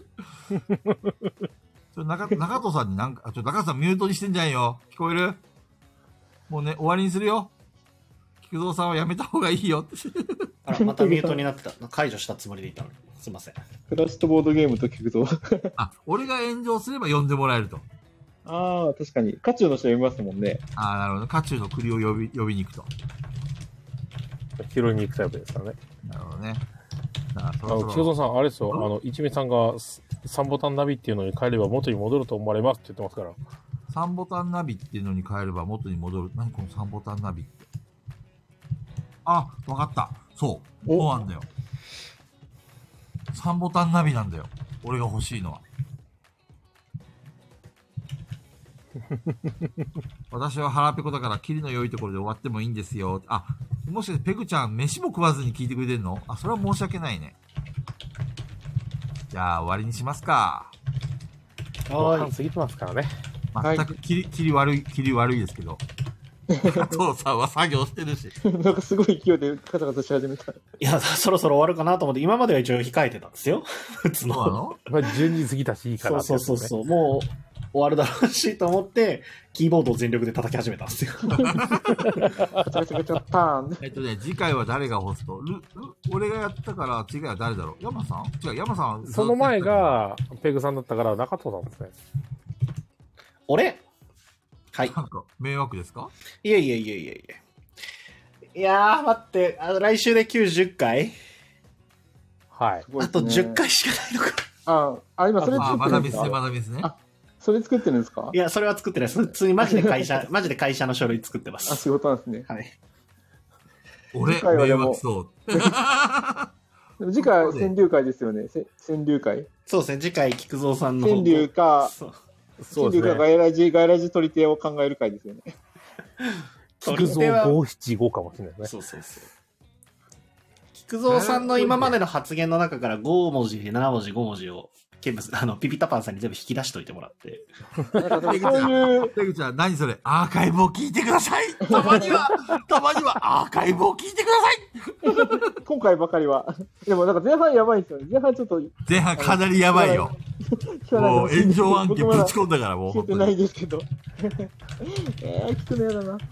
ちょ中, 中藤さんになんか、ちょ中藤さんミュートにしてんじゃんよ。聞こえる？もうね、終わりにするよ。菊蔵さんはやめた方がいいよ。 あら、またミュートになってた。解除したつもりでいたのに。すいません。 クラッシュとボードゲームと菊蔵。 あ、俺が炎上すれば呼んでもらえると。 ああ、確かに。渦中の人呼びますもんね。 ああ、なるほど。渦中の栗を呼び、呼びに行くと。 拾いに行くタイプですからね。 なるほどね。 あの、菊蔵さん、あれですよ。あの、一味さんがさんボタンナビっていうのに変えれば元に戻ると思われますって言ってますから。 さんボタンナビっていうのに変えれば元に戻る。何このさんボタンナビって。あ、わかった。そう。そうなんだよ。 さんボタンナビなんだよ。俺が欲しいのは。私は腹ペコだから、キリの良いところで終わってもいいんですよ。あ、もしかしてペグちゃん、飯も食わずに聞いてくれてんの？あ、それは申し訳ないね。じゃあ、終わりにしますか。 後半過ぎてますからね。 全くキリ、キリ悪い、キリ悪いですけど。加藤さんは作業してるし。 なんかすごい勢いでカタカタし始めた。 いや、そろそろ終わるかなと思って、今までは一応控えてたんですよ。普通の。 そうなの？ まあ、じゅうにじ過ぎたしいいかなって、 そうそうそうそう。もう、終わるだろうしと思って、キーボードを全力で叩き始めたんですよ。 ガチャガチャガチャパーン。 えっとね、次回は誰がホスト？ル、ル、俺がやったから、次回は誰だろう？山さん？違う、山さんは。 その前が、ペグさんだったから、中藤さんですね。 俺はい。 なんか、迷惑ですか？ いえいえいえいえいえ。いやー、待って、あの来週できゅうじゅっかいはい。 あとじゅっかいしかないのか。 あ、あ、今それ作あ、 ってまだミスね、 るんですか？ まだミスね。 あ、それ作ってるんですか？ いや、それは作ってないです。普通にマジで会社、マジで会社の書類作ってまあ、 す。 仕事なんですね。 はい。 俺、 次回は迷でも惑そう。 でも次回は川柳会ですよね。せ川柳会。 そうですね、次回、菊蔵さんの方川柳か、 そうそうですね。 川柳かガイラジ、ガイラジ取り手を考える会ですよね。 菊蔵ごひゃくななじゅうごかもしれないですね。 そうそうそう。菊蔵さんの今までの発言の中からご文字、なな文字、ご文字を、ケンブス、あの、ピピタパンさんに全部引き出しといてもらって。 なんかそういう、 ペグちゃん、何それ？アーカイブを聞いてください。たまには、たまにはアーカイブを聞いてください。 今回ばかりは。でもなんか前半やばいんですよね。前半ちょっと、 前半かなりやばいよ。もう炎上案件ぶち込んだから、もう。 聞いてないですけど。えー、聞くのやだな。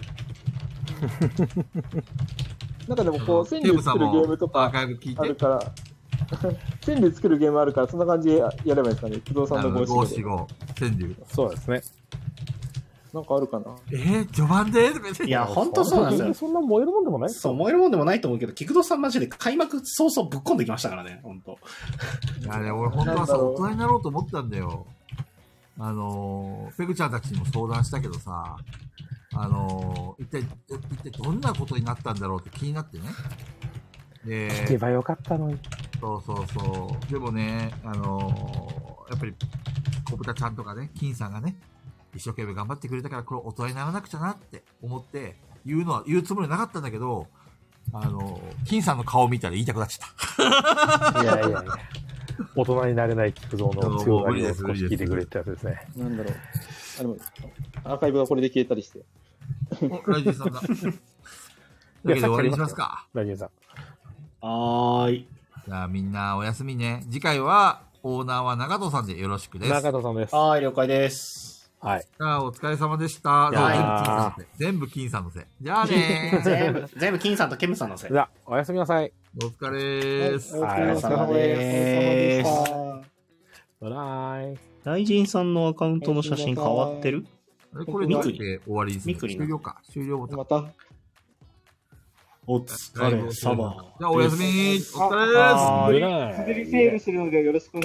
なんかでもこう、川柳作るゲームとかアーカイブ聞いて。 あるから、川柳作るゲームあるから、そんな感じでやればいいですかね。不動産の五五七五。 七五、川柳。 そうですね。 なんかあるかな。 えー、序盤でいや、ほんとそうなんですよ。 そんな燃えるもんでもないですそう、燃えるもんでもないと思うけど、菊蔵さんマジで開幕早々ぶっ込んできましたからね、ほんと。 いやね、俺本当はさ、大人になろうと思ったんだよ。あのー、ペグちゃんたちにも相談したけどさ、あのー、一体、一体どんなことになったんだろうって気になってね。で、 聞けばよかったのに。 そうそうそう。でもね、あのー、やっぱり、小豚ちゃんとかね、金さんがね、一生懸命頑張ってくれたから、これ大人にならなくちゃなって思って、言うのは、言うつもりなかったんだけど、あのー、金さんの顔見たら言いたくなっちゃった。 いやいやいや。大人になれない菊蔵の強がりを少し聞いてくれってやつですね。 なんだろう。あ、でも、アーカイブがこれで消えたりして。 お、ライジンさんだ。だけど終わりにしますか。 ライジンさん。 はーい。 じゃあみんなおやすみね。次回は、オーナーは長藤さんでよろしくです。 中藤さんです。 はーい、了解です。 はい。 じゃあお疲れ様でした。 いやそう全部金さんのせい。全部金さんのせい。じゃあねー。 全部、全部金さんとケムさんのせい。 じゃあ、おやすみなさい。 お疲れーす。 お疲れ様です。お疲れ様でした。 バイバイ。 ライジンさんのアカウントの写真変わってる？ あれこれどうやって終わりにするミクリン終了か。終了ボタン。 また。 お疲れ様。 じゃあおやすみー。お疲れーす。 はーい。 滑りセールするのでよろしくお願いします。